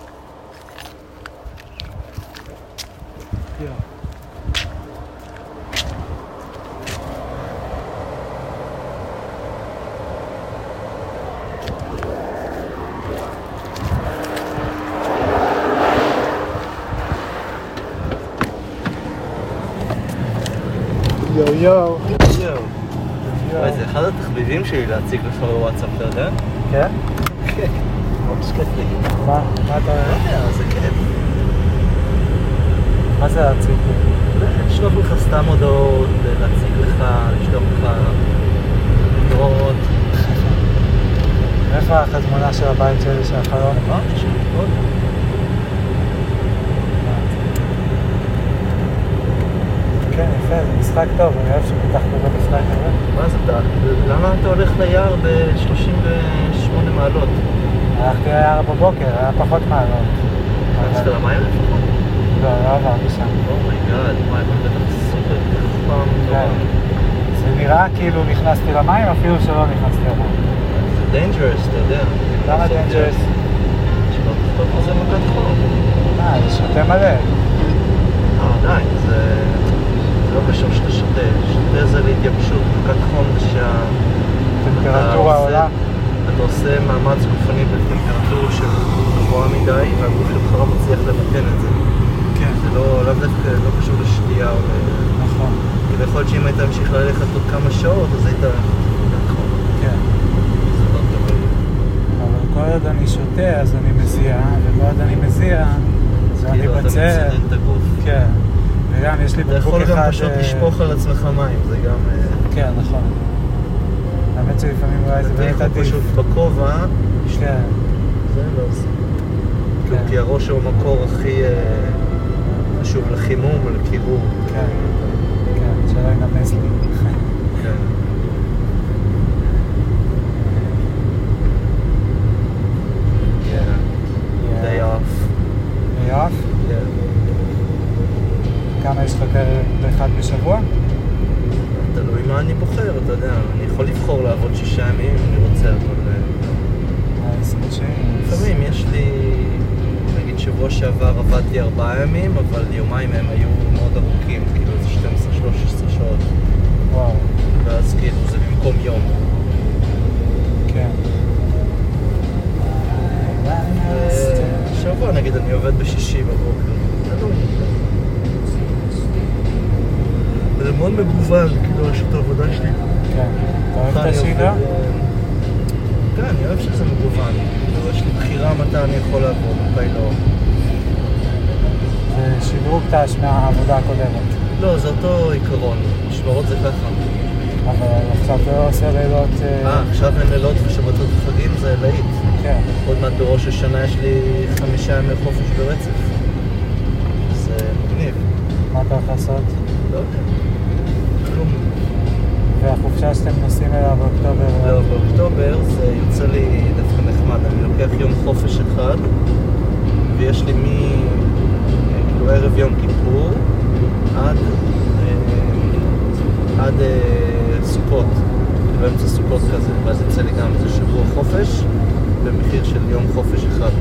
יאללה. יו יו. יואו. וואי, זה אחד התחביבים שלי להציג לך בוואטסאפ, אתה יודע? כן? כן. ממש כיף לי. מה? מה אתה לא אומר? יודע, זה כיף. מה זה להציג? לשלוח לך סתם הודעות, להציג לך, לשלוח לך דברות. איפה החזמונה של הבית שלי של החלום? אמרתי שלי פה. כן, יפה, זה משחק טוב, אני אוהב שפיתחת בבית משחק כזה. מה זה אתה? למה אתה הולך ליער ב-שלושים ושמונה מעלות? הלכתי ליער בבוקר, היה פחות מעלות. נכנסת למים לפחות? לא, לא עברתי שם. אומייגאד, וואי, אבל בטח סופר חם נורא. זה נראה כאילו נכנסתי למים, אפילו שלא נכנסתי למים. זה dangerous, אתה יודע. למה dangerous? שלא תחטוף לזה מכת חום. אה, זה שותה מלא. אה, עדיין, זה... זה לא קשור שאתה שותה. שותה זה להתייבשות. מכת חום זה שה... טמפרטורה עולה. אתה עושה מאמץ גופני בטמפרטורה של גבוהה מדי, והגוף שלך לא מצליח למתן את זה. כן. זה לא, לאו דווקא לא קשור לשתייה או ל... נכון. כי יכול להיות שאם היית ממשיך ללכת עוד כמה שעות, אז היית... נכון. כן. זה לא טוב. אבל כל עוד אני שותה, אז אני מזיע, וכל עוד אני מזיע, אז אני כאילו, אתה בצל. מצנן את הגוף. כן. וגם יש לי אתה בקבוק אחד... יכול גם פשוט אה, לשפוך על עצמך מים, זה גם... אה, כן, נכון. האמת שלפעמים אולי זה אתה באמת יכול עדיף. פשוט בכובע, כן. זה לא עושה. כן. כי הראש הוא המקור הכי אה, חשוב לחימום ולקירור. כן. כן. שלא ינמס לי. כן. Yeah. Day off. Day off? Yeah. כמה יש לך באחד בשבוע? תלוי מה אני בוחר, אתה יודע. אני יכול לבחור לעבוד שישה ימים אם אני רוצה, אבל... לפעמים יש לי... נגיד שבוע שעבר עבדתי ארבעה ימים, אבל יומיים הם היו מאוד ארוכים, כאילו זה שתים עשרה שלוש עשרה שעות. וואו. ואז כאילו זה במקום יום. כן. שבוע נגיד אני עובד בשישי בבוקר. זה מאוד מגוון, כאילו יש את העבודה שלי. כן. אתה אוהב את השגרה? כן, אני אוהב שזה מגוון. יש לי בחירה מתי אני יכול לעבוד, מתי לא. זה שדרוג תש מהעבודה הקודמת. לא, זה אותו עיקרון. משמרות זה ככה. אבל עכשיו אתה לא עושה לילות... אה, עכשיו אין לילות ושבתות וחגים זה להיט. כן. עוד מעט בראש השנה יש לי חמישה ימי חופש ברצף. זה מגניב. מה אתה הולך לעשות? לא יודע. כלום. והחופשה שאתם נוסעים אליה באוקטובר? לא, באוקטובר זה יוצא לי דווקא נחמד. אני לוקח יום חופש אחד, ויש לי מי... כאילו ערב יום כיפור, עד... עד סוכות. באמצע סוכות כזה. ואז יוצא לי גם איזה שבוע חופש, במחיר של יום חופש אחד.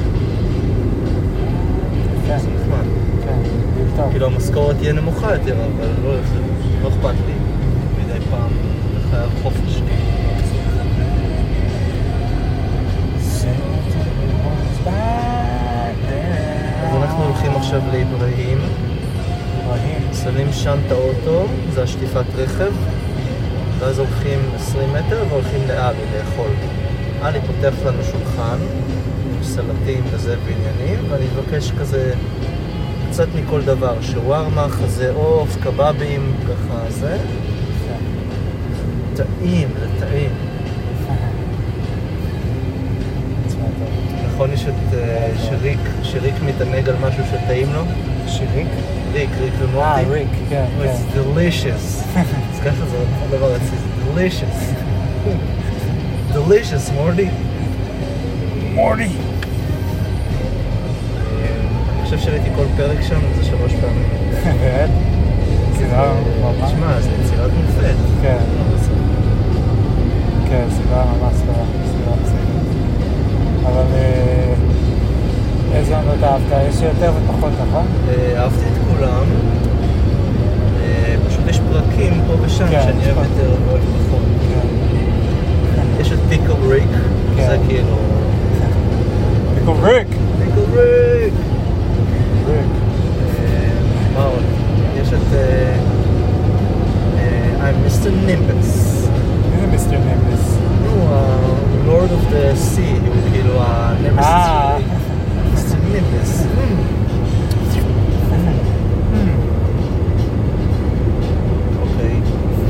כן. זה נחמד. כן, טוב. כאילו המשכורת תהיה נמוכה יותר, אבל לא, לא אכפת לי. מדי פעם חייב חופש. אז אנחנו הולכים עכשיו לאברהים. אברהים. שמים שם את האוטו, זה השטיפת רכב. ואז הולכים עשרים מטר והולכים לאלי לאכול. אלי פותח לנו שולחן, עם סלטים וזה ועניינים, ואני מבקש כזה קצת מכל דבר, שווארמה, חזה עוף, קבבים, ככה זה. טעים, זה טעים. נכון יש את שריק, שריק מתענג על משהו שטעים לו? שריק? ריק, ריק ומורטי. אה, ריק, כן, כן. It's delicious. אז ככה זה הדבר אצלי, זה delicious. delicious, מורטי. מורטי! אני חושב שראיתי כל פרק שם, זה שלוש פעמים. באמת? סדרה ממש? תשמע, זה יצירת מופת. כן. כן, סדרה ממש טובה, סדרה בסדר. אבל איזה עונות אהבת? יש יותר ופחות, נכון? אהבתי את כולם. פשוט יש פרקים פה ושם שאני אוהב יותר ואוהב פחות. יש את פיקל ריק, זה כאילו... פיקל ריק! פיקל ריק! מה עוד? יש את... I'm מיסטר Nimbus. מי זה מיסטר Nimbus? נו, Lord of the Sea, הוא כאילו ה-Nimbus שלי. מיסטר Nimbus. אוקיי.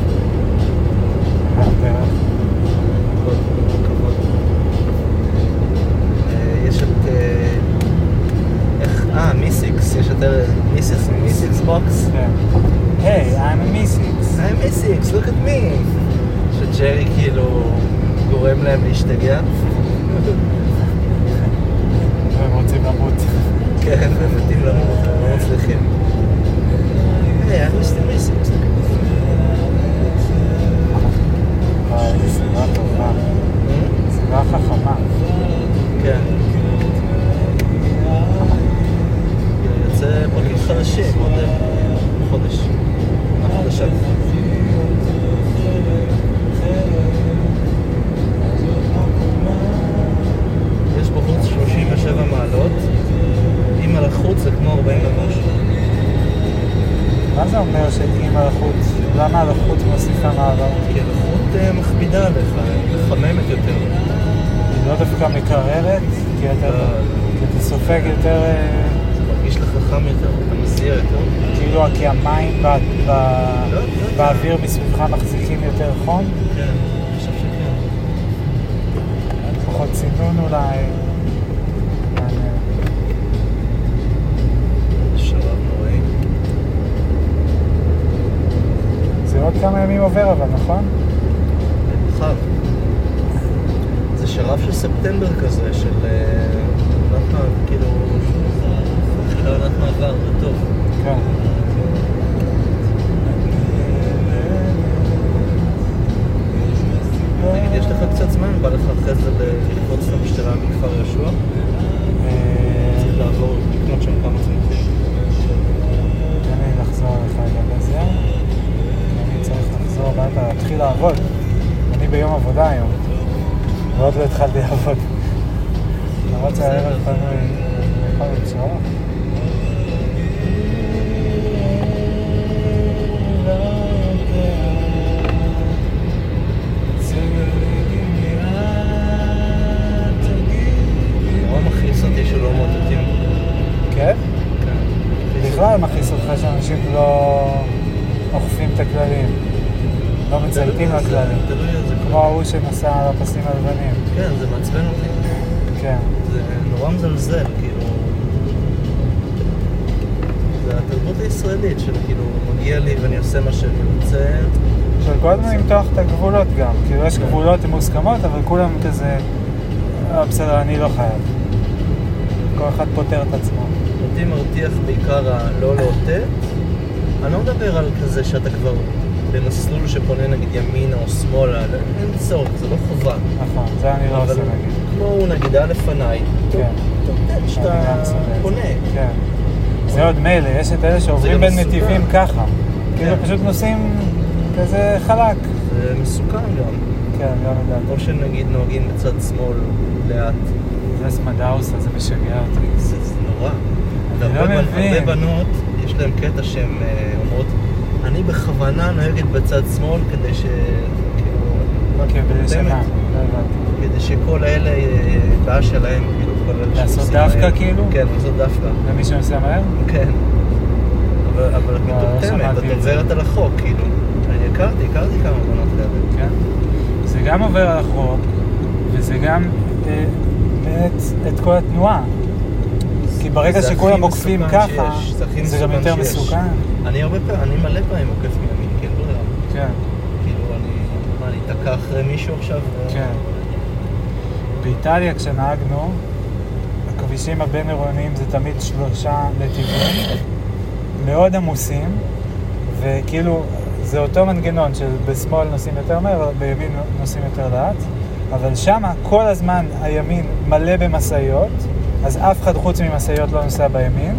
יש את... איך... אה, מיסיקס. יש את מיסיקס, מיסיקס בוקס. Hey, I'm a מיסיקס. I'm מיסיקס, look at me. שג'רי כאילו גורם להם להשתגע. והם רוצים למות. כן, הם מתים למות, הם לא מצליחים. Hey, I'm מיסטר מיסיקס. וואי, זו סדרה טובה. סדרה חכמה. כן. יוצא פרקים חדשים, עוד חודש. מה חדשה? יש בחוץ שלושים ושבע מעלות. אם על החוץ זה כמו ארבעים ומשהו. מה זה אומר שאם על החוץ? למה על החוץ מוסיפה מעלות? כי הלחות מכבידה עליך, היא מחממת יותר. היא לא דווקא מקררת? כי אתה סופג יותר... מרגיש לך חם יותר, אתה מסיע יותר. כאילו כי המים באוויר מסביבך מחזיקים יותר חום? כן, אני חושב שכן. לפחות צינון אולי. שרב נוראי. זה כמה ימים עובר אבל, נכון? חם. זה שרב של ספטמבר כזה, של עונת מעבר, כאילו, של עונת מעבר, זה טוב. כן. נגיד, יש לך קצת זמן, בא לך אחרי זה לקפוץ למשטרה מכפר יהושע? צריך לעבור, לקנות שם כמה צמחים. תן לי לחזור לך לגבי זה. אני צריך לחזור הביתה, להתחיל לעבוד. אני ביום עבודה היום. ועוד לא התחלתי לעבוד. למרות שהערב פנו לשעה. נורא מכעיס אותי שלא מוטטים. כן? כן. בכלל מכעיס אותך שאנשים לא אוכפים את הכללים. לא מצייתים לכללים. כמו ההוא שנסע על הפסים הלבנים. כן, זה מעצבן אותי. כן. זה נורא מזלזל, כאילו... זה התרבות הישראלית של כאילו מגיע לי ואני עושה מה שאני רוצה. של כל הזמן למתוח את הגבולות גם. כאילו יש גבולות עם מוסכמות, אבל כולם כזה... בסדר, אני לא חייב. כל אחד פותר את עצמו. אותי מרתיח בעיקר הלא לאותת. אני לא מדבר על כזה שאתה כבר במסלול שפונה נגיד ימינה או שמאלה, אין צורך, זה לא חובה. נכון, זה אני לא עושה נגיד. כמו הוא נגיד היה לפניי, כן. תותת שאתה פונה. כן. זה עוד מילא, יש את אלה שעוברים בין נתיבים ככה. כאילו פשוט נוסעים כזה חלק. זה מסוכן גם. כן, גם לדעת. או שנגיד נוהגים בצד שמאל לאט. זה סמדאוסה, זה משגע אותי. זה נורא. הרבה בנות, יש להם קטע שהן אומרות, אני בכוונה נוהגת בצד שמאל כדי ש... כדי שמה? כדי שכל אלה, בעיה שלהם, כאילו, כל אלה לעשות דווקא כאילו? כן, לעשות דווקא. למי שנוסע מהר? כן. אבל את מטומטמת, את עוברת על החוק, כאילו. אני הכרתי, הכרתי כמה בנות כאלה. כן. זה גם עובר על החוק, וזה גם מאץ את כל התנועה. כי ברגע שכולם עוקפים ככה, זה גם יותר מסוכן. אני הרבה פעמים, אני מלא פעמים עוקף מימין, כן, לא יודע. כן. כאילו, אני, מה, אני אתקע אחרי מישהו עכשיו? כן. באיטליה כשנהגנו, הכבישים הבין-עירוניים זה תמיד שלושה נתיבים, מאוד עמוסים, וכאילו, זה אותו מנגנון שבשמאל נוסעים יותר מהר, בימין נוסעים יותר לאט, אבל שמה כל הזמן הימין מלא במסעיות, אז אף אחד חוץ ממסעיות לא נוסע בימין.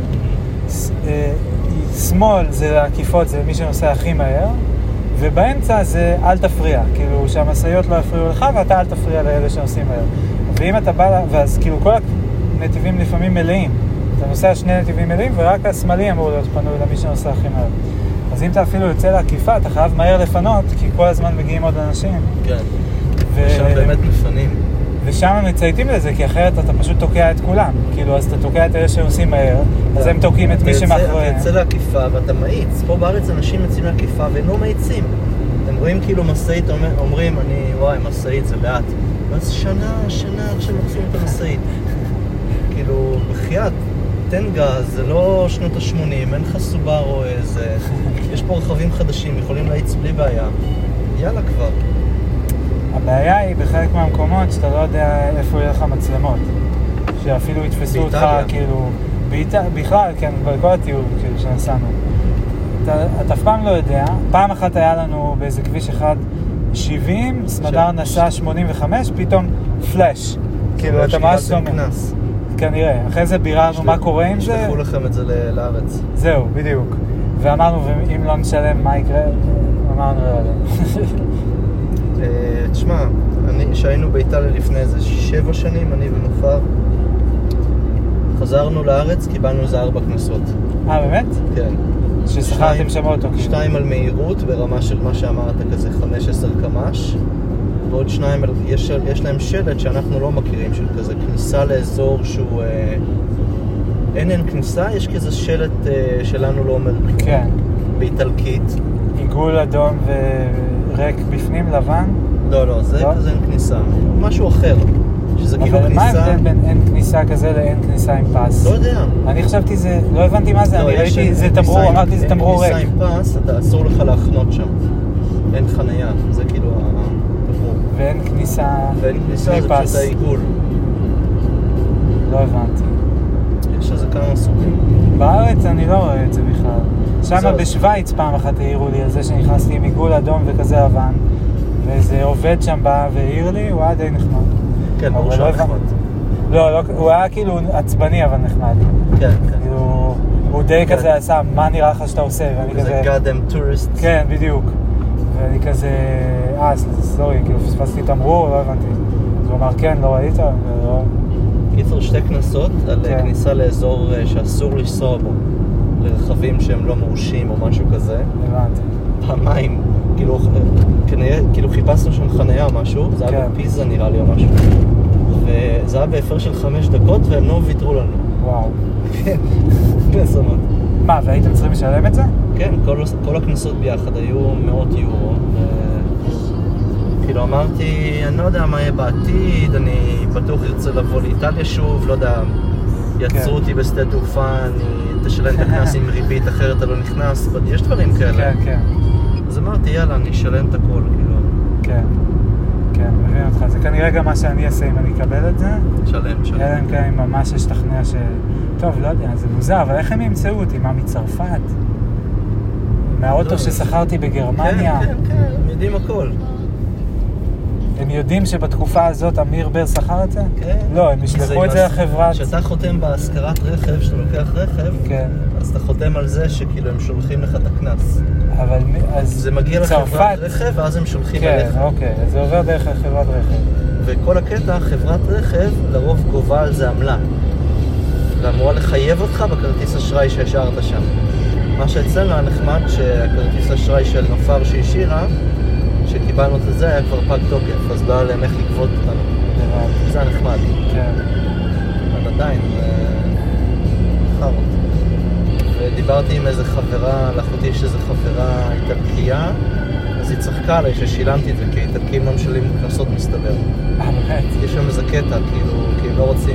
שמאל זה לעקיפות, זה מי שנוסע הכי מהר, ובאמצע זה אל תפריע, כאילו שהמסעיות לא יפריעו לך ואתה אל תפריע לאלה שנוסעים מהר. ואם אתה בא, ואז כאילו כל הנתיבים לפעמים מלאים, אתה נוסע שני נתיבים מלאים ורק השמאלי אמור להיות פנוי למי שנוסע הכי מהר. אז אם אתה אפילו יוצא לעקיפה, אתה חייב מהר לפנות, כי כל הזמן מגיעים עוד אנשים. כן, ושם באמת מפנים. ושם מצייתים לזה, כי אחרת אתה פשוט תוקע את כולם. כאילו, אז אתה תוקע את אלה שנוסעים מהר, אז הם תוקעים את מי שמאחוריהם. אתה יוצא לעקיפה ואתה מאיץ. פה בארץ אנשים יוצאים לעקיפה והם לא מאיצים. אתם רואים כאילו מסעית, אומרים, אני, וואי, מסעית זה לאט. אז שנה, שנה, עד שמוצאים את המסעית. כאילו, בחייאת, תן גז, זה לא שנות ה-שמונים, אין לך סובארו איזה... יש פה רכבים חדשים, יכולים להאיץ בלי בעיה. יאללה כבר. הבעיה היא בחלק מהמקומות שאתה לא יודע איפה יהיה לך מצלמות. שאפילו יתפסו אותך, כאילו... בכלל, כן, בכל הטיול כאילו, שנסענו. אתה, אתה אף פעם לא יודע. פעם אחת היה לנו באיזה כביש אחד שבעים, סמדר נסע שמונים וחמש, פתאום פלאש. כאילו, אתה ממש לא... כנראה. אחרי זה ביררנו מה קורה עם זה. ישלחו לכם את זה לארץ. זהו, בדיוק. ואמרנו, ואם לא נשלם, מה יקרה? אמרנו, לא יודע. תשמע, שהיינו באיטליה לפני איזה שבע שנים, אני ונופר, חזרנו לארץ, קיבלנו איזה ארבע כנסות. אה, באמת? כן. ששכרתם שם אותו? שתיים על מהירות, ברמה של מה שאמרת, כזה חמש עשר קמ"ש, ועוד שניים, יש, יש להם שלט שאנחנו לא מכירים, של כזה כניסה לאזור שהוא... אה, אין אין כניסה, יש כזה שלט אה, שלנו לא אומר כלום. כן. באיטלקית. עיגול אדום וריק בפנים, לבן? לא, לא, זה לא? כזה אין כניסה. משהו אחר. שזה כאילו כניסה... אבל מה ההבדל בין אין כניסה כזה לאין כניסה עם פס? לא יודע. אני חשבתי זה... לא הבנתי מה זה, לא, אני ראיתי זה תמרור, אמרתי זה תמרור ריק. אין כניסה עם פס, אתה אסור לך להחנות שם. אין חנייה, זה כאילו התמרור. ואין כניסה... ואין כניסה, זה פשוט העיגול. לא הבנתי. יש איזה כמה סוגים. בארץ אני לא רואה את זה בכלל. שם בשוויץ פעם אחת העירו לי על זה שנכנסתי עם עיגול אדום וכזה לבן, ואיזה עובד שם בא והעיר לי, הוא היה די נחמד. כן, ברור שהוא נחמד. לא, לא, הוא היה כאילו עצבני אבל נחמד. כן, כן. כאילו, הוא די כזה עשה, מה נראה לך שאתה עושה? ואני כזה... זה goddamn tourist. כן, בדיוק. ואני כזה, אה, סורי, כאילו פספסתי תמרור, לא הבנתי. אז הוא אמר, כן, לא ראית? ולא... קיצור, שתי כנסות על כן. כניסה לאזור שאסור לנסוע בו, לרכבים שהם לא מורשים או משהו כזה. הבנתי. פעמיים, כאילו, כנראה, כאילו חיפשנו שם חניה או משהו, זה היה כן. בפיזה נראה לי או משהו. וזה היה בהפר של חמש דקות והם לא ויתרו לנו. וואו. כן, בסונות. מה, והייתם צריכים לשלם את זה? כן, כל, כל הכנסות ביחד היו מאות יורו. ו... כאילו אמרתי, אני לא יודע מה יהיה בעתיד, אני בטוח ארצה לבוא לאיטליה שוב, לא יודע, יצרו כן. אותי בשדה תעופה, אני תשלם את הכנס עם ריבית, אחרת אתה לא נכנס, יש דברים כאלה. כן, כן. אז אמרתי, יאללה, אני אשלם את הכל, כאילו. כן, כן, מבין אותך. זה כנראה גם מה שאני אעשה אם אני אקבל את זה. שלם, שלם. אלא אם כן ממש אשתכנע ש... טוב, לא יודע, זה מוזר, אבל איך הם ימצאו אותי? מה, מצרפת? מהאוטו ששכרתי בגרמניה? כן, כן, כן, הם יודעים הכל. הם יודעים שבתקופה הזאת אמיר בר שכר את זה? כן. לא, הם ישלחו את זה לחברת... כשאתה חותם בהשכרת רכב, שאתה לוקח רכב, כן. אז אתה חותם על זה שכאילו הם שולחים לך את הכנס. אבל אז... זה מגיע לחברת רכב, ואז הם שולחים כן, אליך. כן, אוקיי, אז זה עובר דרך חברת רכב. וכל הקטע, חברת רכב, לרוב גובה על זה עמלה. ואמורה לחייב אותך בכרטיס אשראי שהשארת שם. מה שאצלנו היה נחמד, שהכרטיס אשראי של נופר שהשאירה, שקיבלנו את זה, היה כבר פג תוקף, אז לא היה להם איך לגבות אותנו. זה היה נחמד. כן. אבל עדיין, זה חרות. ודיברתי עם איזה חברה, לאחותי יש איזו חברה איטלקייה, אז היא צחקה עליי ששילמתי את זה, כי איטלקים לא משלים קנסות מסתבר. אה, באמת? יש שם איזה קטע, כאילו, כי הם לא רוצים...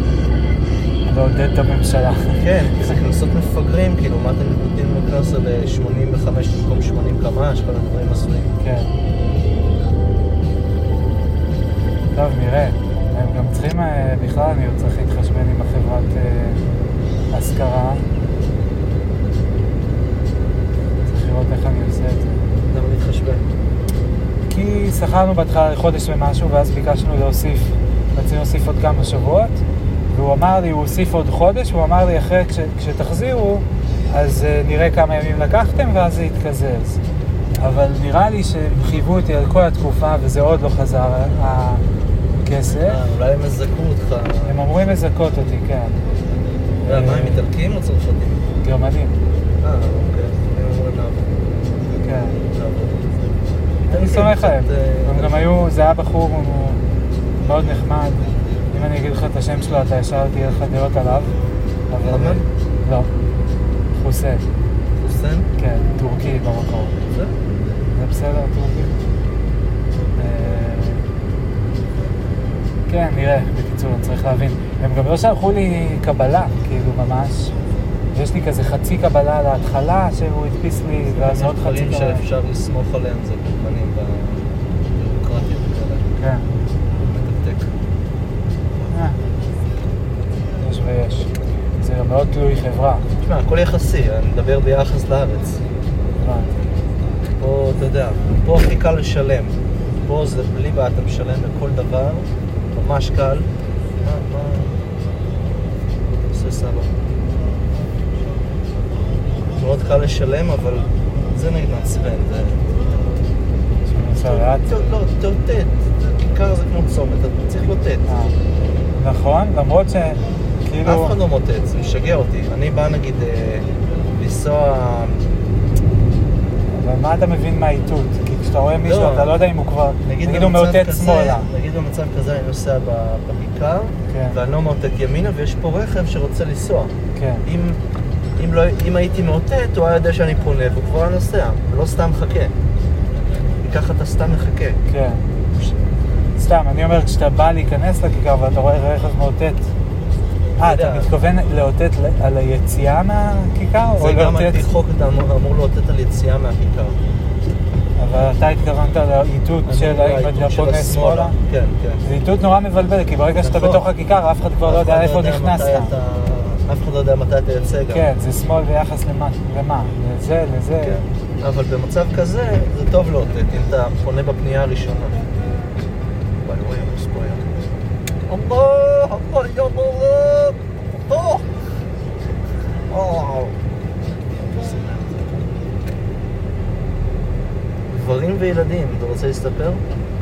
לעודד את הממשלה. כן, כי זה קנסות מפגרים, כאילו, מה אתם נותנים לקנס על שמונים וחמש במקום שמונים קמ"ש, כל הדברים עשויים. כן. טוב, נראה. הם גם צריכים, בכלל אני צריך להתחשבן עם החברת השכרה. צריך לראות איך אני עושה את זה. למה להתחשבן? כי שכרנו בהתחלה לחודש ומשהו, ואז ביקשנו להוסיף, רצינו להוסיף עוד כמה שבועות. והוא אמר לי, הוא הוסיף עוד חודש, והוא אמר לי, אחרי כש, כשתחזירו, אז uh, נראה כמה ימים לקחתם, ואז זה יתקזז. אבל נראה לי שהם חייבו אותי על כל התקופה, וזה עוד לא חזר, הכסף. אה, אולי הם מזכו אותך. הם אומרים מזכות אותי, כן. מה, הם איטלקיים או צרפתים? גרמנים. אה, אוקיי. הם אמורים לעבוד. כן. לעבוד. אני סומך עליהם. הם גם היו, זה היה בחור מאוד נחמד. אם אני אגיד לך את השם שלו, אתה ישר תהיה לך דעות עליו. חמד? לא. חוסן. חוסן? כן, טורקי במקור. זה? זה בסדר, טורקי? כן, נראה, בקיצור, צריך להבין. הם גם לא שלחו לי קבלה, כאילו ממש. יש לי כזה חצי קבלה להתחלה שהוא הדפיס לי, ואז עוד חצי קבלה. דברים שאפשר לסמוך עליהם, זה בזמנים בבירוקרטיה וכאלה. כן. מתקתק. יש ויש. זה גם מאוד תלוי חברה. תשמע, הכל יחסי, אני מדבר ביחס לארץ. פה, אתה יודע, פה הכי קל לשלם. פה זה בלי בעיה, אתה משלם לכל דבר, ממש קל. מה, מה... עושה סבא. מאוד קל לשלם, אבל זה נגיד מעצבן, זה... לא, תאותת. כיכר זה כמו צומת, אתה צריך לוטט. נכון, למרות ש... אף אחד לא מוטט, זה משגע אותי. אני בא נגיד לנסוע... אבל מה אתה מבין מהאיתות? כי כשאתה רואה מישהו, אתה לא יודע אם הוא כבר... נגיד הוא מאותת שמאלה. נגיד במצב כזה אני נוסע בכיכר, ואני לא מאותת ימינה, ויש פה רכב שרוצה לנסוע. אם הייתי מאותת, הוא היה יודע שאני פונה, והוא כבר נוסע, ולא סתם חכה. וככה אתה סתם מחכה. כן. סתם, אני אומר, כשאתה בא להיכנס לכיכר ואתה רואה רכב מאותת, אה, אתה מתכוון לאותת על היציאה מהכיכר? זה גם על פי חוק אתה אמור לאותת על יציאה מהכיכר. אבל אתה התכוונת לאיתות של האם אתה פונה שמאלה? כן, כן. זה איתות נורא מבלבל, כי ברגע שאתה בתוך הכיכר, אף אחד כבר לא יודע איפה נכנסת. אף אחד לא יודע מתי אתה יוצא גם. כן, זה שמאל ביחס למה? לזה, לזה. כן. אבל במצב כזה, זה טוב לאותת, אם אתה פונה בפנייה הראשונה. וואי וואי, עמוס פה היה. Allah, Allah, ya Allah. Oh. Oh. גברים וילדים, אתה רוצה להסתפר?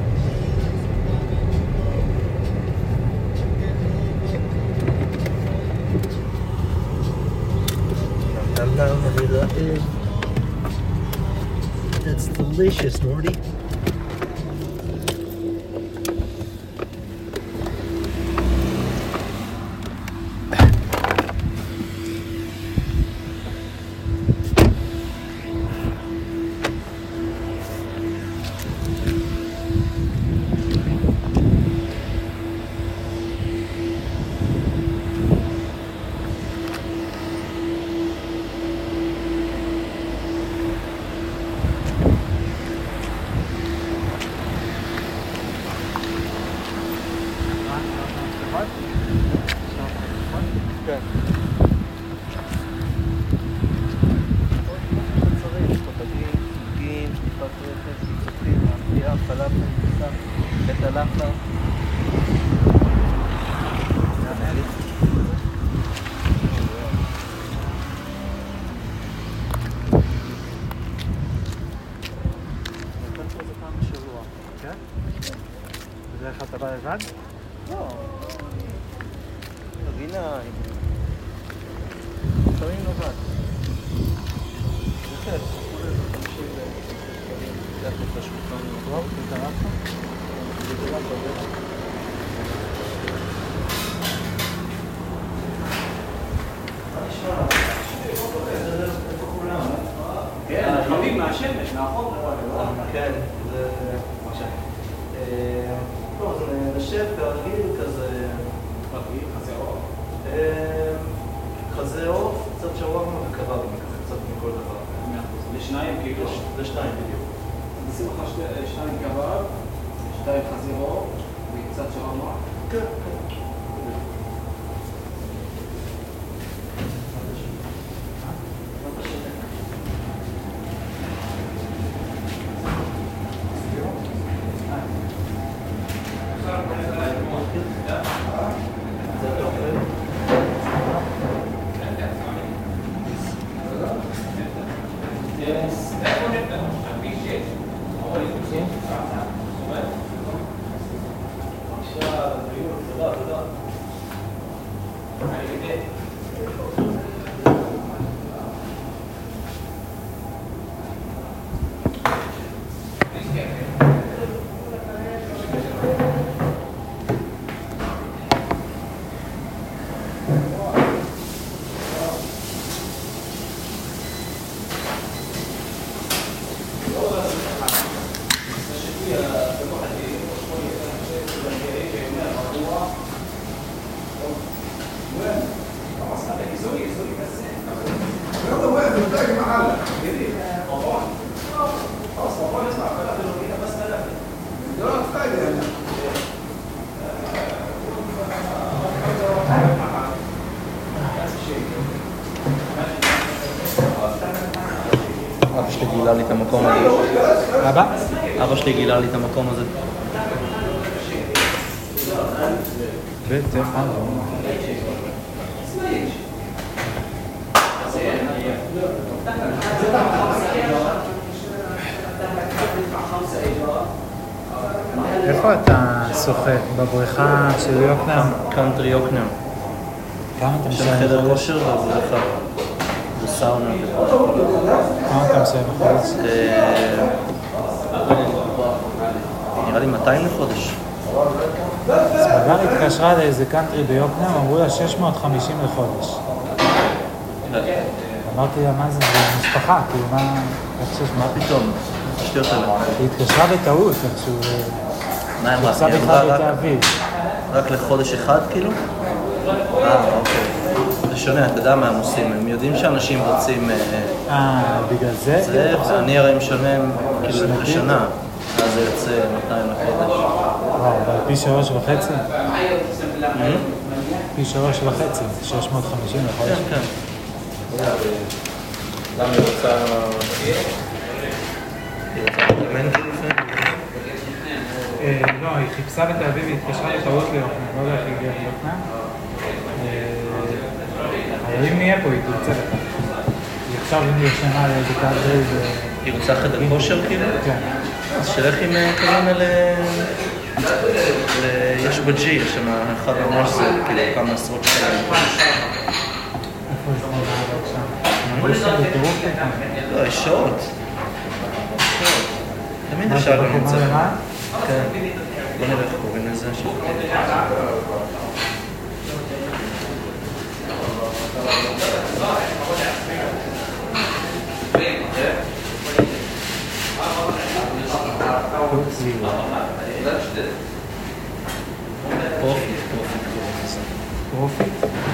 That's delicious, Nordy. בדרך כלל אתה בא לבד? לא. תבינה, לפעמים לבד. זה כיף, כולה זה חמישים שקלים. לקחת את השולחן מטרוב, תתערפת? זה תלך בדרך. כן, חביב מהשמש, מהחום. כן, זה... לא, זה נשב כרגיל כזה... חביב, חזה עוף. חזה עוף, קצת שווארמה וקבבים, כזה קצת מכל דבר. לשניים כאילו? לשניים בדיוק. נשים לך שניים קבב, שתיים חזה עוף וקצת שווארמה? כן, כן. אבא שלי גילה לי את המקום הזה. אבא? אבא שלי גילה לי את המקום הזה. בטח, איפה אתה שוחה? בבריכה של יוקנעם? קאנטרי יוקנעם. כמה אתה יש משלם שם חדר בחודש? כושר ובריכה. וסאונה. כמה אתה משלם בחודש? נראה לי מאתיים לחודש. סמדר התקשרה לאיזה קאנטרי ביוקנעם, אמרו לה שש מאות וחמישים לחודש. אמרתי לה, מה זה? זה משפחה, כאילו מה... איך שש מאות? מה פתאום? שטויות עליו. היא התקשרה בטעות, איכשהו... מה אמרה? עושה היא בכלל אמרה בתל אביב. רק לחודש אחד כאילו? אה, אוקיי. שונה, אתה יודע מה הם עושים, הם יודעים שאנשים רוצים... אה, בגלל זה? זה, אני הרי משלם כאילו לשנה, אז זה יוצא מאתיים לחודש. וואו, אבל פי שלוש וחצי? פי שלוש וחצי, שש מאות וחמישים לחודש? כן, כן. למה היא רוצה... היא רוצה להתאמן כאילו לפני? לא, היא חיפשה בתל אביב, היא התקשרה לטעות ליוחנן, לא יודע איך היא הגיעה ליוחנן. אבל אם נהיה פה, היא תרצה לך. היא עכשיו נרשמה לאיזה קאדרי ו... היא רוצה חדר כושר כאילו? כן. אז שלך עם קרינה ל... יש בג'י, יש שם אחד ממש זה כאילו כמה עשרות שקלים. איפה זה נראה שם? יש שם בטירוף איתם. לא, יש שעות. תמיד אפשר גם למצוא. כן. בוא נראה איך קוראים לזה. פרופיט, פרופיט קוראים לזה. פרופיט?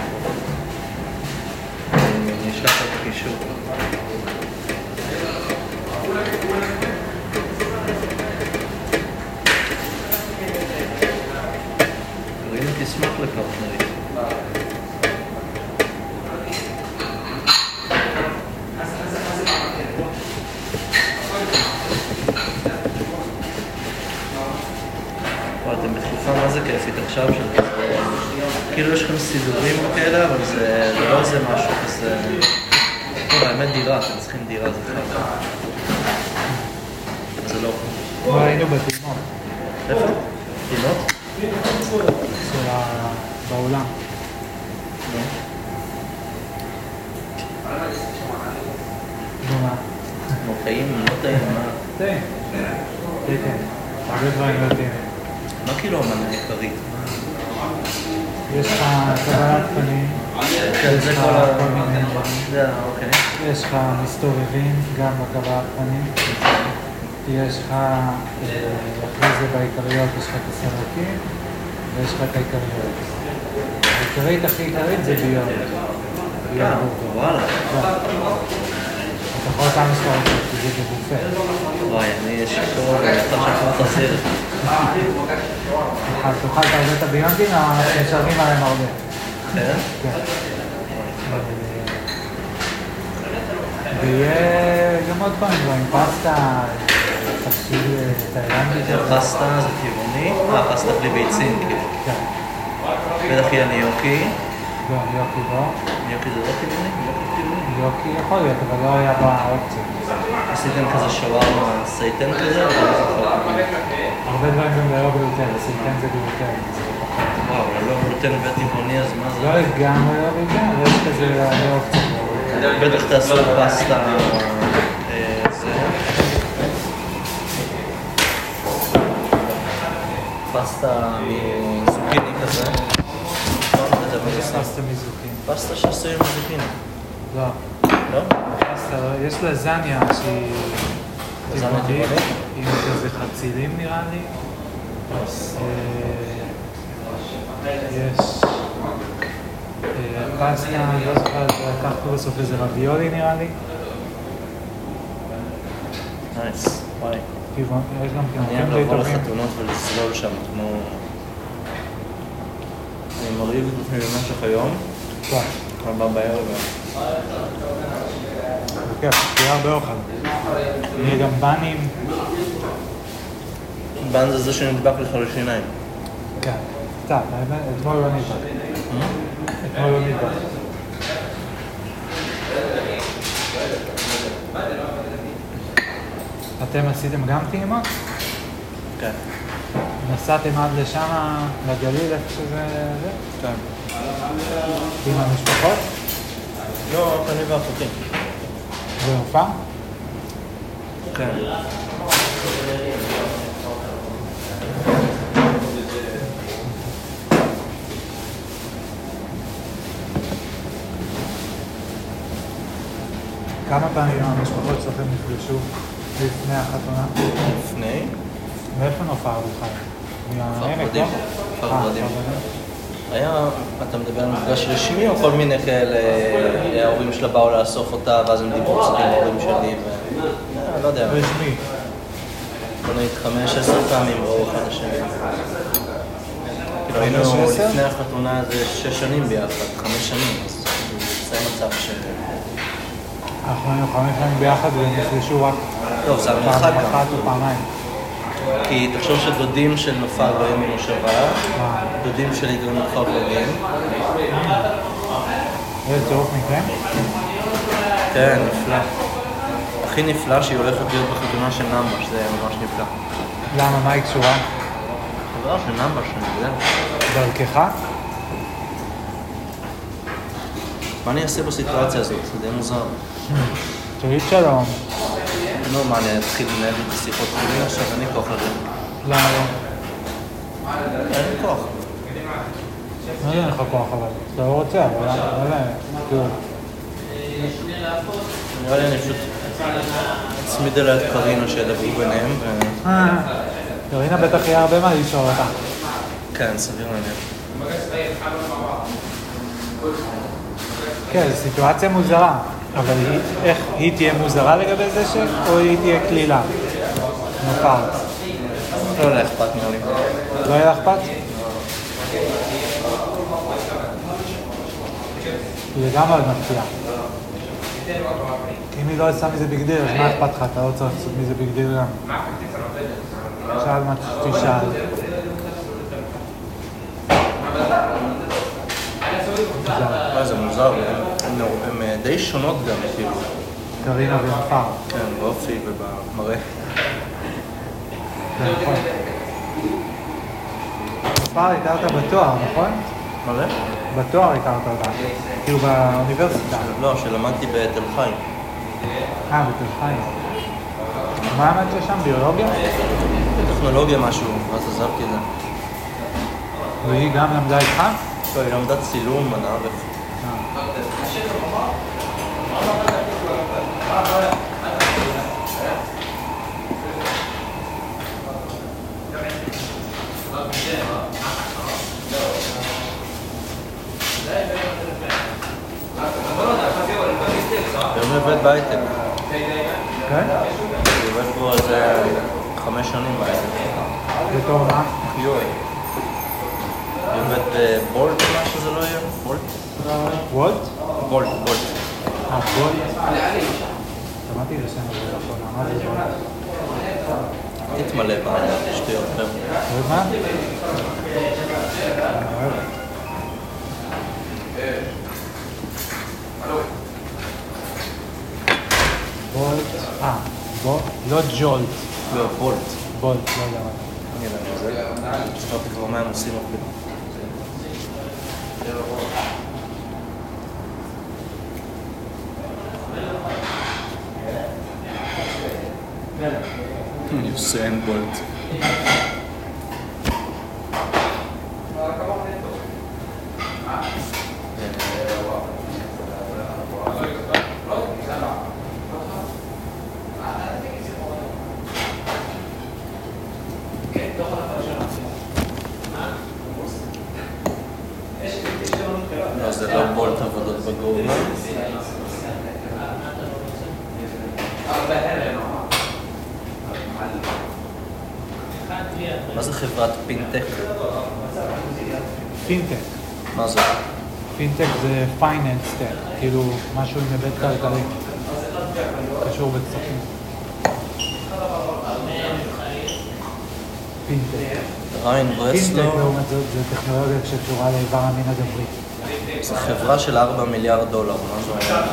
אני אשלח את הקישור. רינה תשמח לפרטנרית. אתם בתקופה מה זה כיפית עכשיו של כזה, כאילו יש לכם סידורים כאלה, אבל זה לא איזה משהו כזה, טוב, האמת דירה, אתם צריכים דירה, זה חייב. זה לא. כבר היינו בטעימות. איפה? טעימות? של ה... בעולם. נו מה? כמו טעים, לא טעים, מה? טעים. כן, כן. הרבה דברים לא טעים. מה כאילו המנה העיקרית? יש לך קבלת פנים, יש לך כל מיני דברים. זה, אוקיי. יש לך מסתובבים גם בקבלת פנים. יש לך, אחרי זה בעיקריות יש לך את הסלקים, ויש לך את העיקריות. העיקרית הכי עיקרית זה ביור. אה, וואלה. אתה יכול כמה ספרות, כי זה בבופה. וואי, אני שיכור, אני חושב שכבר תחזיר. תאכל את הרבה את הביונדים, אנחנו משלמים עליהם הרבה. כן? כן. ויהיה גם עוד פעם דברים, פסטה, תפשיל תאילנדי. פסטה זה טבעוני? אה, פסטה בלי ביצים, כאילו. כן. בטח יהיה ניוקי. לא, ניוקי לא. ניוקי זה לא טבעוני? ניוקי יכול להיות, אבל לא היה באופציה. עשיתם כזה שווארמה סייטן כזה? הרבה דברים גם לא גלוטן, סייטן זה גלוטן. וואו, אבל לא גלוטן וטבעוני, אז מה זה? לא לגמרי לא גלוטן, אבל יש כזה הרבה אופציות. בטח תעשו פסטה... זה... פסטה מזוקיני כזה. פסטה מזוקים. פסטה שעשו עם מזוקיני. לא. לא? פסטה, יש לזניה שהיא... לזניה טבעונית? עם כזה חצילים נראה לי. יש... פסטה, אני לא זוכר, לקחנו בסוף איזה רביולי נראה לי. נייס, וואי. יש גם אני כמובן אוהב די לבוא טובים. לחתונות ולסלול שם כמו... אני מרעיב במשך היום, טוב, הבא בערב. בכיף, תהיה הרבה אוכל. יהיה גם בנים. בן זה זה שנדבק לך לשיניים. כן, קצת, אתמול לא נדבק. אתמול לא נדבק. אתם עשיתם גם טעימות? כן. נסעתם עד לשם, לגליל, איפה שזה... זה? כן. עם המשפחות? לא, אני ואחותי. בהופעה? כן. כמה פעמים המשפחות שלכם נפגשו לפני החתונה? לפני? מאיפה נופעה בכלל? מהעמק, לא? פרבדים. אה, פרבדים. פרבדים. היה, אתה מדבר על מפגש רשמי או כל מיני כאלה, ההורים שלה באו לאסוף אותה ואז הם דיברו קצת עם ההורים שלי ו... לא יודע. רשמי. בוא נגיד חמש, עשר פעמים ראו אחד השני. כאילו היינו לפני החתונה זה שש שנים ביחד, חמש שנים, אז זה מצב ש... אנחנו היינו חמש שנים ביחד ונפגשו רק טוב, זה המרחק פעם גם. אחת או פעמיים. כי תחשוב שדודים של נופר גרים ממושבה, דודים שלי גרים מכפר ולדים. איזה צירוף מקרה? כן, נפלא. הכי נפלא שהיא הולכת להיות בחתונה של נמבש, זה ממש נפלא. למה? מה היא קשורה? חברה של נמבש, אני יודע. דרכך? מה אני אעשה בסיטואציה הזאת? זה די מוזר. תגיד שלום. נו, מה, אני אתחיל לנהל את השיחות שלי עכשיו? אין לי כוח לזה. למה לא? אין לי כוח. מה זה אין לך כוח אבל? אתה לא רוצה, אבל לא יודע, נראה לי אני פשוט אצמיד אליה את קרינה שידברו ביניהם ו... קרינה בטח יהיה הרבה מה לשאול אותה. כן, סביר להניח. כן, זו סיטואציה מוזרה, אבל היא, איך, היא תהיה מוזרה לגבי זה ש... או היא תהיה כלילה? נופר. לא יהיה אכפת נראה לי. לא יהיה אכפת? זה גם מאוד מפתיע. אם היא לא עושה מזה ביג דיל, אז מה אכפת לך? אתה לא צריך לעשות מזה ביג דיל גם. שאל מה תשאל. מה זה מוזר, הן די שונות גם כאילו. קרינה ונופר. כן, באופי ובמראה. זה נכון. נופר הכרת בתואר, נכון? מראה? בתואר הכרת אותה. כאילו באוניברסיטה. לא, שלמדתי בתל חי. אה, בתל חי. מה למדת שם? ביולוגיה? בטכנולוגיה משהו, ואז עזבתי את זה. והיא גם למדה איתך? לא, היא למדה צילום, מנהל. היום היא עובדת בהייטק. כן? היא עובדת פה איזה חמש שנים בהייטק. בתור מה? יואי. היא עובדת בבולט או מה שזה לא יהיה? בולט? וולט? בולט, בולט. אה, וולט? שמעתי את השם הזה לאחרונה, מה זה וולט? תתמלא בשטויות. אוהב מה? אני אוהב. וולט, אה, בולט, לא ג'ולט. לא, בולט. בולט, לא יודע מה. אני יודע מה זה. שכרתי כבר מה הם עושים אפילו. יוסיין בולט. לא, זה לא בולט עבודות בגובה. מה זה חברת פינטק? פינטק. מה זה? פינטק זה פייננס טק, כאילו משהו עם היבט כלכלי. קשור בכספים. פינטק. ריין פינטק ברסלו לעומת זאת זה טכנולוגיה שקשורה לאיבר המין הגברי. זה חברה של ארבעה מיליארד דולר, מה זה היה?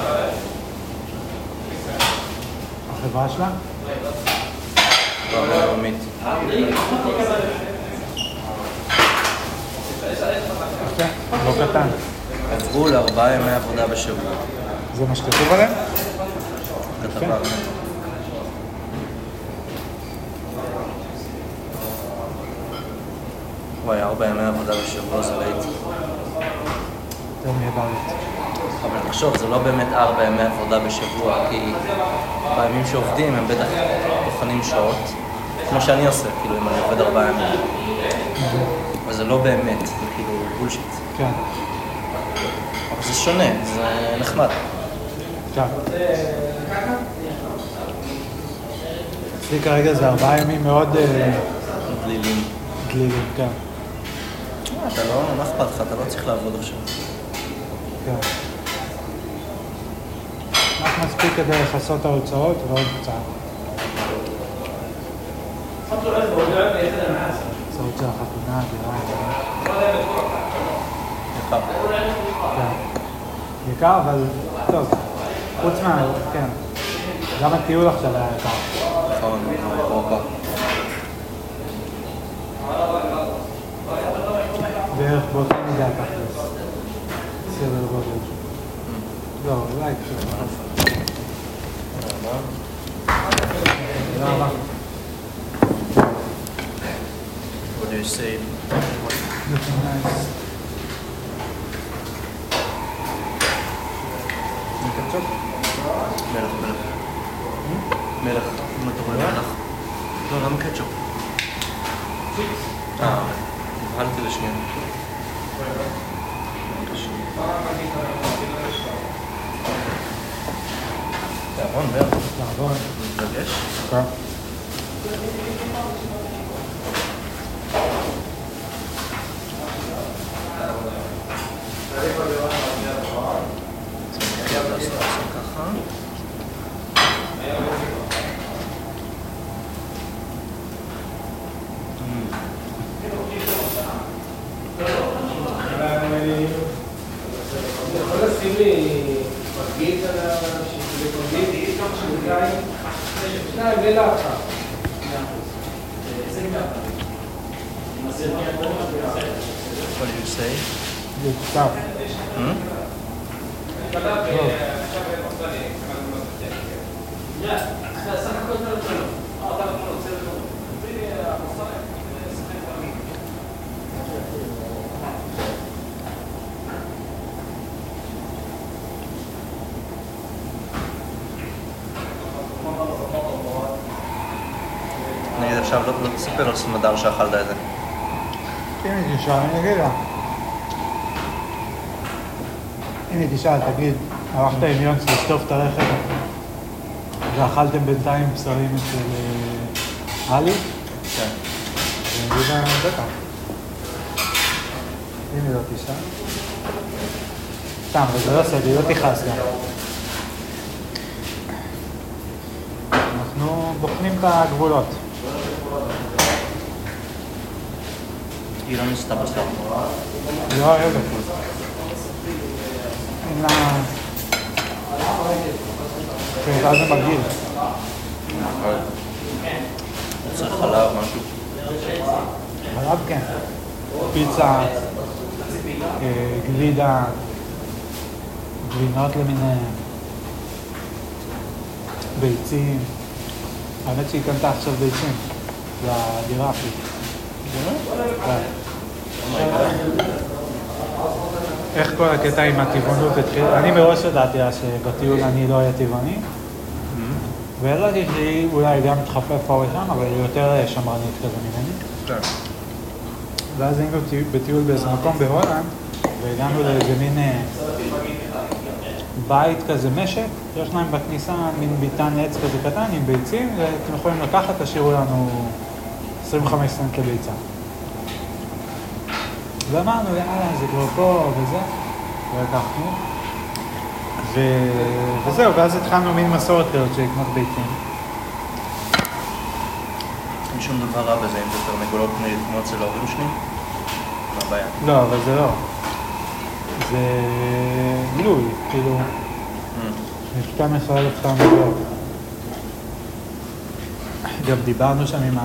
החברה שלה? חברה בינלאומית. כן, לא קטן. עברו לארבעה ימי עבודה בשבוע. זה מה שכתוב עליהם? כתבה. וואי, ארבע ימי עבודה בשבוע זה להיט. זה מהבית. אבל תחשוב, זה לא באמת ארבע ימי עבודה בשבוע, כי בימים שעובדים הם בטח בוחנים שעות, כמו שאני עושה, כאילו אם אני עובד ארבעה ימים. אבל זה לא באמת, זה כאילו בולשיט. כן. אבל זה שונה, זה נחמד. כן. אצלי כרגע זה ארבעה ימים מאוד גלילים. גלילים, כן. אתה לא, מה אכפת לך, אתה לא צריך לעבוד עכשיו. כן. רק מספיק כדי לחסות את ההוצאות ועוד קצת. הוצאות של החתונה, דירה, יקר. כן. יקר, אבל טוב. חוץ מה... כן. גם הטיול עכשיו היה יקר. נכון, אירופה. בערך באותה מידה תכלס. סדר גודל. לא, אולי פשוט פחות. תודה רבה. What do you say? Looking nice. קצ'ופ? מלח, מלח. מלח, אם אתה רואה מלח. לא, למה קצ'ופ? אה, נבהלתי לשנייה. תעבון, בר. תעבון. מתרגש? כן. חייב לעשות ככה. יכול לשים לי מרגיט על המרגיט, כמה שנתיים, שניים ולאחר. What do you say? Good stuff. Hmm? נגיד עכשיו לא תספר על סמדר שאכלת את זה. הנה תשאל, אני אגיד לה. הנה תשאל, תגיד, הלכת עם יונס לשטוף את הרכב ואכלתם בינתיים בשרים אצל אלי? כן. ונגיד לה, בטח. הנה לא תשאל. סתם, וזה לא סדר, לא תכעס גם. אנחנו בוחנים את הגבולות. היא לא ניסתה בשר. היא לא אוהבת. אין לה... כן, ואז זה מגעיל. צריך חלב, משהו. חלב כן. פיצה, גלידה, גבינות למיניהם, ביצים. האמת שהיא קנתה עכשיו ביצים לדירה אפילו. איך כל הקטע עם הטבעונות התחיל? אני מראש ידעתי שבטיול אני לא היה טבעוני, וידעתי שהיא אולי גם מתחפף פה ושם, אבל היא יותר שמרנית כזה ממני. ואז היינו בטיול באיזה מקום בהולנד, והגענו לאיזה מין בית כזה משק, יש להם בכניסה מין ביתן עץ כזה קטן עם ביצים, ואתם יכולים לקחת, תשאירו לנו עשרים וחמש סנט לביצה. ואמרנו, יאללה, זה כבר פה וזה, ולקחנו. ו... וזהו, ואז התחלנו מין מסורת כזאת של לקנות ביצים. אין שום דבר רע בזה, אם זה תרנגולות כמו אצל ההורים שלי? מה הבעיה? לא, אבל זה לא. זה גלוי, כאילו, שתים עשרה אלף תרנגולות. גם דיברנו שם עם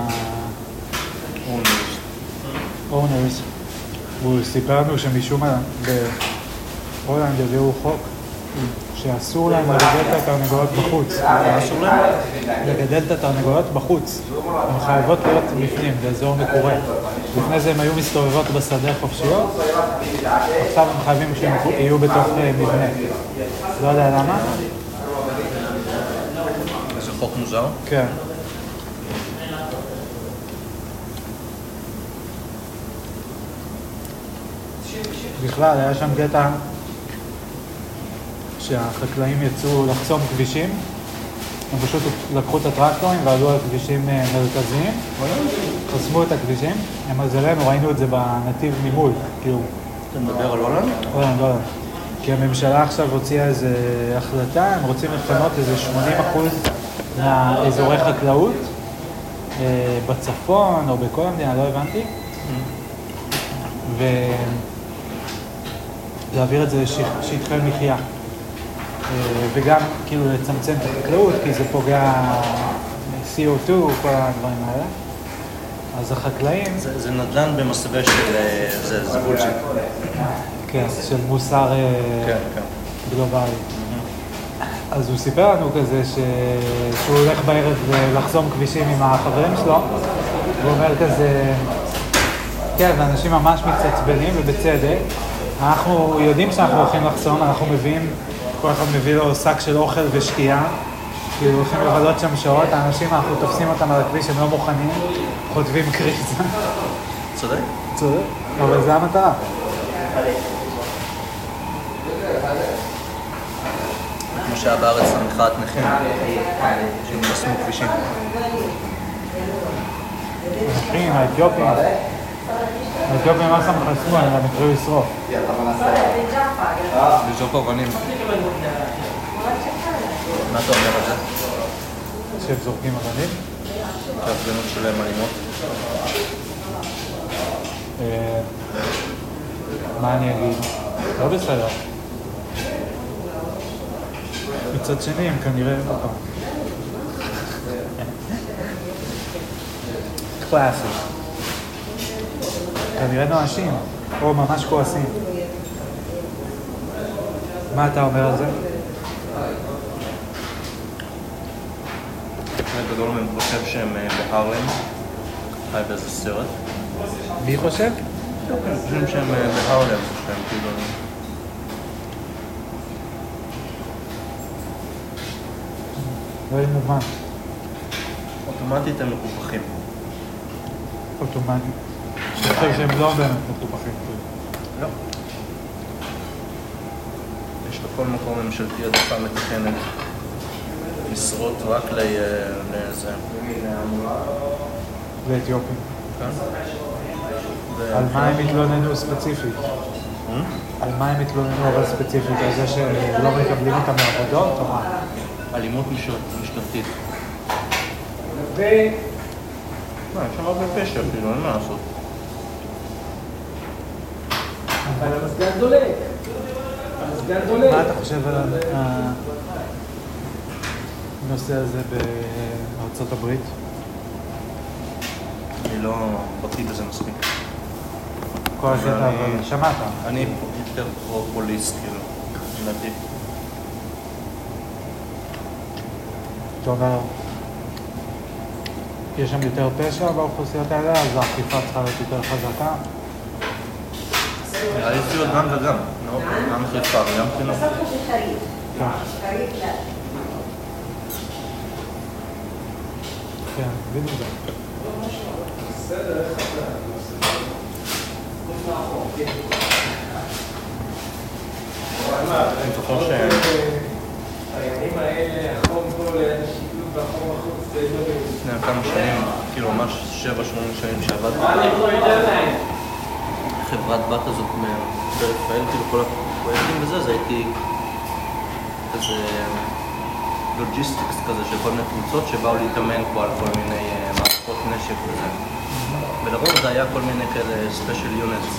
ה-owners, והוא סיפר לנו שמשום מה בהולנד הביאו חוק שאסור להם לגדל את התרנגולות בחוץ. מה אסור להם? לגדל את התרנגולות בחוץ. הן חייבות להיות בפנים, באזור מקורה. לפני זה הן היו מסתובבות בשדה חופשיות, עכשיו הם חייבים שהם יהיו בתוך מבנה. לא יודע למה? איזה חוק מוזר? כן. בכלל, היה שם קטע שהחקלאים יצאו לחסום כבישים, הם פשוט לקחו את הטרקטורים ועלו על כבישים מרכזיים, חסמו את הכבישים, הם מזלנו, ראינו את זה בנתיב ממול, כאילו... אתה מדבר על הולנד? הולנד, הולנד. כי הממשלה עכשיו הוציאה איזו החלטה, הם רוצים לפנות איזה שמונים אחוז מהאזורי חקלאות בצפון או בכל המדינה, לא הבנתי. ולהעביר את זה לשטחי מחיה. וגם כאילו לצמצם את החקלאות, כי זה פוגע סי או טו, כל הדברים האלה. אז החקלאים... זה, זה נדל"ן במסווה של... זה, זה בולשיט. כן, של מוסר כן, כן. גלובלי. אז הוא סיפר לנו כזה ש... שהוא הולך בערב לחסום כבישים עם החברים שלו, והוא אומר כזה... כן, ואנשים ממש מצטעצבנים, ובצדק. אנחנו יודעים שאנחנו הולכים לחסום, אנחנו מביאים, כל אחד מביא לו שק של אוכל ושתייה, כאילו הולכים לבלות שם שעות, האנשים, אנחנו תופסים אותם על הכביש, הם לא מוכנים, חוטבים קריזה. צודק? צודק, אבל זה המטרה. כמו שהיה בארץ המחאת נכים, שהם חסמו כבישים. נכים, האתיופים. האתיופים מה שם חסמו, הם התחילו לשרוף. לזרוק אבנים. מה אתה אומר על זה? שהם זורקים אבנים? שההפגנות שלהם אלימות. מה אני אגיד? לא בסדר. מצד שני, הם כנראה... קלאסי. כנראה נואשים, או ממש כועסים. מה אתה אומר על זה? חלק גדול מהם חושב שהם בהרלם, חי באיזה סרט. מי חושב? הם חושבים שהם בהרלם, שהם כאילו... לא ימומן. אוטומטית הם מקופחים. אוטומטית. אני חושב שהם לא באמת מקופחים. לא. יש לכל מקום ממשלתי עדיפה מתקנת משרות רק לאיזה... לאתיופים. כן? על מה הם התלוננו ספציפית? על מה הם התלוננו אבל ספציפית? על זה שלא מקבלים אותם לעבודות או מה? אלימות משטרתית. ו... מה, אפשר הרבה פשע, כאילו, אין מה לעשות. אבל המסגן דולק. המסגן דולק. מה אתה חושב על הנושא הזה בארצות הברית? אני לא בקיא בזה מספיק. כל הקטע, אבל שמעת. אני יותר פרו-פוליס, כאילו, לדעתי. אתה אומר, יש שם יותר פשע באוכלוסיות האלה, אז האכיפה צריכה להיות יותר חזקה. נראה לי להיות גם וגם, גם חיפה וגם חינוך. כן, בדיוק. אני זוכר שהם... הימים האלה, החום פה ליד השיתוף והחום החוץ זה לא... לפני כמה שנים, כאילו ממש שבע, שמונה שנים שעבדתי חברת בת הזאת ברפאל, כאילו כל הפרויקטים וזה, אז הייתי כזה לוג'יסטיקס כזה של כל מיני קבוצות שבאו להתאמן פה על כל מיני מערכות נשק וזה. ולרוב זה היה כל מיני כאלה ספיישל יונטס,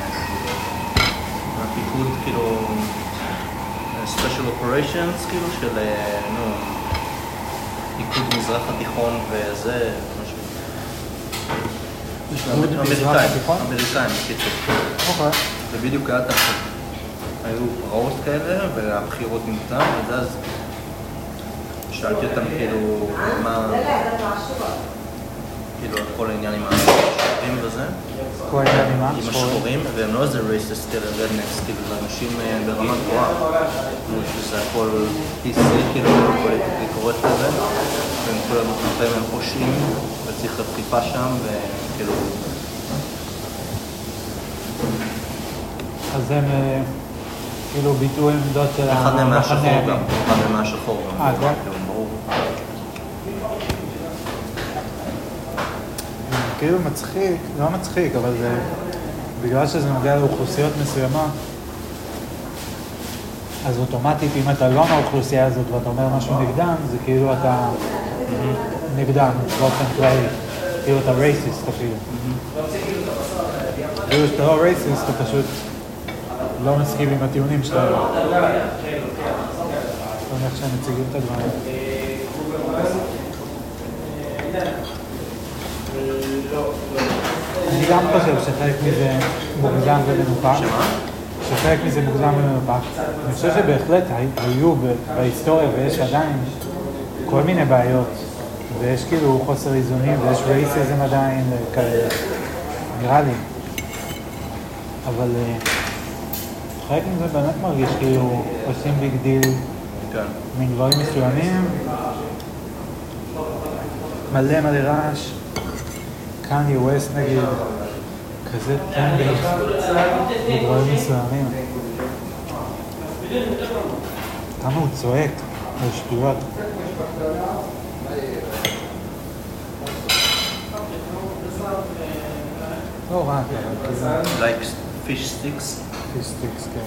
הפיקוד כאילו ספיישל אופריישנס כאילו של, נו, פיקוד מזרח התיכון וזה, משהו. אמריקאים, אמריקאים, בקיצור. אוקיי. ובדיוק היה תחת, היו פרעות כאלה, והבחירות נמתם, ואז שאלתי אותם כאילו, מה... כאילו, כל העניין עם השחורים וזה. כל העניין עם מה? עם השחורים, והם לא איזה רייסס כאלה, רדנקס, כאילו, זה אנשים ברמה גבוהה. שזה הכל פי סי, כאילו, פוליטיקלי קורט כזה, והם כולם מבחינתם הם פושעים, וצריך דחיפה שם, וכאילו... אז הם אה, כאילו ביטאו עמדות של אחד מהם היה שחור המחנה. גם, אחד מהם היה שחור גם. אה, כן? ברור. כאילו מצחיק, לא מצחיק, אבל זה בגלל שזה נוגע לאוכלוסיות מסוימות, אז אוטומטית אם אתה לא מהאוכלוסייה הזאת ואתה אומר משהו נגדם, זה כאילו אתה נגדם באופן כללי, כאילו אתה רייסיסט אפילו. כאילו שאתה לא רייסיסט, אתה פשוט לא מסכים עם הטיעונים שלהם. לא יודע איך שהם מציגים את הדברים. אני גם חושב שחלק מזה מוגזם ומנופק. שמה? שחלק מזה מוגזם ומנופק. אני חושב שבהחלט היו בהיסטוריה ויש עדיין כל מיני בעיות. ויש כאילו חוסר איזונים ויש רייסיזם עדיין כאלה. נראה לי. אבל חלק מזה באמת מרגיש כאילו עושים ביג דיל מדברים מסוימים. מלא מלא רעש. קניה ווסט נגיד, כזה טמבל בדברים מסוימים. כמה הוא צועק על שטויות. לא רק, אבל כזה... Like fish sticks? fish sticks, כן.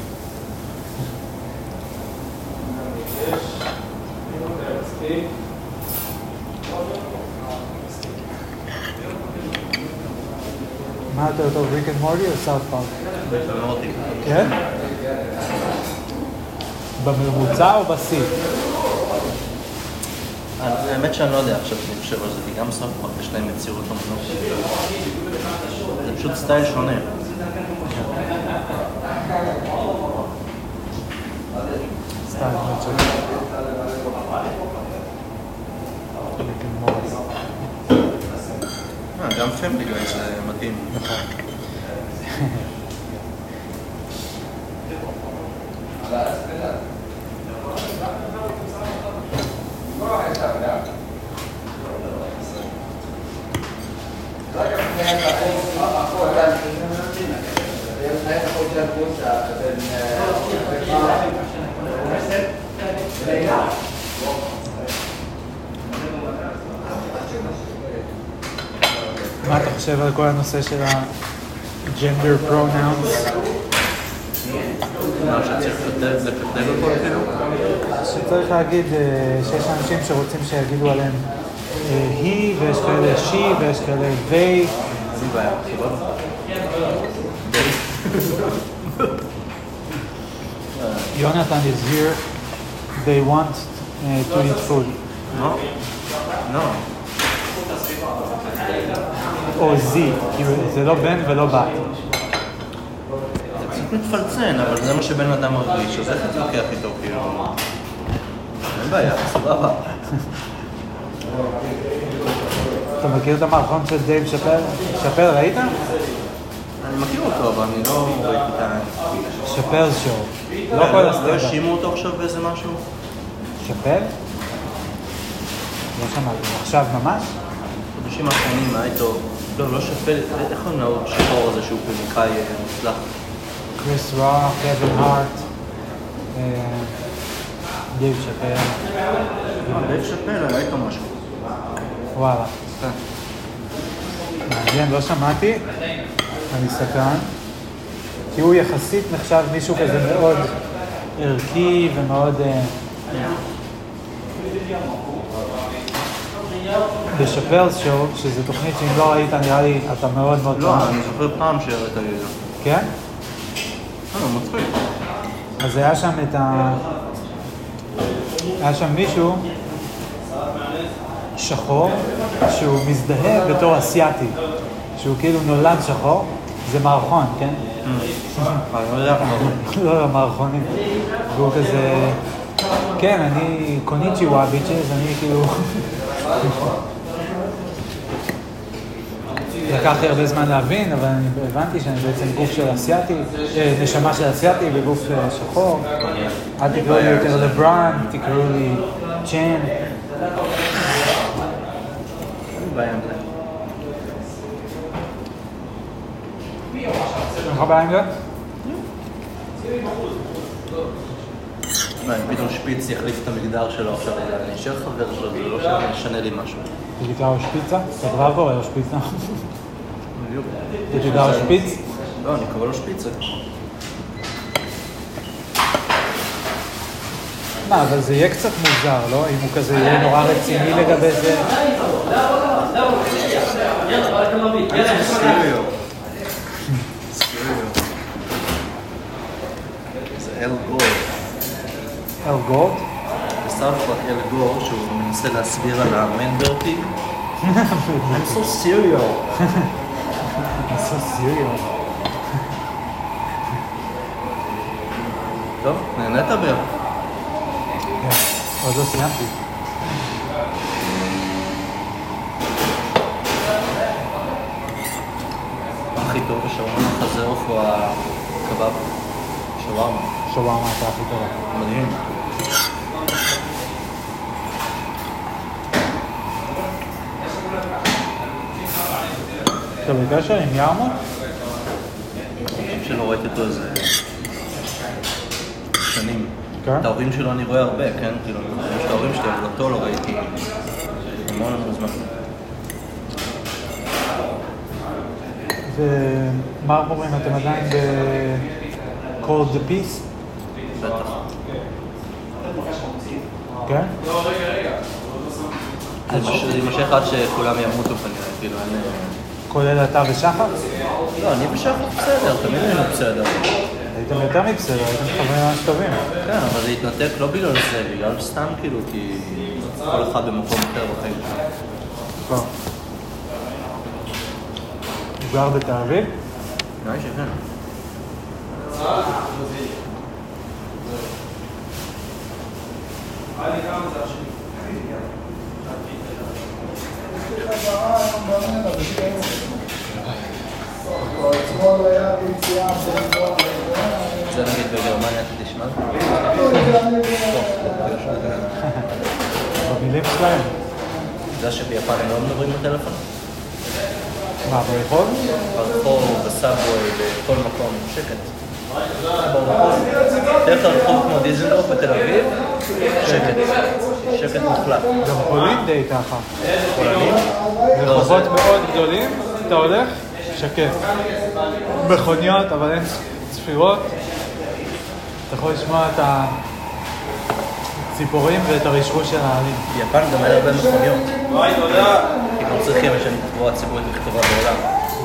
מה יותר טוב, ריק אנד מורטי או סאות' פארק? ריק אנד מורטי. כן? בממוצע או בשיא? האמת שאני לא יודע עכשיו שאני חושב על זה, כי גם סאות' פארק יש להם יצירות אמנות. זה פשוט סטייל שונה. סטייל מאוד שונה. ריק אנד מורטי. גם פמילי גאי זה מתאים. נכון. מה אתה חושב על כל הנושא של ה-gender pronouns? מה שצריך לפטר אותו אפילו? שצריך להגיד שיש אנשים שרוצים שיגידו עליהם היא, ויש כאלה she, ויש כאלה they. אין בעיה, סבבה. Jonathan is here. They want uh, to eat food. No? No. או זי, כאילו זה לא בן ולא בת. זה קצת מתפלצן, אבל זה מה שבן אדם מרגיש, אז איך אתה לוקח איתו כאילו? אין בעיה, סבבה. אתה מכיר את המערכון של דייב שאפל? שאפל ראית? אני מכיר אותו, אבל אני לא ראיתי את ה... שאפל שואו. לא כל לא הסטנדאפ. האשימו אותו עכשיו באיזה משהו? שאפל? לא שמעתי. עכשיו ממש? חודשים האחרונים היה איתו... לא, לא שאפל, איך הוא נהוג שחור הזה שהוא קומיקאי מוצלח? קריס רוק, קווין הארט, דייב שאפל. דייב שאפל, היה איתו משהו. וואלה. מעניין, לא שמעתי. אני סקרן. כי הוא יחסית נחשב מישהו כזה מאוד ערכי ומאוד... בשאפלס שואו, שזו תוכנית שאם לא ראית, נראה לי, אתה מאוד מאוד... לא, אני זוכר פעם שהראית לי את זה. כן? אה, מצחיק. אז היה שם את ה... היה שם מישהו שחור שהוא מזדהה בתור אסיאטי, שהוא כאילו נולד שחור, זה מערכון, כן? אני לא יודע איך לא, לא, מערכונים. והוא כזה... כן, אני קוניצ'יווה ביצ'ז, אני כאילו... לקח לי הרבה זמן להבין, אבל אני הבנתי שאני בעצם גוף של אסיאטי, נשמה של אסיאטי בגוף שחור. אל תקראו לי יותר לברן, תקראו לי צ'ן. בעיה עם זה. אין לך בעיה עם זה? מה, אם פתאום שפיץ יחליף את המגדר שלו עכשיו, אני אשאר חבר שלו, זה לא שאני אשנה לי משהו. Tu תקרא לו שפיצה? סדרבו או שפיצה? tu תקרא לו שפיץ? לא, אני קורא לו שפיצה. מה, אבל זה יהיה קצת מוזר, לא? אם הוא כזה יהיה נורא רציני לגבי זה. סיריו. סיריו. זה אל גורד. אל גורד? בסרפלק אל גורד, שהוא מנסה להסביר על המנברטי. I'm so serial. I'm so serial. טוב, נהנית ביה. כן, עוד לא סיימתי. מה הכי טוב בשווארמה? חזה עוף או הקבב? שווארמה. שווארמה אתה הכי טובה. מדהים. אתה בקשר עם ירמו? אני חושב שלא ראיתי אותו איזה שנים. כן? את ההורים שלו אני רואה הרבה, כן? כאילו, את ההורים שלי, אבל אותו לא ראיתי המון המון זמן. ומרמורים, אתם עדיין ב-Call the Peace? בטח. כן? זה יימשך עד שכולם ימותו כנראה, כאילו, אין... כולל אתה ושחר? לא, אני ושחר בסדר, תמיד היינו בסדר. הייתם יותר מבסדר, הייתם חברים ממש טובים. כן, אבל זה התנתק לא בגלל זה, בגלל סתם כאילו, כי כל אחד במקום אחר בחיים שלו. טוב. הוא גר בתל אביב? נראה לי שכן. זה נגיד בגרמניה אתה תשמע? במילים שלהם. זה שביפן הם לא מדברים בטלפון? מה, ברחוב? ברחוב, בסאבווי, בכל מקום, שקט. דרך כלל רחוב כמו דיזנגוף בתל אביב, שקט. שקט מוחלט. גם פולין די ככה. פולנים? ברחובות מאוד גדולים, אתה הולך, שקט. מכוניות, אבל אין צפירות. אתה יכול לשמוע את הציפורים ואת הרשרוש של העלים. ביפן גם היה הרבה מכוניות. כי לא צריכים, יש לנו תחבורה ציבורית וכתובה בעולם.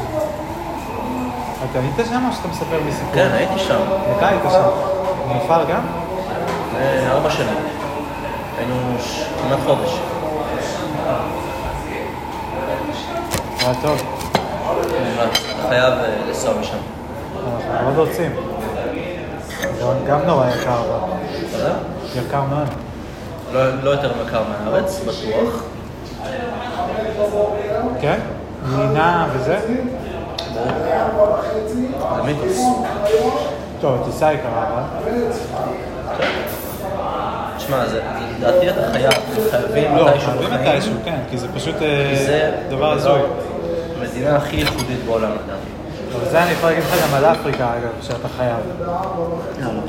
אתה היית שם או שאתה מספר לי סיפור? כן, הייתי שם. מתי היית שם? במפעל גם? אה, ארבע שנים. היינו ש- כמעט חודש. היה טוב. אתה חייב אה, לנסוע משם. אנחנו מאוד רוצים. גם- גם נורא יקר, אבל אתה יודע? יקר מאוד. לא, לא יותר יקר מהארץ, בטוח. כן? לינה וזה? זה מיתוס. טוב, הטיסה יקרה, אבל... תשמע, זה, לדעתי אתה חייב, חייבים לא, מתישהו חייבים בחיים. מתישהו, כן, כי זה פשוט אה, זה דבר הזוי. המדינה הכי ייחודית בעולם, לדעתי. אבל זה אני יכול להגיד לך גם על אפריקה, אגב, שאתה חייב. יאללה.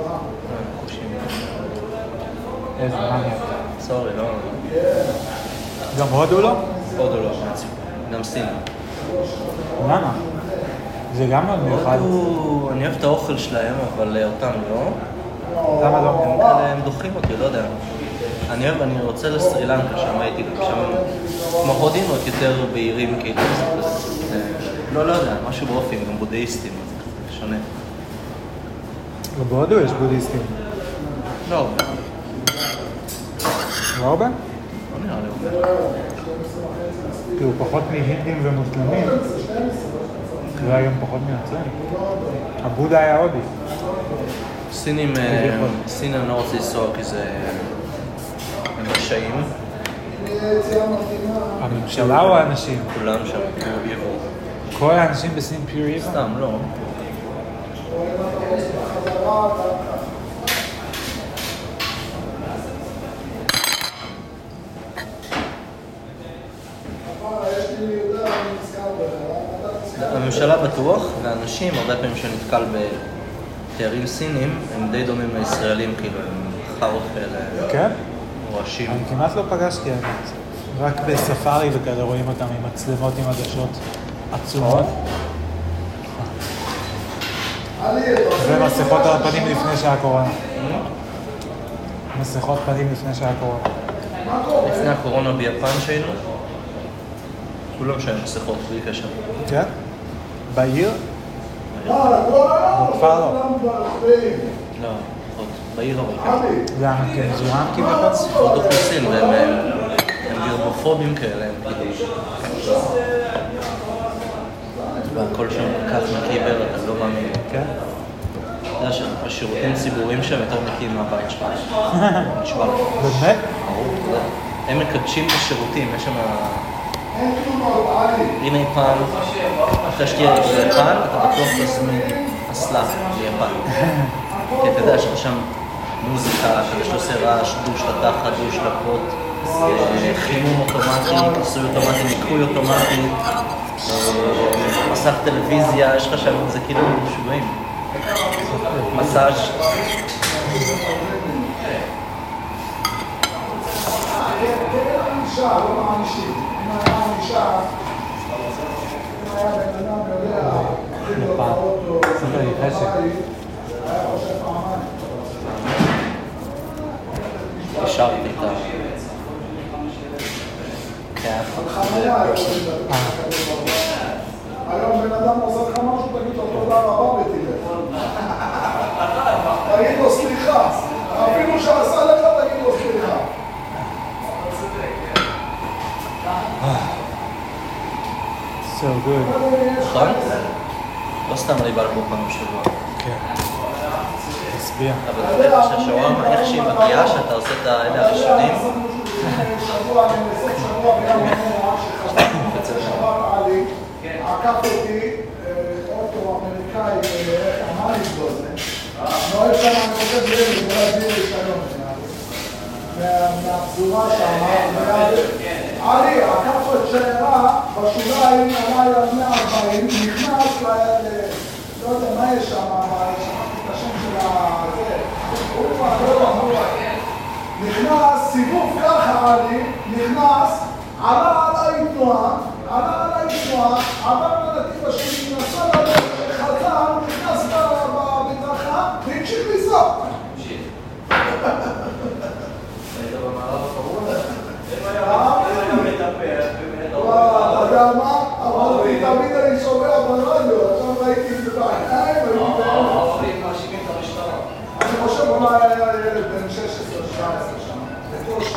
איזה מניאק. סורי, לא... גם הודו לא? הודו לא, גם סין. למה? זה גם מאוד מיוחד. הודו, אני אוהב את האוכל שלהם, אבל אותם לא. למה לא? הם כאלה, הם דוחים אותי, לא יודע. אני אוהב, אני רוצה לסרילנקה, שם הייתי, שם כמו הודים, רק יותר בהירים, כאילו. אה, לא, לא יודע, משהו באופן, גם בודהיסטים, זה שונה. בהודו יש בודהיסטים. לא הרבה. לא הרבה? לא נראה לי הרבה. כאילו פחות מהינדים ומוסלמים. אולי גם פחות מנוצרים. הבודה היה הודי. סינים, סין אני לא רוצה לנסוע כי זה... הם רשעים. הממשלה או האנשים? כולם שם, כאילו יבוא. כל האנשים בסין פיור איבל? סתם, לא. הממשלה בטוח, ואנשים, הרבה פעמים שנתקל תיירים סינים, הם די דומים לישראלים, כאילו, הם חרות כאלה. כן? רועשים. אני כמעט לא פגשתי האמת. רק בספארי וכאלה רואים אותם עם מצלמות עם עדשות עצומות. ומסכות על הפנים לפני שהיה קורונה. מסכות פנים לפני שהיה קורונה. לפני הקורונה ביפן שהיינו, כולם שהיו מסכות בלי קשר. כן? בעיר? בכפר לא. לא, פחות. בעיר אבל כן. למה? כן, זוהם כביכול? עוד אוכלוסין, והם גרמופובים כאלה, הם כאילו... והכל שם כך נקי בר, אתה לא מאמין. כן? אתה יודע שהשירותים ציבוריים שם יותר נקיים מהבית שלך. נשמע. באמת? ברור. הם מקדשים את השירותים, יש שם... הנה פעם, אחרי שתהיה ליפן, אתה בטוח תזמין אסלה ליפן. כי אתה יודע שיש שם מוזיקה, שיש עושה רעש, דוש לתחת, דוש לפות, חימום אוטומטי, כיסוי אוטומטי, ניקוי אוטומטי, מסך טלוויזיה, יש לך שם, זה כאילו משוגעים. מסאז' השארתי את ה... היום בן אדם עושה לך משהו, תגיד לו תודה רבה ותלך. תגיד לו סליחה. אפילו שעשה לך, תגיד לו סליחה. So good. נכון? לא סתם אני בא לפה פעם בשבוע. כן. תסביע. אבל אתה יודע שהשווארמה, איך שהיא מגיעה, שאתה עושה את האלה הראשונים. שבוע, אני מסוף שבוע ביום המוח שחזרתי בשבת עלי, עקף אותי אוטו אמריקאי, אמר לי בו זה. נועד שם, אני חושב לי, זה להביא לי שלום. מהפזורה שם, עלי, עקף את שיירה, בשוליים, עליי על מאה וארבעים, נכנס ל... לא יודע מה יש שם, שכחתי את השם של הזה. הוא כבר לא אמור. נכנס, סיבוב ככה עלי, נכנס, עלה עליי תנועה, עלה עליי תנועה, עבר לנתיב השני, נסע לדרך, חזר, נכנס בבטחה, והמשיך לנסוע. אתה יודע מה? אמרתי, תמיד אני שומע ברדיו, עכשיו ראיתי את זה בעיניים, אני חושב אולי היה ילד בן שש עשרה שבע עשרה שנה, בקושי.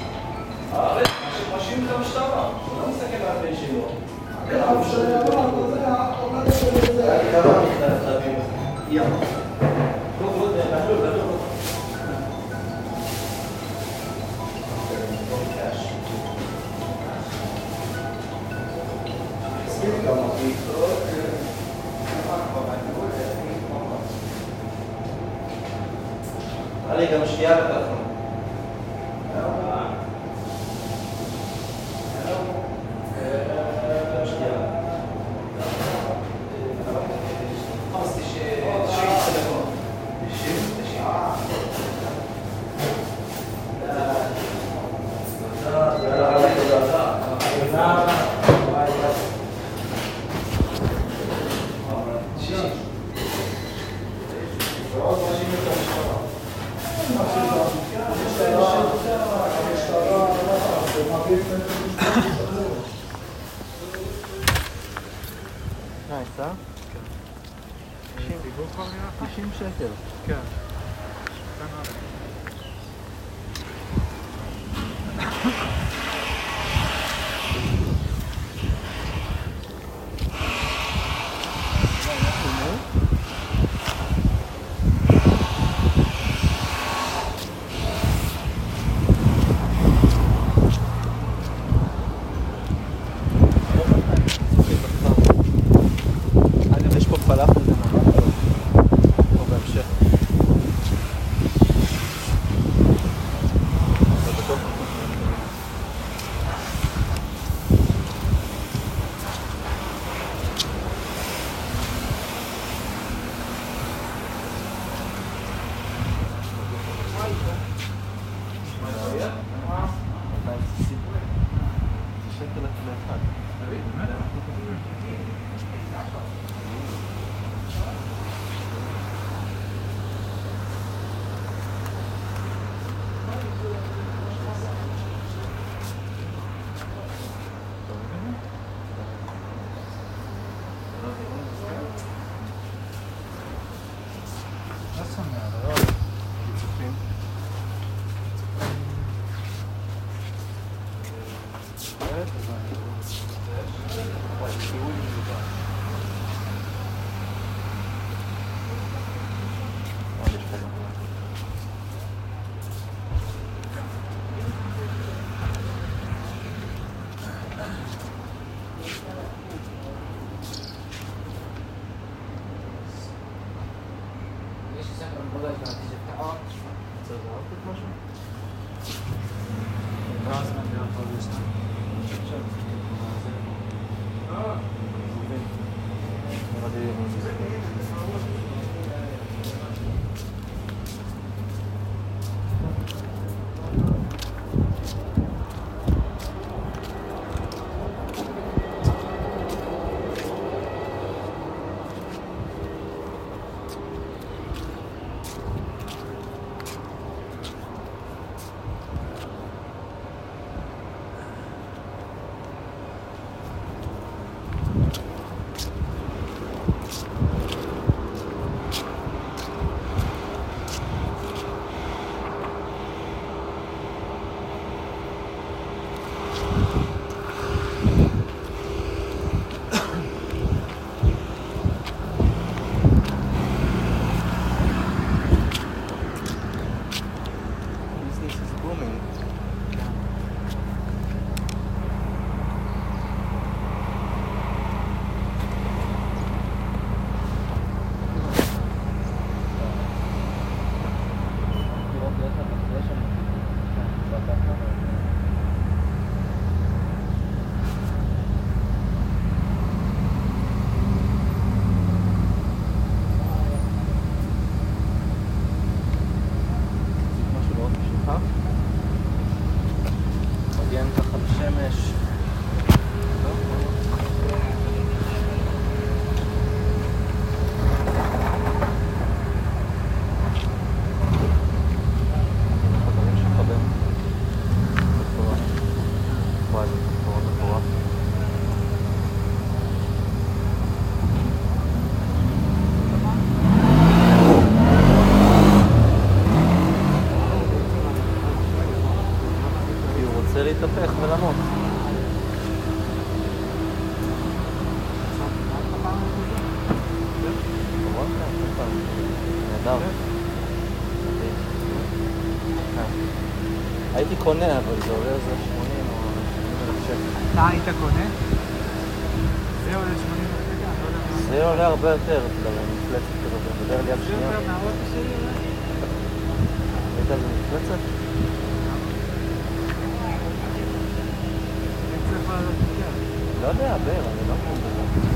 מאשים את המשטרה, הוא לא מסתכל על הבן שלו. אגב, שאמר, אתה יודע, עומד את זה. אני קרא מכתב להביא ים. לא, לא, לא, לא, לא. עלי גם שנייה לקחנו. תשעים שקל. כן. אגב, יש פה פלאפל, זה ממש טוב. פה בהמשך. זה שקל לכלי אחד. לא שומע, אבל לא. פיצוחים. להתהפך ולמות. נהדר. הייתי קונה, אבל זה עולה איזה שמונים או שמונים אלף שקל. אתה היית קונה? זה עולה שמונים אלף שקל? זה עולה הרבה יותר, אתה יודע, מפלצת כזאת, אני מדבר לי על שנייה. זה יותר מהאוטו שלי? היית על זה מפלצת? לא יודע, בר, אני לא מבין בזה.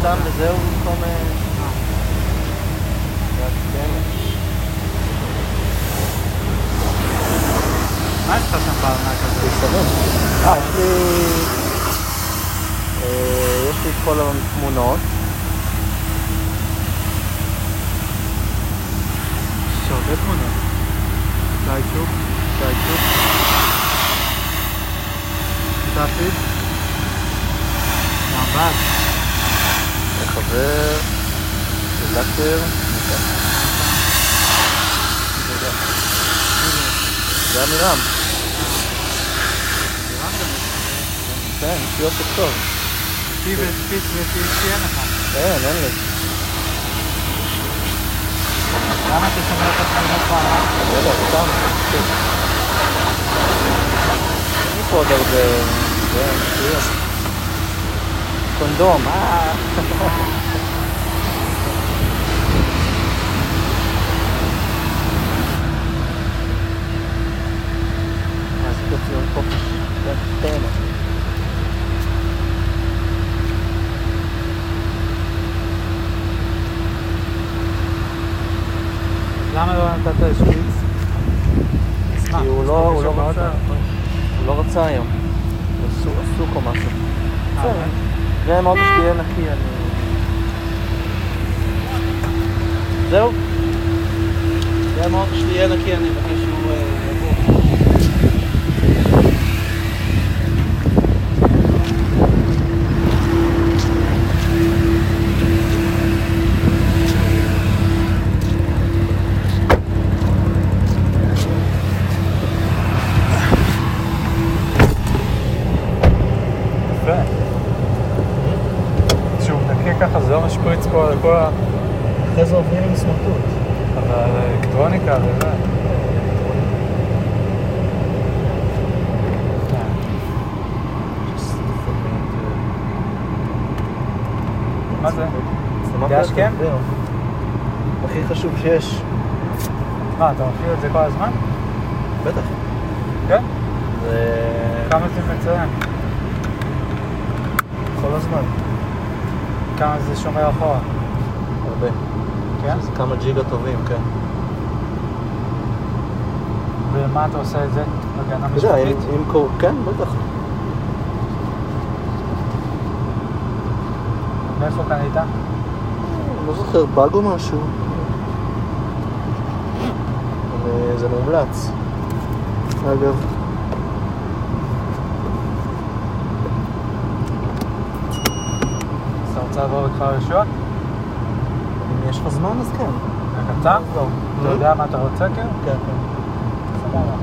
סתם וזהו במקום... מה יש לך שם בארנק הזה? סבון. אה, יש לי... יש לי את כל התמונות. יש הרבה תמונות. צייצ'וק, צייצ'וק. סאפיד. מבט. חבר. לקטר. זה אמירם. אמירם גם יש. כן, יש לי אופק טוב. פי ופי ופי אין לך. אין, אין לי. למה אתה שומע את התמונות בארנק? לא יודע, סתם. אין לי פה עוד הרבה... זה, שטויות. קונדום, אה... אז זה ציון חופש. זה תהנה. למה לא נתת שפיץ? כי הוא לא, הוא לא רצה, הוא לא רצה היום. הוא עסוק או משהו. זה מאוד שתהיה נקי, אני... זהו. זה מאוד שתהיה נקי, אני מבקש שהוא יבוא. ככה זה לא משפריץ פה על כל ה... אחרי זה עוברים עם סמרטוט. אבל אלקטרוניקה וזה. מה זה? דשקם? הכי חשוב שיש. מה, אתה מפעיל את זה כל הזמן? בטח. כן? זה... כמה זה מציין? כל הזמן. כמה זה שומר אחורה? הרבה. כן? זה כמה ג'יגה טובים, כן. ומה אתה עושה את זה? הגנה אתה יודע, משפטית? אם קור... כן, בטח. מאיפה קנית? לא זוכר, באג או משהו. זה מומלץ. אגב. אתה רוצה לעבור בכפר יהושע? אם יש לך זמן אז כן. קצר? אתה יודע מה אתה רוצה כן? כן, כן. סבבה.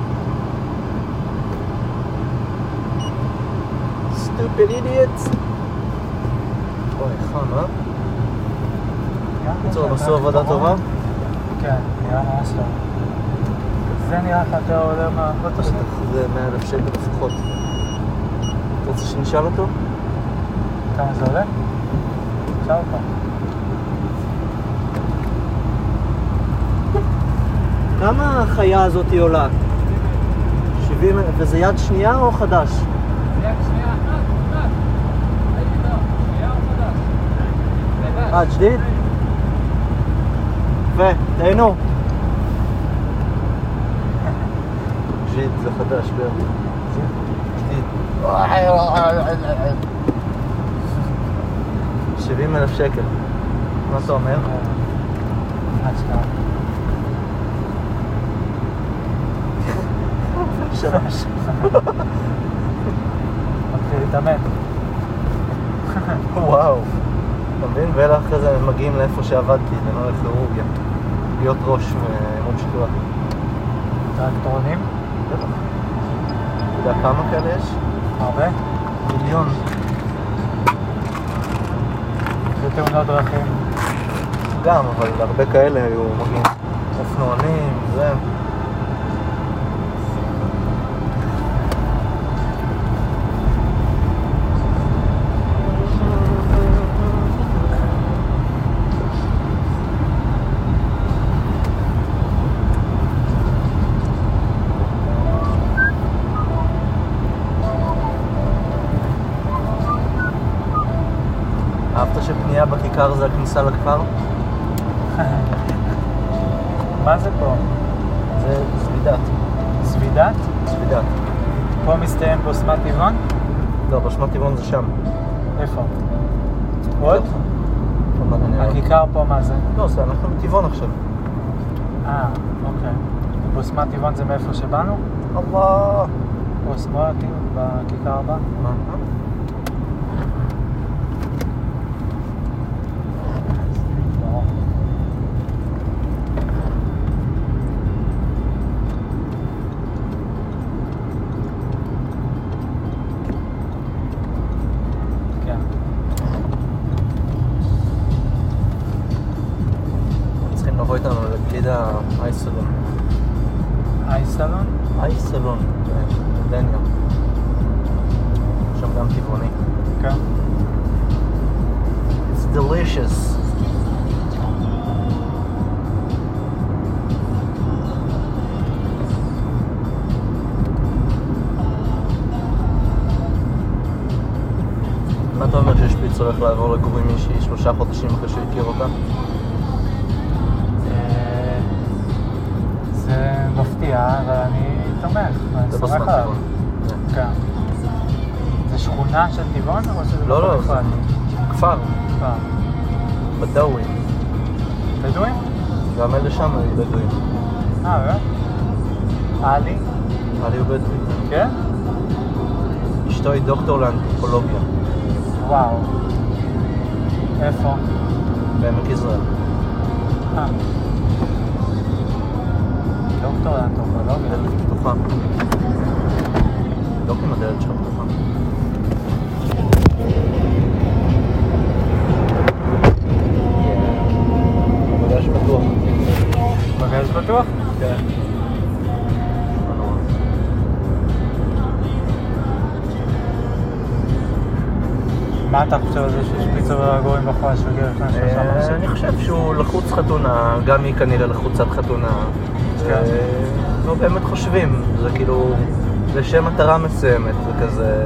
Stupid idiots. אוי, חם, אה? בצור, עשו עבודה טובה? כן, נראה ממש טוב. זה נראה לך יותר עולה מהאוטו שלי? זה מאה אלף שקל לפחות. אתה רוצה שנשאל אותו? כמה זה עולה? אפשר אותו. כמה החיה הזאת היא עולה? שבעים, וזה יד שנייה או חדש? יד שנייה אחת, אחת. הייתי טוב, שנייה או חדש? אה, ג'דית? יפה, תהנו. ג'דית זה חדש בערך. ג'דית. שבעים אלף שקל. מה אתה אומר? אשכרה. שלוש. מתחיל להתאמן. וואו. אתה מבין? ואלה אחרי זה הם מגיעים לאיפה שעבדתי, לנוע לכירורגיה. להיות ראש ומום שטוח. טרקטורונים? בטח. אתה יודע כמה כאלה יש? הרבה? מיליון. זה תאונות דרכים. גם, אבל הרבה כאלה היו מגיעים. אופנוענים, זה... אהבת שפנייה הכיכר זה הכניסה לכפר? מה זה פה? זה סבידת. סבידת? סבידת. פה מסתיים בשמת טבעון? לא, בשמת טבעון זה שם. איפה? עוד? הכיכר פה מה זה? לא, זה אנחנו בטבעון עכשיו. אה, אוקיי. בשמת טבעון זה מאיפה שבאנו? אללה. פה שמאל, כאילו, בכיכר הבא? מה? אייסלון. אייסלון? אייסלון, בדניה. שם גם טבעוני. כן. It's delicious. מה אתה אומר ששפיץ הולך לעבור לגור עם מישהי שלושה חודשים אחרי שהכיר אותה? זה מפתיע, אבל אני תומך. זה בשמת טבעון. כן. זה שכונה של טבעון או שזה לא, לא, זה כפר. כפר. בדאווים. בדואים? גם אלה שם היו בדואים. אה, באמת? עלי? עלי הוא בדואי. כן? אשתו היא דוקטור לאנתרופולוגיה. וואו. איפה? בעמק יזרעאל. אה. דוקטור לאנתרופולוגיה. דלת פתוחה. לא כמו הדלת שלך פתוחה. בגש פתוח. בגש פתוח? כן. מה אתה חושב על זה ששפיץ עובר לגורים בחוש וגיע לפני שלושה חודשים? אני חושב שהוא לחוץ חתונה, גם היא כנראה לחוצת חתונה. לא באמת חושבים, זה כאילו לשם מטרה מסוימת, זה כזה...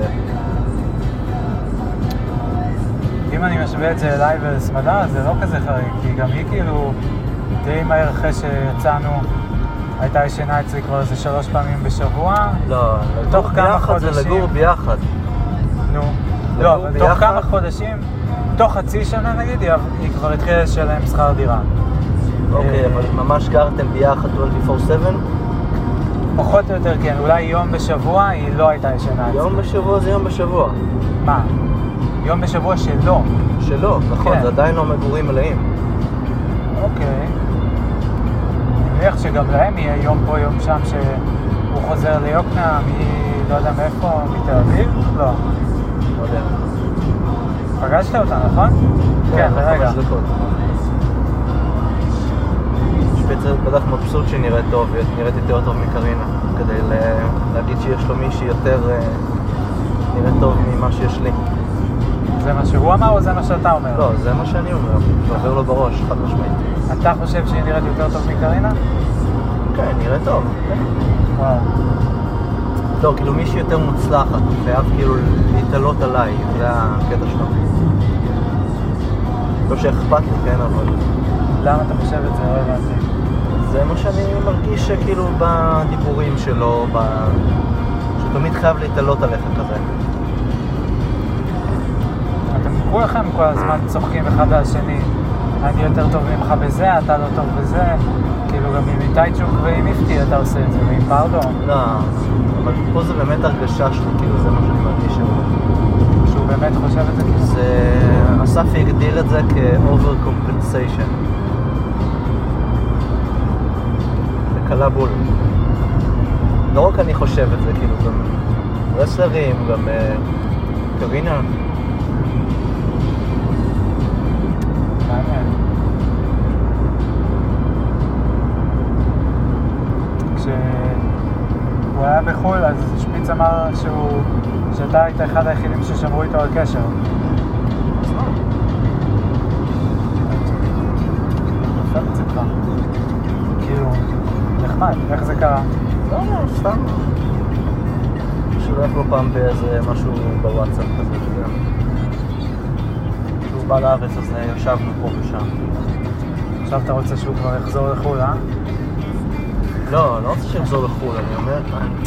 אם אני משווה את זה אליי ולסמדה, זה לא כזה חריג, כי גם היא כאילו די מהר אחרי שיצאנו הייתה ישנה אצלי כבר איזה שלוש פעמים בשבוע. לא, תוך כמה חודשים... זה לגור ביחד. נו, לא, אבל תוך כמה חודשים, תוך חצי שנה נגיד, היא כבר התחילה לשלם שכר דירה. אוקיי, אבל ממש גרתם ביחד עשרים וארבע שבע? פחות או יותר כן, אולי יום בשבוע היא לא הייתה ישנה אצלי. יום בשבוע זה יום בשבוע. מה? יום בשבוע שלא. שלא, נכון, זה עדיין לא מגורים מלאים. אוקיי. אני מניח שגם להם יהיה יום פה, יום שם, שהוא חוזר ליוקנעם, היא לא יודע מאיפה, מתל אביב? לא. לא יודע. פגשת אותה, נכון? כן, לרגע. חמש דקות. שפיצר בטח מבסוט שהיא נראית טוב, היא נראית יותר טוב מקרינה, כדי להגיד שיש לו מישהי יותר נראית טוב ממה שיש לי. זה מה שהוא אמר או זה מה שאתה אומר? לא, זה מה שאני אומר, זה עובר לו בראש, חד משמעית. אתה חושב שהיא נראית יותר טוב מקרינה? כן, נראית טוב. וואו. לא, כאילו מישהי יותר מוצלחת, הוא חייב כאילו להתעלות עליי, זה הקטע שלו. לא שאכפת לי, כן, אבל... למה אתה חושב את זה? לא הבנתי. זה מה שאני מרגיש שכאילו בדיבורים שלו, ב... שתמיד חייב להתעלות עליך כזה. אתם כולכם כל הזמן צוחקים אחד על השני. אני יותר טוב ממך בזה, אתה לא טוב בזה. כאילו גם עם איטייצ'וק ועם איפטי אתה עושה את זה, ועם פרדו. לא, אבל פה זה באמת הרגשה שלי, כאילו זה מה שאני מרגיש שהוא... שהוא באמת חושב את זה? זה... אסף יגדיר את זה כ-overcompensation. זה קלה בול. לא רק אני חושב את זה, כאילו גם רסלרים, גם קרינה. מעניין. כשהוא היה בחו"ל, אז שפיץ אמר שהוא... שאתה היית אחד היחידים ששמרו איתו על קשר. אז לא. נפל מצדך. כאילו, נחמד, איך זה קרה? לא, לא, סתם. שולח לו פעם באיזה משהו בוואטסאפ כזה, וגם. בא לארץ, אז ישבנו פה ושם. עכשיו אתה רוצה שהוא כבר יחזור לחו"ל, אה? לא, לא רוצה שיחזור לחו"ל, אני אומר...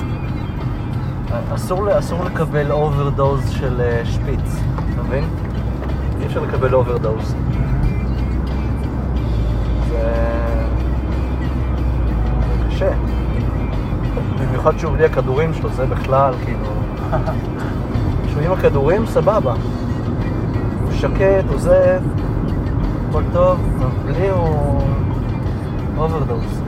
אסור, אסור לקבל אוברדוז של שפיץ, אתה מבין? אי אפשר לקבל אוברדוז. זה... זה קשה. במיוחד שהוא בלי הכדורים שלו, זה בכלל, כאילו... שהוא עם הכדורים, סבבה. הוא שקט, הוא זה... הכל טוב, בלי הוא... אוברדוז.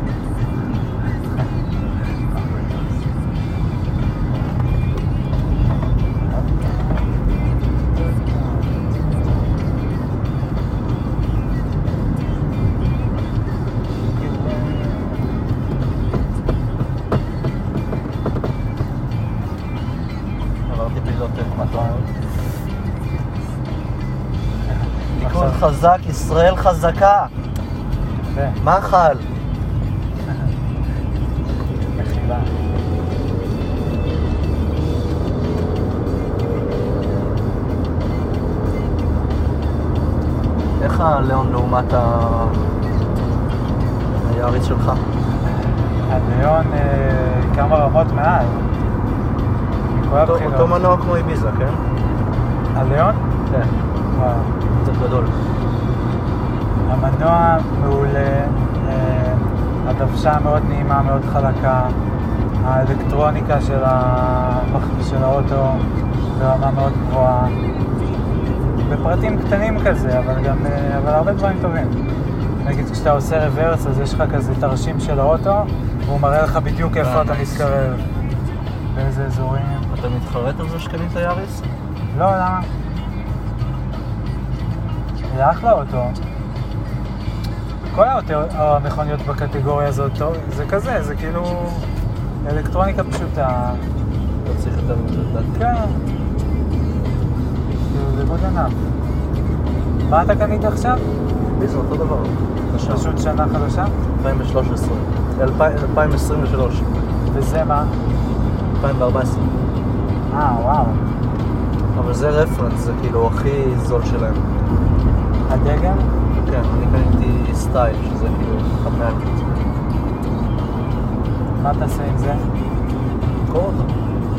חזק, ישראל חזקה. מחל. מחילה. איך הלאון לעומת היעריץ שלך? הלאון כמה רמות מעל. אותו מנוע כמו איביזה, כן? הלאון? כן. וואו. קצת גדול. המנוע מעולה, הדוושה מאוד נעימה, מאוד חלקה, האלקטרוניקה של, המח... של האוטו ברמה מאוד גבוהה, בפרטים קטנים כזה, אבל גם אבל הרבה דברים טובים. נגיד כשאתה עושה רוורס אז יש לך כזה תרשים של האוטו והוא מראה לך בדיוק איפה אתה מתקרב, באיזה אזורים. אתה מתחרט על זה שקנית היאריס? לא, למה? זה אחלה אוטו. כל המכוניות בקטגוריה הזאת, זה כזה, זה כאילו אלקטרוניקה פשוטה. אתה צריך את זה. כן. זה גוד ענף. מה אתה קנית עכשיו? זה אותו דבר. פשוט שנה חדשה? אלפיים ושלוש עשרה. אלפיים עשרים ושלוש. וזה מה? אלפיים וארבע עשרה. אה, וואו. אבל זה רפרנס, זה כאילו הכי זול שלהם. הדגם? כן, אני קניתי סטייל, שזה כאילו חמל. מה תעשה עם זה? קור אותו.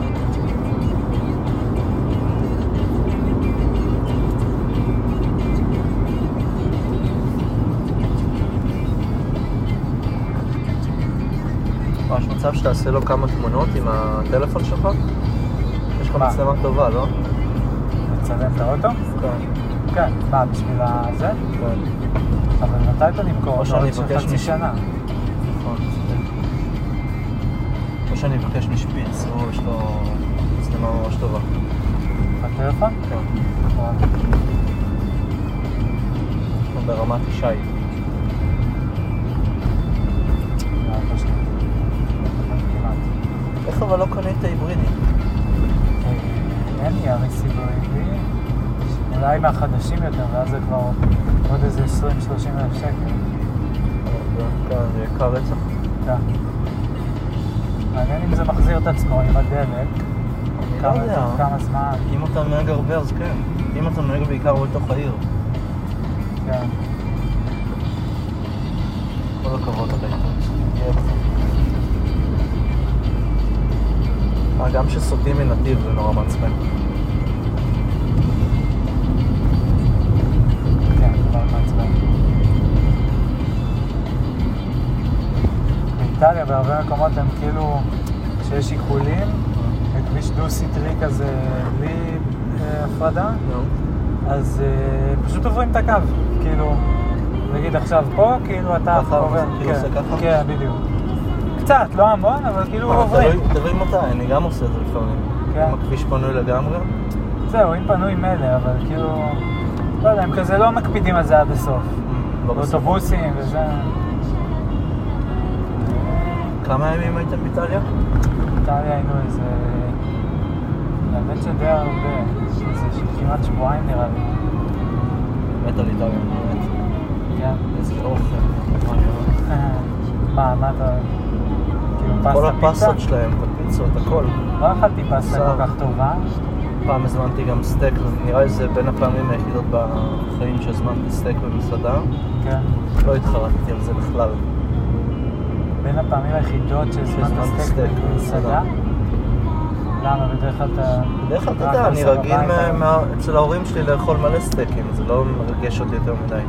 יש מצב שתעשה לו כמה תמונות עם הטלפון שלך? יש לך מצלמה טובה, לא? לצלם את האוטו? כן. כן, מה, בשביל הזה? כן. אבל מתי אתה נמכור? או שאני של אבקש חצי מש... שנה. נכון. או שאני אבקש משפיץ, או יש לו מצלמה ממש טובה. הטלפון? כן. וואו. אנחנו ברמת ישי. איך אבל לא קנית היברידי? אין לי יאריס היברידי. אולי מהחדשים יותר, ואז זה כבר עוד איזה עשרים שלושים אלף שקל. כן, זה יקר רצח. כן. מעניין אם זה מחזיר את עצמו עם הדלק. אני לא יודע. כמה זמן. אם אתה נוהג הרבה אז כן. אם אתה נוהג בעיקר בתוך העיר. כן. כל הכבוד עליי. גם שסוטים מנתיב זה נורא מעצבן. כן, זה נורא מעצבן. באיטליה, בהרבה מקומות הם כאילו, כשיש עיקולים, בכביש דו-סטרי כזה, בלי הפרדה, אז פשוט עוברים את הקו, כאילו, נגיד עכשיו פה, כאילו אתה עובר. כן, בדיוק. קצת, לא המון, אבל כאילו עוברים. תראי מתי, אני גם עושה את זה לפעמים. אם הכביש פנוי לגמרי. זהו, אם פנוי מלא, אבל כאילו... לא יודע, הם כזה לא מקפידים על זה עד הסוף. באוטובוסים וזה... כמה ימים הייתם באיטליה? באיטליה היינו איזה... האמת שדי הרבה, איזה כמעט שבועיים נראה לי. מת על איטליה, באמת. כן. איזה אוכל. מה, מה אתה... כל הפסות שלהם, הפיצות, הכל. לא אכלתי פסטה כל כך טובה. פעם הזמנתי גם סטייק, נראה לי שזה בין הפעמים היחידות בחיים שהזמנתי סטייק במסעדה. כן. לא התחרטתי על זה בכלל. בין הפעמים היחידות שהזמנת סטייק במסעדה? למה? בדרך כלל אתה... בדרך כלל אתה יודע, אני רגיל אצל ההורים שלי לאכול מלא סטייקים, זה לא מרגש אותי יותר מדי.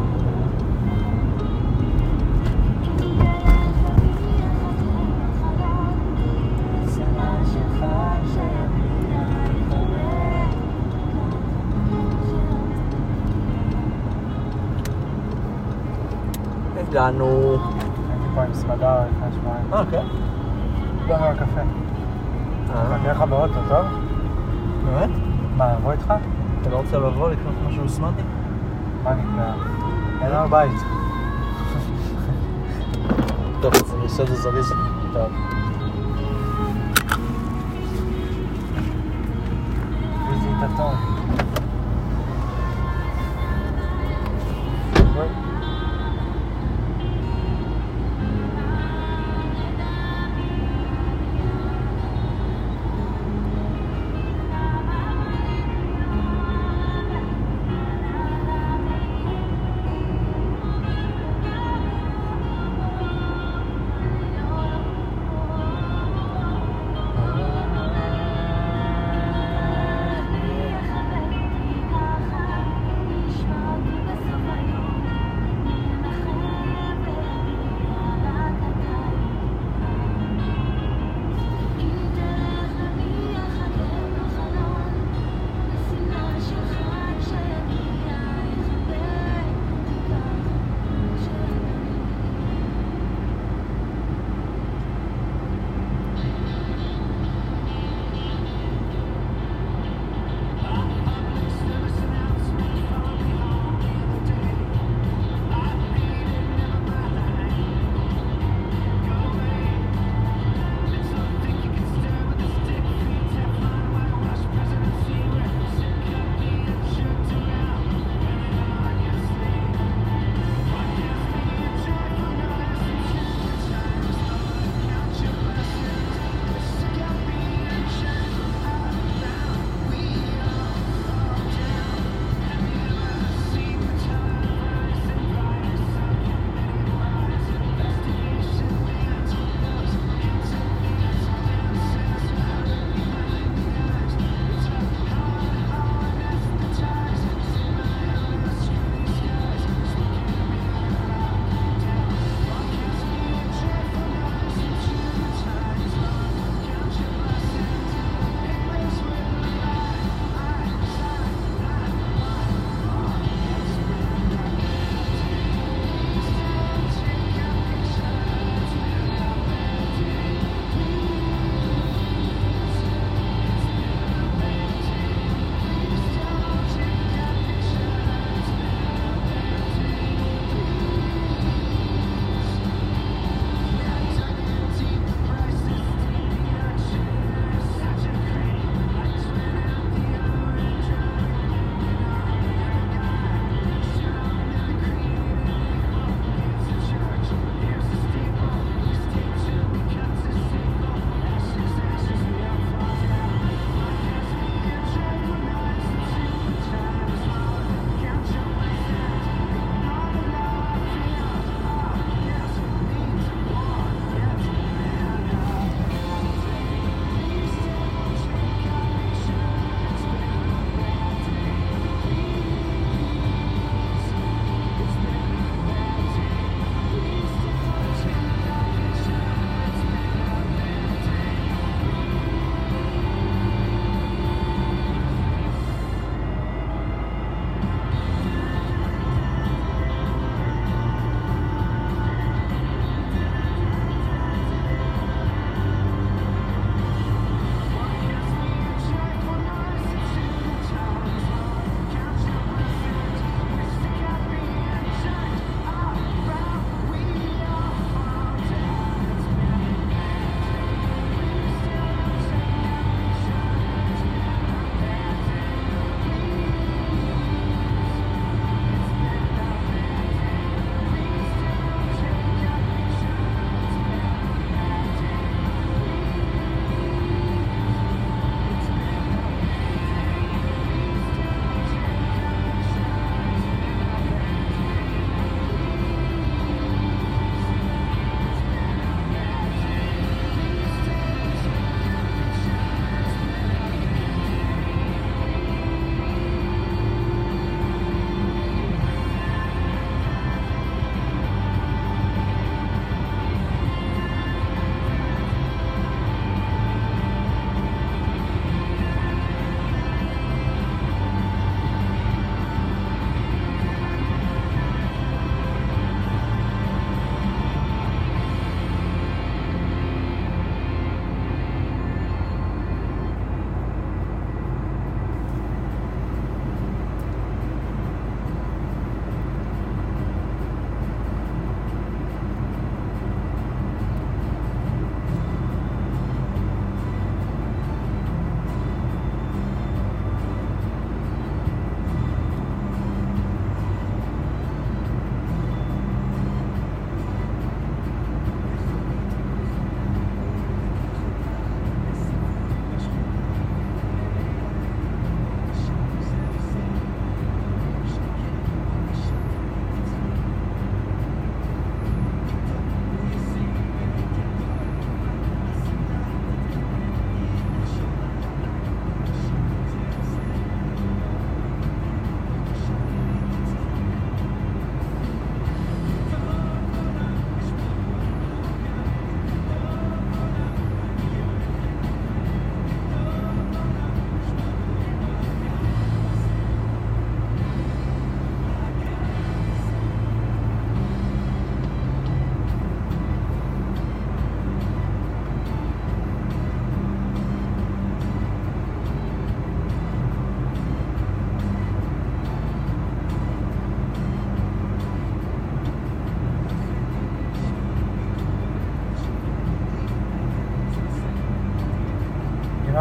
הגענו... הייתי פה עם סמדר לפני שבועיים. אה, כן? לא, לא, קפה. אה, אני לך באוטו, טוב? באמת? מה, לבוא איתך? אתה לא רוצה לבוא לקנות משהו סמאדי? מה נקרא? אין לנו בית. טוב, אז אני עושה את זה זריז. טוב. ויזית טוב.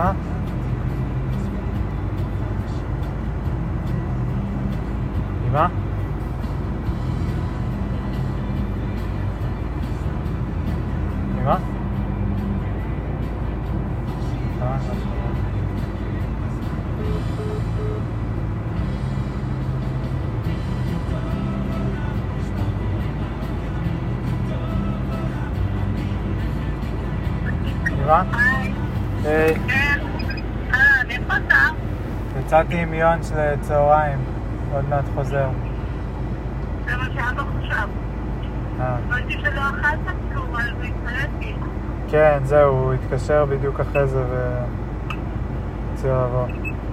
מה? אמא? אמא? אה, אמא? היי. כן. אה, איפה אתה? יצאתי עם יונש לצהריים, עוד מעט חוזר. זה מה שאבא חושב. אה. ראיתי שלא אכלת כלום, אז התפלאתי. כן, זהו, הוא התקשר בדיוק אחרי זה והציע לבוא.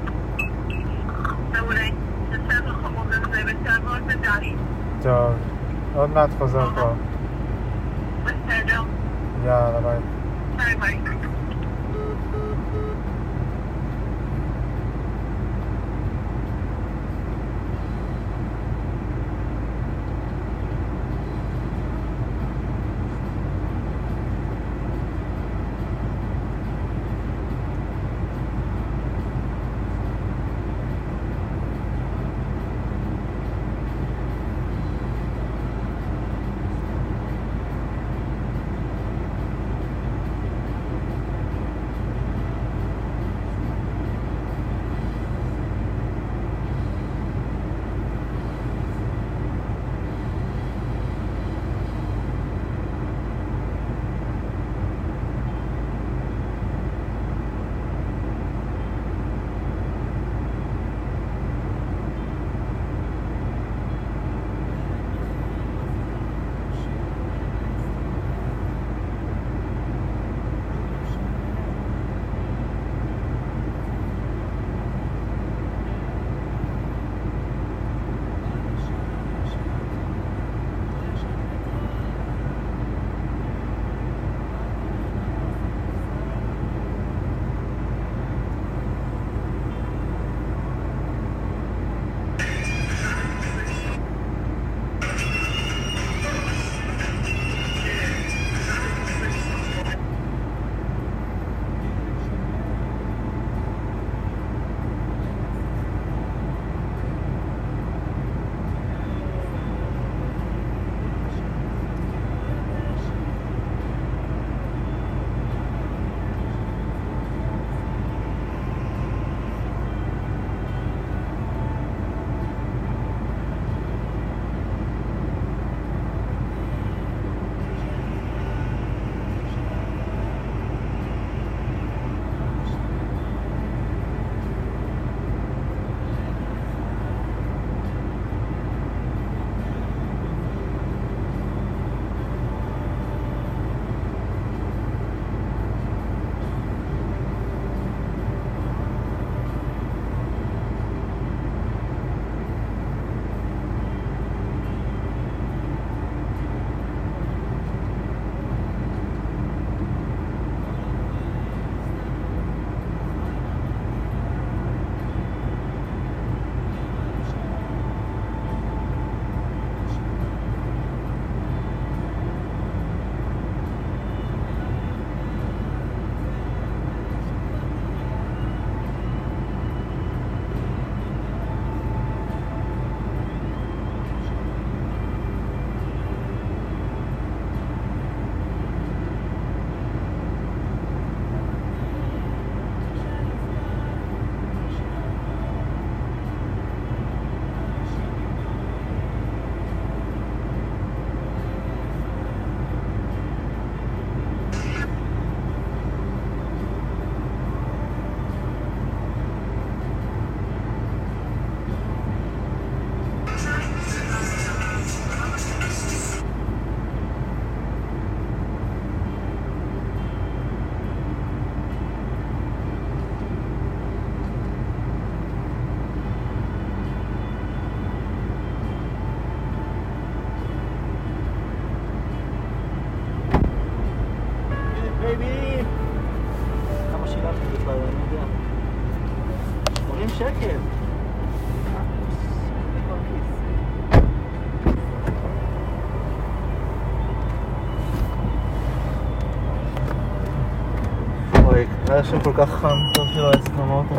מעולה. בסדר חמור בזה, ותעבוד בדש. טוב, עוד מעט חוזר כבר. בסדר. יאללה, ביי. ביי ביי. שקל. אוי, ברייק. היה שם כל כך חם, טוב שלא היה צריך לומר אותו.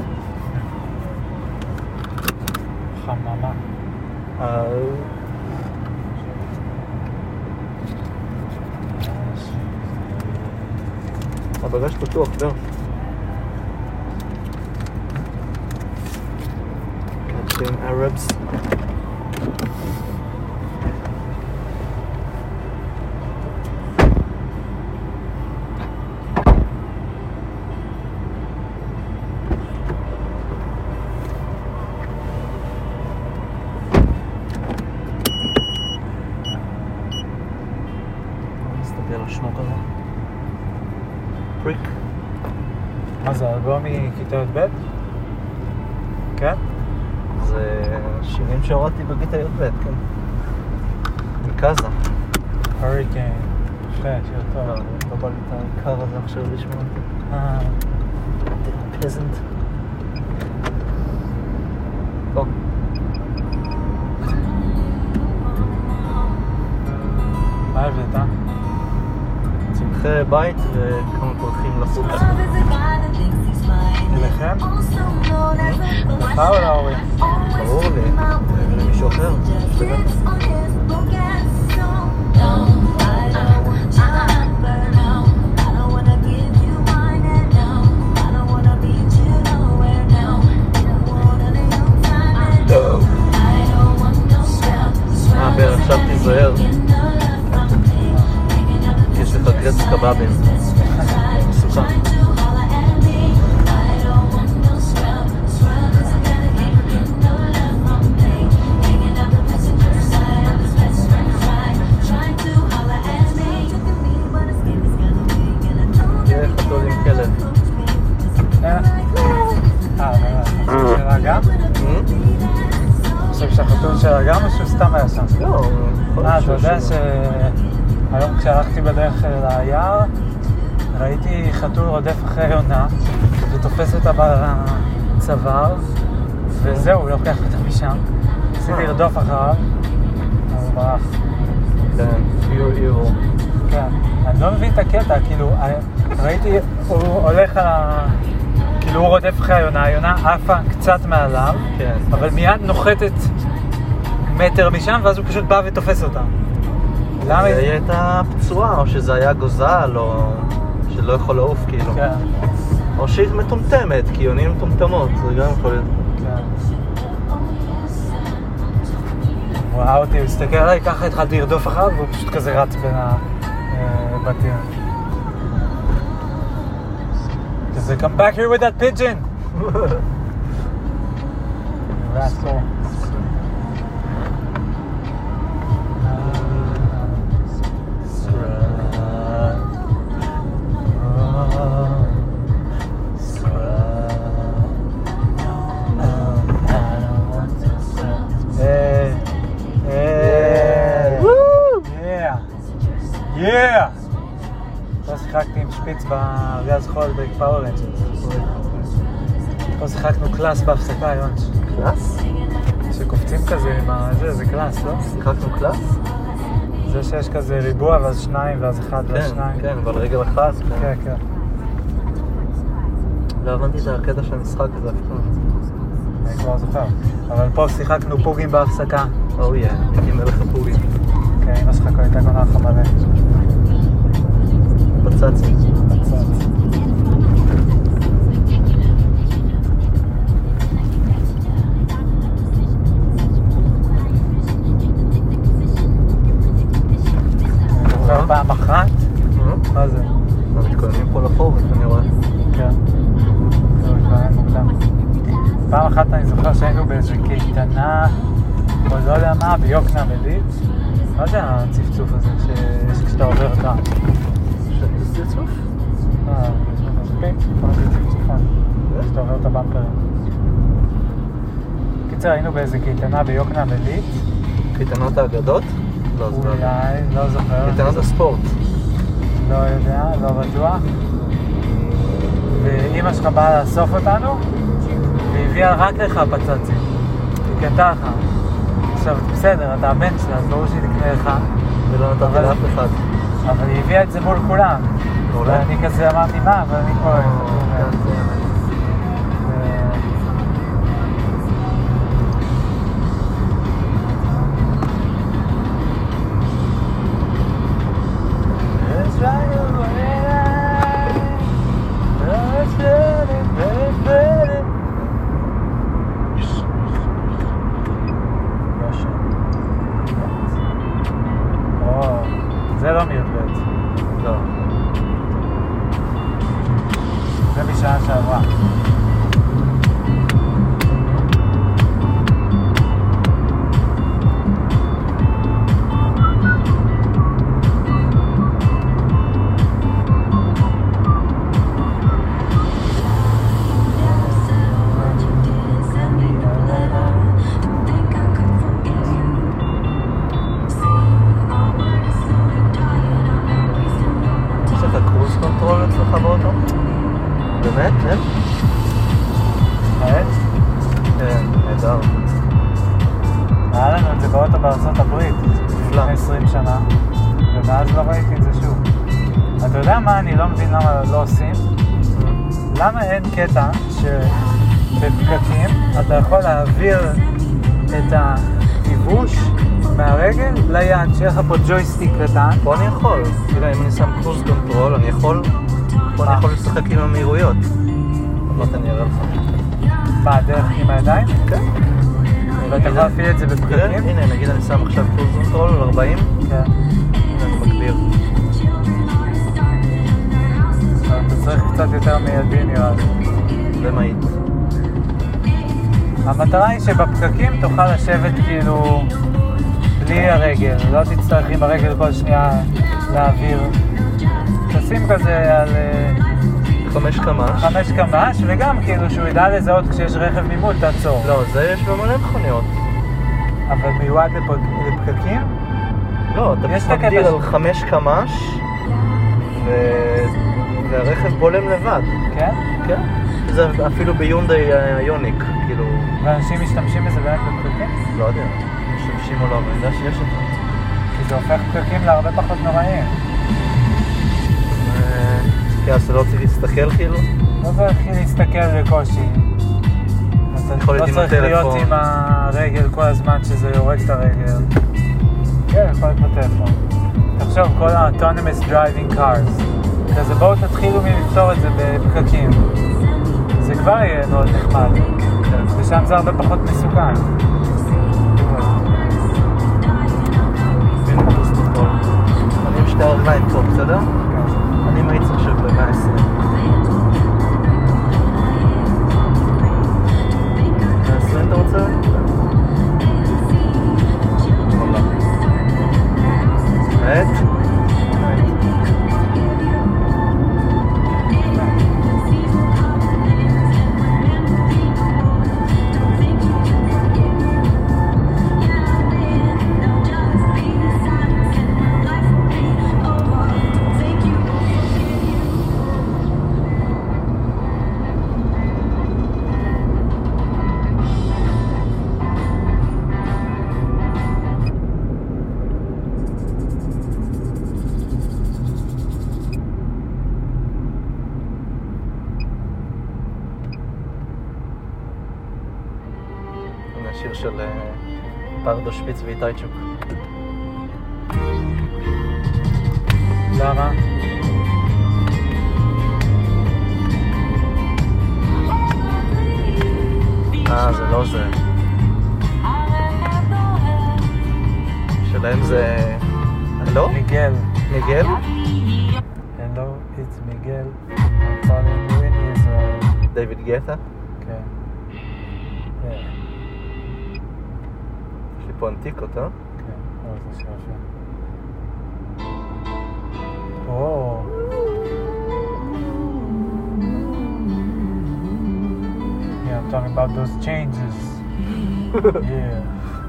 חממה. הבגש פתוח, זהו. Catching Arabs. נסתכל לשמוק הזה. פריק. מה זה, אלבום מכיתה י"ב? כן? זה שירים שהורדתי בגיטה י"ב, כן. מקאזה. הוריקן. יפה, שיר טוב. לא, לא בא לי את העיקר הזה עכשיו לשמוע אותי. אה. פזנט. טוב. מה הבאת? צמחי בית וכמה פרחים לחוץ. אליכם? לך או להורים? ברור לי, למישהו אחר. אה, בר, עכשיו תיזהר. יש לך גרץ קבאבים. מסוכן. תראה חתול עם כלב. אה, החתול שלה גם? אני חושב שהחתול שלה גם או שהוא סתם היה שם? לא, אה, אתה יודע שהיום כשהלכתי בדרך ליער ראיתי חתול רודף אחרי יונה ותופס אותה בצוואר וזהו, הוא לוקח אותה משם. ניסיתי לרדוף אחריו, אז הוא ברח. כן, pure evil. כן, אני לא מבין את הקטע, כאילו, ראיתי, הוא הולך על ה... כאילו הוא רודף אחרי היונה, היונה עפה קצת מעליו, כן. אבל מיד נוחתת מטר משם ואז הוא פשוט בא ותופס אותה. למה? היא הייתה פצועה, או שזה היה גוזל, או שלא יכול לעוף כאילו. כן. או שהיא מטומטמת, כי יונים מטומטמות, זה גם יכול להיות. כן. הוא ראה אותי, הוא הסתכל עליי, ככה התחלתי לרדוף אחריו והוא פשוט כזה רץ בין הבתים. כזה, come back here with that pigeon! rascal. Yeah! פה שיחקתי עם שפיץ בארגז חול בפאוור רנג'רס. פה שיחקנו קלאס בהפסקה, יונש. קלאס? שקופצים כזה עם הזה, זה קלאס, לא? שיחקנו קלאס? זה שיש כזה ריבוע ואז שניים ואז אחד ואז שניים. כן, כן, אבל רגל אחת. כן, כן. לא הבנתי את הקטע של המשחק הזה אפילו. אני כבר זוכר. אבל פה שיחקנו פוגים בהפסקה. או יא, הייתי מלך הפוגים. כן, אמא שלך כבר הייתה קונה לך מלא. בצצי. בצץ. זוכר פעם אחת? מה זה? מתכוננים פה לחורף, אני רואה. כן. זה מתכונן מוקדם. פעם אחת אני זוכר שהיינו באיזו קייטנה, או לא יודע מה, ביוקנעם עילית. מה זה הצפצוף הזה שיש כשאתה עובר כאן? זה צפצוף? אה, זה פינק, כמו זה צפצופן. כשאתה עובר את הבמפרים. קיצר, היינו באיזו קייטנה ביוקנעם עילית. קייטנות האגדות? לא, זה לא. אולי, לא זוכר. קייטנות הספורט. לא יודע, לא בטוח. ואמא שלך באה לאסוף אותנו, והביאה רק לך פצצים. היא קנתה לך. עכשיו, בסדר, אתה הבן שלה, אז ברור שהיא תקנה לך. ולא נתתי לאף אחד. אבל היא הביאה את זה מול כולם. מעולה. ואני כזה אמרתי מה, אבל אני פה... זה לא מיוטבט. לא. זה משעה שעברה. באמת? כן? באמת? כן, נהדר. היה לנו את זה באוטו בארצות הברית לפני עשרים שנה, ומאז לא ראיתי את זה שוב. אתה יודע מה אני לא מבין למה לא עושים? למה אין קטע שבפקקים אתה יכול להעביר את הכיבוש מהרגל ליד, שיהיה לך פה ג'ויסטיק קטן? פה אני יכול. תראה, אם אני שם קרוז קונטרול, אני יכול... פה אני יכול לשחק עם המהירויות. עוד אני אראה לך. מה, דרך עם הידיים? כן. ואתה יכול להפעיל את זה בפקקים? הנה, נגיד אני שם עכשיו קרוז קונטרול על ארבעים. כן. הנה, אני מגביר. אתה צריך קצת יותר מיידי נראה לי. במאית. המטרה היא שבפקקים תוכל לשבת כאילו בלי הרגל, לא תצטרך עם הרגל כל שנייה להעביר. תשים כזה על חמש קמ"ש. חמש קמ"ש, וגם כאילו שהוא ידע לזהות כשיש רכב ממול, תעצור. לא, זה יש במלא מכוניות. אבל מיועד לפקקים? לא, אתה מגדיר על חמש קמ"ש והרכב בולם לבד. כן? כן. זה אפילו ביונדאי יוניק, כאילו... ואנשים משתמשים בזה באמת בפקקים? לא יודע, משתמשים או לא, אבל אני יודע שיש את זה. כי זה הופך פקקים להרבה פחות נוראים. כי אז אתה לא צריך להסתכל כאילו? לא צריך להסתכל בקושי. אתה לא צריך להיות עם הרגל כל הזמן שזה יורק את הרגל. כן, יכול להיות בטלפון. תחשוב, כל ה-autonomous driving cars. כזה בואו תתחילו מלפתור את זה בפקקים. זה כבר יהיה מאוד נחמד. ושם זה הרבה פחות מסוכן. אני עם שתי הרגליים פה, בסדר? אני מאיץ עכשיו ב-מאה ועשרים. מאה ועשרים אתה רוצה? וואלה. מעט? שיר של פרדו שפיץ ואיטייצ'וק. למה? אה, זה לא זה. שלהם זה... הלו? מיגל. מיגל? Hello, it's Miguel. I'm calling you in Israel. דיוויד גטה? כן. יש לי פה אנטיקות, אה? כן, אבל זה שרפה. או. Yeah, I'm talking about those changes. Yeah.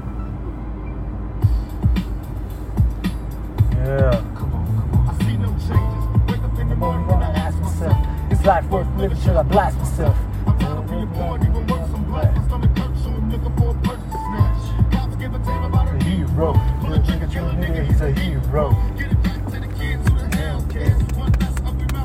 Yeah. Is life worth living? Should I blast myself? A hero. He's a hero.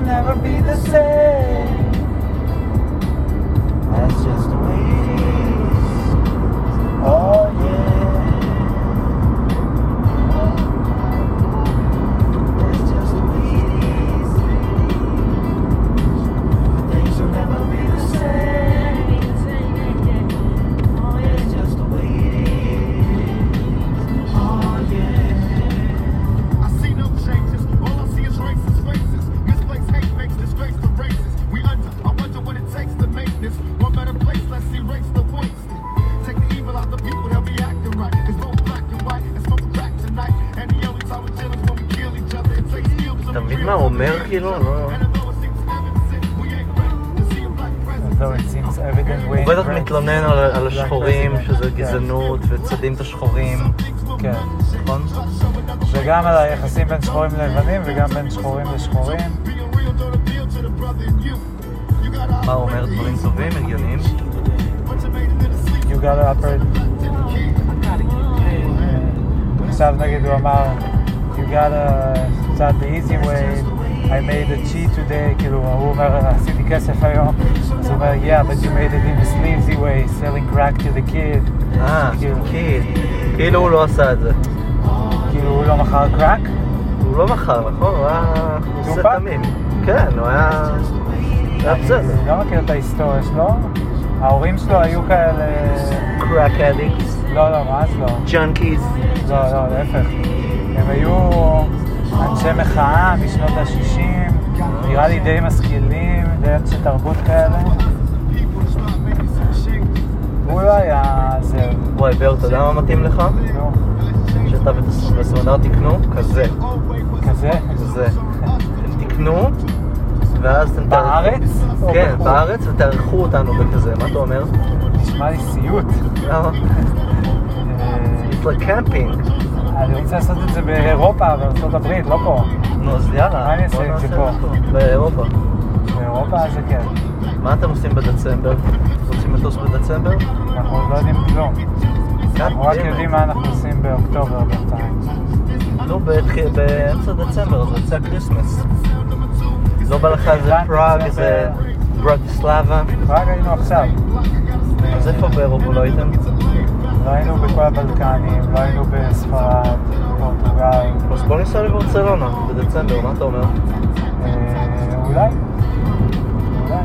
will never be the same. That's just the way it is. Oh yeah. That's just the way it is. Things will never be the same. Oh, it's just the way it is. Oh yeah. I see no changes. All I see is racist faces. Misplaced hate makes disgrace to races. We under. I wonder what it takes to make this one better place. Let's erase the waste. Take the evil out the people. They'll be acting right. It's both black and white. And smoke crack tonight. And the only time we chill is when we kill each other. It takes skills. אתה מבין מה הוא אומר כאילו? לא... Though it seems evident הוא way. בטח מתלונן על, על השחורים, שזה גזענות וצדים את השחורים. כן. נכון? וגם על היחסים בין שחורים ללבנים וגם בין שחורים לשחורים. מה הוא אומר? דברים טובים, הגיוניים? You gotta operate. עכשיו נגיד הוא אמר You gotta start the easy way. I made a cheat today, כאילו הוא אומר עשיתי כסף היום. אז הוא אומר yeah but you made it in a sleazy way, selling crack to the kid. אה, קיד. כאילו הוא לא עשה את זה. כאילו הוא לא מכר קראק? הוא לא מכר, נכון? הוא היה עושה תמים. כן, הוא היה... היה בסדר. אני לא מכיר את ההיסטוריה שלו. ההורים שלו היו כאלה... קראק אדיקס. לא, לא, ממש לא. ג'אנקיז. לא, לא, להפך. הם היו אנשי מחאה משנות ה-שישים, נראה לי די משכילים, די אנשי תרבות כאלה. הוא לא היה זה... וואי, בר, אתה יודע מה מתאים לך? נו. שאתה וסמדר תקנו? כזה. כזה? כזה. אתם תקנו, ואז אתם... בארץ? כן, בארץ, ותערכו אותנו בכזה. מה אתה אומר? נשמע לי סיוט. למה? It's like camping. אני רוצה לעשות את זה באירופה, בארצות הברית, לא פה. נו, אז יאללה. מה אני אעשה עם זה פה? באירופה. באירופה זה כן. מה אתם עושים בדצמבר? רוצים לטוס בדצמבר? אנחנו לא יודעים כלום. אנחנו רק יודעים מה אנחנו עושים באוקטובר בינתיים. לא, באמצע דצמבר, זה יוצא הקריסמס. לא בא לך איזה פראג, איזה ברטיסלבה. פראג היינו עכשיו. אז איפה באירופה לא הייתם? לא היינו בכל הבלקנים, לא היינו בספרד, פורטוגל. אז בוא ניסע לברצלונה בדצמבר, מה אתה אומר? אולי. אולי.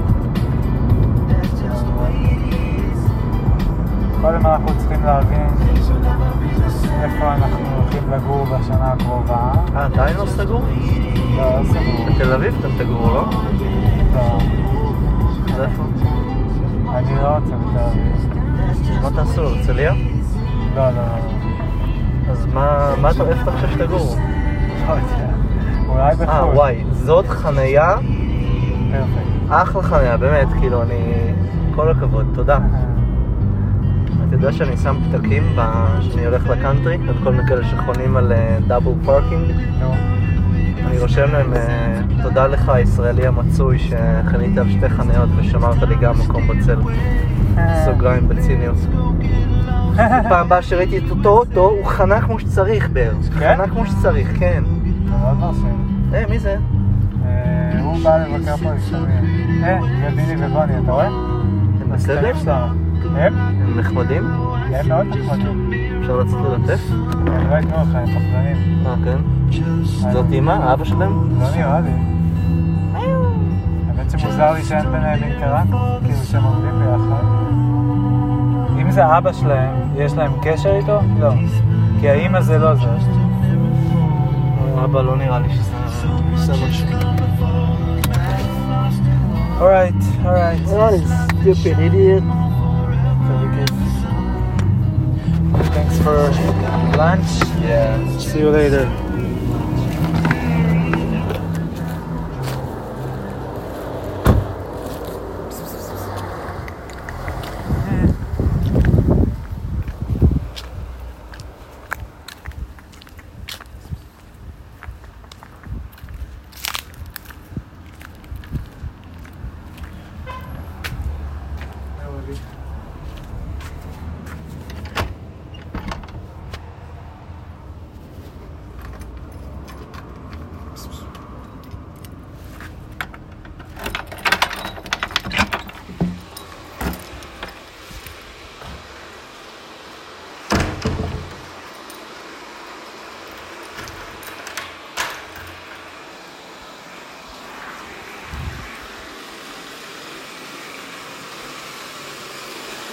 קודם אנחנו צריכים להבין איפה אנחנו הולכים לגור בשנה הקרובה. אה, עדיין לא סגור? לא, לא סגור. בתל אביב אתם תגורו, לא? לא. אז איפה? אני לא רוצה בתל אביב. מה תעשו? הרצליה? לא, לא, לא. אז מה, מה אתה, איפה אתה חושב שתגורו? לא יודע. אולי בחו"ל. אה, וואי, זאת חנייה. פרפקט. אחלה חנייה, באמת, כאילו, אני... כל הכבוד, תודה. אתה יודע שאני שם פתקים כשאני הולך לקאנטרי, את כל מיני כאלה שחונים על דאבל פארקינג. נו. אני רושם להם, תודה לך, הישראלי המצוי, שחנית על שתי חניות ושמרת לי גם מקום בצל. סוגריים בציניות. פעם הבאה שראיתי את אותו אוטו, הוא חנה כמו שצריך, בר. כן? חנה כמו שצריך, כן. זה מאוד מרשים. אה, מי זה? הוא בא לבקר פה לפעמים. אה, זה בילי ובוני, אתה רואה? הם בסדר? הם? הם נחמדים? הם מאוד נחמדים. אפשר לצאת ללטף? הם לא יתנו לך, הם פחדנים. אה, כן? זאת אמא? אבא שלהם? לא נראה לי. האמת שמוזר לי שאין ביניהם אינטראקט, כאילו שהם עומדים ביחד. אם זה אבא שלהם, יש להם קשר איתו? לא. כי האמא זה לא זה. אבא לא נראה לי שזה משהו. Alright, alright. Oh, stupid idiot. Thanks for lunch. Yeah. See you later.